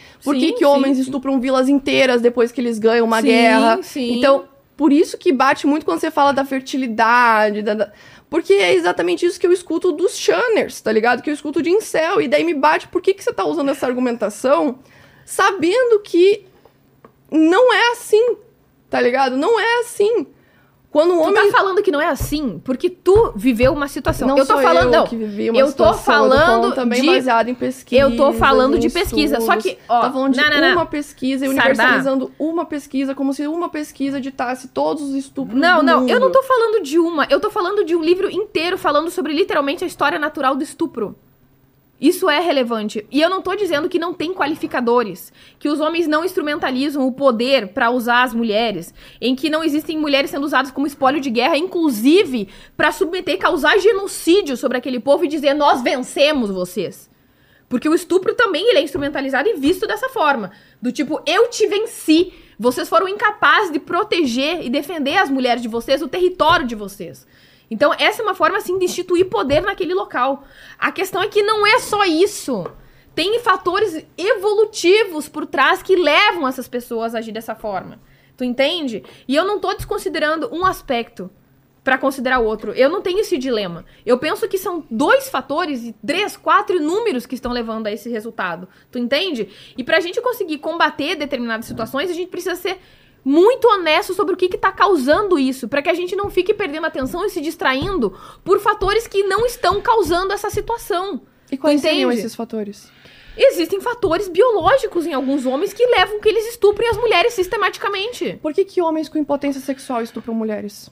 que homens estupram vilas inteiras depois que eles ganham uma guerra? Então, por isso que bate muito quando você fala da fertilidade, porque é exatamente isso que eu escuto dos shunners, tá ligado? Que eu escuto de incel. E daí me bate, por que você tá usando essa argumentação sabendo que não é assim, tá ligado? Não é assim. Quando o homem... Tu tá falando que não é assim porque tu viveu uma situação. Não, eu tô falando, eu que vivi uma situação. Eu tô falando também baseado em pesquisa. Eu tô falando de pesquisa, só que, ó, tá falando de uma pesquisa e universalizando uma pesquisa como se uma pesquisa ditasse todos os estupros do mundo. Eu não tô falando de uma, eu tô falando de um livro inteiro falando sobre literalmente a história natural do estupro. Isso é relevante. E eu não tô dizendo que não tem qualificadores, que os homens não instrumentalizam o poder pra usar as mulheres, em que não existem mulheres sendo usadas como espólio de guerra, inclusive pra submeter e causar genocídio sobre aquele povo e dizer, nós vencemos vocês. Porque o estupro também ele é instrumentalizado e visto dessa forma. Do tipo, eu te venci, vocês foram incapazes de proteger e defender as mulheres de vocês, o território de vocês. Então, essa é uma forma, assim, de instituir poder naquele local. A questão é que não é só isso. Tem fatores evolutivos por trás que levam essas pessoas a agir dessa forma. Tu entende? E eu não tô desconsiderando um aspecto pra considerar outro. Eu não tenho esse dilema. Eu penso que são 2 fatores e 3, 4 números que estão levando a esse resultado. Tu entende? E pra gente conseguir combater determinadas situações, a gente precisa ser muito honesto sobre o que tá causando isso, para que a gente não fique perdendo atenção e se distraindo por fatores que não estão causando essa situação. E quais seriam esses fatores? Existem fatores biológicos em alguns homens que levam que eles estuprem as mulheres sistematicamente. Por que homens com impotência sexual estupram mulheres?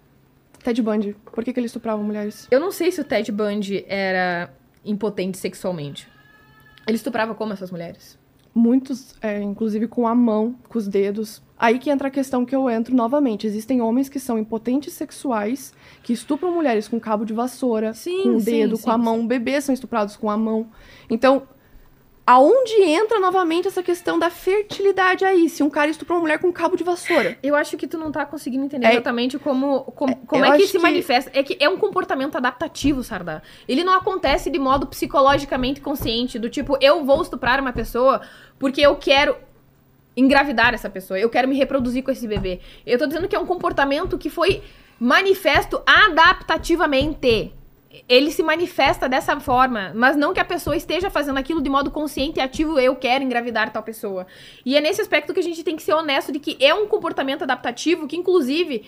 Ted Bundy, por que ele estuprava mulheres? Eu não sei se o Ted Bundy era impotente sexualmente. Ele estuprava como essas mulheres? muitos, inclusive com a mão, com os dedos. Aí que entra a questão que eu entro novamente. Existem homens que são impotentes sexuais, que estupram mulheres com cabo de vassoura, com o dedo, com a mão. Bebês são estuprados com a mão. Então, aonde entra novamente essa questão da fertilidade aí? Se um cara estupra uma mulher com cabo de vassoura. Eu acho que tu não tá conseguindo entender exatamente como é que se manifesta. É que é um comportamento adaptativo, Sardar. Ele não acontece de modo psicologicamente consciente, do tipo, eu vou estuprar uma pessoa porque eu quero engravidar essa pessoa, eu quero me reproduzir com esse bebê. Eu tô dizendo que é um comportamento que foi manifesto adaptativamente. Ele se manifesta dessa forma, mas não que a pessoa esteja fazendo aquilo de modo consciente e ativo, eu quero engravidar tal pessoa. E é nesse aspecto que a gente tem que ser honesto de que é um comportamento adaptativo que, inclusive,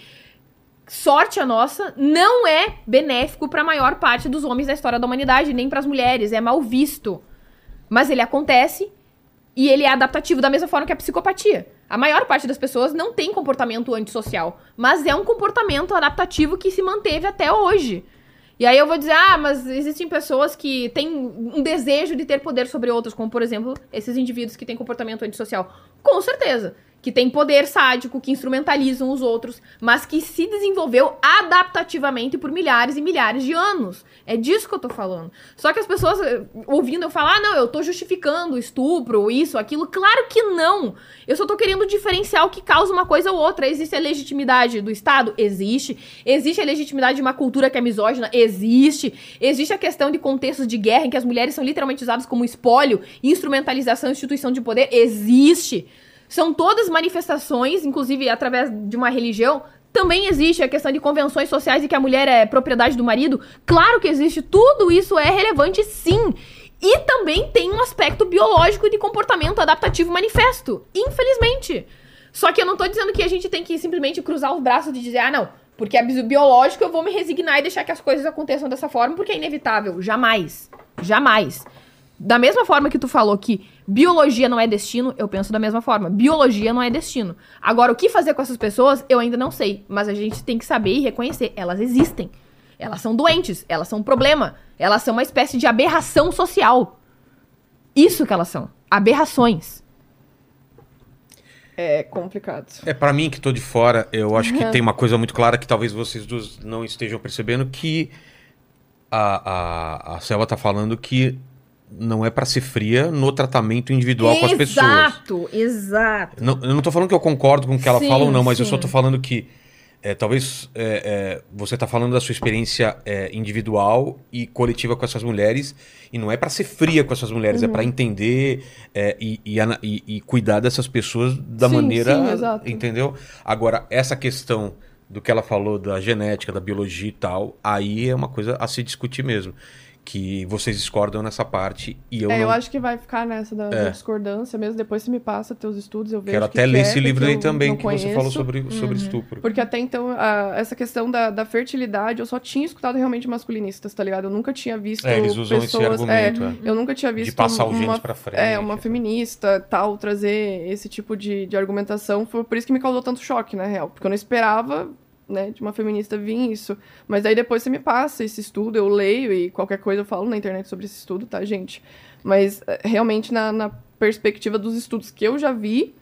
sorte a nossa, não é benéfico para a maior parte dos homens da história da humanidade, nem para as mulheres, é mal visto. Mas ele acontece e ele é adaptativo da mesma forma que a psicopatia. A maior parte das pessoas não tem comportamento antissocial, mas é um comportamento adaptativo que se manteve até hoje. E aí eu vou dizer, mas existem pessoas que têm um desejo de ter poder sobre outras, como, por exemplo, esses indivíduos que têm comportamento antissocial. Com certeza. Que tem poder sádico, que instrumentalizam os outros, mas que se desenvolveu adaptativamente por milhares e milhares de anos. É disso que eu tô falando. Só que as pessoas, ouvindo eu falar, não, eu tô justificando o estupro, isso, aquilo. Claro que não. Eu só tô querendo diferenciar o que causa uma coisa ou outra. Existe a legitimidade do Estado? Existe. Existe a legitimidade de uma cultura que é misógina? Existe. Existe a questão de contextos de guerra em que as mulheres são literalmente usadas como espólio, instrumentalização e instituição de poder? Existe. São todas manifestações, inclusive através de uma religião. Também existe a questão de convenções sociais e que a mulher é propriedade do marido. Claro que existe. Tudo isso é relevante, sim. E também tem um aspecto biológico de comportamento adaptativo manifesto. Infelizmente. Só que eu não tô dizendo que a gente tem que simplesmente cruzar os braços e dizer, não, porque é biológico, eu vou me resignar e deixar que as coisas aconteçam dessa forma, porque é inevitável. Jamais. Jamais. Da mesma forma que tu falou que biologia não é destino, eu penso da mesma forma. Biologia não é destino. Agora, o que fazer com essas pessoas, eu ainda não sei. Mas a gente tem que saber e reconhecer. Elas existem. Elas são doentes. Elas são um problema. Elas são uma espécie de aberração social. Isso que elas são. Aberrações. É complicado. Pra mim, que tô de fora, eu acho que tem uma coisa muito clara que talvez vocês dois não estejam percebendo, que a Selva tá falando que não é pra ser fria no tratamento individual com as pessoas. Exato. Eu não tô falando que eu concordo com o que ela fala ou não, mas eu só tô falando que talvez você tá falando da sua experiência individual e coletiva com essas mulheres, e não é pra ser fria com essas mulheres, é pra entender e cuidar dessas pessoas da maneira... Sim, exato. Entendeu? Agora, essa questão do que ela falou da genética, da biologia e tal, aí é uma coisa a se discutir mesmo. Que vocês discordam nessa parte e eu não... Eu acho que vai ficar nessa da discordância mesmo. Depois você me passa teus estudos, eu vejo. Quero até ler esse livro aí também, que você falou sobre estupro. Porque até então, essa questão da fertilidade, eu só tinha escutado realmente masculinistas, tá ligado? Eu nunca tinha visto eles usam esse argumento. Eu nunca tinha visto de passar os genes pra frente. Uma feminista, tal, trazer esse tipo de argumentação. Foi por isso que me causou tanto choque, na real. Porque eu não esperava... né, de uma feminista vir isso. Mas aí depois você me passa esse estudo, eu leio e qualquer coisa eu falo na internet sobre esse estudo, tá, gente? Mas realmente na perspectiva dos estudos que eu já vi,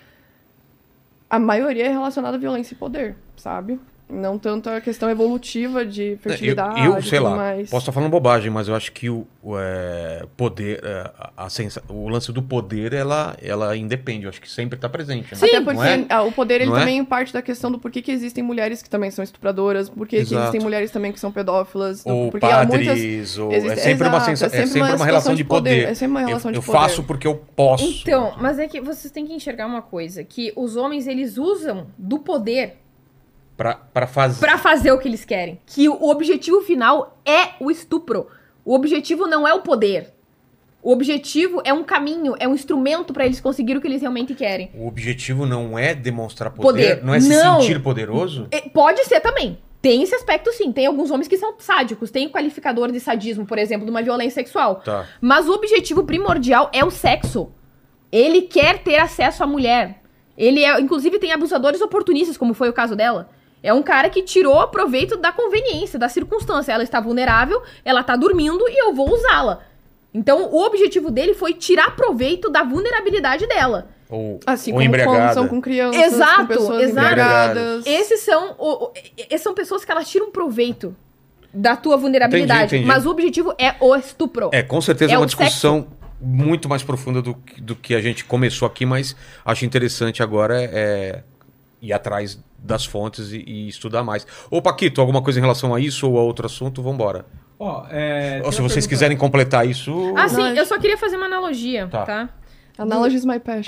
a maioria é relacionada à violência e poder, sabe? Não tanto a questão evolutiva de fertilidade eu sei lá, mais. Posso estar falando bobagem, mas eu acho que o poder, o lance do poder, ela independe. Eu acho que sempre está presente. Né? Sim, até porque o poder ele também parte da questão do porquê que existem mulheres que também são estupradoras, porquê que existem mulheres também que são pedófilas. Ou porque padres, é sempre uma relação de poder. É sempre uma relação de poder. Eu faço porque eu posso. Então, mas é que vocês têm que enxergar uma coisa, que os homens, eles usam do poder Pra fazer o que eles querem. Que o objetivo final é o estupro. O objetivo não é o poder. O objetivo é um caminho, é um instrumento pra eles conseguirem o que eles realmente querem. O objetivo não é demonstrar poder? Não é se sentir poderoso? Pode ser também. Tem esse aspecto, sim. Tem alguns homens que são sádicos. Tem o qualificador de sadismo, por exemplo, de uma violência sexual. Tá. Mas o objetivo primordial é o sexo. Ele quer ter acesso à mulher. Ele inclusive tem abusadores oportunistas, como foi o caso dela. É um cara que tirou proveito da conveniência, da circunstância. Ela está vulnerável, ela está dormindo e eu vou usá-la. Então, o objetivo dele foi tirar proveito da vulnerabilidade dela. Ou assim, ou embriagada. São com crianças, Exato, com pessoas exato. embriagadas. Essas são pessoas que elas tiram proveito da tua vulnerabilidade. Entendi. Mas o objetivo é o estupro. Com certeza É é uma o discussão muito mais profunda do que a gente começou aqui, mas acho interessante agora ir atrás das fontes e estudar mais. Ô, Paquito, alguma coisa em relação a isso ou a outro assunto? Vambora. Ou se vocês quiserem completar isso... Sim, eu só queria fazer uma analogia, tá? Analogy is my passion.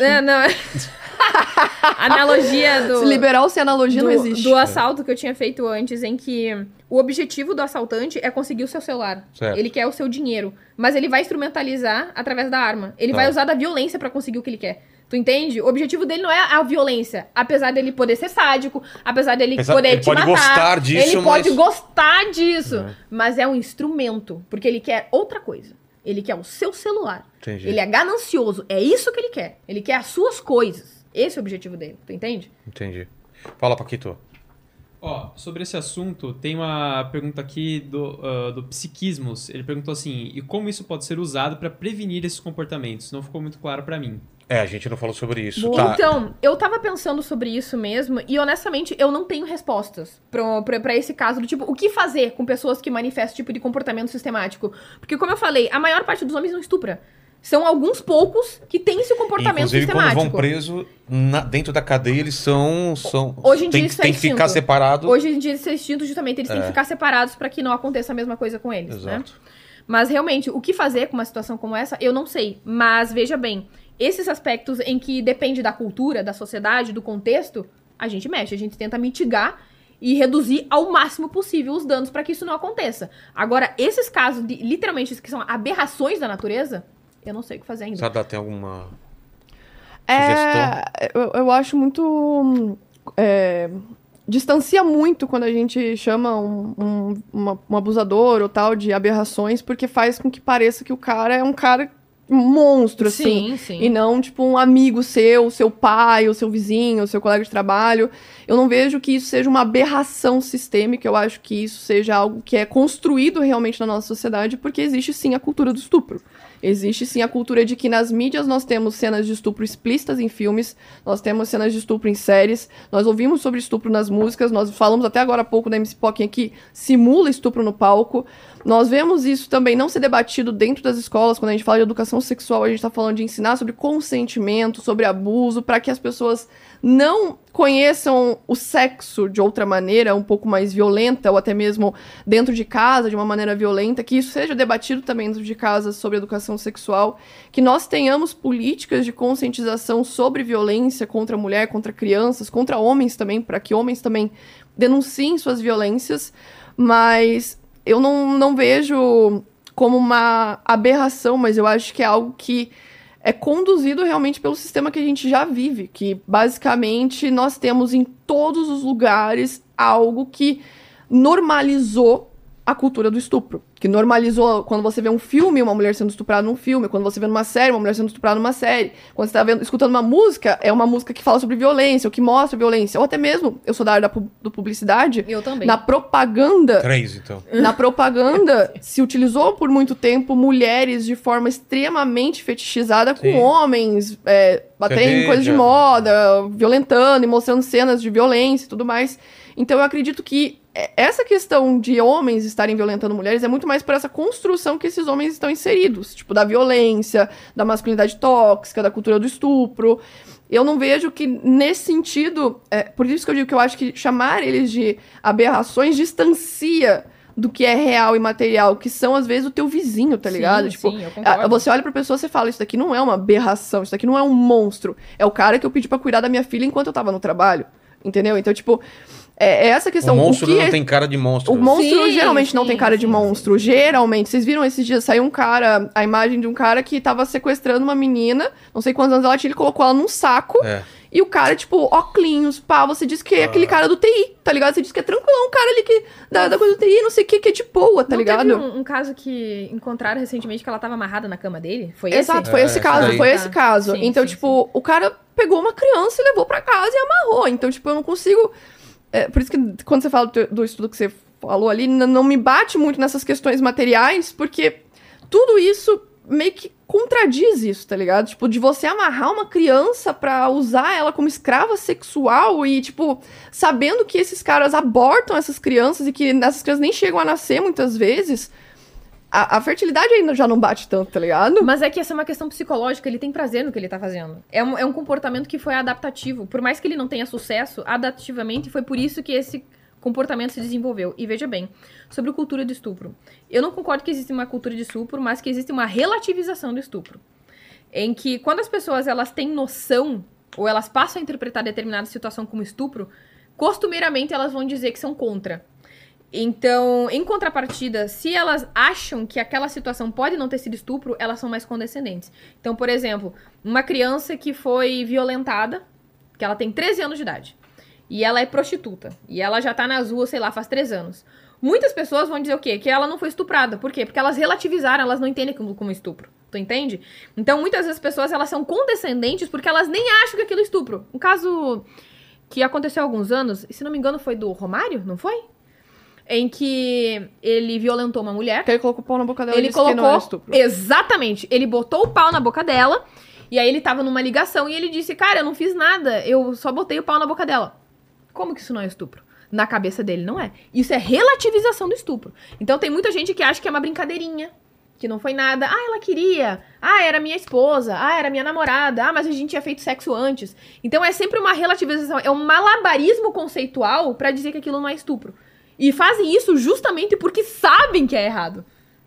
Analogia do... Se liberal sem analogia não existe. Do assalto que eu tinha feito antes, em que o objetivo do assaltante é conseguir o seu celular. Certo. Ele quer o seu dinheiro. Mas ele vai instrumentalizar através da arma. Ele vai usar da violência pra conseguir o que ele quer. Tu entende? O objetivo dele não é a violência. Apesar dele poder ser sádico, apesar dele poder te matar. Ele pode gostar disso, Ele pode gostar disso. Mas é um instrumento. Porque ele quer outra coisa. Ele quer o seu celular. Entendi. Ele é ganancioso. É isso que ele quer. Ele quer as suas coisas. Esse é o objetivo dele. Tu entende? Entendi. Fala, Paquito. Sobre esse assunto, tem uma pergunta aqui do Psiquismos. Ele perguntou assim, e como isso pode ser usado para prevenir esses comportamentos? Não ficou muito claro para mim. A gente não falou sobre isso. Tá. Então, eu tava pensando sobre isso mesmo e, honestamente, eu não tenho respostas pra esse caso do tipo, o que fazer com pessoas que manifestam esse tipo de comportamento sistemático? Porque, como eu falei, a maior parte dos homens não estupra. São alguns poucos que têm esse comportamento inclusive, sistemático. Quando vão presos, dentro da cadeia, eles são Hoje em dia isso tem que ficar separado. Hoje em dia isso é extinto, justamente. Eles têm que ficar separados pra que não aconteça a mesma coisa com eles, Exato. né? Mas, realmente, o que fazer com uma situação como essa, eu não sei. Mas, veja bem, esses aspectos em que depende da cultura, da sociedade, do contexto, a gente mexe, a gente tenta mitigar e reduzir ao máximo possível os danos para que isso não aconteça. Agora, esses casos, literalmente, que são aberrações da natureza, eu não sei o que fazer ainda. Sadá, tem alguma sugestão? Eu acho muito... distancia muito quando a gente chama um abusador ou tal de aberrações, porque faz com que pareça que o cara é um cara monstro, assim. Sim. E não, tipo, um amigo seu pai, o seu vizinho, o seu colega de trabalho. Eu não vejo que isso seja uma aberração sistêmica, eu acho que isso seja algo que é construído realmente na nossa sociedade, porque existe, sim, a cultura do estupro. Existe, sim, a cultura de que nas mídias nós temos cenas de estupro explícitas em filmes, nós temos cenas de estupro em séries, nós ouvimos sobre estupro nas músicas, nós falamos até agora há pouco da MC Poquinha que simula estupro no palco. Nós vemos isso também não ser debatido dentro das escolas. Quando a gente fala de educação sexual, a gente está falando de ensinar sobre consentimento, sobre abuso, para que as pessoas não conheçam o sexo de outra maneira, um pouco mais violenta, ou até mesmo dentro de casa, de uma maneira violenta, que isso seja debatido também dentro de casa sobre educação sexual, que nós tenhamos políticas de conscientização sobre violência contra a mulher, contra crianças, contra homens também, para que homens também denunciem suas violências, mas eu não vejo como uma aberração, mas eu acho que é algo que é conduzido realmente pelo sistema que a gente já vive, que basicamente nós temos em todos os lugares algo que normalizou a cultura do estupro. Que normalizou quando você vê um filme, uma mulher sendo estuprada num filme, quando você vê numa série, uma mulher sendo estuprada numa série, quando você está escutando uma música, é uma música que fala sobre violência, ou que mostra violência, ou até mesmo, eu sou da área da publicidade, eu também. Na propaganda... Crazy, então. Na propaganda, se utilizou por muito tempo mulheres de forma extremamente fetichizada com homens, até em coisas de moda, violentando e mostrando cenas de violência e tudo mais. Então eu acredito que essa questão de homens estarem violentando mulheres é muito mais por essa construção que esses homens estão inseridos. Tipo, da violência, da masculinidade tóxica, da cultura do estupro. Eu não vejo que, nesse sentido... por isso que eu digo que eu acho que chamar eles de aberrações distancia do que é real e material, que são, às vezes, o teu vizinho, tá ligado? Tipo, sim, eu concordo. Você olha pra pessoa e você fala, isso daqui não é uma aberração, isso daqui não é um monstro. É o cara que eu pedi pra cuidar da minha filha enquanto eu tava no trabalho. Entendeu? Então, tipo... É essa questão. O monstro não tem cara de monstro. O monstro geralmente não tem cara de monstro. Geralmente. Vocês viram esses dias, saiu um cara, a imagem de um cara que tava sequestrando uma menina, não sei quantos anos ela tinha, ele colocou ela num saco. E o cara, tipo, óculos, pá, você disse que é aquele cara do TI, tá ligado? Você disse que é tranquilão, um cara ali que, da coisa do TI, não sei o que é de boa, tá ligado? Teve um caso que encontraram recentemente que ela tava amarrada na cama dele? Foi esse? Exato, foi esse caso, Sim, então, sim, tipo, o cara pegou uma criança e levou pra casa e amarrou. Então, tipo, eu não consigo... por isso que quando você fala do estudo que você falou ali, não me bate muito nessas questões materiais, porque tudo isso meio que contradiz isso, tá ligado? Tipo, de você amarrar uma criança pra usar ela como escrava sexual e, tipo, sabendo que esses caras abortam essas crianças e que essas crianças nem chegam a nascer muitas vezes, a fertilidade ainda já não bate tanto, tá ligado? Mas é que essa é uma questão psicológica, ele tem prazer no que ele tá fazendo. É um comportamento que foi adaptativo. Por mais que ele não tenha sucesso, adaptativamente foi por isso que esse comportamento se desenvolveu. E veja bem, sobre a cultura do estupro. Eu não concordo que existe uma cultura de estupro, mas que existe uma relativização do estupro. Em que quando as pessoas elas têm noção, ou elas passam a interpretar determinada situação como estupro, costumeiramente elas vão dizer que são contra. Então, em contrapartida, se elas acham que aquela situação pode não ter sido estupro, elas são mais condescendentes. Então, por exemplo, uma criança que foi violentada, que ela tem 13 anos de idade, e ela é prostituta, e ela já tá nas ruas, sei lá, faz 3 anos. Muitas pessoas vão dizer o quê? Que ela não foi estuprada. Por quê? Porque elas relativizaram, elas não entendem como estupro. Tu entende? Então, muitas vezes as pessoas, elas são condescendentes porque elas nem acham que aquilo é estupro. Um caso que aconteceu há alguns anos, se não me engano foi do Romário, não foi? Em que ele violentou uma mulher. Que ele colocou o pau na boca dela e disse que não era estupro. Exatamente. Ele botou o pau na boca dela, e aí ele tava numa ligação, e ele disse, cara, eu não fiz nada, eu só botei o pau na boca dela. Como que isso não é estupro? Na cabeça dele não é. Isso é relativização do estupro. Então tem muita gente que acha que é uma brincadeirinha, que não foi nada. Ah, ela queria. Ah, era minha esposa. Ah, era minha namorada. Ah, mas a gente tinha feito sexo antes. Então é sempre uma relativização, é um malabarismo conceitual pra dizer que aquilo não é estupro. E fazem isso justamente porque sabem que é errado.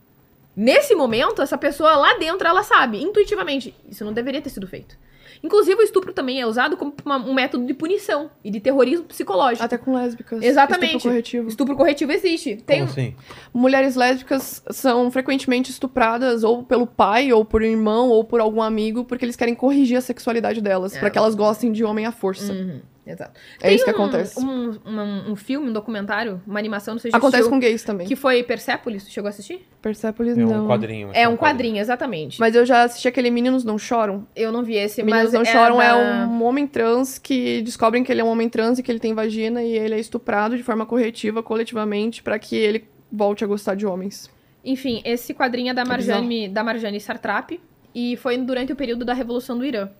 Nesse momento, essa pessoa lá dentro, ela sabe, intuitivamente, isso não deveria ter sido feito. Inclusive, o estupro também é usado como um método de punição e de terrorismo psicológico. Até com lésbicas. Exatamente. Estupro corretivo. Estupro corretivo existe. Como assim? Mulheres lésbicas são frequentemente estupradas ou pelo pai, ou por um irmão, ou por algum amigo, porque eles querem corrigir a sexualidade delas, pra que elas gostem de homem à força. Uhum. Exato. É isso que acontece. Um filme, um documentário, uma animação, não sei se acontece com gays também. Que foi Persepolis, tu chegou a assistir? Persepolis, É não. um quadrinho. É um quadrinho, exatamente. Mas eu já assisti aquele Meninos Não Choram. Eu não vi esse, Meninos Não Choram é um homem trans que descobrem que ele é um homem trans e que ele tem vagina e ele é estuprado de forma corretiva, coletivamente, pra que ele volte a gostar de homens. Enfim, esse quadrinho é da Marjane Satrapi e foi durante o período da Revolução do Irã.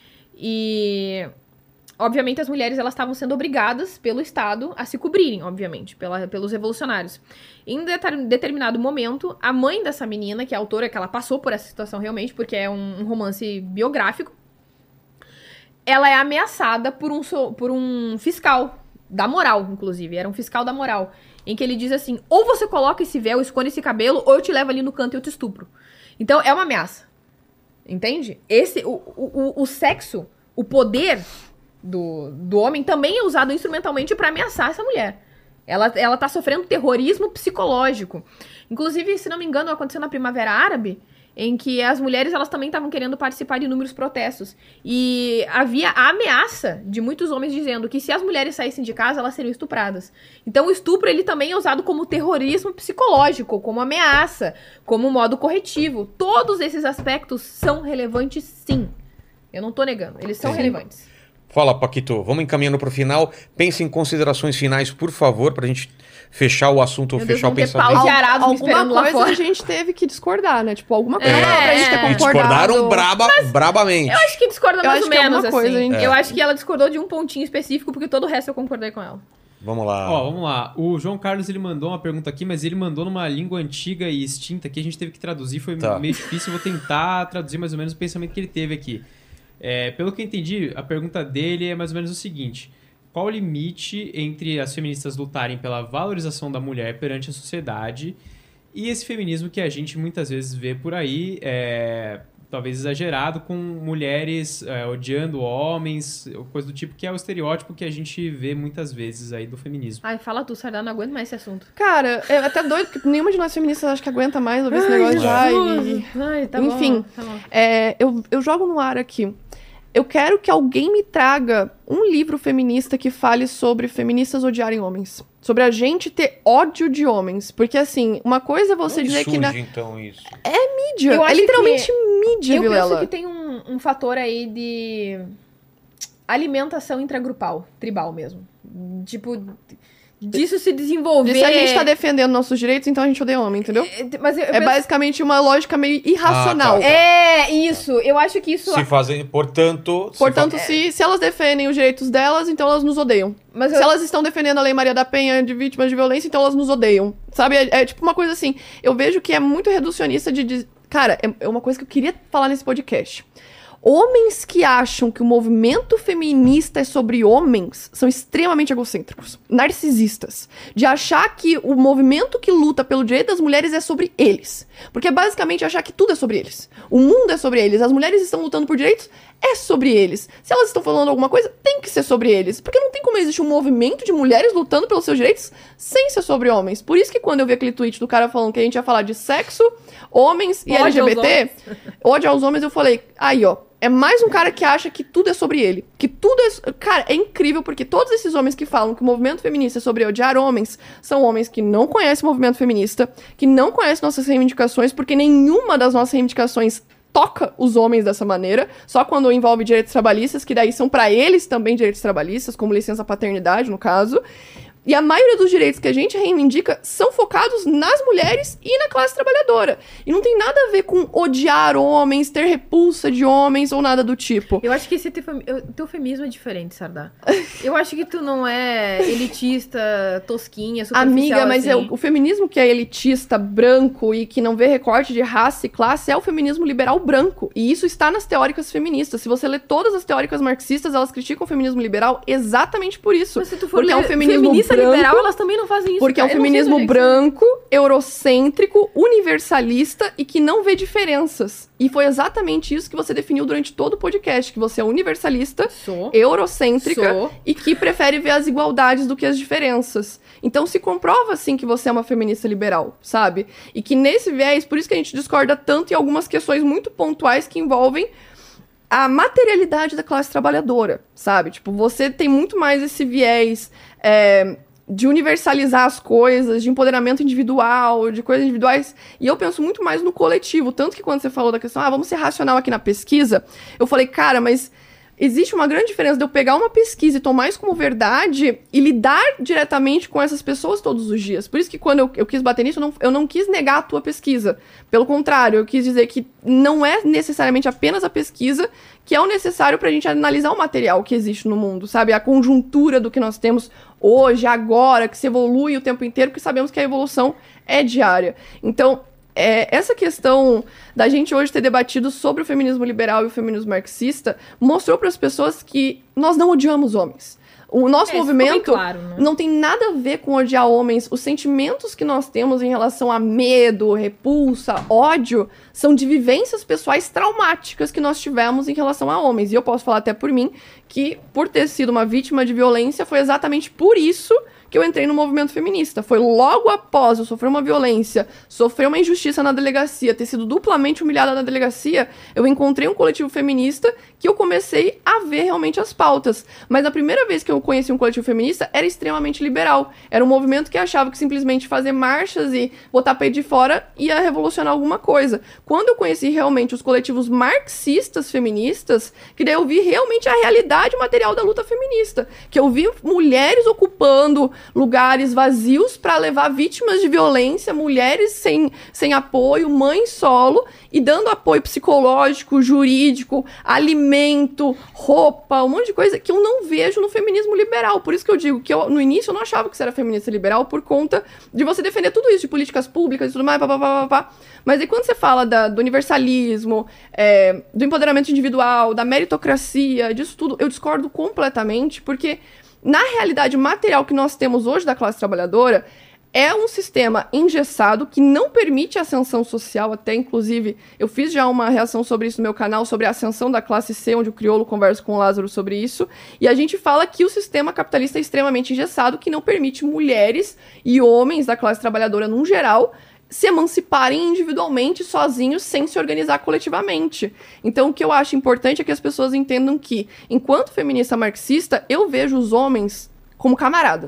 E obviamente as mulheres elas estavam sendo obrigadas pelo Estado a se cobrirem, obviamente, pelos revolucionários. Em determinado momento, a mãe dessa menina, que é a autora, que ela passou por essa situação realmente, porque é um romance biográfico, ela é ameaçada por um fiscal da moral, inclusive, era um fiscal da moral, em que ele diz assim, ou você coloca esse véu, esconde esse cabelo, ou eu te levo ali no canto e eu te estupro. Então, é uma ameaça. Entende? O sexo, o poder do homem também é usado instrumentalmente para ameaçar essa mulher. Ela tá sofrendo terrorismo psicológico. Inclusive, se não me engano, aconteceu na Primavera Árabe, em que as mulheres elas também estavam querendo participar de inúmeros protestos. E havia a ameaça de muitos homens dizendo que se as mulheres saíssem de casa, elas seriam estupradas. Então o estupro ele também é usado como terrorismo psicológico, como ameaça, como modo corretivo. Todos esses aspectos são relevantes, sim. Eu não tô negando, eles são relevantes. Fala, Paquito. Vamos encaminhando pro final. Pense em considerações finais, por favor, pra gente fechar o assunto, fechar o pensamento. Alguma coisa a gente teve que discordar, né? Tipo, alguma coisa pra gente ter concordado. Discordaram brabamente. Eu acho que discorda mais ou menos, coisa, assim. Eu acho que ela discordou de um pontinho específico, porque todo o resto eu concordei com ela. Vamos lá. Ó, vamos lá. O João Carlos, ele mandou uma pergunta aqui, mas ele mandou numa língua antiga e extinta que a gente teve que traduzir. Foi meio difícil, eu vou tentar traduzir mais ou menos o pensamento que ele teve aqui. Pelo que eu entendi, a pergunta dele é mais ou menos o seguinte: qual o limite entre as feministas lutarem pela valorização da mulher perante a sociedade e esse feminismo que a gente muitas vezes vê por aí, talvez exagerado, com mulheres odiando homens, coisa do tipo, que é o estereótipo que a gente vê muitas vezes aí do feminismo. Ai, fala tu, Sardá, não aguento mais esse assunto. Cara, é até doido, porque nenhuma de nós feministas acho que aguenta mais ouvir esse negócio já. Enfim, bom, tá bom. Eu jogo no ar aqui. Eu quero que alguém me traga um livro feminista que fale sobre feministas odiarem homens. Sobre a gente ter ódio de homens. Porque, assim, uma coisa é você Onde dizer surge, que... então, isso? É mídia. É literalmente mídia, Vilela. Eu penso que tem um fator aí de alimentação intragrupal, tribal mesmo. Tipo, disso se desenvolver... Se a gente tá defendendo nossos direitos, então a gente odeia homem, entendeu? Mas é basicamente uma lógica meio irracional. É, isso. Eu acho que isso... Se fazem, portanto... Se elas defendem os direitos delas, então elas nos odeiam. Se elas estão defendendo a Lei Maria da Penha de vítimas de violência, então elas nos odeiam. Sabe? É tipo uma coisa assim. Eu vejo que é muito reducionista de... Cara, é uma coisa que eu queria falar nesse podcast. Homens que acham que o movimento feminista é sobre homens são extremamente egocêntricos, narcisistas, de achar que o movimento que luta pelo direito das mulheres é sobre eles. Porque é basicamente achar que tudo é sobre eles. O mundo é sobre eles, as mulheres estão lutando por direitos, é sobre eles. Se elas estão falando alguma coisa, tem que ser sobre eles. Porque não tem como existir um movimento de mulheres lutando pelos seus direitos sem ser sobre homens. Por isso que quando eu vi aquele tweet do cara falando que a gente ia falar de sexo, homens e LGBT, ódio aos homens, eu falei, aí ó, é mais um cara que acha que tudo é sobre ele. Que tudo é... Cara, é incrível porque todos esses homens que falam que o movimento feminista é sobre odiar homens são homens que não conhecem o movimento feminista, que não conhecem nossas reivindicações, porque nenhuma das nossas reivindicações toca os homens dessa maneira, só quando envolve direitos trabalhistas, que daí são pra eles também direitos trabalhistas, como licença paternidade, no caso. E a maioria dos direitos que a gente reivindica são focados nas mulheres e na classe trabalhadora. E não tem nada a ver com odiar homens, ter repulsa de homens ou nada do tipo. Eu acho que esse teu feminismo é diferente, Sardá. Eu acho que tu não é elitista, tosquinha, superficial. Amiga, mas assim. O feminismo que é elitista, branco e que não vê recorte de raça e classe é o feminismo liberal branco. E isso está nas teóricas feministas. Se você ler todas as teóricas marxistas, elas criticam o feminismo liberal exatamente por isso. Mas se tu for porque é um feminismo branco, liberal, elas também não fazem isso. Porque é um feminismo branco, eurocêntrico, universalista e que não vê diferenças. E foi exatamente isso que você definiu durante todo o podcast, que você é universalista, eurocêntrica e que prefere ver as igualdades do que as diferenças. Então se comprova, assim, que você é uma feminista liberal, sabe? E que nesse viés, por isso que a gente discorda tanto em algumas questões muito pontuais que envolvem a materialidade da classe trabalhadora, sabe? Tipo, você tem muito mais esse viés de universalizar as coisas, de empoderamento individual, de coisas individuais, e eu penso muito mais no coletivo, tanto que quando você falou da questão, vamos ser racional aqui na pesquisa, eu falei, cara, mas existe uma grande diferença de eu pegar uma pesquisa e tomar isso como verdade e lidar diretamente com essas pessoas todos os dias. Por isso que quando eu quis bater nisso, eu não quis negar a tua pesquisa. Pelo contrário, eu quis dizer que não é necessariamente apenas a pesquisa que é o necessário pra gente analisar o material que existe no mundo, sabe? A conjuntura do que nós temos hoje, agora, que se evolui o tempo inteiro, porque sabemos que a evolução é diária. Então, essa questão da gente hoje ter debatido sobre o feminismo liberal e o feminismo marxista mostrou para as pessoas que nós não odiamos homens. O nosso movimento claro, né? Não tem nada a ver com odiar homens. Os sentimentos que nós temos em relação a medo, repulsa, ódio, são de vivências pessoais traumáticas que nós tivemos em relação a homens. E eu posso falar até por mim que, por ter sido uma vítima de violência, foi exatamente por isso que eu entrei no movimento feminista. Foi logo após eu sofrer uma violência, sofrer uma injustiça na delegacia, ter sido duplamente humilhada na delegacia, eu encontrei um coletivo feminista que eu comecei a ver realmente as pautas. Mas a primeira vez que eu conheci um coletivo feminista era extremamente liberal. Era um movimento que achava que simplesmente fazer marchas e botar peito de fora ia revolucionar alguma coisa. Quando eu conheci realmente os coletivos marxistas feministas, que daí eu vi realmente a realidade material da luta feminista. Que eu vi mulheres ocupando lugares vazios para levar vítimas de violência, mulheres sem apoio, mães solo, e dando apoio psicológico, jurídico, alimento, roupa, um monte de coisa que eu não vejo no feminismo liberal. Por isso que eu digo que no início eu não achava que você era feminista liberal por conta de você defender tudo isso, de políticas públicas e tudo mais, Mas aí quando você fala do universalismo, do empoderamento individual, da meritocracia, disso tudo, eu discordo completamente, porque na realidade material que nós temos hoje da classe trabalhadora, é um sistema engessado que não permite ascensão social, até inclusive eu fiz já uma reação sobre isso no meu canal, sobre a ascensão da classe C, onde o Criolo conversa com o Lázaro sobre isso, e a gente fala que o sistema capitalista é extremamente engessado, que não permite mulheres e homens da classe trabalhadora num geral se emanciparem individualmente, sozinhos, sem se organizar coletivamente. Então, o que eu acho importante é que as pessoas entendam que, enquanto feminista marxista, eu vejo os homens como camaradas.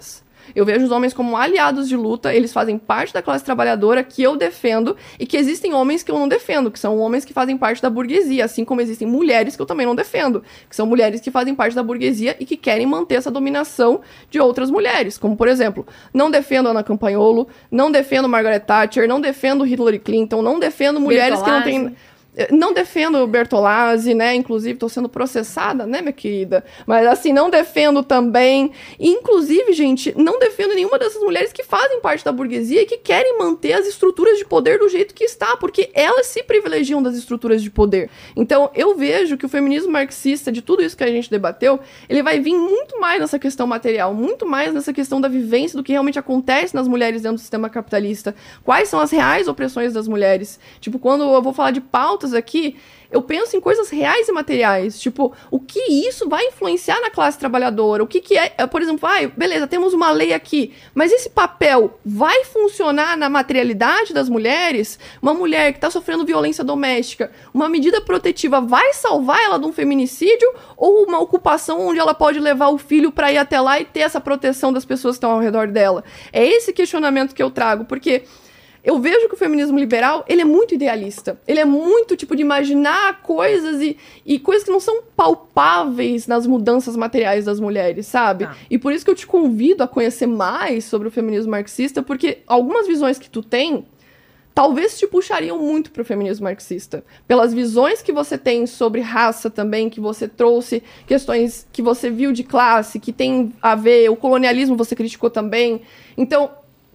Eu vejo os homens como aliados de luta, eles fazem parte da classe trabalhadora que eu defendo e que existem homens que eu não defendo, que são homens que fazem parte da burguesia, assim como existem mulheres que eu também não defendo, que são mulheres que fazem parte da burguesia e que querem manter essa dominação de outras mulheres, como, por exemplo, não defendo Ana Campanholo, não defendo Margaret Thatcher, não defendo Hillary Clinton, não defendo mulheres que não têm... Não defendo o Bertolazzi, né? Inclusive, tô sendo processada, né, minha querida? Mas, assim, não defendo também. E, inclusive, gente, não defendo nenhuma dessas mulheres que fazem parte da burguesia e que querem manter as estruturas de poder do jeito que está, porque elas se privilegiam das estruturas de poder. Então, eu vejo que o feminismo marxista, de tudo isso que a gente debateu, ele vai vir muito mais nessa questão material, muito mais nessa questão da vivência do que realmente acontece nas mulheres dentro do sistema capitalista. Quais são as reais opressões das mulheres? Tipo, quando eu vou falar de pauta aqui, eu penso em coisas reais e materiais, tipo, o que isso vai influenciar na classe trabalhadora, o que é, por exemplo, beleza, temos uma lei aqui, mas esse papel vai funcionar na materialidade das mulheres? Uma mulher que está sofrendo violência doméstica, uma medida protetiva vai salvar ela de um feminicídio ou uma ocupação onde ela pode levar o filho para ir até lá e ter essa proteção das pessoas que estão ao redor dela? É esse questionamento que eu trago, porque eu vejo que o feminismo liberal, ele é muito idealista. Ele é muito, tipo, de imaginar coisas e coisas que não são palpáveis nas mudanças materiais das mulheres, sabe? E por isso que eu te convido a conhecer mais sobre o feminismo marxista, porque algumas visões que tu tem, talvez te puxariam muito pro feminismo marxista. Pelas visões que você tem sobre raça também, que você trouxe, questões que você viu de classe, que tem a ver, o colonialismo você criticou também. Então,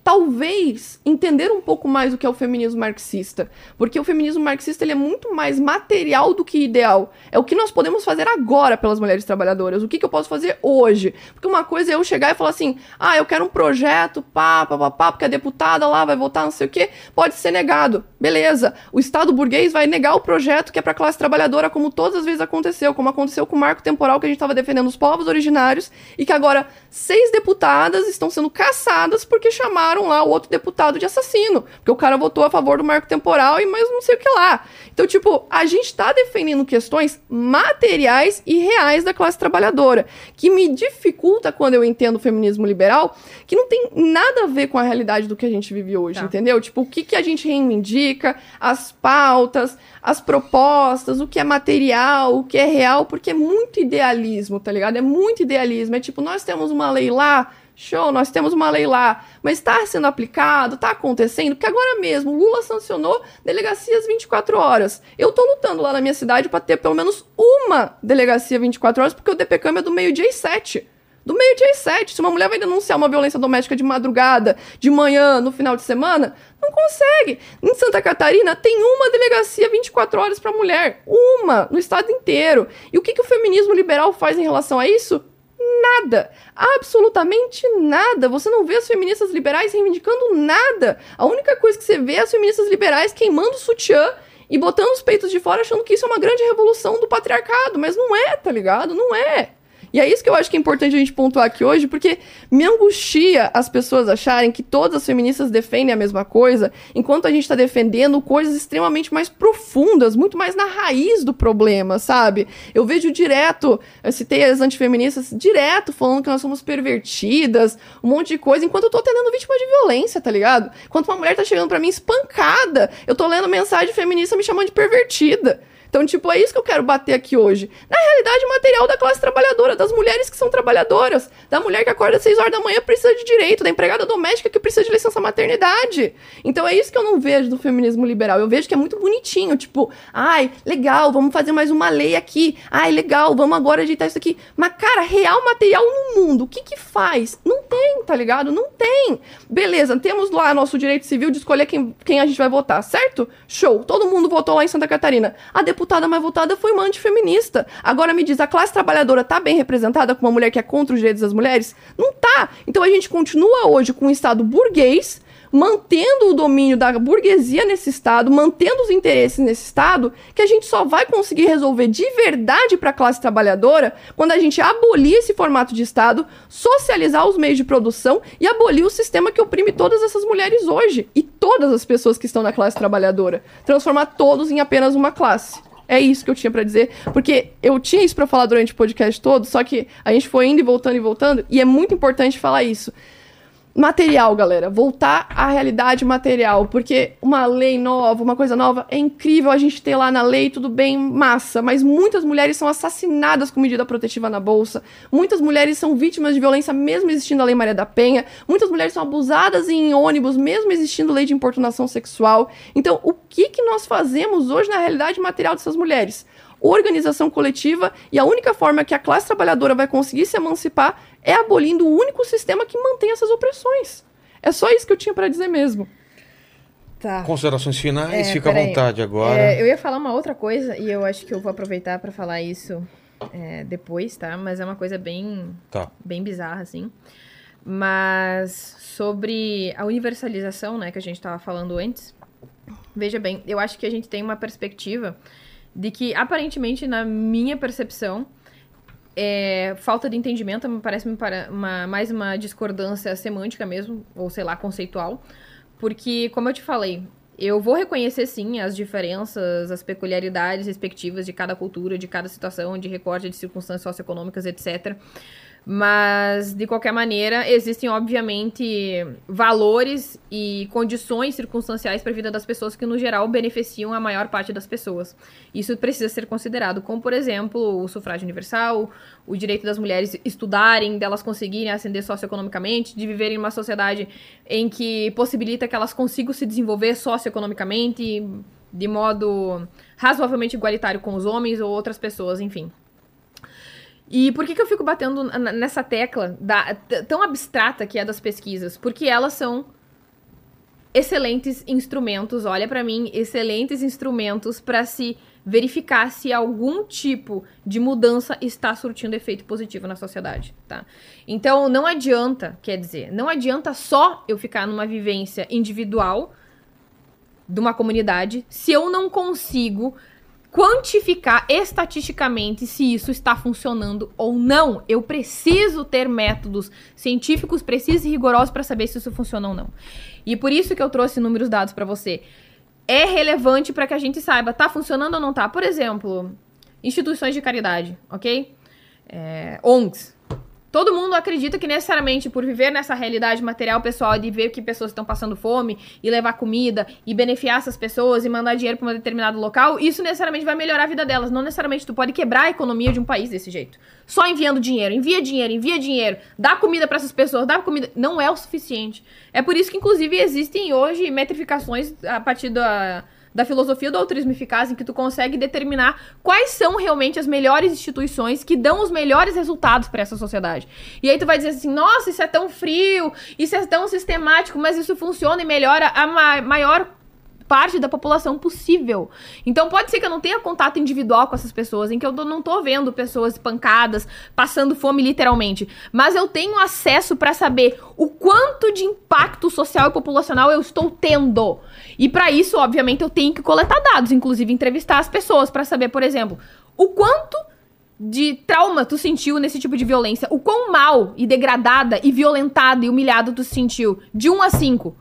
talvez entender um pouco mais o que é o feminismo marxista, porque o feminismo marxista ele é muito mais material do que ideal. É o que nós podemos fazer agora pelas mulheres trabalhadoras, o que eu posso fazer hoje. Porque uma coisa é eu chegar e falar assim, eu quero um projeto, porque a deputada lá vai votar não sei o quê, pode ser negado. Beleza, o Estado burguês vai negar o projeto que é para a classe trabalhadora, como todas as vezes aconteceu, como aconteceu com o marco temporal que a gente estava defendendo os povos originários, e que agora 6 deputadas estão sendo caçadas porque chamaram lá o outro deputado de assassino, porque o cara votou a favor do marco temporal e mais não sei o que lá. Então, tipo, a gente tá defendendo questões materiais e reais da classe trabalhadora, que me dificulta quando eu entendo o feminismo liberal, que não tem nada a ver com a realidade do que a gente vive hoje, entendeu? Tipo, o que a gente reivindica, as pautas, as propostas, o que é material, o que é real, porque é muito idealismo, tá ligado? É muito idealismo. É tipo, nós temos uma lei lá, show, nós temos uma lei lá, mas está sendo aplicado, está acontecendo, porque agora mesmo Lula sancionou delegacias 24 horas. Eu tô lutando lá na minha cidade para ter pelo menos uma delegacia 24 horas, porque o DPCAM é do meio-dia às 7. Do meio-dia às 7. Se uma mulher vai denunciar uma violência doméstica de madrugada, de manhã, no final de semana, não consegue. Em Santa Catarina tem uma delegacia 24 horas para mulher. Uma, no estado inteiro. E o que o feminismo liberal faz em relação a isso? Nada, absolutamente nada. Você não vê as feministas liberais reivindicando nada. A única coisa que você vê é as feministas liberais queimando o sutiã e botando os peitos de fora, achando que isso é uma grande revolução do patriarcado, mas não é, tá ligado? Não é. E é isso que eu acho que é importante a gente pontuar aqui hoje, porque me angustia as pessoas acharem que todas as feministas defendem a mesma coisa, enquanto a gente tá defendendo coisas extremamente mais profundas, muito mais na raiz do problema, sabe? Eu vejo direto, eu citei as antifeministas, direto falando que nós somos pervertidas, um monte de coisa, enquanto eu tô atendendo vítima de violência, tá ligado? Enquanto uma mulher tá chegando pra mim espancada, eu tô lendo mensagem feminista me chamando de pervertida. Então, tipo, é isso que eu quero bater aqui hoje. Na realidade material da classe trabalhadora, das mulheres que são trabalhadoras, da mulher que acorda às 6 horas da manhã precisa de direito, da empregada doméstica que precisa de licença maternidade. Então é isso que eu não vejo do feminismo liberal. Eu vejo que é muito bonitinho, tipo, legal, vamos fazer mais uma lei aqui. Legal, vamos agora ajeitar isso aqui. Mas, cara, real material no mundo, o que faz? Não tem, tá ligado? Não tem. Beleza, temos lá nosso direito civil de escolher quem a gente vai votar, certo? Show, todo mundo votou lá em Santa Catarina. A deputada mais votada foi uma antifeminista. Agora me diz, a classe trabalhadora tá bem representada com uma mulher que é contra os direitos das mulheres? Não tá. Então a gente continua hoje com um Estado burguês, mantendo o domínio da burguesia nesse Estado, mantendo os interesses nesse Estado, que a gente só vai conseguir resolver de verdade para a classe trabalhadora quando a gente abolir esse formato de Estado, socializar os meios de produção e abolir o sistema que oprime todas essas mulheres hoje e todas as pessoas que estão na classe trabalhadora. Transformar todos em apenas uma classe. É isso que eu tinha pra dizer, porque eu tinha isso pra falar durante o podcast todo, só que a gente foi indo e voltando, e é muito importante falar isso. material, galera. Voltar à realidade material. Porque uma lei nova, uma coisa nova, é incrível a gente ter lá na lei, tudo bem, massa. Mas muitas mulheres são assassinadas com medida protetiva na bolsa. Muitas mulheres são vítimas de violência, mesmo existindo a Lei Maria da Penha. Muitas mulheres são abusadas em ônibus, mesmo existindo lei de importunação sexual. Então, o que nós fazemos hoje na realidade material dessas mulheres? Organização coletiva, e a única forma que a classe trabalhadora vai conseguir se emancipar é abolindo o único sistema que mantém essas opressões. É só isso que eu tinha para dizer mesmo. Tá. Considerações finais, fica à vontade agora. Eu ia falar uma outra coisa, e eu acho que eu vou aproveitar para falar isso depois, tá? Mas é uma coisa bem bizarra, assim. Mas sobre a universalização, né, que a gente estava falando antes, veja bem, eu acho que a gente tem uma perspectiva de que, aparentemente, na minha percepção, falta de entendimento, parece-me mais uma discordância semântica mesmo, ou sei lá, conceitual, porque, como eu te falei, eu vou reconhecer sim as diferenças, as peculiaridades respectivas de cada cultura, de cada situação, de recorte de circunstâncias socioeconômicas, etc., mas, de qualquer maneira, existem, obviamente, valores e condições circunstanciais para a vida das pessoas que, no geral, beneficiam a maior parte das pessoas. Isso precisa ser considerado, como, por exemplo, o sufrágio universal, o direito das mulheres estudarem, delas conseguirem ascender socioeconomicamente, de viverem em uma sociedade em que possibilita que elas consigam se desenvolver socioeconomicamente de modo razoavelmente igualitário com os homens ou outras pessoas, enfim. E por que eu fico batendo nessa tecla tão abstrata que é das pesquisas? Porque elas são excelentes instrumentos, olha pra mim, excelentes instrumentos para se verificar se algum tipo de mudança está surtindo efeito positivo na sociedade, tá? Então, não adianta, não adianta só eu ficar numa vivência individual de uma comunidade se eu não consigo quantificar estatisticamente se isso está funcionando ou não. Eu preciso ter métodos científicos precisos e rigorosos para saber se isso funciona ou não. E por isso que eu trouxe números dados para você. É relevante para que a gente saiba, tá funcionando ou não tá. Por exemplo, instituições de caridade, ok? ONGs. Todo mundo acredita que necessariamente por viver nessa realidade material pessoal, de ver que pessoas estão passando fome e levar comida e beneficiar essas pessoas e mandar dinheiro para um determinado local, isso necessariamente vai melhorar a vida delas. Não necessariamente tu pode quebrar a economia de um país desse jeito. Só enviando dinheiro, envia dinheiro, dá comida para essas pessoas, dá comida, não é o suficiente. É por isso que inclusive existem hoje metrificações a partir da filosofia do altruísmo eficaz, em que tu consegue determinar quais são realmente as melhores instituições que dão os melhores resultados para essa sociedade. E aí tu vai dizer assim, nossa, isso é tão frio, isso é tão sistemático, mas isso funciona e melhora a maior parte da população possível. Então pode ser que eu não tenha contato individual com essas pessoas, em que eu não tô vendo pessoas espancadas, passando fome literalmente, mas eu tenho acesso para saber o quanto de impacto social e populacional eu estou tendo. E para isso, obviamente, eu tenho que coletar dados, inclusive entrevistar as pessoas para saber, por exemplo, o quanto de trauma tu sentiu nesse tipo de violência, o quão mal e degradada e violentada e humilhada tu se sentiu, de 1 a 5.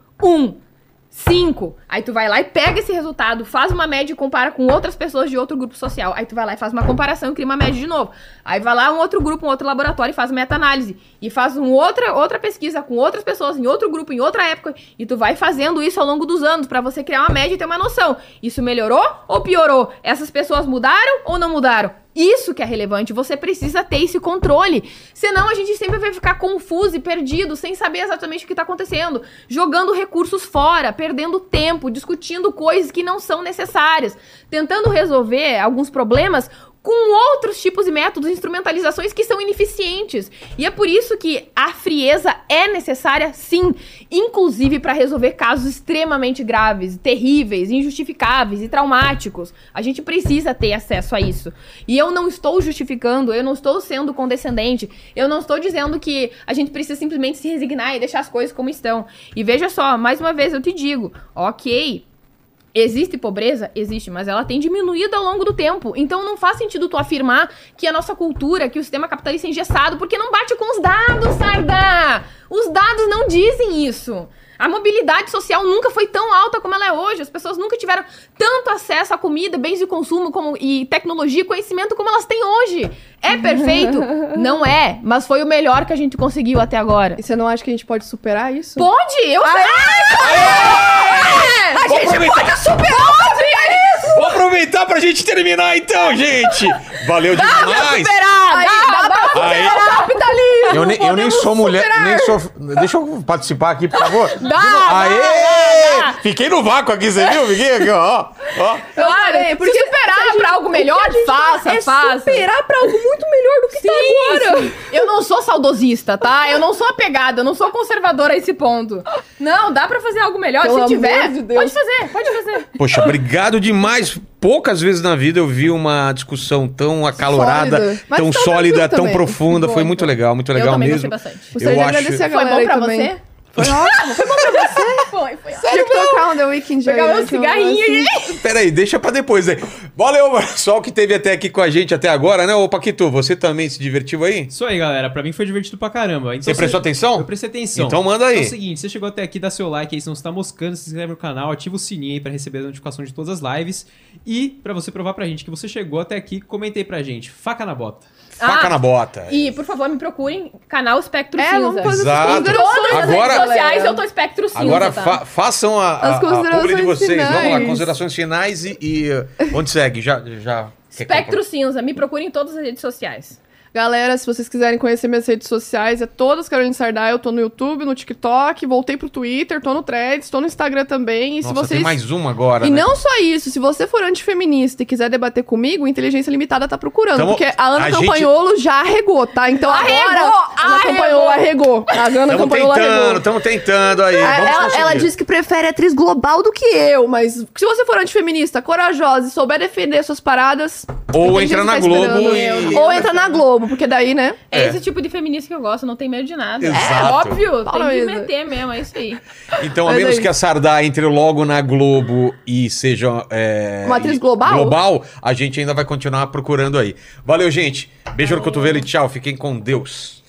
5. Aí tu vai lá e pega esse resultado, faz uma média e compara com outras pessoas de outro grupo social. Aí tu vai lá e faz uma comparação e cria uma média de novo. Aí vai lá um outro grupo, um outro laboratório e faz meta-análise. E faz outra pesquisa com outras pessoas em outro grupo, em outra época. E tu vai fazendo isso ao longo dos anos pra você criar uma média e ter uma noção. Isso melhorou ou piorou? Essas pessoas mudaram ou não mudaram? Isso que é relevante, você precisa ter esse controle. Senão a gente sempre vai ficar confuso e perdido, sem saber exatamente o que está acontecendo. Jogando recursos fora, perdendo tempo, discutindo coisas que não são necessárias. Tentando resolver alguns problemas com outros tipos de métodos, instrumentalizações que são ineficientes. E é por isso que a frieza é necessária, sim, inclusive para resolver casos extremamente graves, terríveis, injustificáveis e traumáticos. A gente precisa ter acesso a isso. E eu não estou justificando, eu não estou sendo condescendente, eu não estou dizendo que a gente precisa simplesmente se resignar e deixar as coisas como estão. E veja só, mais uma vez eu te digo, ok, existe pobreza? Existe, mas ela tem diminuído ao longo do tempo. Então não faz sentido tu afirmar que a nossa cultura, que o sistema capitalista é engessado, porque não bate com os dados, Sarda! Os dados não dizem isso. A mobilidade social nunca foi tão alta como ela é hoje. As pessoas nunca tiveram tanto acesso a comida, bens de consumo e tecnologia e conhecimento como elas têm hoje. É perfeito? Não é, mas foi o melhor que a gente conseguiu até agora. E você não acha que a gente pode superar isso? Pode! Eu sei! A gente pode superar! Vou aproveitar pra gente terminar então, gente! Valeu demais! Dá pra superar o capitalismo! Eu nem sou mulher, nem sou... Deixa eu participar aqui, por favor. Dá! Fiquei no vácuo aqui, você viu? Fiquei aqui, ó. Claro, porque se superar pra algo melhor, faça. Superar pra algo muito melhor do que tá agora. Sim. Eu não sou saudosista, tá? Eu não sou apegada, eu não sou conservadora a esse ponto. Não, dá pra fazer algo melhor. Pelo se tiver, de Deus. pode fazer. Poxa, obrigado demais. Poucas vezes na vida eu vi uma discussão tão acalorada, tão sólida, tão profunda. Foi muito legal Eu também mesmo. gostei bastante. Gostaria de agradecer a galera Foi bom pra também. você? Foi ótimo. Foi bom pra você? Foi Tinha que tocar um The Weeknd. Pegar meu cigarrinho aí. Peraí, deixa pra depois aí. Valeu, pessoal que esteve até aqui com a gente até agora, né? Ô, Paquito, você também se divertiu aí? Isso aí, galera. Pra mim foi divertido pra caramba. Então, Você prestou atenção? Eu prestei atenção. Então manda aí. Então é o seguinte, você chegou até aqui, dá seu like aí, se não você tá moscando, se inscreve no canal, ativa o sininho aí pra receber a notificação de todas as lives. E pra você provar pra gente que você chegou até aqui, comentei pra gente. Faca na bota. Faca na bota. E, por favor, me procurem, canal Espectro Vamos Cinza. fazer Exato. essas considerações. Todas as Agora- redes sociais galera. eu tô Espectro Cinza, Agora tá? façam As a considerações publi de vocês. Vamos lá, finais. considerações finais e onde segue? Já Espectro Cinza, me procurem em todas as redes sociais. Galera, se vocês quiserem conhecer minhas redes sociais, é todas Caroline Sardaia. Eu tô no YouTube, no TikTok, voltei pro Twitter, tô no Threads, tô no Instagram também. E Nossa, se vocês... tem mais uma agora, E né? não só isso, se você for antifeminista e quiser debater comigo, Inteligência Limitada tá procurando. Tamo- Porque a Ana a gente- Campagnolo já arregou, tá? Então agora... Ana Campagnolo arregou. A Ana Campagnolo arregou. Estamos tentando aí. Vamos Ela conseguir. diz que prefere atriz global do que eu, mas se você for antifeminista, corajosa e souber defender suas paradas... Ou Inteligência entra na tá Globo esperando. e... Ou entra na Globo, porque daí, né? É É. esse tipo de feminista que eu gosto, não tem medo de nada. Exato. É óbvio, Fala tem que mesmo. meter mesmo, é isso aí. Então, a Mas menos aí- que a Sardá entre logo na Globo e seja... Uma atriz global? a gente ainda vai continuar procurando aí. Valeu, gente. Beijo no cotovelo e tchau. Fiquem com Deus.